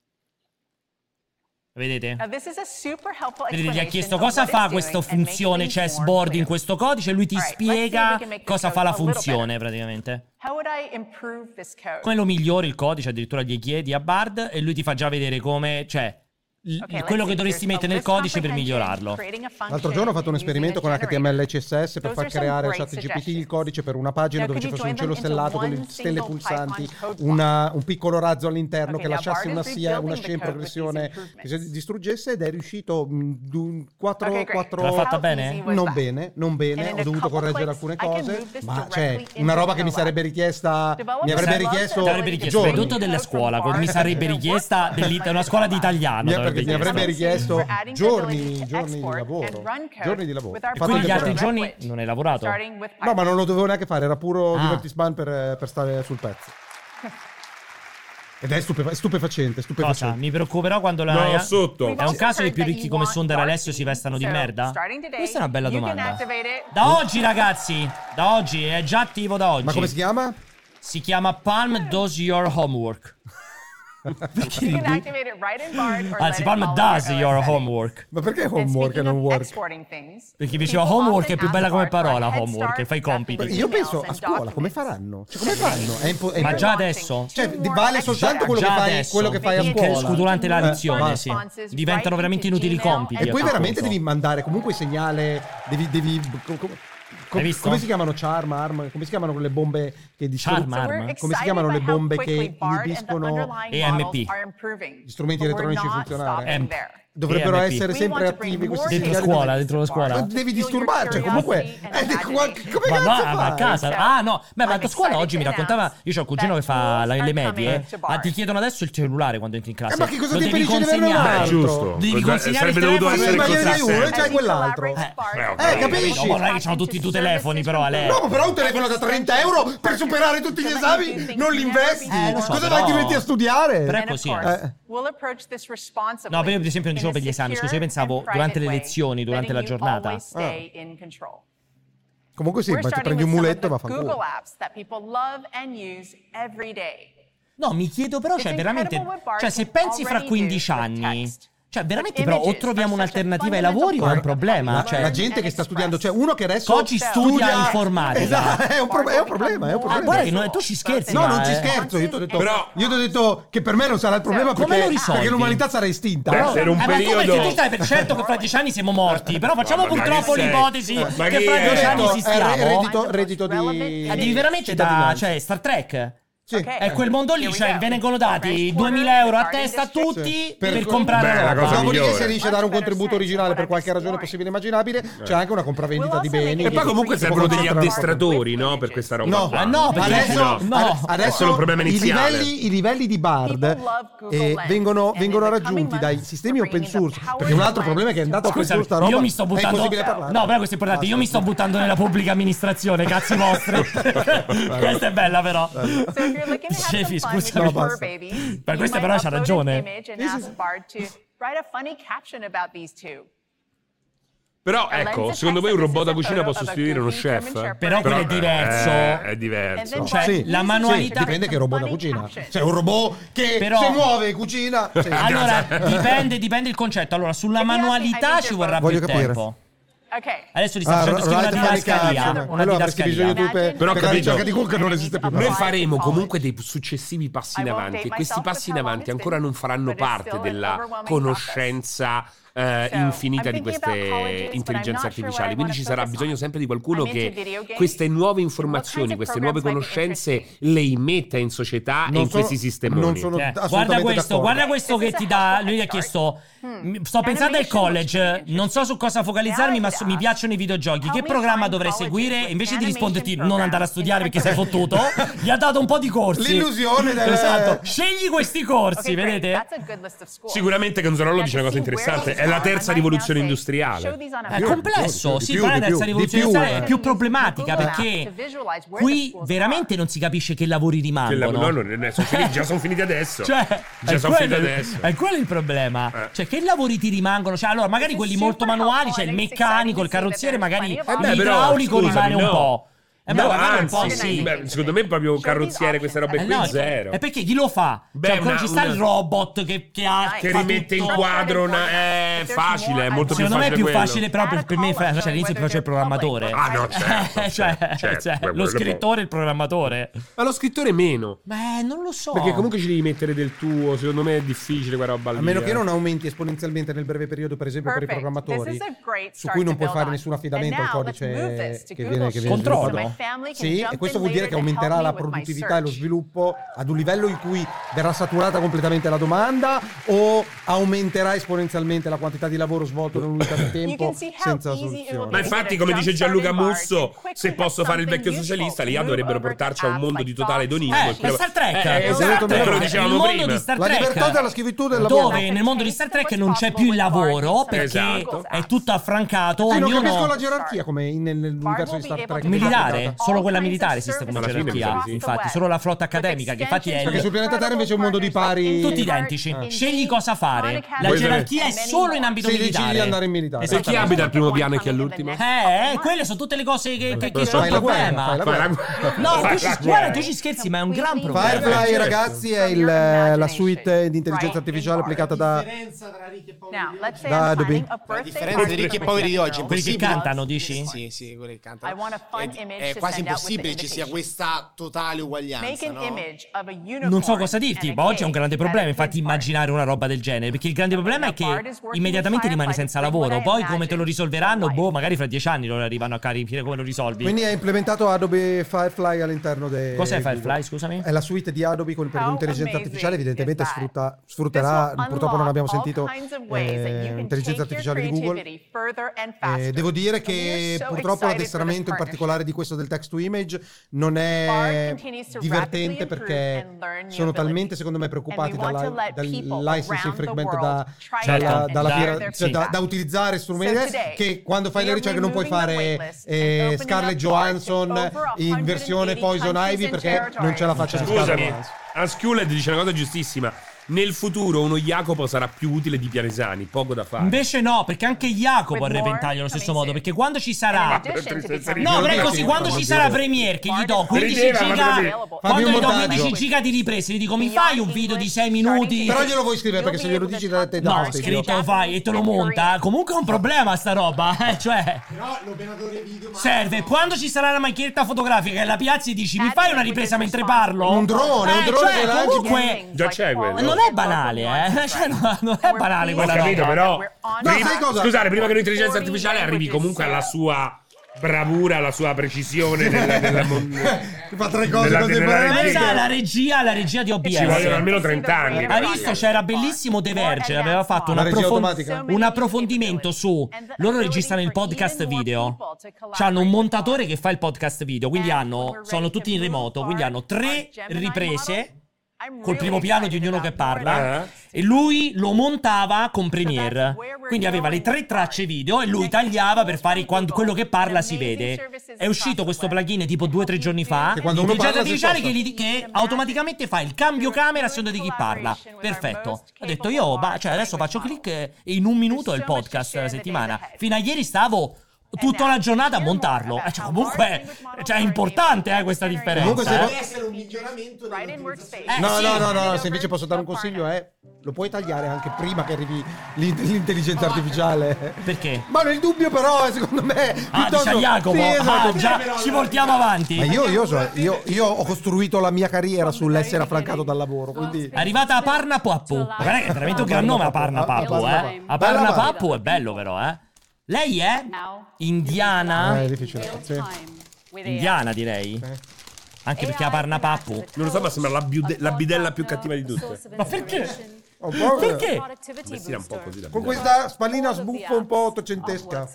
Vedete? Now, this is a super helpful Vedete, gli ha explanation chiesto of cosa what fa it's questo doing and makes funzione things more chessboard clear. in questo codice e lui ti All right, let's see if spiega we can make this cosa code fa la a little funzione better. praticamente. How would I improve this code? Come lo migliori il codice, addirittura gli chiedi a Bard e lui ti fa già vedere come, cioè, l- Okay, quello let's che see. dovresti There's a mettere nel list codice per comprehension, migliorarlo. creating a function, L'altro giorno ho fatto un and esperimento con using a H T M L generator. C S S per Those far are some creare great ChatGPT il codice per una pagina Now, dove ci could fosse you un cielo join them into stellato con le one stelle single pulsanti, Python code una- un piccolo razzo all'interno Okay, che now lasciasse Bard una, is scia, una rebuilding scia the in code with progressione these che si distruggesse ed è riuscito quattro Okay, great. L'ha fatta How bene? easy was non that? bene, non And bene, in ho a dovuto couple correggere clicks, alcune I can cose, move this ma directly cioè into una roba che mi Colab. sarebbe richiesta, mi Developers avrebbe love richiesto the Ti avrebbe richiesto giorni. soprattutto della scuola, come mi sarebbe richiesta dell'it- una scuola di italiano. Mi- ti avrebbe perché mi avrebbe richiesto. richiesto giorni, giorni di lavoro, giorni di lavoro. E Fatto quindi in gli altri temporanea. giorni non hai lavorato? No, ma non lo dovevo neanche fare, era puro Ah. divertisman per, per stare sul pezzo. Ed è stupefa- stupefacente, stupefacente. Cosa? Mi preoccuperò quando la... No, sotto. È un caso che i più ricchi come Sundar e Alessio si vestano di merda? Questa è una bella domanda. Da oggi, ragazzi, da oggi, è già attivo da oggi. Ma come si chiama? Si chiama Palm Does Your Homework. Perché You can ridi? activate it right in Bard or let Anzi, it Palm follow does your your O S homework. Ma perché And homework e speaking non of work? exporting things, Perché diceva people homework often è più bella ask come Bard for parola, head homework, start fai i compiti. Io penso emails a and scuola come faranno? Cioè, come fanno? È impo- è Ma impo- già adesso? Cioè, di- vale soltanto quello che Già fai, adesso. quello che fai a Che- scuola. durante la Eh, lezione, basta. sì. Diventano veramente inutili i compiti. E a poi quel veramente punto. devi mandare comunque il segnale, devi, devi co- co- co- Hai visto? come si chiamano charm, arm, come si chiamano quelle bombe che Charm, distruggono? arm? Come si chiamano le bombe che inibiscono E M P. gli strumenti elettronici funzionare? E M P. Dovrebbero E M P. essere sempre attivi questi Dentro segnali. scuola, dentro la scuola. Ma devi disturbare, cioè comunque eh, di- qua- come Ma no, cazzo ma fai? a casa. Ah, no. Beh, ma a scuola oggi mi raccontava. Io ho un cugino che fa la- le medie. Ah, ti chiedono adesso il cellulare quando entri in classe. Eh, ma che cosa Lo ti devi impedisce di averne un consegnare. altro? Giusto. Devi Cos'è? consegnare Sarebbe il dovuto telefono. essere Ma così gliene dai uno e sempre. c'hai quell'altro. Eh, capisci? No, ma non è che c'hanno tutti i tuoi telefoni, però, Ale. No, però un telefono da trenta euro per superare tutti gli esami non li investi. Eh, lo so, Cosa però- vai ti metti a studiare? Però è And of così. course, eh. we'll approach this responsibly No, per esempio non dicevo in a per gli esami, scusa, io secure pensavo and durante le private way, lezioni, durante la letting you giornata. always stay in control. Comunque sì, We're ma ti starting prendi un with some muletto e va of a the fanculo. Google apps that people love and use every day. No, mi chiedo però, cioè It's veramente, incredible what Bard cioè se can pensi fra already quindici do with anni, text. cioè veramente But però o images troviamo are such a un'alternativa ai fundamental lavori o è un part of problema, how we cioè La gente che sta studiando, cioè uno che adesso oggi studia informatica. Esatto, è un, pro- è un problema, è un Ah, problema. guarda che non- tu ci scherzi, No, ma, non ci eh. scherzo, io ti ho detto, Però- io ti ho detto che per me non sarà il problema Come perché, lo risolvi? perché l'umanità sarà estinta. Beh, No? per un Eh, ma tu perché periodo tu stai per certo che fra dieci anni siamo morti, però facciamo Ma chi purtroppo sei? l'ipotesi Ma che chi fra è? dieci anni Ho detto, esistiamo. eh, reddito, reddito di Ah, devi veramente da, cittadinanza. cioè Star Trek. Sì. È quel mondo lì, Here we cioè go. vengono dati duemila euro a testa a tutti per, Per- comprare Beh, la roba. cosa Dopodiché migliore. se riesce a dare un contributo originale per qualche ragione possibile e immaginabile, c'è anche una compravendita di beni. E poi comunque che servono può degli concentrare- addestratori, no? Per questa roba. No, qua. Ah, no, perché adesso, no. ade- È adesso solo un problema i, iniziale. livelli, i livelli di Bard People love Google eh, Lens, vengono, and vengono in the raggiunti coming dai months, sistemi we're open bringing the source. power Perché un altro of problema è che è andato open Scusami, source sta roba. io mi sto è buttando. impossibile parlare. No, però questo è importante. Io mi sto buttando nella pubblica amministrazione, cazzi vostri. Questa è bella, però. So if you're looking to have Scefi, some fun with scusami. your No, fur basta. babies, Ma you questa might però c'ha upload an ragione. image and ask Bard to write a funny caption about these two. Però ecco, secondo me un robot da cucina può sostituire uno chef? Però quello è diverso. È, è diverso. Cioè, Sì, la manualità... sì, dipende che robot da cucina. Cioè, un robot che Però- si muove in cucina. Sì. Allora, dipende, dipende il concetto. Allora, sulla manualità ci vorrà Voglio più capire. tempo. Okay. Adesso ti sta Ah, facendo scrivere una right didascalia. application. Una Quello avresti bisogno didascalia. tu per, Però per la capito. ricerca di Google non esiste più. Noi faremo comunque dei successivi passi in avanti e questi passi in avanti ancora non faranno parte della conoscenza eh, infinita di queste intelligenze artificiali, quindi ci sarà bisogno sempre di qualcuno che queste nuove informazioni, queste nuove conoscenze le immetta in società e in questi sistemoni. Non sono Eh, assolutamente guarda questo, d'accordo. guarda questo che ti dà. Lui gli ha chiesto: sto pensando al college, non so su cosa focalizzarmi, ma su- mi piacciono i videogiochi. Che programma dovrei seguire? E invece di risponderti non andare a studiare perché sei fottuto, gli ha dato un po' di corsi. L'illusione del- Esatto. Scegli questi corsi, vedete? Sicuramente Canzonolo dice una cosa interessante, è la terza rivoluzione industriale. È complesso, di sì, più, però la di terza più, rivoluzione di più. industriale è più problematica perché qui veramente non si capisce che lavori Che la- rimangono. no, no, no, sono finiti- già sono finiti adesso. Cioè, già è sono finiti quello, adesso. è quello il problema. Eh. Cioè, che lavori ti rimangono? Cioè, allora, magari quelli molto manuali, cioè il meccanico, il carrozziere, magari Eh beh, però, l'idraulico scusami, rimane un no. po'. Eh beh, No, magari un anzi, po' sì. beh, secondo me proprio carrozziere, queste robe Eh qui, no, zero. è perché chi lo fa? Beh, Cioè, ancora una- ci sta una- il robot che, che ha Che fa rimette in tutto. quadro una... È facile, è molto più Secondo me facile è più quello. facile, però per, per me fa- cioè, all'inizio ti faccio il programmatore. Ah no, certo, cioè, certo, certo. cioè, Beh, lo quello scrittore e il programmatore. Ma lo scrittore meno. Beh, non lo so. Perché comunque ci devi mettere del tuo, secondo me è difficile quella roba lì. A meno che eh. non aumenti esponenzialmente nel breve periodo, per esempio per i programmatori, su cui non puoi fare nessun affidamento al codice che viene, che viene Controllo? sviluppato. Sì, e questo vuol dire che aumenterà la produttività e lo sviluppo ad un livello in cui verrà saturata completamente la domanda, o aumenterà esponenzialmente la quantità di lavoro svolto in un'unità di tempo senza soluzione. Ma infatti, come dice Gianluca Musso, se posso fare il vecchio socialista, lì dovrebbero portarci a un mondo di totale edonismo. Eh, E quello- Star Trek. Eh, esatto, quello lo il dicevamo mondo prima. di Star La Trek, libertà della schiavitù del lavoro. dove nel mondo di Star Trek non c'è più il lavoro perché Esatto. è tutto affrancato. Sì, non ognuno capisco la gerarchia come in- nell'universo di Star Trek. militare, solo quella militare esiste come Alla fine mi sa gerarchia. di sì. Infatti, solo la flotta accademica, che infatti è Perché sul pianeta Terra invece è un mondo di pari. tutti identici. Scegli cosa fare. La Voi gerarchia è solo in ambito Sì, decidi militare. di andare in militare. E chi abita al primo piano e chi all'ultimo? Eh, eh, quelle sono tutte le cose che, che, che sono Fai un la guerra, problema. fai la Fai la guerra. guerra. No, Fai tu ci, la guarda, guerra. tu ci scherzi, ma è un gran problema. Firefly, certo. ragazzi, è il, la suite di intelligenza artificiale applicata da, Now, let's say da I'm Adobe. planning a La birthday differenza party di ricchi e for poveri my di oggi è Quelli che impossibile. cantano, dici? Sì, sì, quelli che I cantano. want a fun È, image è to quasi send out with the impossibile ci sia invitation. questa totale uguaglianza, Make an no? image of a unicorn Non so cosa dirti, and a ma oggi è un cake grande at problema, a infatti, kid's party. immaginare una roba del genere. Perché il grande problema è che Bard is working immediatamente with rimani Firefly senza to bring lavoro. what I Poi come te imagine lo risolveranno? to life. Boh, magari fra dieci anni lo arrivano a capire come lo risolvi. Quindi è implementato Adobe Firefly all'interno del. Cos'è Firefly, scusami? È la suite di Adobe con per How l'intelligenza amazing artificiale, evidentemente is that? sfrutta, sfrutterà, This will purtroppo non abbiamo unlock sentito all kinds of ways that you eh, can intelligenza take your artificiale di Google. creativity further and Eh, faster. devo dire And we che are so purtroppo excited for l'addestramento in this particolare di questo del text to image non Bard è continues to divertente rapidly perché improve and learn new sono talmente abilities. secondo me preoccupati And we want dalla, to let dal people licensing around the fragment world da, try dalla, it out dalla and pira- share their cioè da, feedback. da utilizzare strumenti So today, che quando fai we le are ricerche non puoi removing the fare waitlist eh, and opening Scarlett up Johansson Bard to over in versione one hundred eighty Poison countries Ivy and perché non ce la faccio di Scusami, Scarlett. Ansculed dice una cosa giustissima. Nel futuro uno Jacopo sarà più utile di Pianesani, poco da fare. Invece no, perché anche Jacopo ha With more repentaglio allo stesso coming modo. soon. Perché quando ci In sarà. addition to becoming No, non è Rideva, così. Quando ci sarà Premiere che gli do quindici Rideva, ma giga. capito? Fammi Quando un gli do montaggio. quindici giga di riprese, gli dico mi fai un video di sei minuti. Però glielo vuoi scrivere perché se glielo dici da te No, da scritto fai e te lo monta. Comunque è un problema sta roba, eh, cioè. Però l'operatore video Serve quando ci sarà la macchinetta fotografica e la piazza e dici mi fai una ripresa mentre parlo? Un drone, Eh, un drone cioè, che lanci- comunque Già c'è quello. non è banale, eh. Cioè, no, non è banale Ho quella capito, roba. però. No, prima- sai cosa? Scusate, prima che l'intelligenza artificiale arrivi comunque alla sua bravura, alla sua precisione nella, nella mon- fa tre cose nella- contemporaneamente. nella- Pensa alla regia, alla regia di O B S. Ci vogliono almeno trenta anni. Hai visto? C'era bellissimo The Verge. Aveva fatto un, La regia approfond- automatica? un approfondimento su. Loro registrano il podcast video. Hanno un montatore che fa il podcast video. Quindi hanno. Sono tutti in remoto. Quindi hanno tre riprese col primo piano di ognuno che parla, e lui lo montava con Premiere. Quindi aveva le tre tracce video e lui tagliava per fare quando quello che parla si vede. È uscito questo plugin tipo due o tre giorni fa, intelligenza artificiale che, gli, che automaticamente fa il cambio camera a seconda di chi parla. Perfetto. Ho detto io, bah, cioè adesso faccio click e in un minuto è il podcast della settimana. Fino a ieri stavo tutta la giornata a montarlo. Eh, cioè, comunque, cioè, è importante eh, questa differenza. Comunque se eh. vuoi essere un miglioramento Eh, no, sì. no, no, no, se invece posso dare un consiglio è lo puoi tagliare anche prima che arrivi l'in- l'intelligenza artificiale. Perché? Ma nel dubbio però, secondo me... Ah, piuttosto- dice Jacopo. Sì, esatto. Ah, già, ci portiamo avanti. Ma io, io, so, io, io ho costruito la mia carriera sull'essere affrancato dal lavoro, quindi... È arrivata Aparna Pappu. Guarda che è veramente un gran nome Aparna Pappu, eh. Aparna Pappu è bello però, eh. Lei è indiana. Eh, è difficile. Sì. Indiana, direi. Anche perché Aparna Pappu. Non lo so, ma sembra la, biude- la bidella più cattiva di tutte. Ma perché? Un po', Perché? Vestita un po' così da Con bidella. questa spallina sbuffa un po' ottocentesca.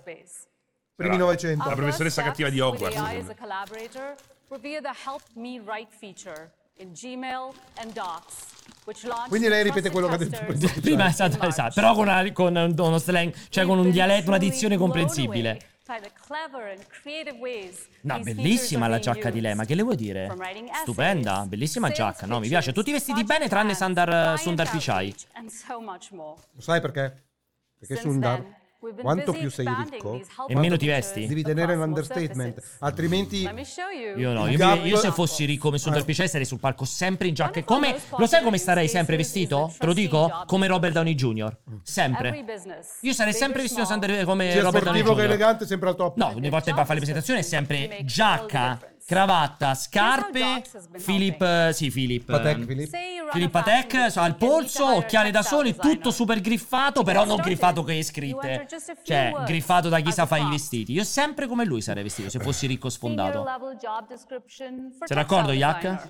Primi La- novecento. La professoressa cattiva di Hogwarts. With A I secondo as a collaborator, revere the Help Me Write feature in Gmail and Docs, which launched Quindi lei ripete quello che ha detto prima. Prima è stato esatto, però con, una, con uno slang, cioè con un dialetto, una dizione comprensibile. by the clever and creative ways No, these bellissima features la are being giacca di lei, ma che le vuoi dire? From writing essays, Stupenda, bellissima sales giacca, no, mi pitches, piace. Tutti vestiti bene tranne Sundar, client Sundar Pichai. outreach, and so much more. Lo sai perché? Perché Since Sundar, then, we've been quanto busy più sei expanding ricco, these help E meno ti features vesti? devi tenere across more l'understatement. surfaces. Altrimenti... Let me show you. Io no, Il io, gap- io se fossi ricco come Sundar Eh. Pichai sarei sul palco sempre in giacca. E come, lo sai come starei sempre vestito? Te lo dico? Come Robert Downey junior Sempre. Every business, Io sarei big sempre or vestito small, Sundar- come sia Robert Downey sportivo che junior elegante, sempre al top. No, ogni volta che va a fare le presentazioni è sempre giacca, cravatta, scarpe, Philip, eh, sì, Philip. Patek, ehm, Philip. Philip Patek, so, al polso, occhiali da sole, tutto super griffato, però non griffato che scritte. Cioè, griffato da chi sa fare i vestiti. Io sempre come lui sarei vestito se fossi ricco sfondato. Sei d'accordo, Yak?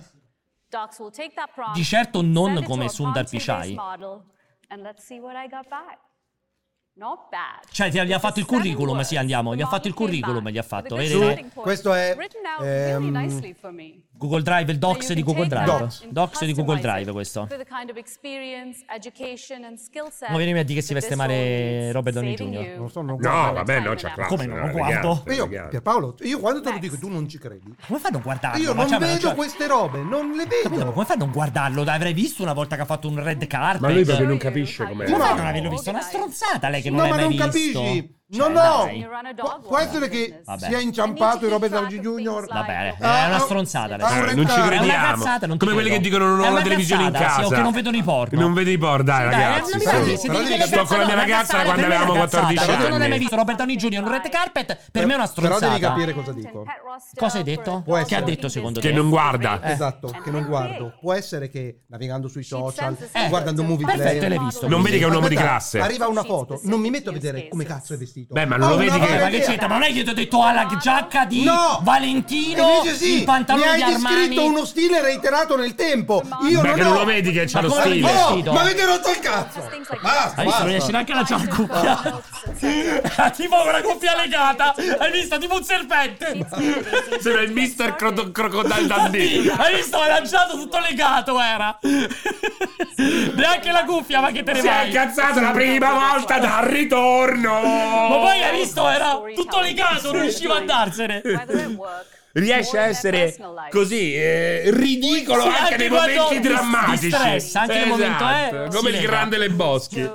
Di certo non come Sundar Pichai. Cioè, ti, gli ha fatto il curriculum, sì, andiamo. Gli ha fatto il curriculum, gli ha fatto. Vedete? Questo è ehm, Google Drive, il Docs di Google Drive. Docs. Docs di Google Drive, questo. Non vieni a dire che si veste male Robert Downey junior Non so, non No, guardo. vabbè, no, c'ha classe. Come no? no, Non elegante, guardo. Io, elegante. Pierpaolo, io quando te lo dico tu non ci credi. Come fai a non guardarlo? Io Ma non cioè, ma vedo cioè- queste robe, non le Capito? vedo. Ma come fai a non guardarlo? L'avrei visto una volta che ha fatto un red carpet. Ma lui proprio non capisce com'è. Come fai a non averlo visto? Una stronzata lei che non No, l'hai ma mai non visto. capisci. Cioè, No, no. dai. Pu- può essere che Vabbè. sia inciampato in Robert Downey junior Vabbè, è Ah, una ah, stronzata. lei. ah, un Eh, non ci È una crediamo. cazzata, non ti Come quelli credo. che dicono non È ho la una televisione in cazzata, sì, casa. o che non vedono i porno. Non vedo i porno, dai, Dai, ragazzi. non mi su. fai dire, Però se devi devi dire capire- Sto con la mia una ragazza cazzata, quando per me è avevamo una cazzata. quattordici Se tu non hai mai anni. visto Robert Downey junior un red carpet, per me è una Però stronzata. devi capire cosa dico. Cosa hai detto? Può Che essere. ha detto secondo te? Che non guarda. Esatto, che non guardo. Può essere che navigando sui social, Eh, guardando movie perfetto, player, l'hai visto. Non vedi che è un uomo di Aspetta, classe. Arriva una foto, non mi metto a vedere come cazzo è vestito. Beh, ma non Ho lo una vedi che- vaga Ma che idea. c'entra? Ma non è che io ti ho detto alla giacca di No! Valentino, E invece sì, il pantalone mi di hai Armani. descritto uno stile reiterato nel tempo. Io Beh, non che ho... non lo vedi che c'ha Ma lo come stile. vedi? Oh, vestito. ma avete rotto il cazzo! Basta, Hai visto? Non riesci basta. neanche a lanciare la cuffia. Tipo con la cuffia legata. Hai visto? Tipo un serpente. Sembra il mister Cro- Crocodile Dundee. Hai visto? Hai lanciato tutto legato, era. Neanche la cuffia, ma che te ne Si è vai? incazzato la prima volta dal ritorno. Ma poi hai visto? Era tutto legato, non riusciva a andarsene. Riesce a essere così eh, ridicolo Sì, anche, anche nei quando momenti di- drammatici. di stress, anche nel momento, eh, Esatto, si come il lega. grande Le Boschi.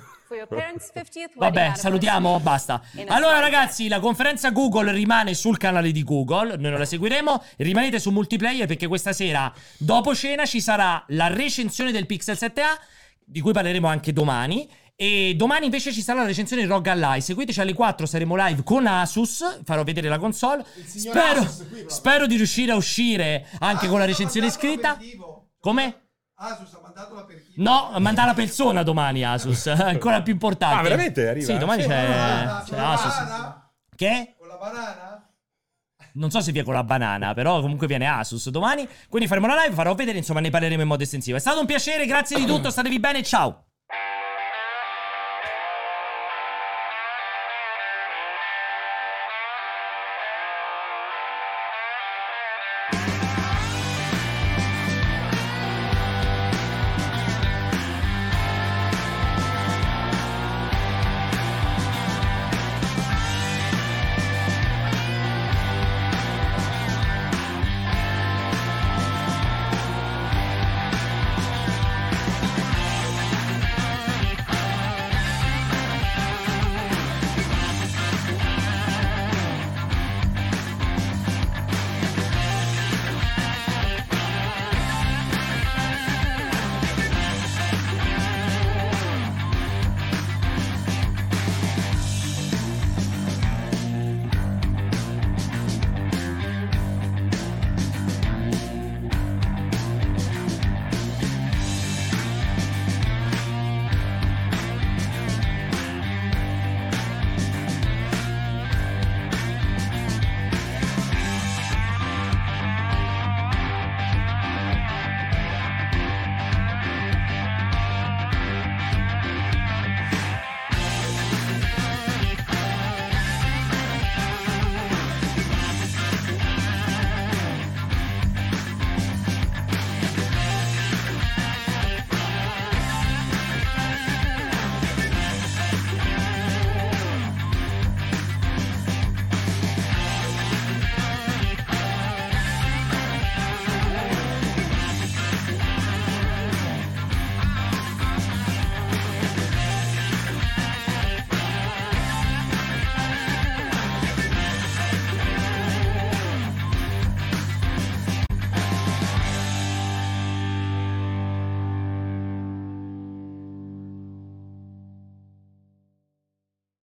Vabbè, salutiamo, basta. Allora ragazzi, la conferenza Google rimane sul canale di Google, noi non la seguiremo, rimanete su Multiplayer perché questa sera, dopo cena, ci sarà la recensione del Pixel sette a, di cui parleremo anche domani. E domani invece ci sarà la recensione di R O G Ally. Seguiteci alle quattro, saremo live con Asus. Farò vedere la console. Spero, Asus qui, spero di riuscire a uscire anche con la recensione scritta. Come? Asus ha mandato l'aperitivo. No, manda la persona domani Asus. Ancora più importante. Ah, veramente? Arriva? Sì, domani Sì. c'è, Con c'è la Asus. banana? Che? Con la banana? Non so se viene con la banana, però comunque viene Asus domani. Quindi faremo la live, farò vedere, insomma ne parleremo in modo estensivo. È stato un piacere, grazie di tutto, statevi bene, ciao.